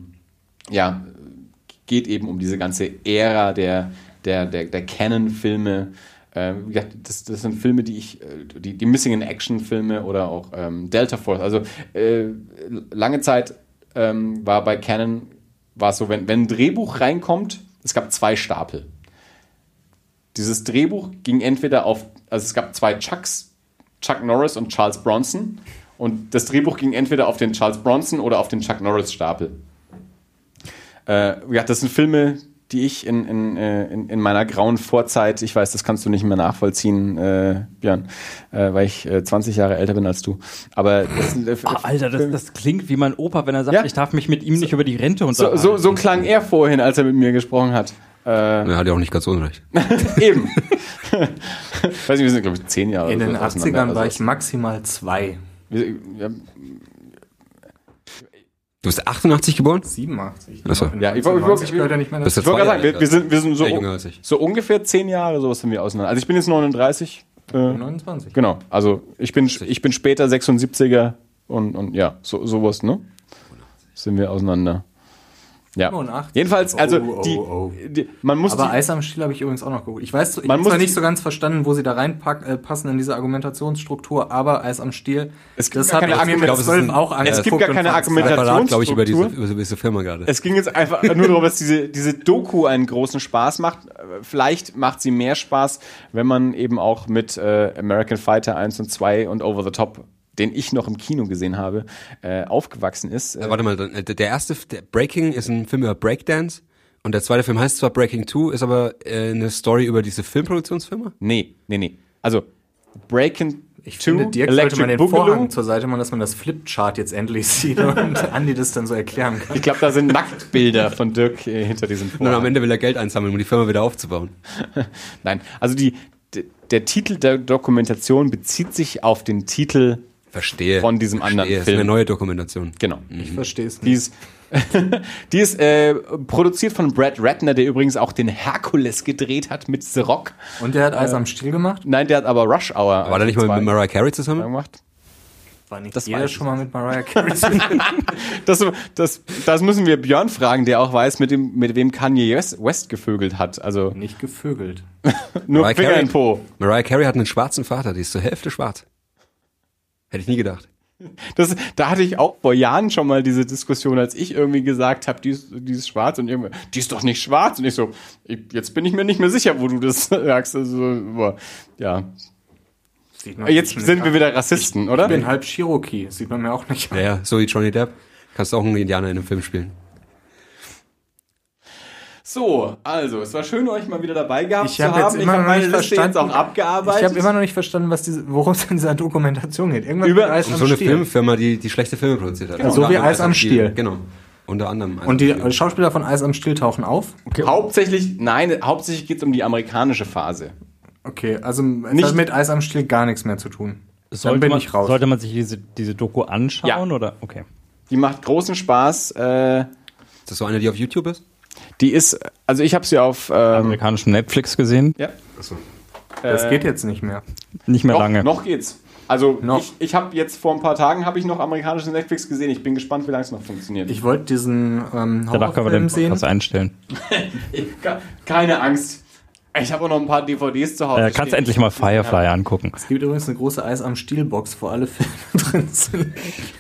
B: geht eben um diese ganze Ära der Canon-Filme. Das sind Filme, die Missing-in-Action-Filme oder auch Delta Force. Also lange Zeit war bei Canon so, wenn ein Drehbuch reinkommt, es gab 2 Stapel. Dieses Drehbuch ging entweder es gab 2 Chucks, Chuck Norris und Charles Bronson, und das Drehbuch ging entweder auf den Charles Bronson oder auf den Chuck Norris Stapel. Das sind Filme, die ich in meiner grauen Vorzeit, ich weiß, das kannst du nicht mehr nachvollziehen, Björn, weil ich 20 Jahre älter bin als du. Aber das sind,
A: Alter, das klingt wie mein Opa, wenn er sagt, ich darf mich mit ihm nicht über die Rente unterhalten.
B: So klang er vorhin, als er mit mir gesprochen hat.
D: Er hat ja auch nicht ganz unrecht.
B: Eben. Ich weiß nicht, wir sind, glaube ich, 10 Jahre.
C: In den 80ern war ich maximal 2.
D: Du bist 88 geboren?
C: 87.
D: Achso.
B: Ja, ich wollte gerade sagen, wir sind so ungefähr 10 Jahre, sowas sind wir auseinander. Also ich bin jetzt 39.
C: 29.
B: Genau, also ich bin später 76er und ja, sowas, ne? Sind wir auseinander. Ja.
C: 85.
B: Jedenfalls, also man muss.
C: Aber Eis am Stiel habe ich übrigens auch noch geholt. Ich habe zwar nicht so ganz verstanden, wo sie da reinpassen in diese Argumentationsstruktur, aber Eis am Stiel,
B: das hat mir mit 12 auch angeguckt. Es gibt gar keine Argumentationsstruktur,
D: glaube ich, über diese Firma gerade.
B: Es ging jetzt einfach nur darum, dass diese Doku einen großen Spaß macht. Vielleicht macht sie mehr Spaß, wenn man eben auch mit American Fighter 1 und 2 und Over the Top, den ich noch im Kino gesehen habe, aufgewachsen ist.
D: Warte mal, der erste, Breaking, ist ein Film über Breakdance, und der zweite Film heißt zwar Breaking 2, ist aber eine Story über diese Filmproduktionsfirma?
B: Nee. Also, Breaking
C: 2, Dirk sollte man den Vorhang zur Seite machen, dass man das Flipchart jetzt endlich sieht und Andi das dann so erklären kann.
B: Ich glaube, da sind Nacktbilder von Dirk hinter diesem Vorhang.
D: Und am Ende will er Geld einsammeln, um die Firma wieder aufzubauen.
B: Nein, also der Titel der Dokumentation bezieht sich auf den Titel
D: Verstehe.
B: von diesem anderen
D: Das ist
B: Film.
D: eine neue Dokumentation.
B: Genau.
C: Ich verstehe es
B: Die ist produziert von Brad Ratner, der übrigens auch den Hercules gedreht hat mit The Rock.
C: Und der hat Eis am Stiel gemacht?
B: Nein, der hat aber Rush Hour.
D: War der nicht mal mit Mariah Carey zusammen?
B: gemacht?
C: War nicht
B: Das
C: jeder
B: weiß
C: schon mal mit Mariah Carey zusammen?
B: Das müssen wir Björn fragen, der auch weiß, mit wem Kanye West gevögelt hat. Also
C: Nicht gevögelt.
B: nur
D: Mariah
B: Finger
D: Carey?
B: in den Po.
D: Mariah Carey hat einen schwarzen Vater, die ist zur Hälfte schwarz. Hätte ich nie gedacht.
B: Da hatte ich auch vor Jahren schon mal diese Diskussion, als ich irgendwie gesagt habe, die ist schwarz und irgendwann, die ist doch nicht schwarz. Und ich so, jetzt bin ich mir nicht mehr sicher, wo du das sagst. Also, ja. Jetzt sind wir wieder Rassisten, oder?
C: Ich bin halb Cherokee, sieht man mir auch nicht an.
D: Ja, so wie Johnny Depp. Kannst du auch einen Indianer in einem Film spielen.
B: So, also, es war schön, euch mal wieder dabei gehabt
C: Ich
B: zu
C: habe jetzt
B: haben.
C: immer
B: Ich habe
C: noch
B: meine
C: nicht
B: Liste jetzt
C: verstanden.
B: auch abgearbeitet.
C: Ich habe immer noch nicht verstanden, worum es in dieser Dokumentation geht. Irgendwas
B: Über-
C: mit Eis
D: Um
C: am
D: so eine
C: Stiel.
D: Filmfirma, die schlechte Filme produziert hat.
C: Genau. So
D: Unter
C: wie
D: anderem
C: Eis am Stiel.
D: Genau. Unter anderem.
C: Und die Schauspieler von Eis am Stiel tauchen auf?
B: Hauptsächlich geht es um die amerikanische Phase.
C: Okay, also es
B: Nicht-
C: hat mit Eis am Stiel gar nichts mehr zu tun. Dann bin ich raus.
A: Sollte man sich diese Doku anschauen?
B: Ja.
A: Oder? Okay.
B: Die macht großen Spaß.
D: Ist das so eine, die auf YouTube ist?
B: Die ist, also ich habe sie auf
A: Amerikanischen Netflix gesehen.
B: ja,
D: Achso.
C: Das geht jetzt nicht mehr.
A: Nicht mehr lange.
B: noch geht's. Also
C: Noch.
B: ich habe jetzt vor ein paar Tagen habe ich noch amerikanisches Netflix gesehen. Ich bin gespannt, wie lange es noch funktioniert.
C: Ich wollte diesen
A: Danach können wir
C: Horrorfilm
A: den
C: sehen.
A: Podcast einstellen.
B: Keine Angst. Ich habe auch noch ein paar DVDs zu Hause.
A: Kannst du
B: stehen.
A: endlich mal Firefly angucken.
C: Es gibt übrigens eine große Eis am Stiel-Box, wo alle Filme drin sind.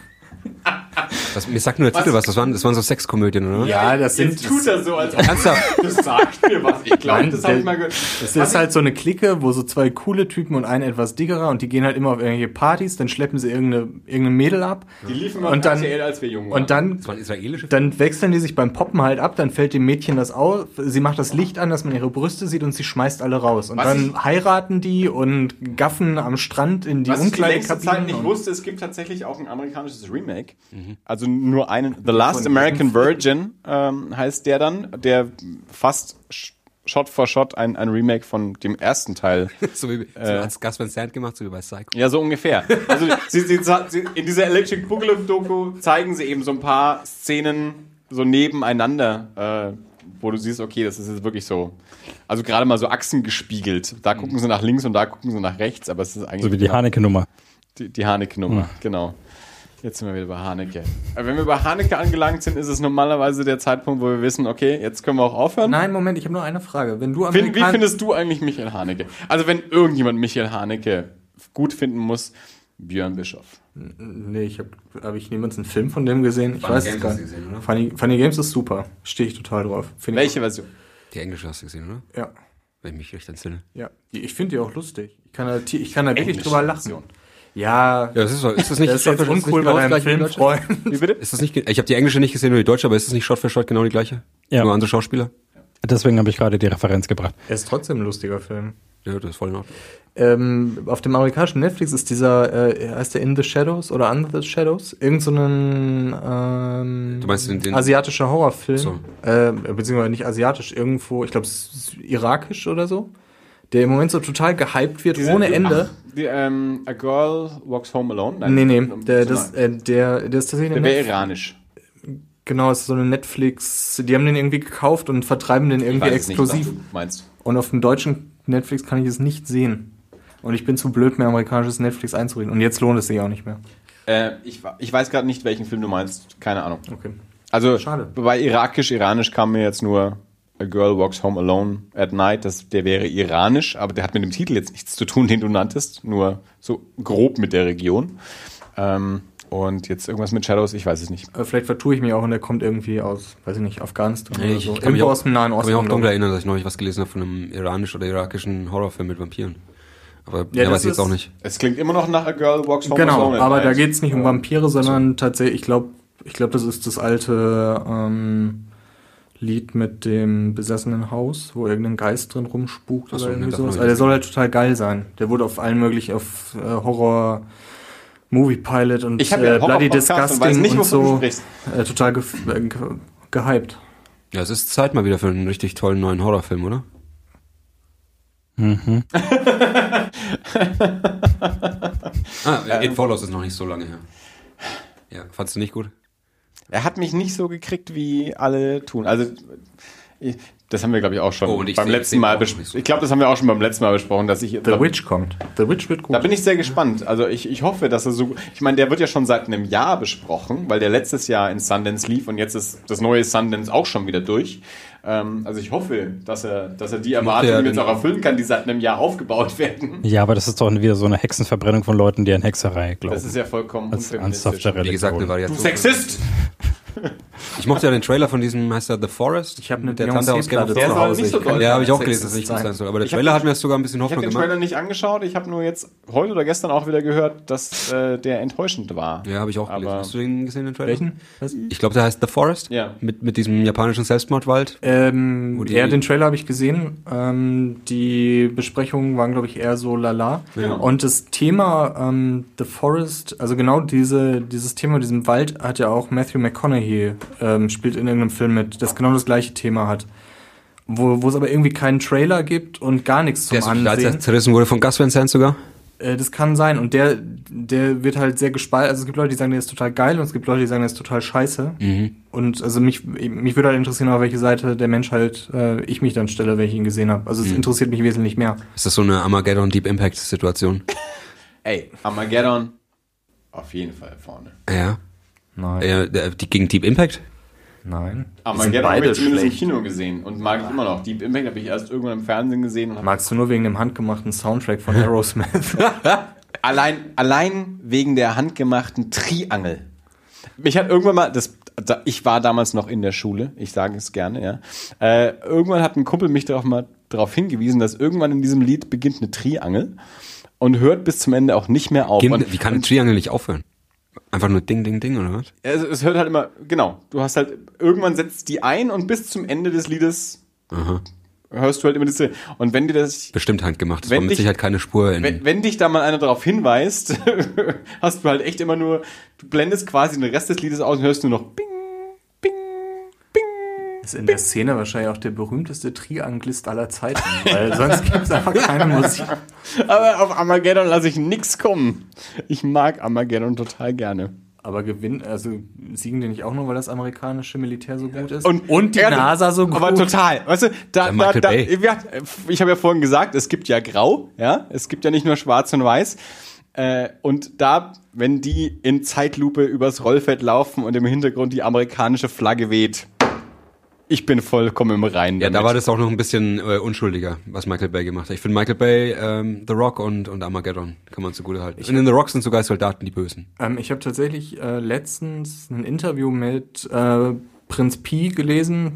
D: Mir sagt nur der Titel was. Das waren so Sexkomödien, oder?
C: Ja, das sind...
B: Jetzt tut er so, als ob
D: Ernsthaft?
B: das sagt mir was. Ich glaube,
C: Nein,
B: das habe ich mal gehört.
C: Das ist halt so eine Clique, wo so zwei coole Typen und ein etwas dickerer und die gehen halt immer auf irgendwelche Partys, dann schleppen sie irgendeine Mädel ab.
B: Die liefen mal
C: und dann,
B: RTL, als wir jung waren.
C: und dann,
D: Das waren israelische
C: dann wechseln die sich beim Poppen halt ab, dann fällt dem Mädchen das auf, sie macht das Licht an, dass man ihre Brüste sieht und sie schmeißt alle raus. Und
B: Was
C: dann heiraten die und gaffen am Strand in die
B: Was ich die längste Zeit
C: Umkleidekabinen.
B: nicht
C: und-
B: wusste, es gibt tatsächlich auch ein amerikanisches Remake. Also nur einen. The Last American Virgin heißt der dann, der fast Shot for Shot ein Remake von dem ersten Teil.
D: So wie als Gus Van Sant gemacht, so wie bei Psycho.
B: Ja, so ungefähr. Also sie, in dieser Electric Boogaloo-Doku zeigen sie eben so ein paar Szenen so nebeneinander, wo du siehst, okay, das ist jetzt wirklich so. Also gerade mal so Achsen gespiegelt. Da gucken sie nach links und da gucken sie nach rechts, aber es ist eigentlich
A: So wie die Haneke-Nummer.
B: die Haneke-Nummer, genau. Jetzt sind wir wieder bei Haneke. Aber wenn wir bei Haneke angelangt sind, ist es normalerweise der Zeitpunkt, wo wir wissen, okay, jetzt können wir auch aufhören.
C: Nein, Moment, ich habe nur eine Frage. Wenn du
B: Wie findest du eigentlich Michael Haneke? Also wenn irgendjemand Michael Haneke gut finden muss, Björn Bischof.
C: Nee, habe ich niemals einen Film von dem gesehen? Ich
D: Funny
C: weiß es
D: Games
C: gar
D: hast
C: nicht.
D: du gesehen, oder?
C: Funny Games ist super. Stehe ich total drauf. Find
B: Welche Version?
D: Die englische hast du gesehen, oder?
C: Ich, ja,
D: Wenn ich mich recht entsinne.
C: ja. Ich finde die auch lustig. Ich kann da wirklich
B: Englische
C: drüber lachen.
B: Version.
C: Ja,
D: Ja, ist das nicht
C: das ist jetzt uncool bei deinem Filmfreund.
B: Wie bitte?
D: Ist das nicht, ich habe die englische nicht gesehen, nur die deutsche, aber ist das nicht Shot für Shot genau die gleiche?
A: Ja.
D: Nur andere Schauspieler?
A: Deswegen habe ich gerade die Referenz gebracht.
C: Er ist trotzdem ein lustiger Film.
D: Ja, das ist voll in Ordnung.
C: Auf dem amerikanischen Netflix ist dieser, heißt der In the Shadows oder Under the Shadows? Irgend so ein
D: Du meinst den
C: asiatischer Horrorfilm.
D: So.
C: Beziehungsweise nicht asiatisch, irgendwo, ich glaube, es ist irakisch oder so. Der im Moment so total gehypt wird, ohne Ende.
B: A Girl Walks Home Alone? Nein,
C: Nee, der
B: so
C: ist
B: nein.
C: tatsächlich
B: Der wäre iranisch.
C: Genau, es ist so eine Netflix, die haben den irgendwie gekauft und vertreiben den irgendwie
B: Weiß es nicht,
C: exklusiv.
B: was du meinst.
C: Und auf dem deutschen Netflix kann ich es nicht sehen. Und ich bin zu blöd, mir amerikanisches Netflix einzureden. Und jetzt lohnt es sich auch nicht mehr.
B: Ich weiß gerade nicht, welchen Film du meinst. Keine Ahnung.
C: Okay.
B: Also
C: Schade.
B: bei irakisch-iranisch kam mir jetzt nur A Girl Walks Home Alone at Night. Der wäre iranisch, aber der hat mit dem Titel jetzt nichts zu tun, den du nanntest. Nur so grob mit der Region. Und jetzt irgendwas mit Shadows, ich weiß es nicht.
C: Vielleicht vertue ich mich auch und der kommt irgendwie aus, weiß ich nicht, Afghanistan
D: Nee,
C: oder
D: ich
C: so.
D: kann mich
C: Irgendwo
D: auch-
C: aus dem Nahen
D: Ich kann
C: Osten.
D: mich auch dunkel
C: glaub
D: erinnern, dass ich neulich was gelesen habe von einem iranisch- oder irakischen Horrorfilm mit Vampiren. Aber
C: Ja,
D: ja,
C: das
D: weiß ich jetzt
C: ist-
D: auch nicht.
B: Es klingt immer noch nach A Girl Walks
C: ich.
B: Home
C: Genau,
B: Alone at
C: aber
B: Night.
C: da geht es nicht um Vampire, sondern tatsächlich, ich glaube, das ist das alte Lied mit dem besessenen Haus, wo irgendein Geist drin rumspukt
D: Ach so,
C: oder irgendwie
D: das
C: sowas.
D: noch
C: Also der
D: nicht.
C: soll halt total geil sein. Der wurde auf allen möglichen, auf Horror, Movie Pilot und
B: Ich habe ja einen
C: Bloody
B: Horror-Podcast und weiß
C: Disgusting
B: nicht,
C: und
B: wovon du
C: so
B: sprichst.
C: total gehypt.
D: Ja, es ist Zeit mal wieder für einen richtig tollen neuen Horrorfilm, oder? It Follows ist noch nicht so lange her. Ja, fandst du nicht gut?
B: Er hat mich nicht so gekriegt, wie alle tun. Also, das haben wir, glaube ich, auch schon beim letzten Mal besprochen. Ich glaube, das haben wir auch schon beim letzten Mal besprochen, dass ich...
C: The Witch kommt. The Witch wird gut.
B: Da bin ich sehr gespannt. Also ich hoffe, dass er so... Ich meine, der wird ja schon seit einem Jahr besprochen, weil der letztes Jahr in Sundance lief und jetzt ist das neue Sundance auch schon wieder durch. Also ich hoffe, dass er die Erwartungen jetzt auch erfüllen kann, die seit einem Jahr aufgebaut werden.
A: Ja, aber das ist doch wieder so eine Hexenverbrennung von Leuten, die an Hexerei glauben.
B: Das ist ja vollkommen
A: unfeministisch.
D: Wie gesagt, eine Variation.
B: Du Sexist!
D: Ich mochte ja den Trailer von diesem, heißt der The Forest?
C: Ich habe eine
D: der Tante aus Game of
B: Der soll nicht so
D: Thrones. Ja, habe ich auch gelesen, dass es nicht gut sein soll. Aber der Trailer hat mir sogar ein bisschen Hoffnung gemacht.
B: Ich habe den Trailer nicht angeschaut. Ich habe nur jetzt heute oder gestern auch wieder gehört, dass der enttäuschend war.
D: Ja, habe ich auch gelesen. Hast du den gesehen, den Trailer?
C: Welchen?
D: Ich glaube, der heißt The Forest.
B: Ja.
D: Mit diesem japanischen Selbstmordwald.
C: Den Trailer habe ich gesehen. Die Besprechungen waren, glaube ich, eher so lala.
B: Ja.
C: Und das Thema The Forest, also genau dieses Thema, diesem Wald, hat ja auch Matthew McConaughey spielt in irgendeinem Film mit, das genau das gleiche Thema hat. Wo es aber irgendwie keinen Trailer gibt und gar nichts zum Ansehen.
D: Als er zerrissen wurde von Gus Van Sant sogar?
C: Das kann sein. Und der wird halt sehr gespalten. Also es gibt Leute, die sagen, der ist total geil und es gibt Leute, die sagen, der ist total scheiße. Mhm. Und also mich würde halt interessieren, auf welche Seite der Mensch halt ich mich dann stelle, wenn ich ihn gesehen habe. Also es interessiert mich wesentlich mehr.
D: Ist das so eine Armageddon Deep Impact Situation?
B: Ey, Armageddon auf jeden Fall vorne.
D: Ja.
C: Nein.
D: Die gegen Deep Impact?
C: Nein.
B: Armageddon habe ich zumindest im Kino gesehen und mag ich immer noch. Deep Impact habe ich erst irgendwann im Fernsehen gesehen. Und
C: magst du nur wegen dem handgemachten Soundtrack von Aerosmith?
B: allein wegen der handgemachten Triangel. Mich hat irgendwann mal, ich war damals noch in der Schule, ich sage es gerne, ja. Irgendwann hat ein Kumpel mich darauf hingewiesen, dass irgendwann in diesem Lied beginnt eine Triangel und hört bis zum Ende auch nicht mehr auf.
D: Wie kann eine Triangel nicht aufhören? Einfach nur Ding, Ding, Ding, oder was?
B: Es hört halt immer, genau, du hast halt, irgendwann setzt die ein und bis zum Ende des Liedes hörst du halt immer diese, und wenn dir das...
D: Bestimmt handgemacht, das war mit Sicherheit keine Spur.
B: Wenn dich da mal einer darauf hinweist, hast du halt echt immer nur, du blendest quasi den Rest des Liedes aus und hörst nur noch Bing, Bing, Bing.
C: Ist in der Szene wahrscheinlich auch der berühmteste Trianglist aller Zeiten, weil sonst gibt es einfach keine Musik.
B: Aber auf Armageddon lasse ich nix kommen. Ich mag Armageddon total gerne.
C: Aber siegen die nicht auch nur, weil das amerikanische Militär so gut ist?
B: Und
C: die NASA so gut?
B: Aber total. Weißt du, ich habe ja vorhin gesagt, es gibt ja Grau, ja, es gibt ja nicht nur Schwarz und Weiß. Und da, wenn die in Zeitlupe übers Rollfeld laufen und im Hintergrund die amerikanische Flagge weht, ich bin vollkommen im Reinen damit.
D: Ja, da war das auch noch ein bisschen unschuldiger, was Michael Bay gemacht hat. Ich finde Michael Bay, The Rock und Armageddon kann man zugute halten. Und in The Rock sind sogar Soldaten die Bösen.
C: Ich habe tatsächlich letztens ein Interview mit Prinz Pi gelesen.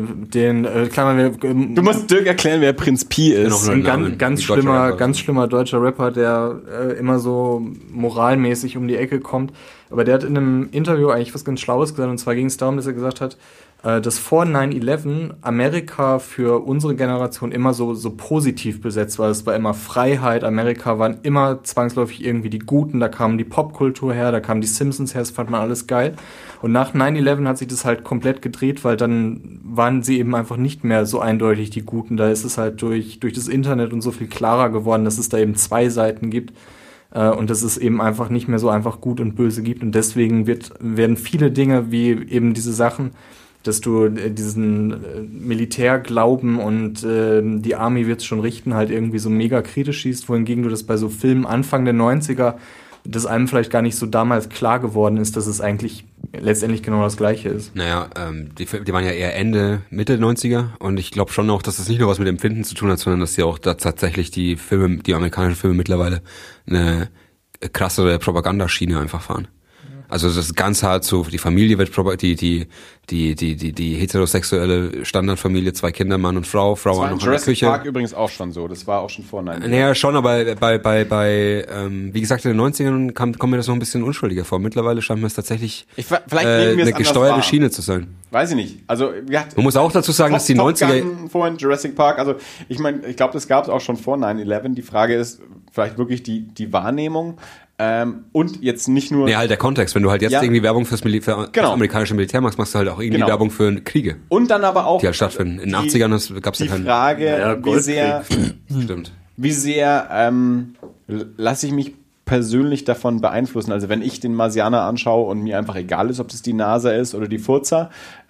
B: Du musst Dirk erklären, wer Prinz Pi ist.
C: Ein ganz schlimmer deutscher Rapper, der immer so moralmäßig um die Ecke kommt. Aber der hat in einem Interview eigentlich was ganz Schlaues gesagt. Und zwar ging es darum, dass er gesagt hat, dass vor 9/11 Amerika für unsere Generation immer so positiv besetzt war. Es war immer Freiheit. Amerika waren immer zwangsläufig irgendwie die Guten. Da kam die Popkultur her, da kamen die Simpsons her, das fand man alles geil. Und nach 9/11 hat sich das halt komplett gedreht, weil dann waren sie eben einfach nicht mehr so eindeutig die Guten. Da ist es halt durch das Internet und so viel klarer geworden, dass es da eben zwei Seiten gibt. Und dass es eben einfach nicht mehr so einfach Gut und Böse gibt. Und deswegen werden viele Dinge wie eben diese Sachen, dass du diesen Militärglauben und die Army wird's schon richten, halt irgendwie so mega kritisch siehst, wohingegen du das bei so Filmen Anfang der 90er, das einem vielleicht gar nicht so damals klar geworden ist, dass es eigentlich letztendlich genau das Gleiche ist.
D: Naja, die waren ja eher Mitte 90er und ich glaube schon auch, dass das nicht nur was mit Empfinden zu tun hat, sondern dass ja auch da tatsächlich die amerikanischen Filme mittlerweile eine krassere Propagandaschiene einfach fahren. Also das ist ganz hart so, die Familie wird die heterosexuelle Standardfamilie, 2 Kinder, Mann und Frau auch noch in der Küche.
B: Jurassic Park übrigens auch schon so, das war auch schon vor 9/11.
D: Naja, schon, aber bei wie gesagt, in den 90ern kommt mir das noch ein bisschen unschuldiger vor. Mittlerweile scheint mir es tatsächlich eine gesteuerte Schiene zu sein.
B: Weiß ich nicht. Also
D: man muss auch dazu sagen, dass die 90er...
B: vorhin Jurassic Park, also ich meine, ich glaube, das gab es auch schon vor 9/11. Die Frage ist vielleicht wirklich die Wahrnehmung. Und jetzt nicht nur...
D: Nee, halt der Kontext. Wenn du halt jetzt irgendwie Werbung für das amerikanische Militär machst, machst du halt auch irgendwie Werbung für Kriege.
B: Und dann aber auch...
D: Die halt stattfinden. In den 80ern gab es ja keinen...
B: Die Frage,
D: Stimmt.
B: wie sehr lasse ich mich persönlich davon beeinflussen. Also wenn ich den Marsianer anschaue und mir einfach egal ist, ob das die NASA ist oder die Furzer,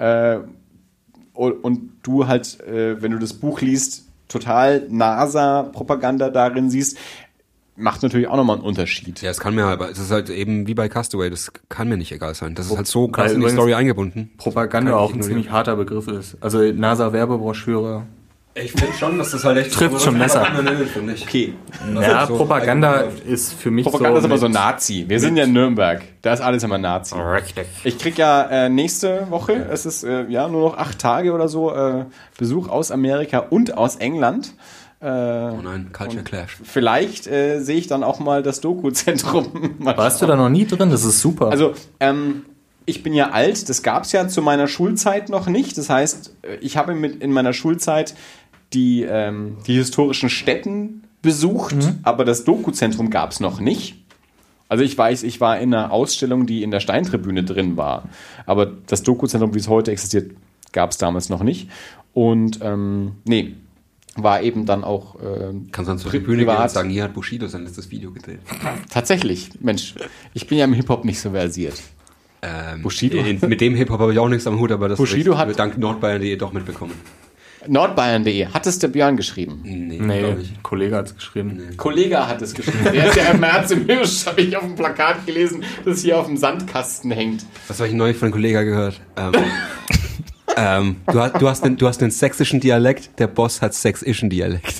B: und du halt, wenn du das Buch liest, total NASA-Propaganda darin siehst, macht natürlich auch nochmal einen Unterschied.
D: Ja, es kann mir aber, es ist halt eben wie bei Castaway, das kann mir nicht egal sein. Das ist halt so krass in die Story eingebunden.
C: Propaganda auch ein ziemlich harter Begriff ist. Also NASA-Werbebroschüre.
D: Ich finde schon, dass das halt echt
C: trifft schon besser.
B: Okay.
C: Ja, so Propaganda ist für mich
B: Propaganda ist aber so Nazi. Wir sind ja in Nürnberg. Da ist alles immer Nazi.
C: Richtig.
B: Ich krieg ja nächste Woche, es ist nur noch 8 Tage oder so, Besuch aus Amerika und aus England.
D: Oh nein, Culture Clash.
B: Vielleicht sehe ich dann auch mal das Doku-Zentrum.
C: Warst du da noch nie drin? Das ist super.
B: Also, ich bin ja alt, das gab es ja zu meiner Schulzeit noch nicht. Das heißt, ich habe in meiner Schulzeit die historischen Stätten besucht, aber das Doku-Zentrum gab es noch nicht. Also ich weiß, ich war in einer Ausstellung, die in der Steintribüne drin war. Aber das Doku-Zentrum, wie es heute existiert, gab es damals noch nicht. Und war eben dann auch
D: kannst du dann zur Tribüne gehen und sagen, hier hat Bushido sein letztes Video gedreht.
B: Tatsächlich, Mensch, ich bin ja im Hip-Hop nicht so versiert.
D: Bushido? Mit dem Hip-Hop habe ich auch nichts am Hut, aber das
B: Bushido
D: habe ich dank Nordbayern.de doch mitbekommen.
B: Nordbayern.de, hat es der Björn geschrieben?
C: Nee, ein Kollege hat es geschrieben.
B: Nee. Kollege hat es geschrieben. Der ist ja im März im Hirsch, habe ich auf dem Plakat gelesen, das hier auf dem Sandkasten hängt.
D: Was habe ich neulich von einem Kollegen gehört? Du hast den sächsischen Dialekt, der Boss hat sächsischen Dialekt.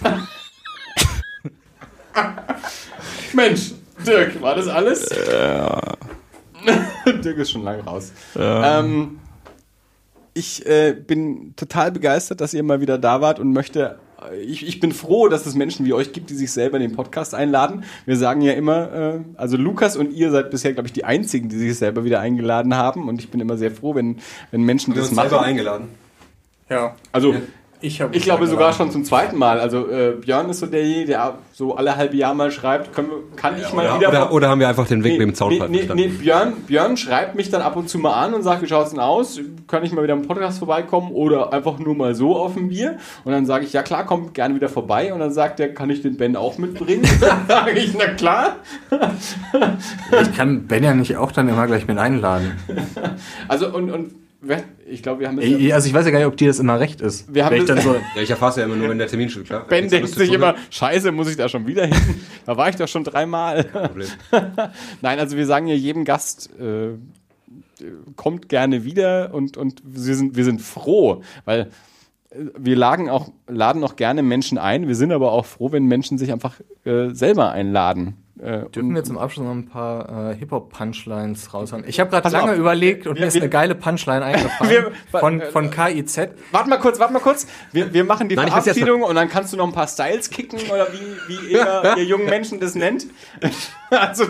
B: Mensch, Dirk, war das alles?
A: Ja.
B: Dirk ist schon lange raus.
A: Ja.
B: Ich bin total begeistert, dass ihr mal wieder da wart und möchte. Ich bin froh, dass es Menschen wie euch gibt, die sich selber in den Podcast einladen. Wir sagen ja immer, also Lukas und ihr seid bisher, glaube ich, die Einzigen, die sich selber wieder eingeladen haben. Und ich bin immer sehr froh, wenn Menschen das machen.
D: Selber eingeladen.
B: Ja. Also ich glaube sogar schon zum zweiten Mal. Also Björn ist so derjenige, der so alle halbe Jahr mal schreibt, kann ich mal wieder...
D: Oder haben wir einfach den Weg mit dem Zaunpfad verstanden?
B: Björn schreibt mich dann ab und zu mal an und sagt, wie schaut's denn aus? Kann ich mal wieder im Podcast vorbeikommen oder einfach nur mal so auf ein Bier? Und dann sage ich, ja klar, komm gerne wieder vorbei. Und dann sagt er, kann ich den Ben auch mitbringen? Dann sage ich, na klar.
C: Ich kann Ben ja nicht auch dann immer gleich mit einladen.
B: Also und ich glaube, wir haben das
C: also ich weiß ja gar nicht, ob dir das immer recht ist.
B: Wir haben
D: dann so ich erfahre es ja immer nur, wenn der Termin steht, klar.
B: Ben denkt sich immer, scheiße, muss ich da schon wieder hin? Da war ich doch schon 3 Mal. Nein, also wir sagen ja jedem Gast, kommt gerne wieder und wir sind froh, weil wir laden auch gerne Menschen ein. Wir sind aber auch froh, wenn Menschen sich einfach selber einladen.
C: Dürfen wir zum Abschluss noch ein paar Hip-Hop-Punchlines raushauen? Ich habe gerade lange überlegt und mir ist eine geile Punchline eingefallen von KIZ.
B: Warte mal kurz. Wir machen die Verabschiedung und dann kannst du noch ein paar Styles kicken oder wie ihr jungen Menschen das nennt. Also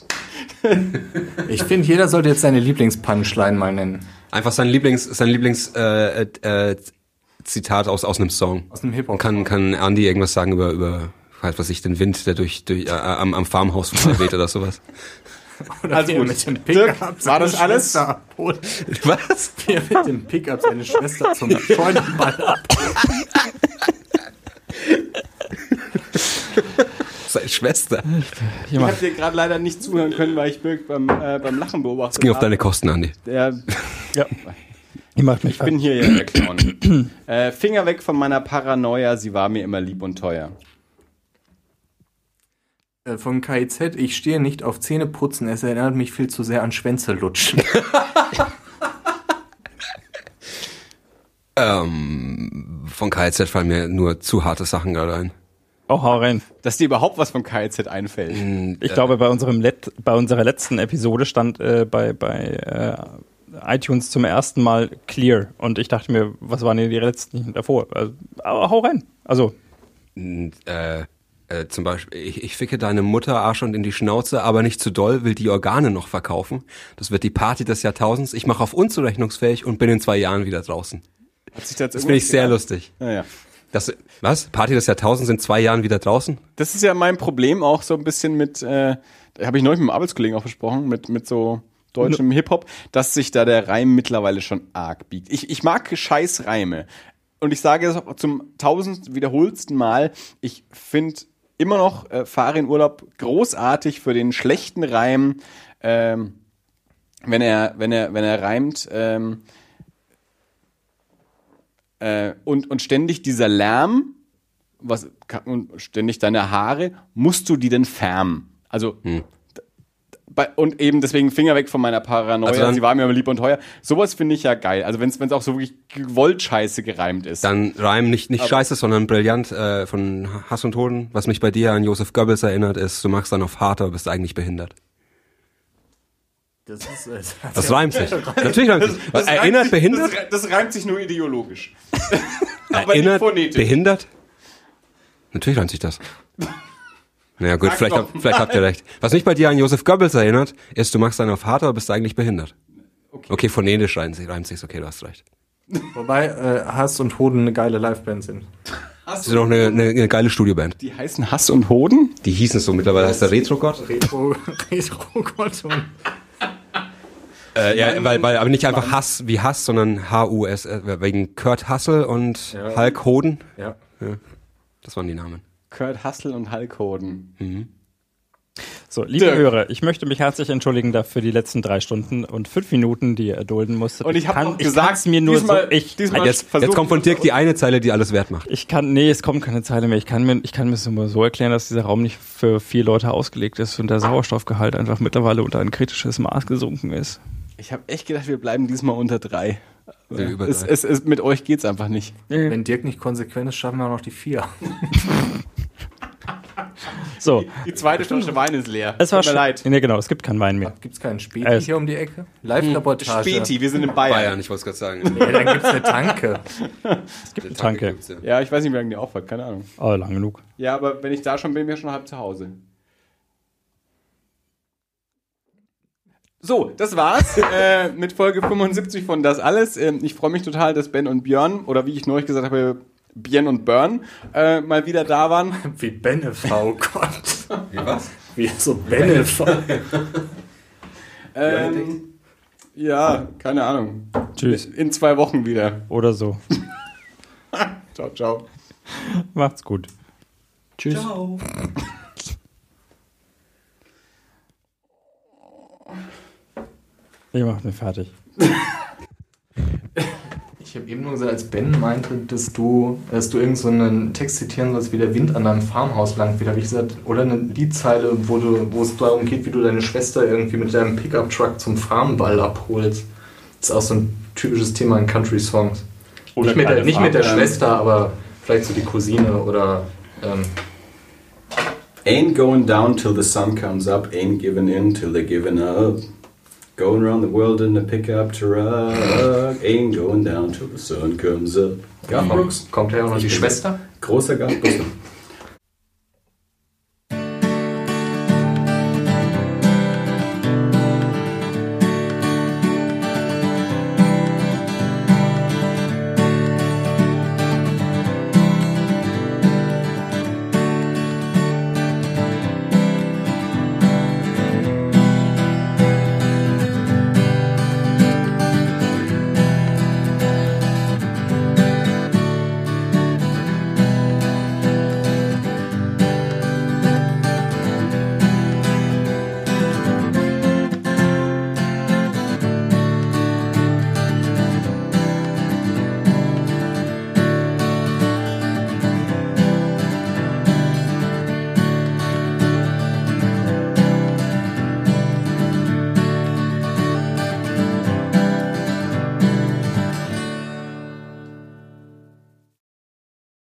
C: ich finde, jeder sollte jetzt seine Lieblings-Punchline mal nennen.
D: Einfach sein Lieblings Zitat aus einem Song.
C: Aus einem Hip-Hop.
D: Kann Andy irgendwas sagen über halt, was ich, den Wind, der durch am Farmhaus weht oder sowas.
C: Oder also mit dem Pickup
B: war das alles?
D: Was?
C: Wie er mit dem Pickup seine Schwester zum Scheunenball abholt.
D: Seine Schwester.
B: Ich habe dir gerade leider nicht zuhören können, weil ich Birk beim Lachen beobachtet habe.
D: Es ging auf deine Kosten, Andi.
B: Ja.
A: Ich
B: bin hier ja der Clown. Finger weg von meiner Paranoia, sie war mir immer lieb und teuer.
C: Von KIZ, ich stehe nicht auf Zähneputzen, es erinnert mich viel zu sehr an Schwänze lutschen.
D: Von KIZ fallen mir nur zu harte Sachen gerade ein.
A: Oh, hau rein.
B: Dass dir überhaupt was von KIZ einfällt.
A: Ich glaube, bei unserer letzten Episode stand bei iTunes zum ersten Mal Clear. Und ich dachte mir, was waren denn die letzten davor? Also, aber hau rein. Also.
D: Zum Beispiel, ich ficke deine Mutter Arsch und in die Schnauze, aber nicht zu doll, will die Organe noch verkaufen. Das wird die Party des Jahrtausends. Ich mache auf unzurechnungsfähig und bin in 2 Jahren wieder draußen. Das finde ich sehr lustig.
B: Ja.
D: Was? Party des Jahrtausends in 2 Jahren wieder draußen?
B: Das ist ja mein Problem auch so ein bisschen mit, da habe ich neulich mit einem Arbeitskollegen auch besprochen, mit so deutschem Hip-Hop, dass sich da der Reim mittlerweile schon arg biegt. Ich mag Scheißreime. Und ich sage es zum 1000 wiederholsten Mal, ich finde immer noch Fahre in Urlaub großartig für den schlechten Reim, wenn er reimt und ständig dieser Lärm, und ständig deine Haare, musst du die denn färben? Also und eben deswegen Finger weg von meiner Paranoia, also sie war mir aber lieb und teuer. Sowas finde ich ja geil. Also wenn es auch so wirklich gewollt scheiße gereimt ist.
D: Dann Reim nicht scheiße, sondern brillant von Hass und Hoden. Was mich bei dir an Joseph Goebbels erinnert, ist, du machst dann auf hart, aber bist eigentlich behindert. Das reimt sich. Natürlich reimt sich. Erinnert behindert?
B: Das reimt sich nur ideologisch.
D: Aber erinnert behindert? Natürlich reimt sich das. Naja gut, vielleicht habt ihr recht. Was mich bei dir an Joseph Goebbels erinnert, ist, du machst einen auf hart, aber bist eigentlich behindert. Okay, phonetisch reimt sich, okay, du hast recht.
C: Wobei Hass und Hoden eine geile Liveband sind.
D: Das ist auch eine geile Studioband.
B: Die heißen Hass und Hoden?
D: Die hießen es so, mittlerweile heißt der Retro-Gott.
C: Retro-Gott und...
D: ja, weil aber nicht einfach Hass wie Hass, sondern H-U-S, wegen Kurt Hassel und Hulk Hoden.
C: Ja.
D: Das waren die Namen.
B: Kurt Hassel und Hulk Hoden.
A: Mhm. So, liebe Hörer, ich möchte mich herzlich entschuldigen dafür die letzten 3 Stunden und 5 Minuten, die ihr erdulden musstet.
B: Und ich habe gesagt,
A: mir nur
B: diesmal
D: jetzt kommt von Dirk die eine Zeile, die alles wert macht.
A: Es kommt keine Zeile mehr. Ich kann mir es nur so erklären, dass dieser Raum nicht für 4 Leute ausgelegt ist und der Sauerstoffgehalt einfach mittlerweile unter ein kritisches Maß gesunken ist.
B: Ich habe echt gedacht, wir bleiben diesmal unter 3. Mit euch geht's einfach nicht.
C: Wenn Dirk nicht konsequent ist, schaffen wir auch noch die 4.
B: So. Die zweite Flasche Wein ist leer.
A: Es war leid. Nee, genau, es gibt keinen Wein mehr.
C: Gibt's keinen Späti hier um die Ecke? Live-Reportage.
B: Späti, wir sind in Bayern.
D: Ich wollte es gerade sagen.
C: Nee, dann gibt's eine Tanke.
A: Es gibt eine Tanke.
B: Ja, ich weiß nicht, wie lange die aufhört, keine Ahnung.
A: Oh, lang genug.
B: Ja, aber wenn ich da schon bin, bin ich schon halb zu Hause. So, das war's mit Folge 75 von Das Alles. Ich freue mich total, dass Ben und Björn, oder wie ich neulich gesagt habe, Björn und Björn, mal wieder da waren.
C: Wie Benefau, Gott.
D: Wie was?
C: Wie so Benefau.
B: Ja, keine Ahnung.
A: Tschüss.
B: In 2 Wochen wieder.
A: Oder so.
B: Ciao, ciao.
A: Macht's gut.
C: Tschüss.
B: Ciao.
A: Ihr macht mir fertig.
C: Ich habe eben nur gesagt, als Ben meinte, dass du irgend so einen Text zitieren sollst, wie der Wind an deinem Farmhaus langt, wieder, habe ich gesagt, oder eine Liedzeile, wo es darum geht, wie du deine Schwester irgendwie mit deinem Pickup-Truck zum Farmball abholst. Das ist auch so ein typisches Thema in Country-Songs. Nicht mit der Schwester, aber vielleicht so die Cousine oder...
B: Ain't going down till the sun comes up, ain't giving in till they're giving up. Going around the world in a pickup truck, ain't going down till the sun comes up.
C: Garth Brooks. Kommt ja auch noch die Schwester?
B: Großer Garth Brooks.